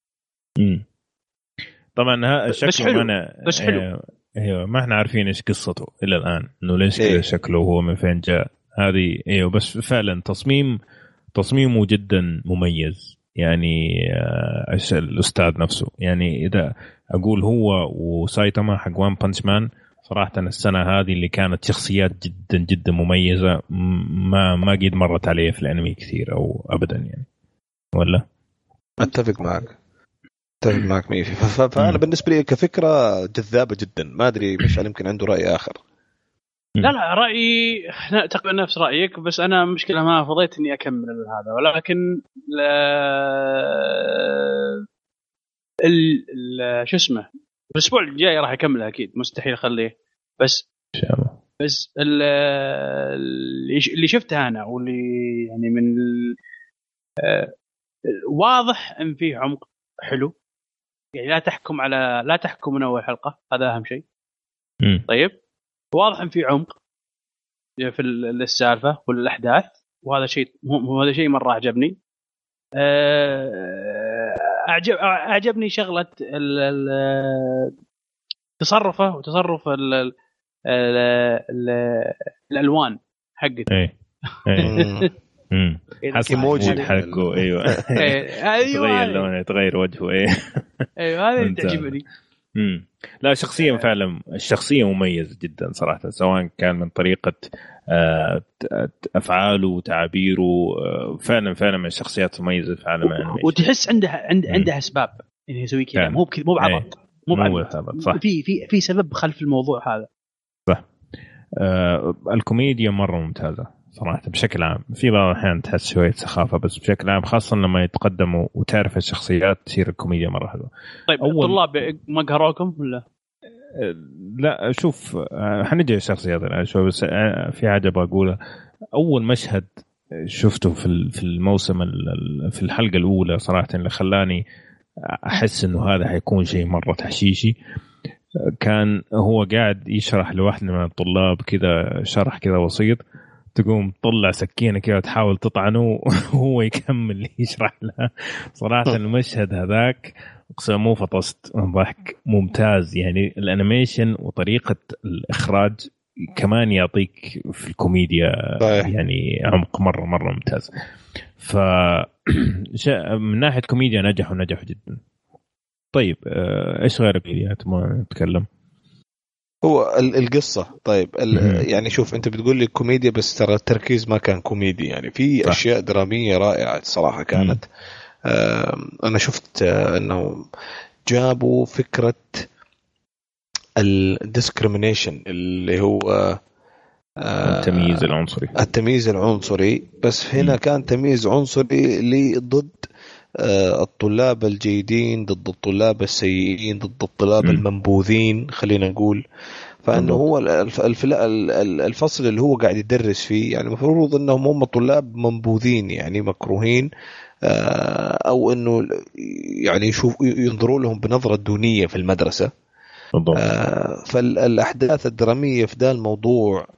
طبعا هذا شكله بس حلو. ايوه ما احنا عارفين ايش قصته الى الان، انه ليش كذا شكله هو من فين جاء. هذه ايوه بس فعلا تصميمه جدا مميز يعني. الاستاذ نفسه يعني، اذا اقول هو وسايتاما حق وان بانش مان صراحه السنه هذه اللي كانت شخصيات جدا جدا مميزه، ما قد مرت عليه في الانمي كثير او ابدا يعني. ولا اتفق معك ميفي. فأنا بالنسبة لي كفكرة جذابة جدا. ما أدري مشعل يمكن عنده رأي آخر. لا رأيي تقريبا نفس رأيك، بس أنا مشكلة ما فضيت إني أكمل هذا. ولكن شو اسمه الأسبوع الجاي راح أكملها أكيد، مستحيل أخليه. بس اللي شفته أنا واللي يعني من واضح إن فيه عمق حلو يعني. لا تحكم من أول حلقة، هذا أهم شيء. طيب واضح إن في عمق في السالفة والأحداث، وهذا شيء مرة أعجبني. أعجبني شغلة تصرفه وتصرف الألوان حقته. حسب موجود حقه. ايوه يتغير لونه، يتغير وجهه. ايوه هذا تعجبني. لا شخصيا فعلا الشخصيه مميزه جدا صراحه، سواء كان من طريقه افعاله وتعابيره. فعلا من الشخصيات المميزه في عالم الانمي. وتحس عندها اسباب انه يسوي كذا، مو بعبط. صح. في سبب خلف الموضوع هذا. صح. الكوميديا مره ممتازه صراحة بشكل عام. في بعض الأحيان تحس شوية سخافة، بس بشكل عام خاصة لما يتقدموا وتعرف الشخصيات تصير الكوميديا مرة حلوة. طيب الطلاب ما قهروكم ولا؟ لا شوف حنجي الشخصيات الآن شوي، بس في حاجة بقولها. أول مشهد شفته في الموسم في الحلقة الأولى صراحة اللي خلاني أحس إنه هذا حيكون شيء مرة تحشيشي، كان هو قاعد يشرح لواحد من الطلاب كذا شرح كذا بسيط، تقوم تطلع سكينة كذا تحاول تطعنه وهو يكمل يشرح لها. صراحة المشهد هذاك أقسم مو فطست ضحك ممتاز يعني. الأنيميشن وطريقة الإخراج كمان يعطيك في الكوميديا يعني عمق مرة ممتاز. من ناحية كوميديا نجحوا جدا. طيب إيش غير بيديات ما نتكلم؟ هو القصة. طيب يعني شوف أنت بتقول لي كوميديا، بس ترى التركيز ما كان كوميدي يعني. في أشياء درامية رائعة صراحة كانت. أنا شفت أنه جابوا فكرة الديسكريمينيشن اللي هو التمييز العنصري. بس هنا كان تمييز عنصري ضد الطلاب الجيدين ضد الطلاب السيئين ضد الطلاب المنبوذين خلينا نقول. فانه هو الفصل اللي هو قاعد يدرس فيه يعني المفروض انهم هم طلاب منبوذين يعني مكروهين، او انه يعني ينظروا لهم بنظرة دونية في المدرسة. فالاحداث الدرامية في ذا الموضوع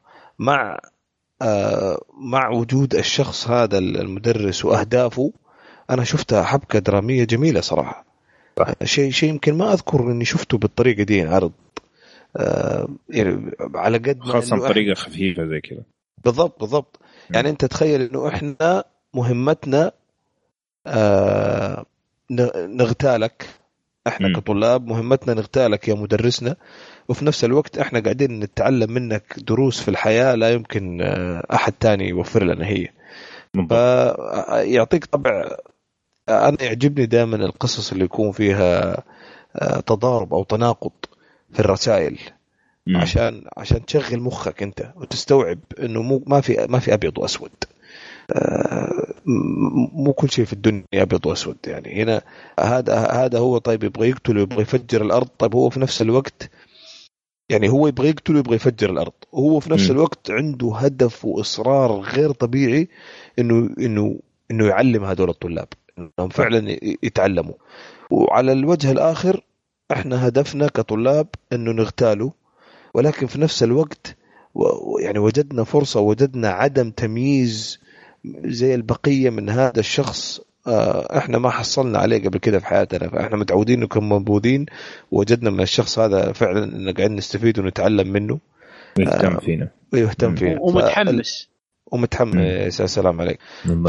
مع وجود الشخص هذا المدرس واهدافه، أنا شفتها حبكة درامية جميلة صراحة. شيء يمكن ما أذكر إني شفته بالطريقة دي عرض يعني على قد خاصة بطريقة خفيفة زي كذا. بالضبط. يعني أنت تخيل إنه إحنا مهمتنا نغتالك احنا كطلاب مهمتنا نغتالك يا مدرسنا، وفي نفس الوقت احنا قاعدين نتعلم منك دروس في الحياة لا يمكن احد تاني يوفر لنا هي. فيعطيك طبع. انا يعجبني دائما القصص اللي يكون فيها تضارب او تناقض في الرسائل، عشان تشغل مخك انت وتستوعب انه ما في ابيض واسود. مو كل شيء في الدنيا ابيض واسود. يعني هنا هذا هو طيب يبغى يقتل ويبغى يفجر الارض، طيب هو في نفس الوقت يعني هو يبغى يقتل ويبغى يفجر الارض، وهو في نفس الوقت عنده هدف واصرار غير طبيعي انه يعلم هذول الطلاب انهم فعلا يتعلموا. وعلى الوجه الاخر احنا هدفنا كطلاب انه نغتاله، ولكن في نفس الوقت يعني وجدنا فرصة، وجدنا عدم تمييز زي البقية من هذا الشخص احنا ما حصلنا عليه قبل كده في حياتنا. فاحنا متعودين نكون منبوذين، وجدنا من الشخص هذا فعلا ان قاعدين نستفيد ونتعلم منه، يهتم فينا ويهتم فينا ومتحمس. السلام عليك.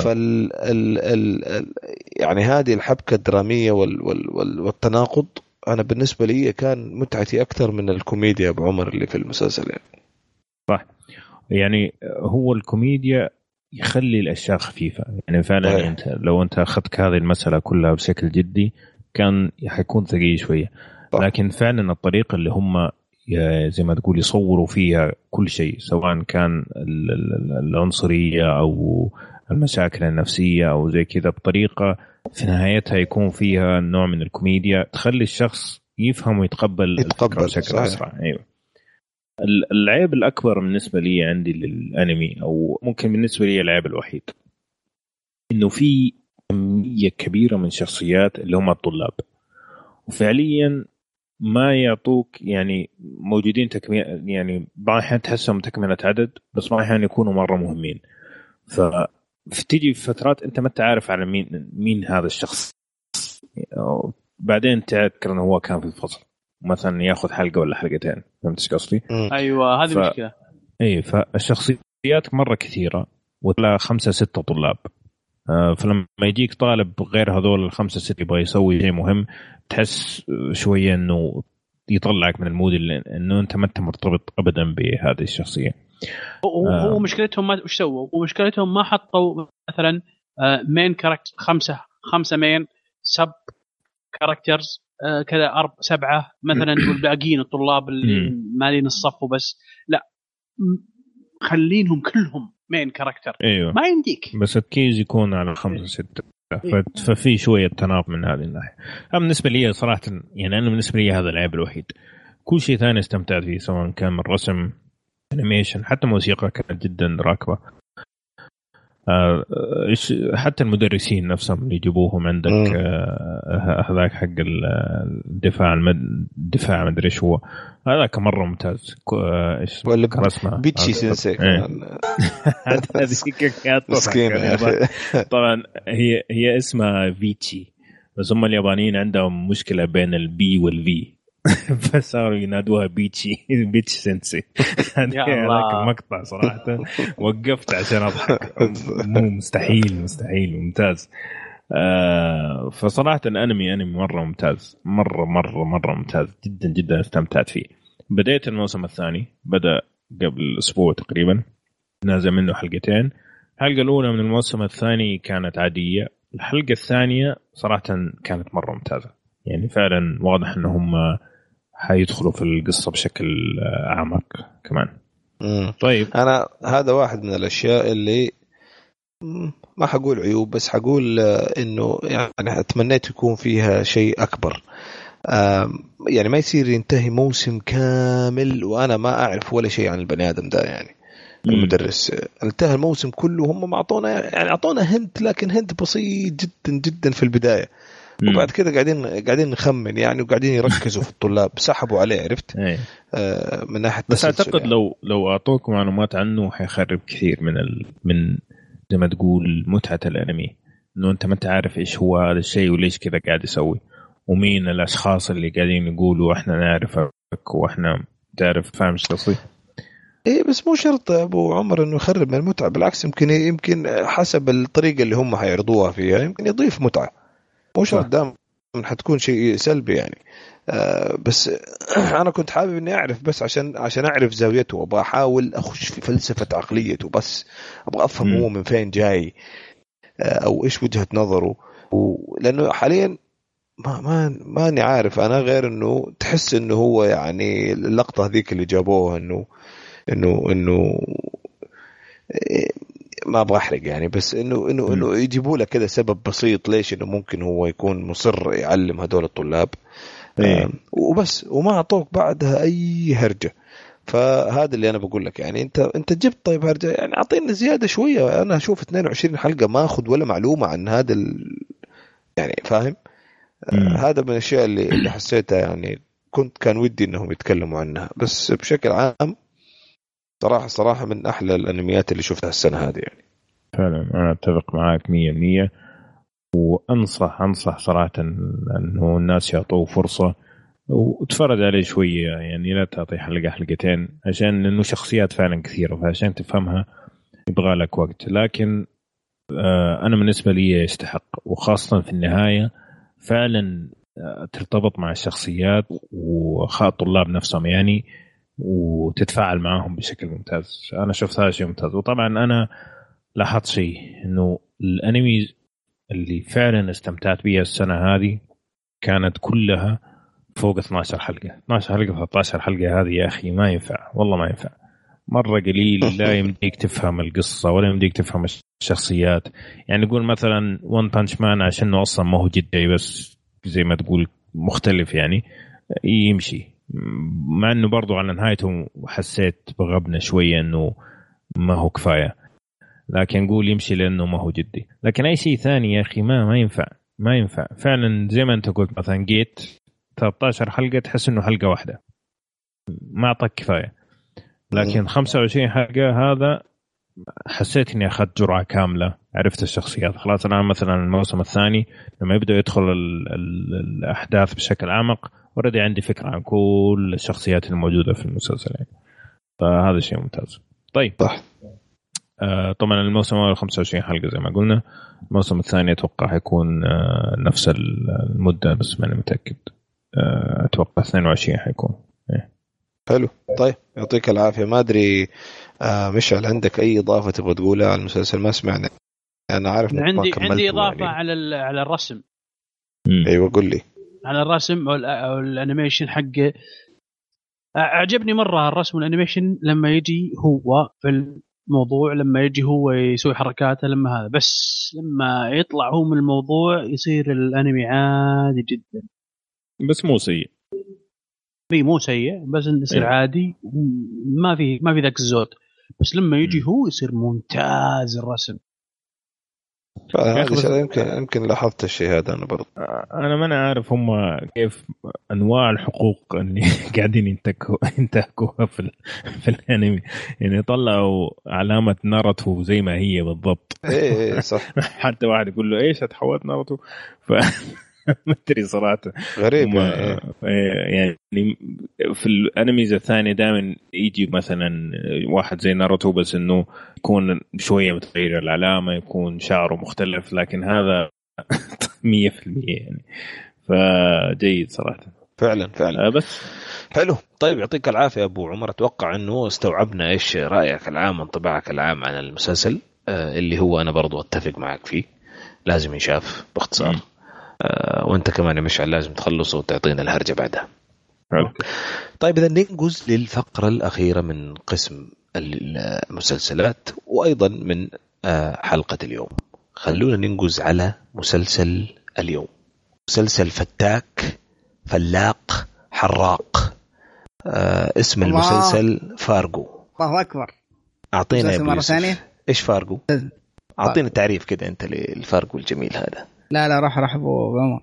يعني هذه الحبكة الدرامية والتناقض أنا بالنسبة لي كان متعتي أكثر من الكوميديا أبو عمر اللي في المسلسل. يعني صح، يعني هو الكوميديا يخلي الأشياء خفيفة. يعني فعلا أنت لو أنت أخذت هذه المسألة كلها بشكل جدي كان حيكون ثقيل شوية. لكن فعلا الطريقة اللي هم زي ما تقول يصوروا فيها كل شيء، سواء كان العنصرية أو المشاكل النفسية أو زي كذا، بطريقة في نهايتها يكون فيها نوع من الكوميديا تخلي الشخص يفهم ويتقبل بشكل أسرع. أيوة. العيب الأكبر بالنسبة لي عندي للأنمي، أو ممكن بالنسبة لي العيب الوحيد، إنه في كمية كبيرة من شخصيات اللي هم الطلاب، وفعليا ما يعطوك يعني موجودين يعني بعض الأحيان تحسهم تكملة عدد، بس بعض الأحيان يكونوا مرة مهمين. فتيجي في فترات أنت ما تعرف على مين هذا الشخص، بعدين تذكر إنه هو كان في الفصل مثلا ياخذ حلقة ولا حلقتين. فهمت ايش قصدي؟ أيوة هذه مشكلة. أي فالشخصيات مرة كثيرة ولا 5-6 طلاب. فلما يجيك طالب غير هذول 5-6 يبغى يسوي شيء مهم، تحس شوية إنه يطلعك من المود إنه أنت ما أنت مرتبط أبدا بهذه الشخصية. هو مشكلتهم ما وش سووا، ومشكلتهم ما حطوا مثلا مين كاركتر 5 مين سب كاركترز كذا 4-7 مثلا، والباقيين الطلاب اللي مالين الصف وبس. لا، خلينهم كلهم مين كاركتر. أيوة. ما يمديك، بس التركيز يكون على 5-6. ففي شوية تناقض من هذه الناحية. بالنسبة لي صراحة يعني أنا بالنسبة لي هذا العيب الوحيد. كل شيء ثاني استمتعت فيه، سواء كان من رسم، انيميشن، حتى موسيقى كانت جدا راكبة. حتى المدرسين نفسهم اللي يجيبوهم عندك هذاك حق الدفاع ما ادري ايش هو هذاك مرة ممتاز. ايش رسمه بيتشي سينسي مسكينة. طبعا هي اسمها فيتشي، بس هم اليابانيين عندهم مشكلة بين البي والفي فصاروا ينادوها بيتشي سينسي. هذاك المقطع صراحة وقفت عشان أضحك. مو مستحيل ممتاز. فصراحة الأنمي مرة ممتاز، مرة ممتاز جدا استمتعت فيه. بداية الموسم الثاني بدأ قبل أسبوع تقريبا، نازل منه 2 حلقات. الحلقة الأولى من الموسم الثاني كانت عادية، الحلقة الثانية صراحة كانت مرة ممتازة. يعني فعلا واضح أنهم حيدخلوا في القصة بشكل أعمق كمان. طيب أنا هذا واحد من الأشياء اللي ما حقول عيوب، بس حقول إنه يعني أتمنيت يكون فيها شيء أكبر. يعني ما يصير ينتهي موسم كامل وأنا ما أعرف ولا شيء عن البني آدم ده. يعني المدرس انتهى الموسم كله، هم أعطونا هنت، لكن هنت بسيط جدا جدا في البداية، وبعد كده قاعدين نخمن يعني، وقاعدين يركزوا في الطلاب، سحبوا عليه، عرفت؟ من ناحية بس أعتقد يعني لو أعطوك معلومات عنه حيخرب كثير من زي ما تقول متعة الأنمي، إنه أنت ما تعرف إيش هو هذا الشيء وليش كذا قاعد يسوي، ومين الأشخاص اللي قاعدين يقولوا إحنا نعرفك وإحنا تعرف. فاهم إيش قصدي؟ إيه، بس مو شرط أبو عمر إنه يخرب من المتعة، بالعكس يمكن حسب الطريقة اللي هم حيعرضوها فيها يمكن يضيف متعة. مو شرط دام حتكون شيء سلبي يعني. بس أنا كنت حابب إني أعرف، بس عشان أعرف زاويته، وأبغى أحاول أخش في فلسفة عقليته، بس أبغى أفهم هو من فين جاي أو إيش وجهة نظره. لأنه حاليا ماني عارف أنا، غير إنه تحس إنه هو يعني اللقطة هذيك اللي جابوها إنه ما أبغى أحرق يعني، بس إنه يجيبوا له كذا سبب بسيط ليش إنه ممكن هو يكون مصر يعلم هدول الطلاب. وبس، وما أعطوك بعدها أي هرجة. فهذا اللي أنا بقول لك يعني، أنت جبت طيب هرجة يعني، أعطينا زيادة شوية. أنا أشوف 22 حلقة ما أخذ ولا معلومة عن هذا يعني فاهم. هذا من الأشياء اللي حسيتها يعني، كان ودي إنهم يتكلموا عنها. بس بشكل عام صراحة من أحلى الأنميات اللي شفتها السنة هذه يعني. فعلا أنا أتفق معاك 100%. وأنصح صراحة أنه الناس يعطوه فرصة وتفرج عليه شوية يعني، لا تعطي حلقة حلقتين، عشان إنه شخصيات فعلا كثيرة، فعشان تفهمها يبغى لك وقت. لكن أنا بالنسبة لي يستحق، وخاصة في النهاية فعلا ترتبط مع الشخصيات وخاطر الطلاب نفسهم يعني، وتتفاعل معهم بشكل ممتاز. أنا شفت هذا شيء ممتاز. وطبعا أنا لاحظت شيء، إنه الأنمي اللي فعلا استمتعت بيها السنة هذه كانت كلها فوق 12 حلقة 13 حلقة. هذه يا أخي ما ينفع، والله ما ينفع، مرة قليل. لا يمديك تفهم القصة ولا يمديك تفهم الشخصيات. يعني نقول مثلا ون بانش مان عشانه أصلا ما هو جدي، بس زي ما تقول مختلف يعني، يمشي. مع أنه برضو على نهايته حسيت بغبنا شوية أنه ما هو كفاية، لكن نقول يمشي لأنه ما هو جدي. لكن أي شيء ثاني يا أخي ما ينفع فعلا. زي ما أنت قلت مثلا جيت 13 حلقة تحس أنه حلقة واحدة، ما أعطاك كفاية. لكن 25 حلقة هذا حسيت إني أخذت جرعة كاملة، عرفت الشخصيات خلاص. أنا مثلا الموسم الثاني لما يبدأ يدخل الأحداث بشكل أعمق، وردي عندي فكرة عن كل الشخصيات الموجودة في المسلسل يعني. فهذا شيء ممتاز. طيب طبعا الموسم الأول 25 حلقة زي ما قلنا. الموسم الثاني أتوقع حيكون نفس المدة، بس ماني متأكد. أتوقع 22 حيكون. حلو. طيب يعطيك العافية. ما أدري مشعل عندك أي إضافة تبغى تقولها على المسلسل؟ ما سمعنا. أنا عارف عندي إضافة يعني. على الرسم. أيوة قل لي. على الرسم أو الأنيميشن حقه. أعجبني مرة الرسم والأنيميشن لما يجي هو في الموضوع، لما يجي هو يسوي حركاته، لما هذا بس لما يطلع هو من الموضوع يصير الأنمي عادي جدا. بس مو سيء. مو سيء، بس يصير عادي، ما في ذاك الزود. بس لما يجي هو يصير ممتاز الرسم. يمكن لاحظت الشيء هذا أنا برضه. أنا ما عارف هم كيف أنواع الحقوق اللي قاعدين ينتهكوها في الأنمي يعني. طلعوا علامة ناروتو زي ما هي بالضبط. إيه صح. حتى واحد يقول له إيش هتحولت ناروتو ما أدري صراحة. غريب يعني في الأنميز الثانية دائما يجي مثلا واحد زي ناروتو، بس إنه يكون شوية متغير العلامة، يكون شعره مختلف، لكن هذا 100% يعني. فجيد صراحة. فعلا بس حلو. طيب يعطيك العافية أبو عمر. أتوقع أنه استوعبنا إيش رأيك العام وانطباعك العام عن المسلسل، اللي هو أنا برضو أتفق معك فيه، لازم يشاف باختصار. وانت كمان يا مشعل لازم تخلصه وتعطينا الهرجة بعدها. طيب إذا ننجز للفقرة الأخيرة من قسم المسلسلات، وأيضا من حلقة اليوم. خلونا ننجز على مسلسل اليوم. مسلسل فتاك فلاق حراق. اسم المسلسل فارغو. الله أكبر. أعطينا يا مرة ثانية إيش فارغو؟ أعطينا تعريف كده أنت للفارغو الجميل هذا. لا راح أبو عمر.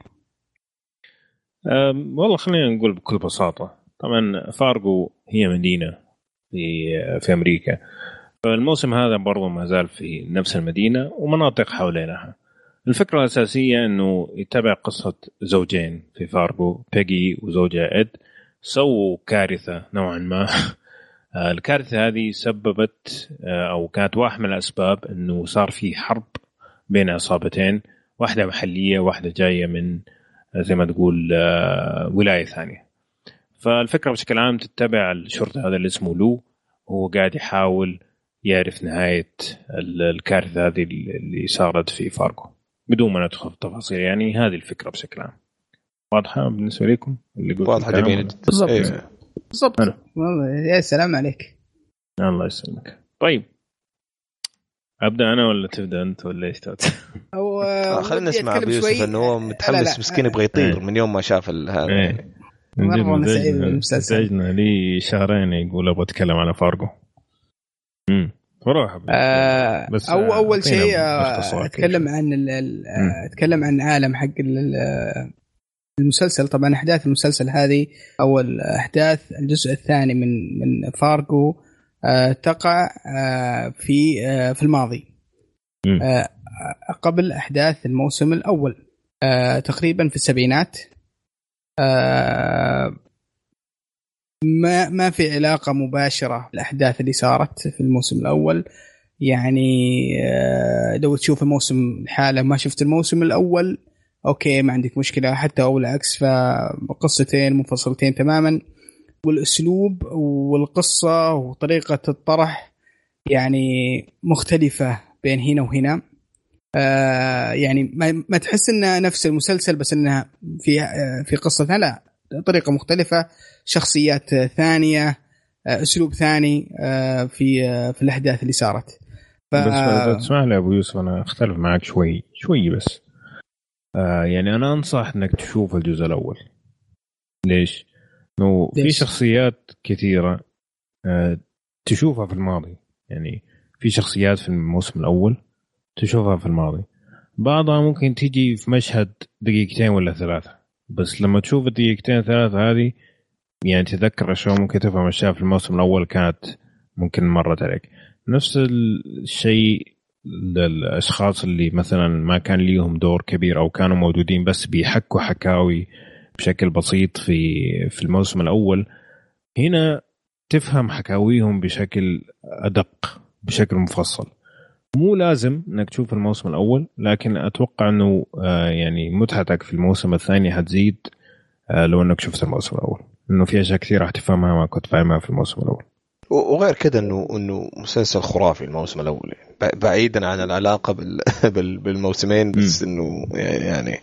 والله خلينا نقول بكل بساطة. طبعا فارغو هي مدينة في أمريكا. فالموسم هذا برضو ما زال في نفس المدينة ومناطق حوالينها. الفكرة الأساسية أنه يتبع قصة زوجين في فارغو، بيجي وزوجها إد، سووا كارثة نوعا ما. الكارثة هذه سببت أو كانت واحد من الأسباب أنه صار في حرب بين عصابتين، واحدة محلية واحدة جاية من زي ما تقول ولاية ثانية. فالفكرة بشكل عام تتبع الشرطي هذا اللي اسمه لو، هو قاعد يحاول يعرف نهاية الكارثة هذه اللي صارت في فارغو بدون ما ندخل في تفاصيل. يعني هذه الفكرة بشكل عام. واضحة بالنسبة لكم اللي قلت؟ واضحة جميلة بالضبط. بالضبط. يا سلام عليك. الله يسلمك. طيب أبدأ أنا ولا تبدأ أنت ولا إيش توت؟ خلينا نسمع أبو يوسف إنه هو متحمس مسكين يبغى يطير من يوم ما شاف هذا. مرة نسعيد بالمسلسل. سجنا لي شهرين يقول أبغى أتكلم على فارغو. صراحة بس أول شيء أتكلم عن عالم حق المسلسل. طبعا أحداث المسلسل هذه أول أحداث الجزء الثاني من فارغو تقع في الماضي قبل أحداث الموسم الأول تقريبا في السبعينات. ما في علاقة مباشرة الأحداث اللي صارت في الموسم الأول. يعني لو تشوف الموسم الحالة ما شفت الموسم الأول أوكي ما عندك مشكلة، حتى أو العكس، فقصتين منفصلتين تماما، والأسلوب والقصة وطريقة الطرح يعني مختلفة بين هنا وهنا. يعني ما تحس إنها نفس المسلسل، بس إنها في قصة ثانية، لا، طريقة مختلفة، شخصيات ثانية، أسلوب ثاني في الأحداث اللي صارت. بس تسمع لي أبو يوسف، أنا أختلف معك شوي بس. يعني أنا أنصح إنك تشوف الجزء الأول. ليش؟ إنه في شخصيات كثيرة تشوفها في الماضي. يعني في شخصيات في الموسم الأول تشوفها في الماضي، بعضها ممكن تيجي في مشهد دقيقتين ولا 3، بس لما تشوف الدقيقتين 3 هذه يعني تذكر أشياء ممكن تفهم أشياء في الموسم الأول كانت ممكن مرت عليك. نفس الشيء للأشخاص اللي مثلا ما كان ليهم دور كبير أو كانوا موجودين بس بيحكوا حكاوي بشكل بسيط في الموسم الأول، هنا تفهم حكاويهم بشكل أدق، بشكل مفصل. مو لازم انك تشوف الموسم الاول، لكن اتوقع انه يعني متعتك في الموسم الثاني هتزيد لو انك شفت الموسم الاول، انه في اشياء كثير راح تفهمها ما كنت فاهمها في الموسم الاول. وغير كده انه مسلسل خرافي الموسم الاول، بعيدا عن العلاقه بالموسمين، بس انه يعني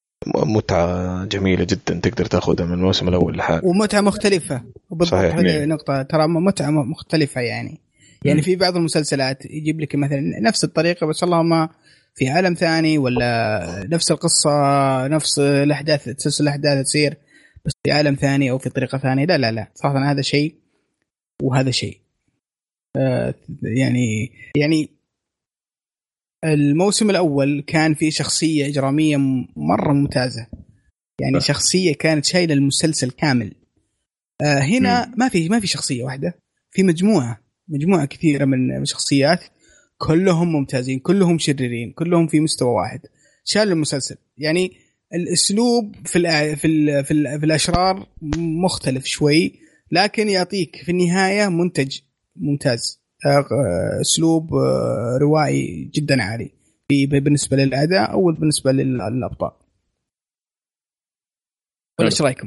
متعه جميله جدا تقدر تاخذها من الموسم الاول لحاله، ومتعه مختلفه. وبالضبط هذه نقطه، ترى متعه مختلفه. يعني في بعض المسلسلات يجيب لك مثلا نفس الطريقة بس اللهم في عالم ثاني، ولا نفس القصة نفس الأحداث، تسلسل الأحداث تصير بس في عالم ثاني أو في طريقة ثانية. لا صراحة هذا شيء وهذا شيء. يعني الموسم الأول كان فيه شخصية إجرامية مرة ممتازة، يعني شخصية كانت شايلة المسلسل كامل. هنا ما في شخصية واحدة، في مجموعة كثيرة من شخصيات، كلهم ممتازين، كلهم شريرين، كلهم في مستوى واحد، شال المسلسل. يعني الأسلوب في الأشرار مختلف شوي، لكن يعطيك في النهاية منتج ممتاز، أسلوب روائي جدا عالي بالنسبة للأداء أو بالنسبة للأبطال. ولا إيش رأيكم؟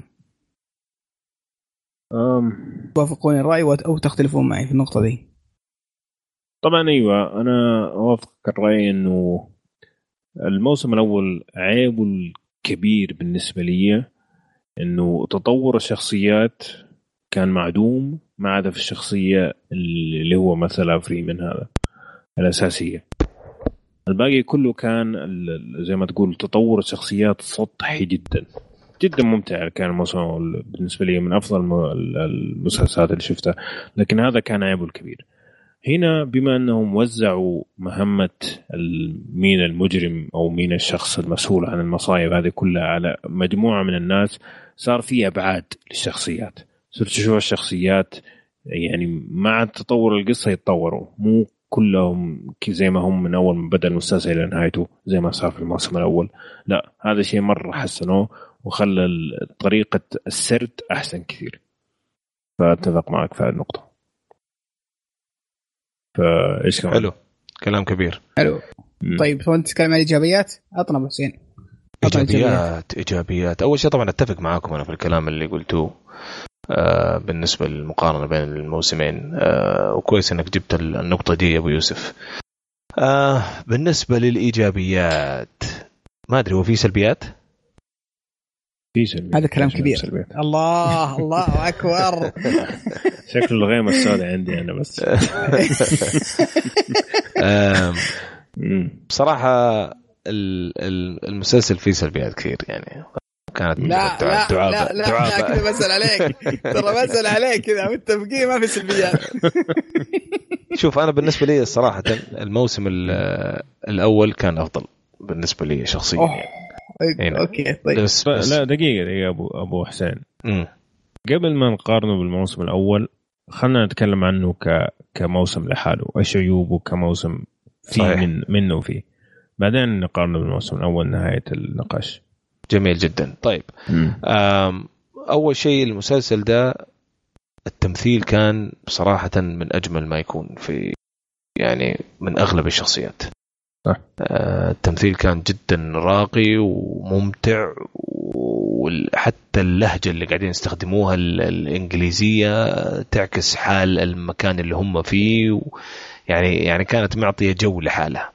توافقون الرأي أو تختلفون معي في النقطة دي؟ طبعا أيوة، أنا أوافق الرأي أنه الموسم الأول عيبه الكبير بالنسبة لي أنه تطور الشخصيات كان معدوم، ما عدا في الشخصية اللي هو مثلا فريمان هذا الأساسية. الباقي كله كان زي ما تقول تطور الشخصيات سطحي جدا جدا ممتع. كان الموسم بالنسبة لي من أفضل المسلسلات اللي شفتها، لكن هذا كان عيبه الكبير. هنا بما أنهم وزعوا مهمة مين المجرم أو مين الشخص المسؤول عن المصايب هذه كلها على مجموعة من الناس، صار في أبعاد للشخصيات. صرت تشوف الشخصيات يعني مع تطور القصة يتطوروا، مو كلهم زي ما هم من أول ما بدأ المسلسل إلى نهايته زي ما صار في الموسم الأول. لا، هذا شيء مرة حسنوه وخلى طريقة السرد أحسن كثير. فأتفق معك في هذه النقطة. فإيش كمان؟ حلو، كلام كبير. حلو. طيب هو أنت تتكلم عن الإيجابيات؟ أطنب حسين. إيجابيات. أول شيء طبعا أتفق معاكم أنا في الكلام اللي قلتوه بالنسبة للمقارنة بين الموسمين، وكويس أنك جبت النقطة دي يا أبو يوسف. بالنسبة للإيجابيات ما أدري، هو في سلبيات؟ هذا كلام كبير. الله أكبر. شكل الغيمة السوداء عندي أنا بس. بصراحة المسلسل فيه سلبيات كثير يعني. كانت لا كذا بسأل عليك، ترى بسأل عليك كذا متفقين ما في سلبيات. شوف أنا بالنسبة لي صراحة الموسم الأول كان أفضل بالنسبة لي شخصيا يعني. أوكي طيب. لا دقيقة أبو حسين، قبل ما نقارنه بالموسم الأول خلنا نتكلم عنه كموسم لحاله، إيش عيوبه كموسم فيه منه فيه، بعدين نقارنه بالموسم الأول نهاية النقاش. جميل جدا. طيب أول شيء المسلسل ده التمثيل كان بصراحة من أجمل ما يكون في يعني من أغلب الشخصيات. التمثيل كان جدا راقي وممتع، وحتى اللهجة اللي قاعدين يستخدموها الإنجليزية تعكس حال المكان اللي هم فيه، يعني كانت معطية جو لحالها.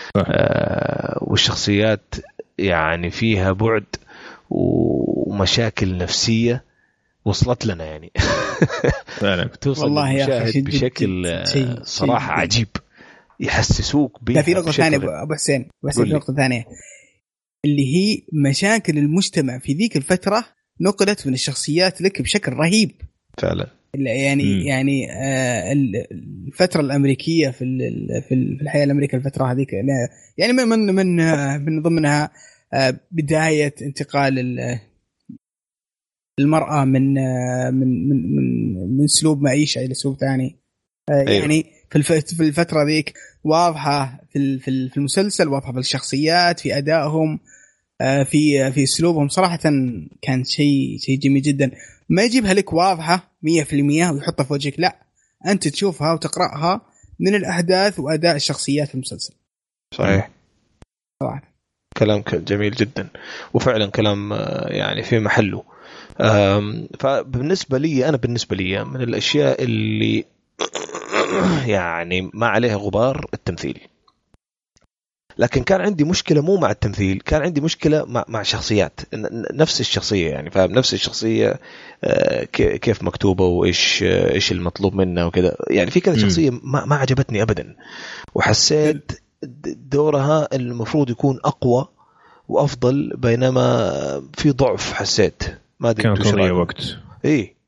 والشخصيات يعني فيها بعد ومشاكل نفسية وصلت لنا يعني. توصل للمشاهد بشكل صراحة عجيب، يحسسوك بها. في نقطة ثانية أبو حسين، بس نقطة ثانية اللي هي مشاكل المجتمع في ذيك الفترة نقلت من الشخصيات لك بشكل رهيب فعلا. يعني الفترة الأمريكية في الحياة الأمريكية الفترة هذيك يعني من ضمنها بداية انتقال المرأة من أسلوب معيشة إلى أسلوب ثاني. يعني في الفترة ذيك واضحة في المسلسل، واضحة في الشخصيات، في أدائهم، في أسلوبهم. صراحة كان شيء جميل جدا، ما يجيبها لك واضحة 100% ويحطها في وجهك، لا أنت تشوفها وتقرأها من الأحداث وأداء الشخصيات في المسلسل. صحيح كلام جميل جدا، وفعلا كلام يعني في محله. فبالنسبة لي من الأشياء اللي يعني ما عليها غبار التمثيل، لكن كان عندي مشكلة مو مع التمثيل، كان عندي مشكلة مع شخصيات نفس الشخصية، يعني فاهم نفس الشخصية كيف مكتوبة وإيش المطلوب منها وكذا. يعني في كذا شخصية ما عجبتني أبدا، وحسيت دورها المفروض يكون أقوى وأفضل، بينما في ضعف حسيت. ما أدري كان تضيع وقت. إيه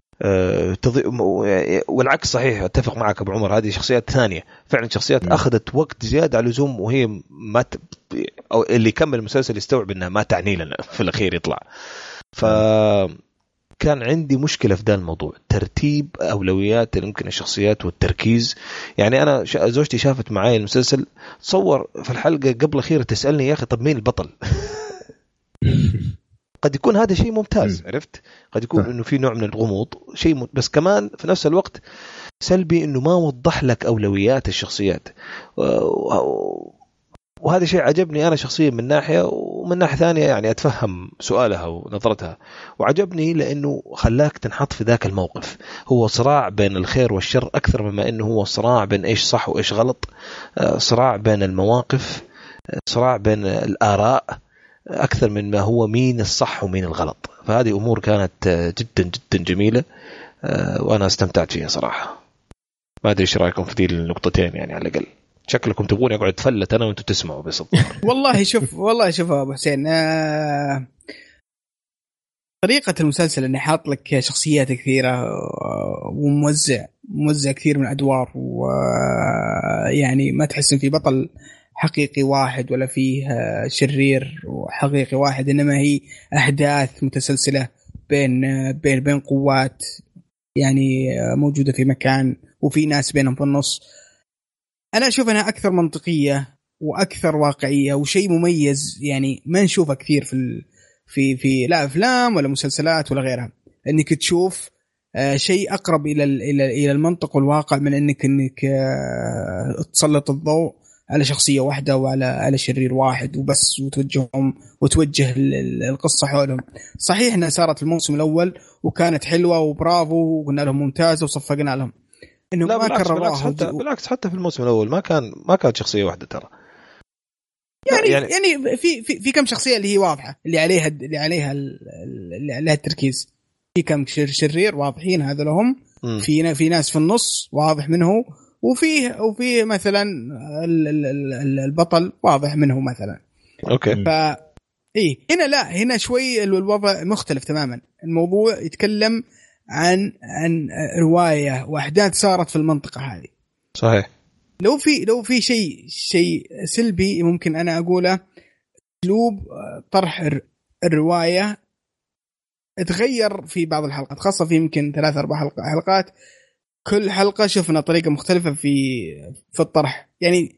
والعكس صحيح، اتفق معك ابو عمر. هذه شخصيات ثانيه فعلا، شخصيات اخذت وقت زياده على اللزوم، وهي ما او اللي يكمل المسلسل يستوعب انها ما تعني لنا في الاخير يطلع. فكان عندي مشكله في ذا الموضوع، ترتيب اولويات يمكن الشخصيات والتركيز. يعني انا زوجتي شافت معي المسلسل، تصور في الحلقه قبل الاخيره تسالني يا اخي طب مين البطل؟ قد يكون هذا شيء ممتاز، عرفت، قد يكون انه في نوع من الغموض شيء بس كمان في نفس الوقت سلبي انه ما وضح لك اولويات الشخصيات. وهذا شيء عجبني انا شخصيا من ناحيه، ومن ناحيه ثانيه يعني اتفهم سؤالها ونظرتها، وعجبني لانه خلاك تنحط في ذاك الموقف. هو صراع بين الخير والشر اكثر مما انه هو صراع بين ايش صح وايش غلط، صراع بين المواقف، صراع بين الاراء أكثر من ما هو مين الصح ومين الغلط. فهذه أمور كانت جدا جدا جميلة، وأنا استمتعت فيها صراحة. ما أدري إيش رأيكم في دي النقطتين، يعني على الأقل شكلكم تبغوني أقعد أتفلت أنا وأنتم تسمعوا بس. والله شوف أبو حسين، طريقة المسلسل إنه حاط لك شخصيات كثيرة وموزع كثير من الأدوار، ويعني ما تحس إن في بطل حقيقي واحد ولا فيه شرير وحقيقي واحد، إنما هي أحداث متسلسلة بين قوات يعني موجودة في مكان، وفي ناس بينهم في النص. أنا أشوف أنها أكثر منطقية وأكثر واقعية، وشيء مميز يعني ما نشوفه كثير في لا أفلام ولا مسلسلات ولا غيرها، إنك تشوف شيء أقرب إلى المنطق والواقع من إنك تسلط الضوء على شخصية واحدة وعلى شرير واحد وبس، وتوجه القصة حولهم. صحيح انها صارت الموسم الاول وكانت حلوة وبرافو وقلنا لهم ممتازة وصفقنا لهم، انه ما كرروها. بالعكس حتى في الموسم الاول ما كانت شخصية واحدة ترى. يعني في كم شخصية اللي هي واضحة، اللي عليها التركيز. في كم شرير واضحين هذا لهم، في ناس في النص واضح منه، وفيه مثلا البطل واضح منه مثلا. اوكي. هنا شوي الوضع مختلف تماما. الموضوع يتكلم عن رواية واحداث صارت في المنطقة هذه. صحيح. لو في شيء سلبي ممكن انا اقوله، اسلوب طرح الرواية اتغير في بعض الحلقات، خاصة في يمكن 3-4 حلقات. كل حلقة شفنا طريقة مختلفة في الطرح. يعني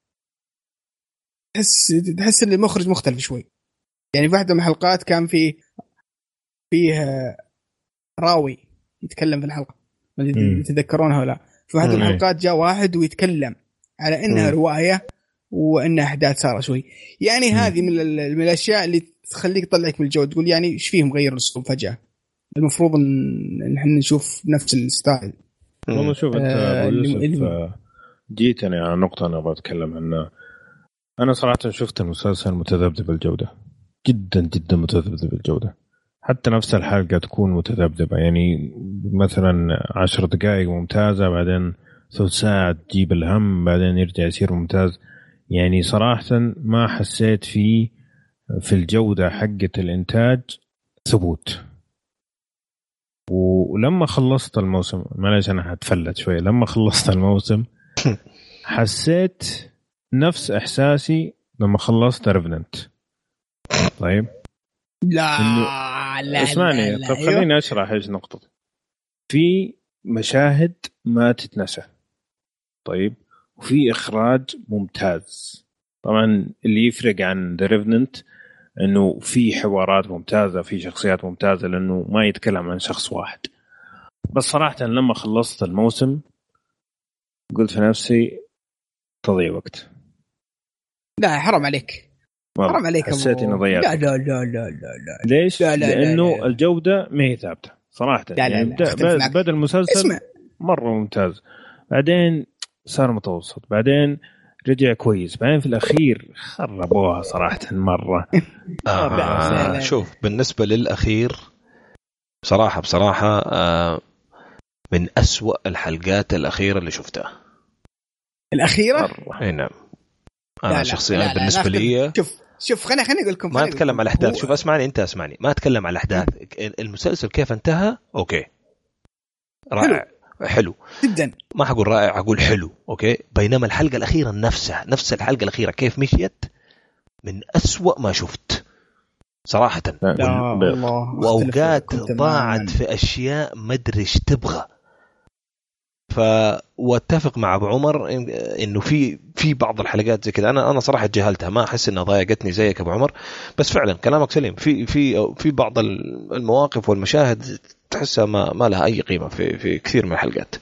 تحس ان المخرج مختلف شوي. يعني في واحدة من الحلقات كان فيه راوي يتكلم في الحلقة، ما تتذكرونها ولا؟ في واحدة من الحلقات جاء واحد ويتكلم على انها رواية وانها احداث صار شوي. يعني هذه من الاشياء اللي تخليك تطلعك من الجو، تقول يعني ايش فيهم غير الاسلوب فجأة. المفروض ان احنا نشوف نفس الستايل. والله شوف انت ابو يوسف، جيتني على نقطة انا ابغى اتكلم عنها. انا صراحة شفت المسلسل متذبذب الجودة جدا جدا، متذبذب الجودة. حتى نفس الحلقة تكون متذبذبة، يعني مثلا 10 دقائق ممتازة، بعدين ثلث ساعة تجيب الهم، بعدين يرجع يصير ممتاز. يعني صراحة ما حسيت في الجودة حقة الإنتاج ثبوت. ولما خلصت الموسم، معلش أنا هتفلت شوية، لما خلصت الموسم حسيت نفس إحساسي لما خلصت ريفننت. طيب لا اسمعني، طب خليني أشرح إيش نقطتي. في مشاهد ما تتنسى، طيب، وفي إخراج ممتاز. طبعا اللي يفرق عن The Revenant إنه في حوارات ممتازة، في شخصيات ممتازة، لأنه ما يتكلم عن شخص واحد. بس صراحة لما خلصت الموسم قلت في نفسي تضيع وقت. لا حرام عليك، حرام عليك. حسيت إنه ضيعت. لا لا لا لا لا. ليش؟ لا لا لأنه لا لا. الجودة ما هي ثابتة صراحة. لا لا يعني بدأ المسلسل مرة ممتاز، بعدين صار متوسط، بعدين رجع كويس، بعدين في الأخير خربوها صراحة مرة. شوف بالنسبة للأخير بصراحة من أسوأ الحلقات الأخيرة اللي شفتها. الأخيرة؟ أي نعم. أنا شخصيا بالنسبة لي شوف خليني أقول لكم، ما أتكلم على الأحداث. شوف اسمعني، أنت اسمعني، ما أتكلم على الأحداث. المسلسل كيف انتهى أوكي رائع، حلو جدا. ما حقول رائع، أقول حلو أوكي. بينما الحلقة الأخيرة نفس الحلقة الأخيرة كيف مشيت من أسوأ ما شفت صراحة. وأوقات ضاعت في أشياء ما أدري إيش تبغى. واتفق مع أبو عمر إنه في بعض الحلقات زي كذا أنا صراحة جهلتها، ما أحس إنها ضايقتني زيك أبو عمر. بس فعلا كلامك سليم، في بعض المواقف والمشاهد تحسها ما لها أي قيمة في كثير من الحلقات.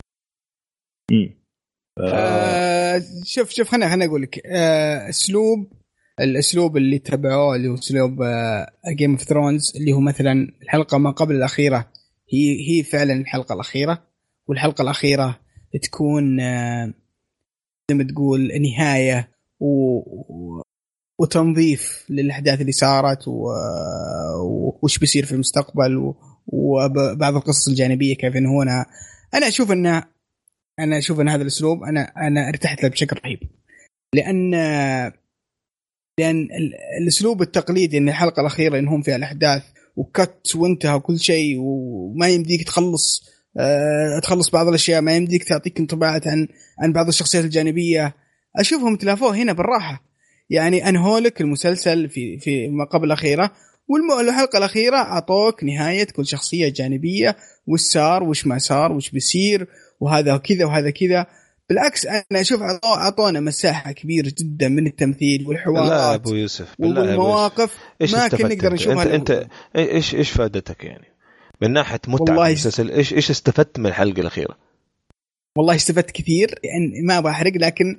شوف خليني أقول لك الأسلوب اللي تبعوه اللي هو أسلوب Game of Thrones، اللي هو مثلا الحلقة ما قبل الأخيرة هي فعلا الحلقة الأخيرة، والحلقة الأخيرة تكون زي ما تقول نهاية وتنظيف للأحداث اللي صارت وش بيصير في المستقبل وبعض القصص الجانبية كيف ينهونها. أنا أشوف أن هذا الأسلوب أنا ارتحت له بشكل رهيب، لأن الأسلوب التقليدي أن الحلقة الأخيرة ينهون فيها الأحداث وكت وانتهى كل شيء وما يمديك تخلص بعض الأشياء، ما يمديك تعطيك انطباعات عن بعض الشخصيات الجانبية. أشوفهم تلافوه هنا بالراحة. يعني أنهولك المسلسل في ما قبل الأخيرة، والحلقة الأخيرة أعطوك نهاية كل شخصية جانبية، وش صار وش ما صار وش بيصير، وهذا كذا وهذا كذا. بالعكس أنا أشوف أعطونا مساحة كبيرة جدا من التمثيل والحوارات. لا أبو يوسف والمواقف ما كنا نقدر نشوفها. أنت إيش فادتك يعني من ناحية متعة المسلسل؟ إيش استفدت من الحلقة الأخيرة؟ والله استفدت كثير، يعني ما بحرق، لكن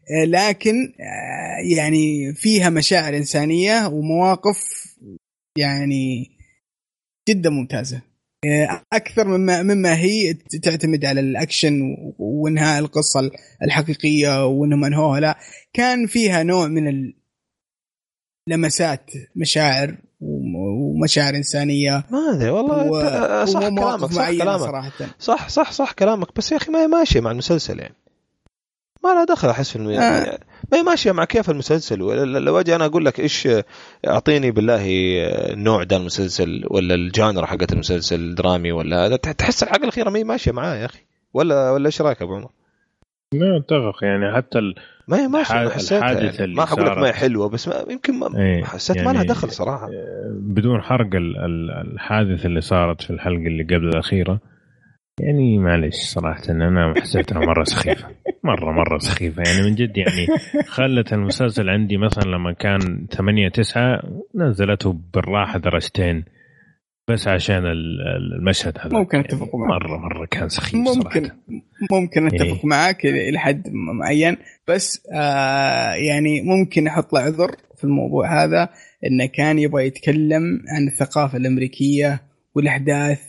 لكن يعني فيها مشاعر إنسانية ومواقف يعني جدا ممتازة، أكثر مما هي تعتمد على الأكشن وإنهاء القصة الحقيقية وإنهم أنهوها. لا، كان فيها نوع من لمسات مشاعر ومشاعر إنسانية. ما أدري والله صح كلامك، صح كلامك صراحة. صح كلامك، بس يا أخي ما ماشي مع المسلسل يعني، ما لا دخل أحس في يعني ما ماشية مع كيف المسلسل. لو أجي أنا أقول لك إيش أعطيني بالله النوع ده المسلسل ولا الجانر حقت المسلسل درامي ولا هذا، تحس الحلقة الأخيرة ما ماشية معاه يا أخي، ولا إيش رأيك أبو عمر؟ لا أتفق يعني، حتى ما هي ماشية، الحادثة يعني. ما أقول لك ما هي حلوة، بس يمكن حسيت يعني ما لها دخل صراحة. بدون حرق الحادثة اللي صارت في الحلقة اللي قبل الأخيرة يعني معلش صراحة أنا حسيتها مرة سخيفة، مرة سخيفة يعني من جد يعني. خلت المسلسل عندي مثلا لما كان 8-9 نزلته بالراحة درجتين بس عشان المشهد هذا. ممكن أتفق معك، مرة كان سخيف ممكن أتفق معك إلى حد معين، بس يعني ممكن أحط له عذر في الموضوع هذا، إنه كان يبغى يتكلم عن الثقافة الأمريكية والأحداث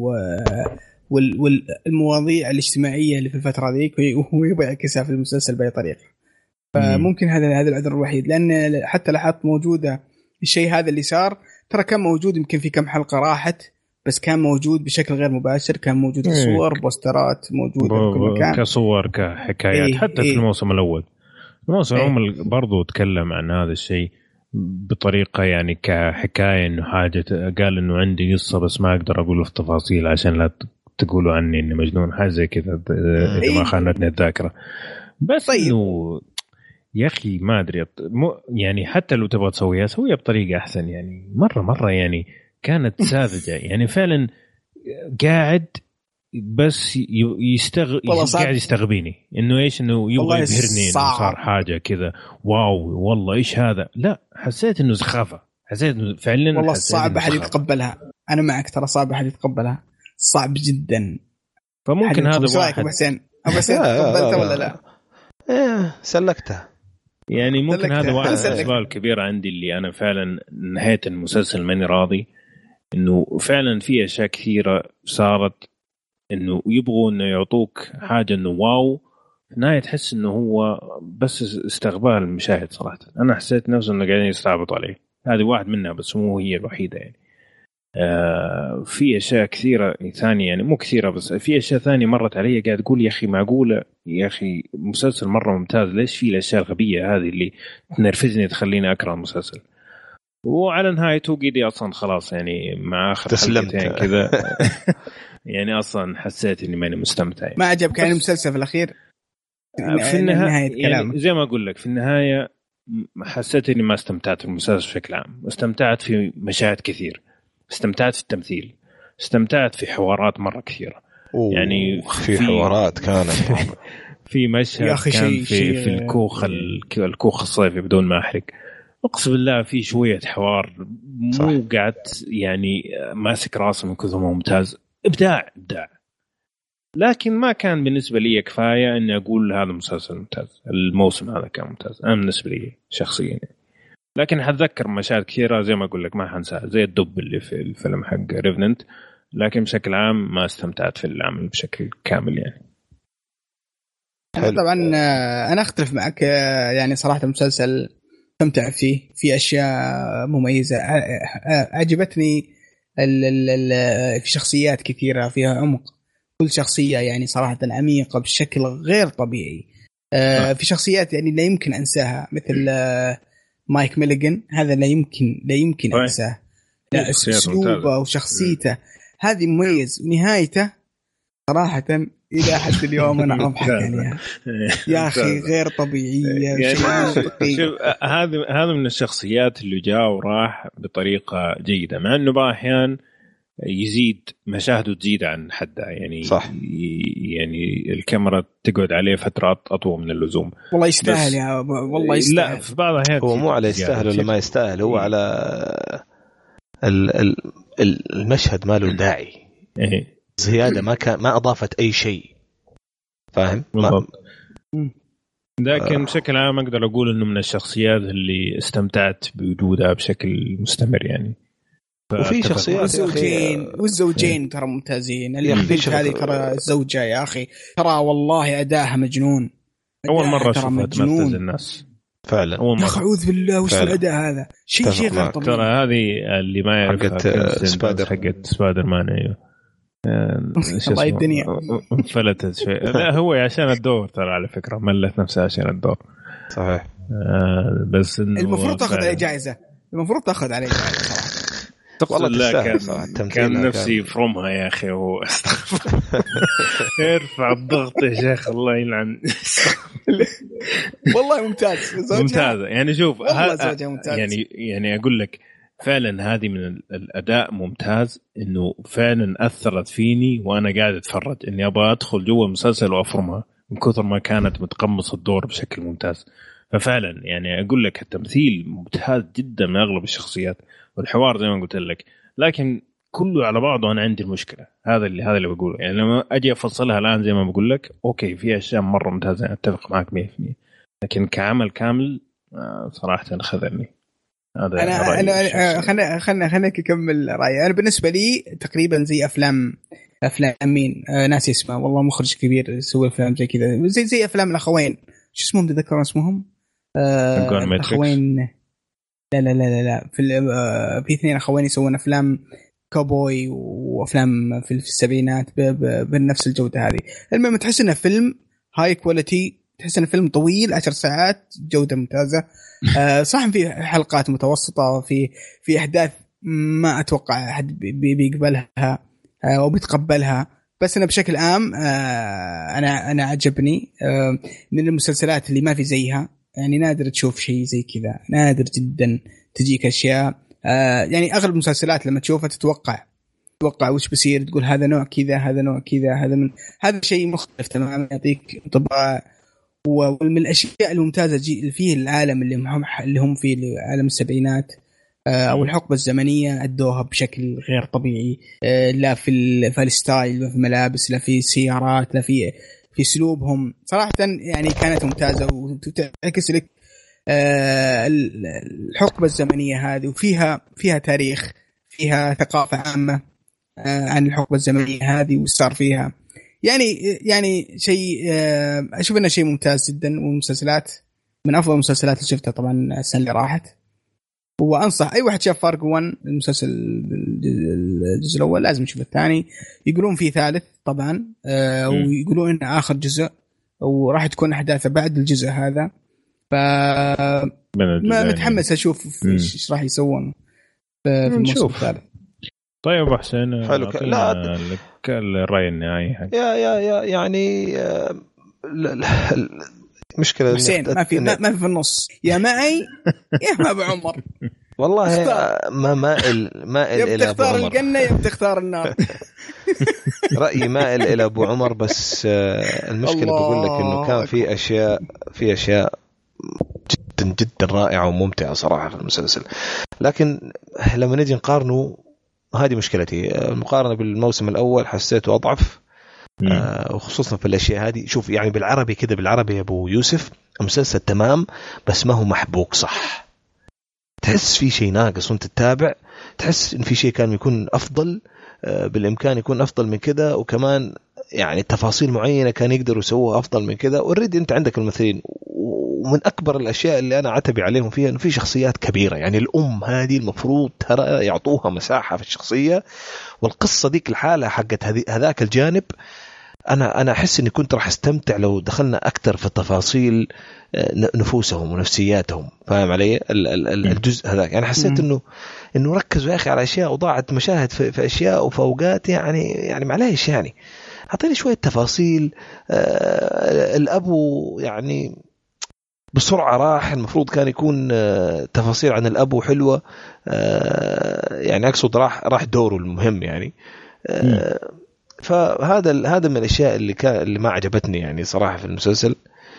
والمواضيع الاجتماعية اللي في الفترة ذيك، وهو يبغى يعكسها في المسلسل بأي طريقة. فممكن هذا العذر الوحيد، لأن حتى لاحظت موجودة الشيء هذا اللي صار، ترى كان موجود يمكن في كم حلقة راحت، بس كان موجود بشكل غير مباشر، كان موجود صور بوسترات موجودة في كل مكان، كصور كحكايات. حتى في الموسم الأول برضو تكلم عن هذا الشيء بطريقة يعني كحكاية، إنه حاجة قال إنه عندي قصة بس ما أقدر أقوله في تفاصيل عشان لا تقولوا عني إني مجنون، حاجة زي كذا إذا ما خانتني الذاكرة. بس إنه يا أخي ما أدري يعني حتى لو تبغى تسويها بطريقة أحسن يعني. مرة يعني كانت ساذجة يعني فعلا، قاعد بس قاعد يستغبيني إنه إيش، إنه يبغى يبهرني إنه صار حاجة كذا واو والله إيش هذا. لا، حسيت إنه سخافة، حسيت إنه فعلا والله صعب أحد يتقبلها. أنا معك، ترى صعب أحد يتقبلها، صعب جدا. فممكن هذا واحد تقبلته ولا لا؟ سلكتها يعني. ممكن هذا واحد الأسباب الكبيرة عندي اللي أنا فعلا نهاية المسلسل ماني راضي، إنه فعلا في أشياء كثيرة صارت إنه يبغوا إنه يعطوك حاجة إنه واو، في النهاية تحس إنه هو بس استغبال المشاهد. صراحة أنا حسيت نفسه إنه قاعدين يستعبطوا عليه. هذه واحد منها بس مو هي الوحيدة يعني. في أشياء كثيرة ثانية يعني، مو كثيرة بس في أشياء ثانية مرت علي قاعد أقول يا أخي معقولة يا أخي مسلسل مرة ممتاز، ليش في الأشياء الغبية هذه اللي تنرفزني تخليني أكره المسلسل. وعلى نهايته قيدي أصلا خلاص يعني مع آخر حلقتين كذا يعني أصلا حسيت إني ماني مستمتع يعني. ما عجبك يعني المسلسل في الأخير في النهاية يعني زي ما أقول لك في النهاية حسيت إني ما استمتعت بالمسلسل بشكل عام. استمتعت في مشاهد كثير، استمتعت في التمثيل، استمتعت في حوارات مرة كثيرة يعني. في حوارات كانت في مشهد كان في الكوخ الصيفي بدون ما أحرق، أقسم بالله في شوية حوار مو قاعد يعني ماسك راسه من كثر ما ممتاز. إبداع. لكن ما كان بالنسبة لي كفاية أني أقول هذا مسلسل ممتاز. الموسم هذا كان ممتاز أنا بالنسبة لي شخصيا يعني. لكن حتذكر مشاهد كثيرة زي ما أقول لك ما حنساها، زي الدب اللي في الفيلم حق ريفننت. لكن بشكل عام ما استمتعت في العمل بشكل كامل يعني. طبعا أنا أختلف معك يعني. صراحة المسلسل استمتع فيه، في أشياء مميزة عجبتني. في شخصيات كثيرة فيها عمق، كل شخصية يعني صراحة عميقة بشكل غير طبيعي. في شخصيات يعني لا يمكن أنساها، مثل مايك ميليغان، هذا لا يمكن أنساه. أسلوبه وشخصيته هذه مميز، ونهايته صراحة إلى حد اليوم أنا أضحك عليها يا أخي، غير طبيعية يعني. هذا من الشخصيات اللي جاء وراح بطريقة جيدة، مع أنه بعض أحيان يزيد مشاهده تزيد عن حدها يعني. صح. يعني الكاميرا تقعد عليه فترات أطول من اللزوم. والله يستاهل والله يستاهل. لا في بعض الأحيان هو مو على يستاهل ولا ما يستاهل، هو على المشهد ما له داعي زيادة، ما أضافت أي شيء، فاهم؟ لكن بشكل عام أقدر أقول إنه من الشخصيات اللي استمتعت بوجودها بشكل مستمر يعني. وفي شخصيات والزوجين ترى ممتازين. البنت هذه ترى الزوجة يا أخي ترى والله أداها مجنون. أول مرة أشوفها تمثل الناس فعلا. أعوذ بالله وش الأداء هذا شيء غير طبيعي. ترى هذه اللي ما يعرفها حقت سبايدر مان. أيوه الله الدنيا انفلتت شوي. لا هو عشان الدور ترى على فكرة ملت نفسها عشان الدور. صحيح. بس المفروض تاخذ عليه جائزة. المفروض تاخذ عليه جائزة والله. لا كان نفسي يفرمها يا أخي. هو ارفع الضغط يا شيخ الله يلعن. والله ممتاز يعني شوف يعني أقول لك فعلا هذه من الأداء ممتاز إنه فعلا أثرت فيني وأنا قاعد أتفرج إني أبغى أدخل جوا المسلسل وأفرمها من كثر ما كانت متقمص الدور بشكل ممتاز. ففعلا يعني أقول لك التمثيل ممتاز جدا من أغلب الشخصيات والحوار زي ما قلت لك. لكن كله على بعضه أنا عندي المشكلة هذا اللي بقوله. يعني لما أجي أفصلها الآن زي ما بقول لك أوكي في أشياء مرة ممتازة أتفق معك 100%. لكن كعمل كامل صراحة خذلني. أنا خلنا أكمل رأيي. أنا بالنسبة لي تقريبا زي أفلام مين ناسي اسمه والله مخرج كبير يسوي أفلام زي كذا زي أفلام الأخوين شو اسمهم تذكرون اسمهم أخوين لا في اثنين أخوين يسوون أفلام كوبوي وأفلام في السبعينات بنفس الجودة هذه. المهم تحس إنه فيلم هاي كواليتي تحس إنه فيلم طويل 10 ساعات جودة ممتازة. صح في حلقات متوسطة في أحداث ما أتوقع أحد بيقبلها أو بيتقبلها. بس أنا بشكل عام أنا عجبني من المسلسلات اللي ما في زيها. يعني نادر تشوف شيء زي كذا نادر جدا تجيك أشياء يعني أغلب المسلسلات لما تشوفها تتوقع وش بيصير تقول هذا نوع كذا هذا نوع كذا هذا شيء مختلف تماما يعطيك انطباع. ومن الأشياء الممتازة فيه العالم اللي هم فيه عالم السبعينات أو الحقبة الزمنية أدوها بشكل غير طبيعي. لا في الستايل لا في ملابس لا في سيارات لا في اسلوبهم صراحه يعني كانت ممتازه وتعكس لك الحقبه الزمنيه هذه وفيها تاريخ فيها ثقافه عامه عن الحقبه الزمنيه هذه وصار فيها يعني شيء اشوف انه شيء ممتاز جدا. والمسلسلات من افضل المسلسلات اللي شفتها طبعا السنه اللي راحت. وانصح اي واحد شاف فارغ 1 المسلسل الجزء الاول لازم يشوف الثاني. يقولون فيه ثالث طبعا ويقولون انه اخر جزء وراح تكون احداثه بعد الجزء هذا. ما متحمس اشوف ايش راح يسوون في الموسم الثالث. طيب حسين لا لك الراي النهائي حق يا يعني مشكلة حسين ما في النص يا معي يا ما بعمر والله مائل إلى تختار الجنة يا تختار النار. رأيي مائل إلى أبو عمر. بس المشكلة بقول لك إنه كان في أشياء جدا جدا رائعة وممتعة صراحة في المسلسل. لكن لما نجي نقارنه هذه مشكلتي. المقارنة بالموسم الأول حسيته أضعف وخصوصا في الأشياء هذه. شوف يعني بالعربي كده بالعربي يا أبو يوسف المسلسل تمام بس ما هو محبوك صح. تحس في شيء ناقص وانت تتابع تحس ان في شيء كان يكون افضل بالامكان يكون افضل من كده. وكمان يعني تفاصيل معينة كان يقدروا يسووها افضل من كده. اوريدي انت عندك الممثلين. ومن اكبر الاشياء اللي انا عتبي عليهم فيها انه في شخصيات كبيرة. يعني الام هذه المفروض ترى يعطوها مساحة في الشخصية. والقصة ديك الحالة حقت هذاك الجانب أنا أحس إني كنت راح استمتع لو دخلنا أكثر في التفاصيل نفوسهم ونفسياتهم. فاهم علي الجزء هذاك. يعني حسيت إنه ركزوا يا أخي على أشياء وضاعت مشاهد في أشياء وفي أوقات يعني معليش يعني أعطيني شوية تفاصيل. الأبو يعني بسرعة راح. المفروض كان يكون تفاصيل عن الأبو حلوة. يعني أقصد راح دوره المهم يعني. فهذا من الأشياء اللي ما عجبتني يعني صراحة في المسلسل.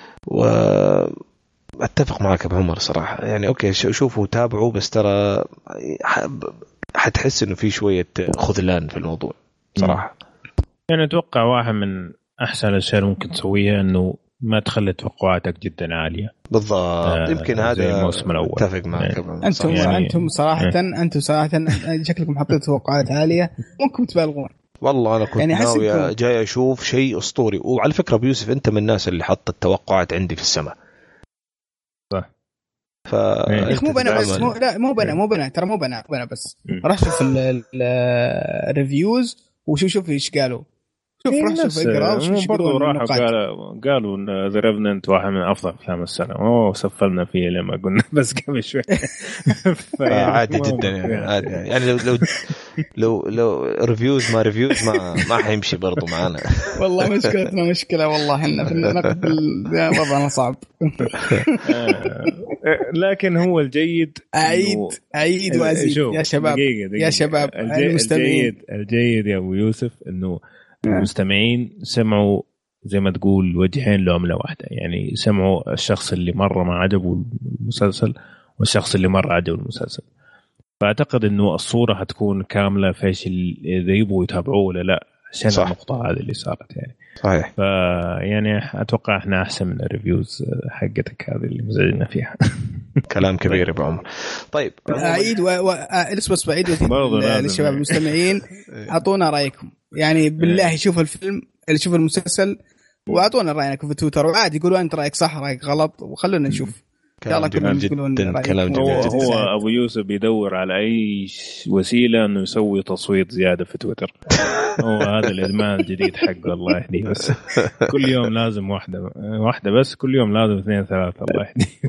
وأتفق معك أبو عمر صراحة. يعني أوكي شوفوا تابعوا بس ترى حتحس إنه في شوية خذلان في الموضوع صراحة. يعني أتوقع واحد من أحسن الأشياء ممكن تسويها إنه ما تخلي توقعاتك جدا عاليه بالضبط. يمكن هذا الموسم الاول اتفق معك. انتم صراحه شكلكم حطيتوا توقعات عاليه، ممكن تبالغون. والله انا كنت يعني ناوي جاي اشوف شيء اسطوري. وعلى فكره ابو يوسف انت من الناس اللي حط التوقعات عندي في السماء. صح. مو بنا بس مو بنا ترى مو بنا بس راح شوف الريفيوز وشوف ايش قالوا. شوف راح شوف اقرا وش برضو قالوا ان ذا ريفننت واحد من افضل افلام السنه. سفلنا فيه لما قلنا بس قبل شوي. عادي جدا يعني لو ريفيوز ما حيمشي برضو معنا. والله مشكله والله احنا في النقد وضعنا صعب. لكن هو الجيد اعيد وازيد يا شباب المستمعين. الجيد يا ابو يوسف انه المستمعين سمعوا زي ما تقول وجهين لعملة واحدة. يعني سمعوا الشخص اللي مرة ما عجبه المسلسل والشخص اللي مرة عجبه المسلسل. فأعتقد أنه الصورة هتكون كاملة فيش إذا يبغوا يتابعوه ولا لا عشان النقطة هذه اللي صارت يعني. صحيح. يعني أتوقع إحنا أحسن من الريفيوز حقتك هذه اللي مزعجنا فيها. كلام كبير يا عمر. طيب أعيد بس بعيد للشباب المستمعين أعطونا رأيكم. يعني بالله شوف الفيلم اللي شوف المسلسل وأعطونا رأيك في تويتر. وعادي يقولوا أنت رأيك صح رأيك غلط وخلونا نشوف. كلام جميل جدا. هو أبو يوسف بيدور على أي وسيلة إنه يسوي تصويت زيادة في تويتر. هو هذا الإدمان الجديد حقه الله يهديه. بس كل يوم لازم واحدة بس كل يوم لازم 2 3 الله يهديه.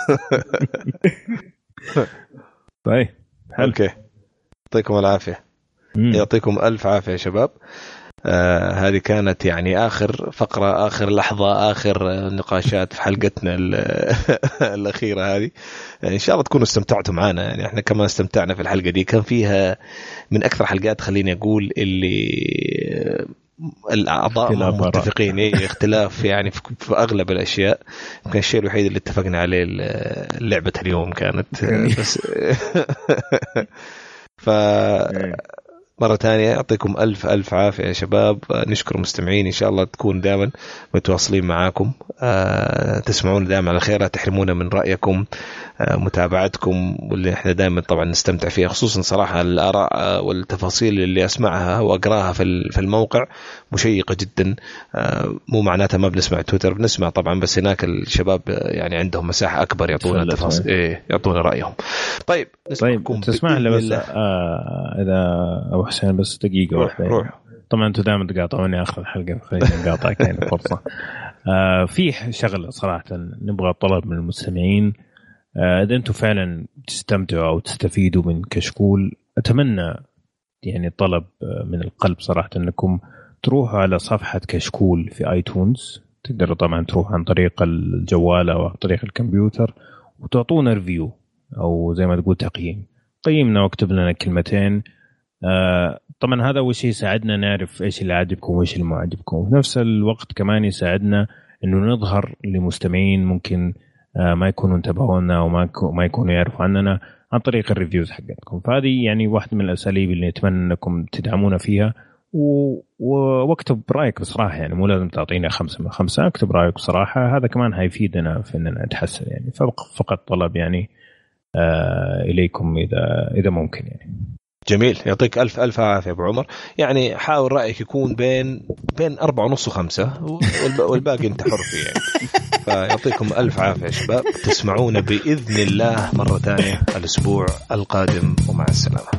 طيب أوكي يعطيكم العافية. يعطيكم ألف عافية يا شباب. هذه كانت يعني آخر فقرة آخر لحظة آخر نقاشات في حلقتنا الأخيرة هذه. يعني إن شاء الله تكونوا استمتعتوا معنا. يعني إحنا كمان استمتعنا في الحلقة دي. كان فيها من أكثر حلقات خليني أقول اللي الأعضاء متفقين اختلاف يعني في أغلب الأشياء. يمكن الشيء الوحيد اللي اتفقنا عليه لعبة اليوم كانت بس مرة تانية يعطيكم ألف عافية يا شباب. نشكر المستمعين إن شاء الله تكون دائما متواصلين معاكم. تسمعون دائما على خير. تحرمونا من رأيكم متابعتكم واللي احنا دائما طبعا نستمتع فيها. خصوصا صراحة الآراء والتفاصيل اللي أسمعها وأقراها في الموقع مشيقة جدا. مو معناتها ما بنسمع تويتر بنسمع طبعا بس هناك الشباب يعني عندهم مساحة أكبر يعطونا تفاصيل يعطونا رأيهم. طيب تسمح لي بس إذا أبو حسين بس دقيقة واحدة. روح. طبعا أنتوا دائما تقاطعوني آخر الحلقة خلينا نقاطعك يعني فرصة. في شغلة صراحة نبغى طلب من المستمعين. إذا أنتوا فعلا تستمتعوا أو تستفيدوا من كشكول أتمنى يعني طلب من القلب صراحة أنكم تروحوا على صفحة كشكول في آيتونز. تقدروا طبعا تروح عن طريق الجوال أو عن طريق الكمبيوتر وتعطونا ريفيو أو زي ما تقول تقييم. قيمنا واكتب لنا كلمتين. طبعا هذا أول شيء يساعدنا نعرف إيش اللي عجبكم وإيش اللي ما عجبكم. وفي نفس الوقت كمان يساعدنا إنه نظهر لمستمعين ممكن ما يكونوا انتبهونا وما يكونوا يعرفوا عننا عن طريق الريفيوز حقتكم. فهذه يعني واحدة من الأساليب اللي نتمنى أنكم تدعمونا فيها. واكتب رأيك بصراحة يعني مو لازم تعطينا 5 من 5. اكتب رأيك بصراحة هذا كمان هيفيدنا في أننا نتحسن يعني. فقط طلب يعني إليكم إذا ممكن يعني. جميل. يعطيك ألف عافية أبو عمر. يعني حاول رأيك يكون بين 4.5 و5 والباقي انت حر فيه يعني. فيعطيكم ألف عافية يا شباب. تسمعونا بإذن الله مرة تانية الأسبوع القادم ومع السلامة.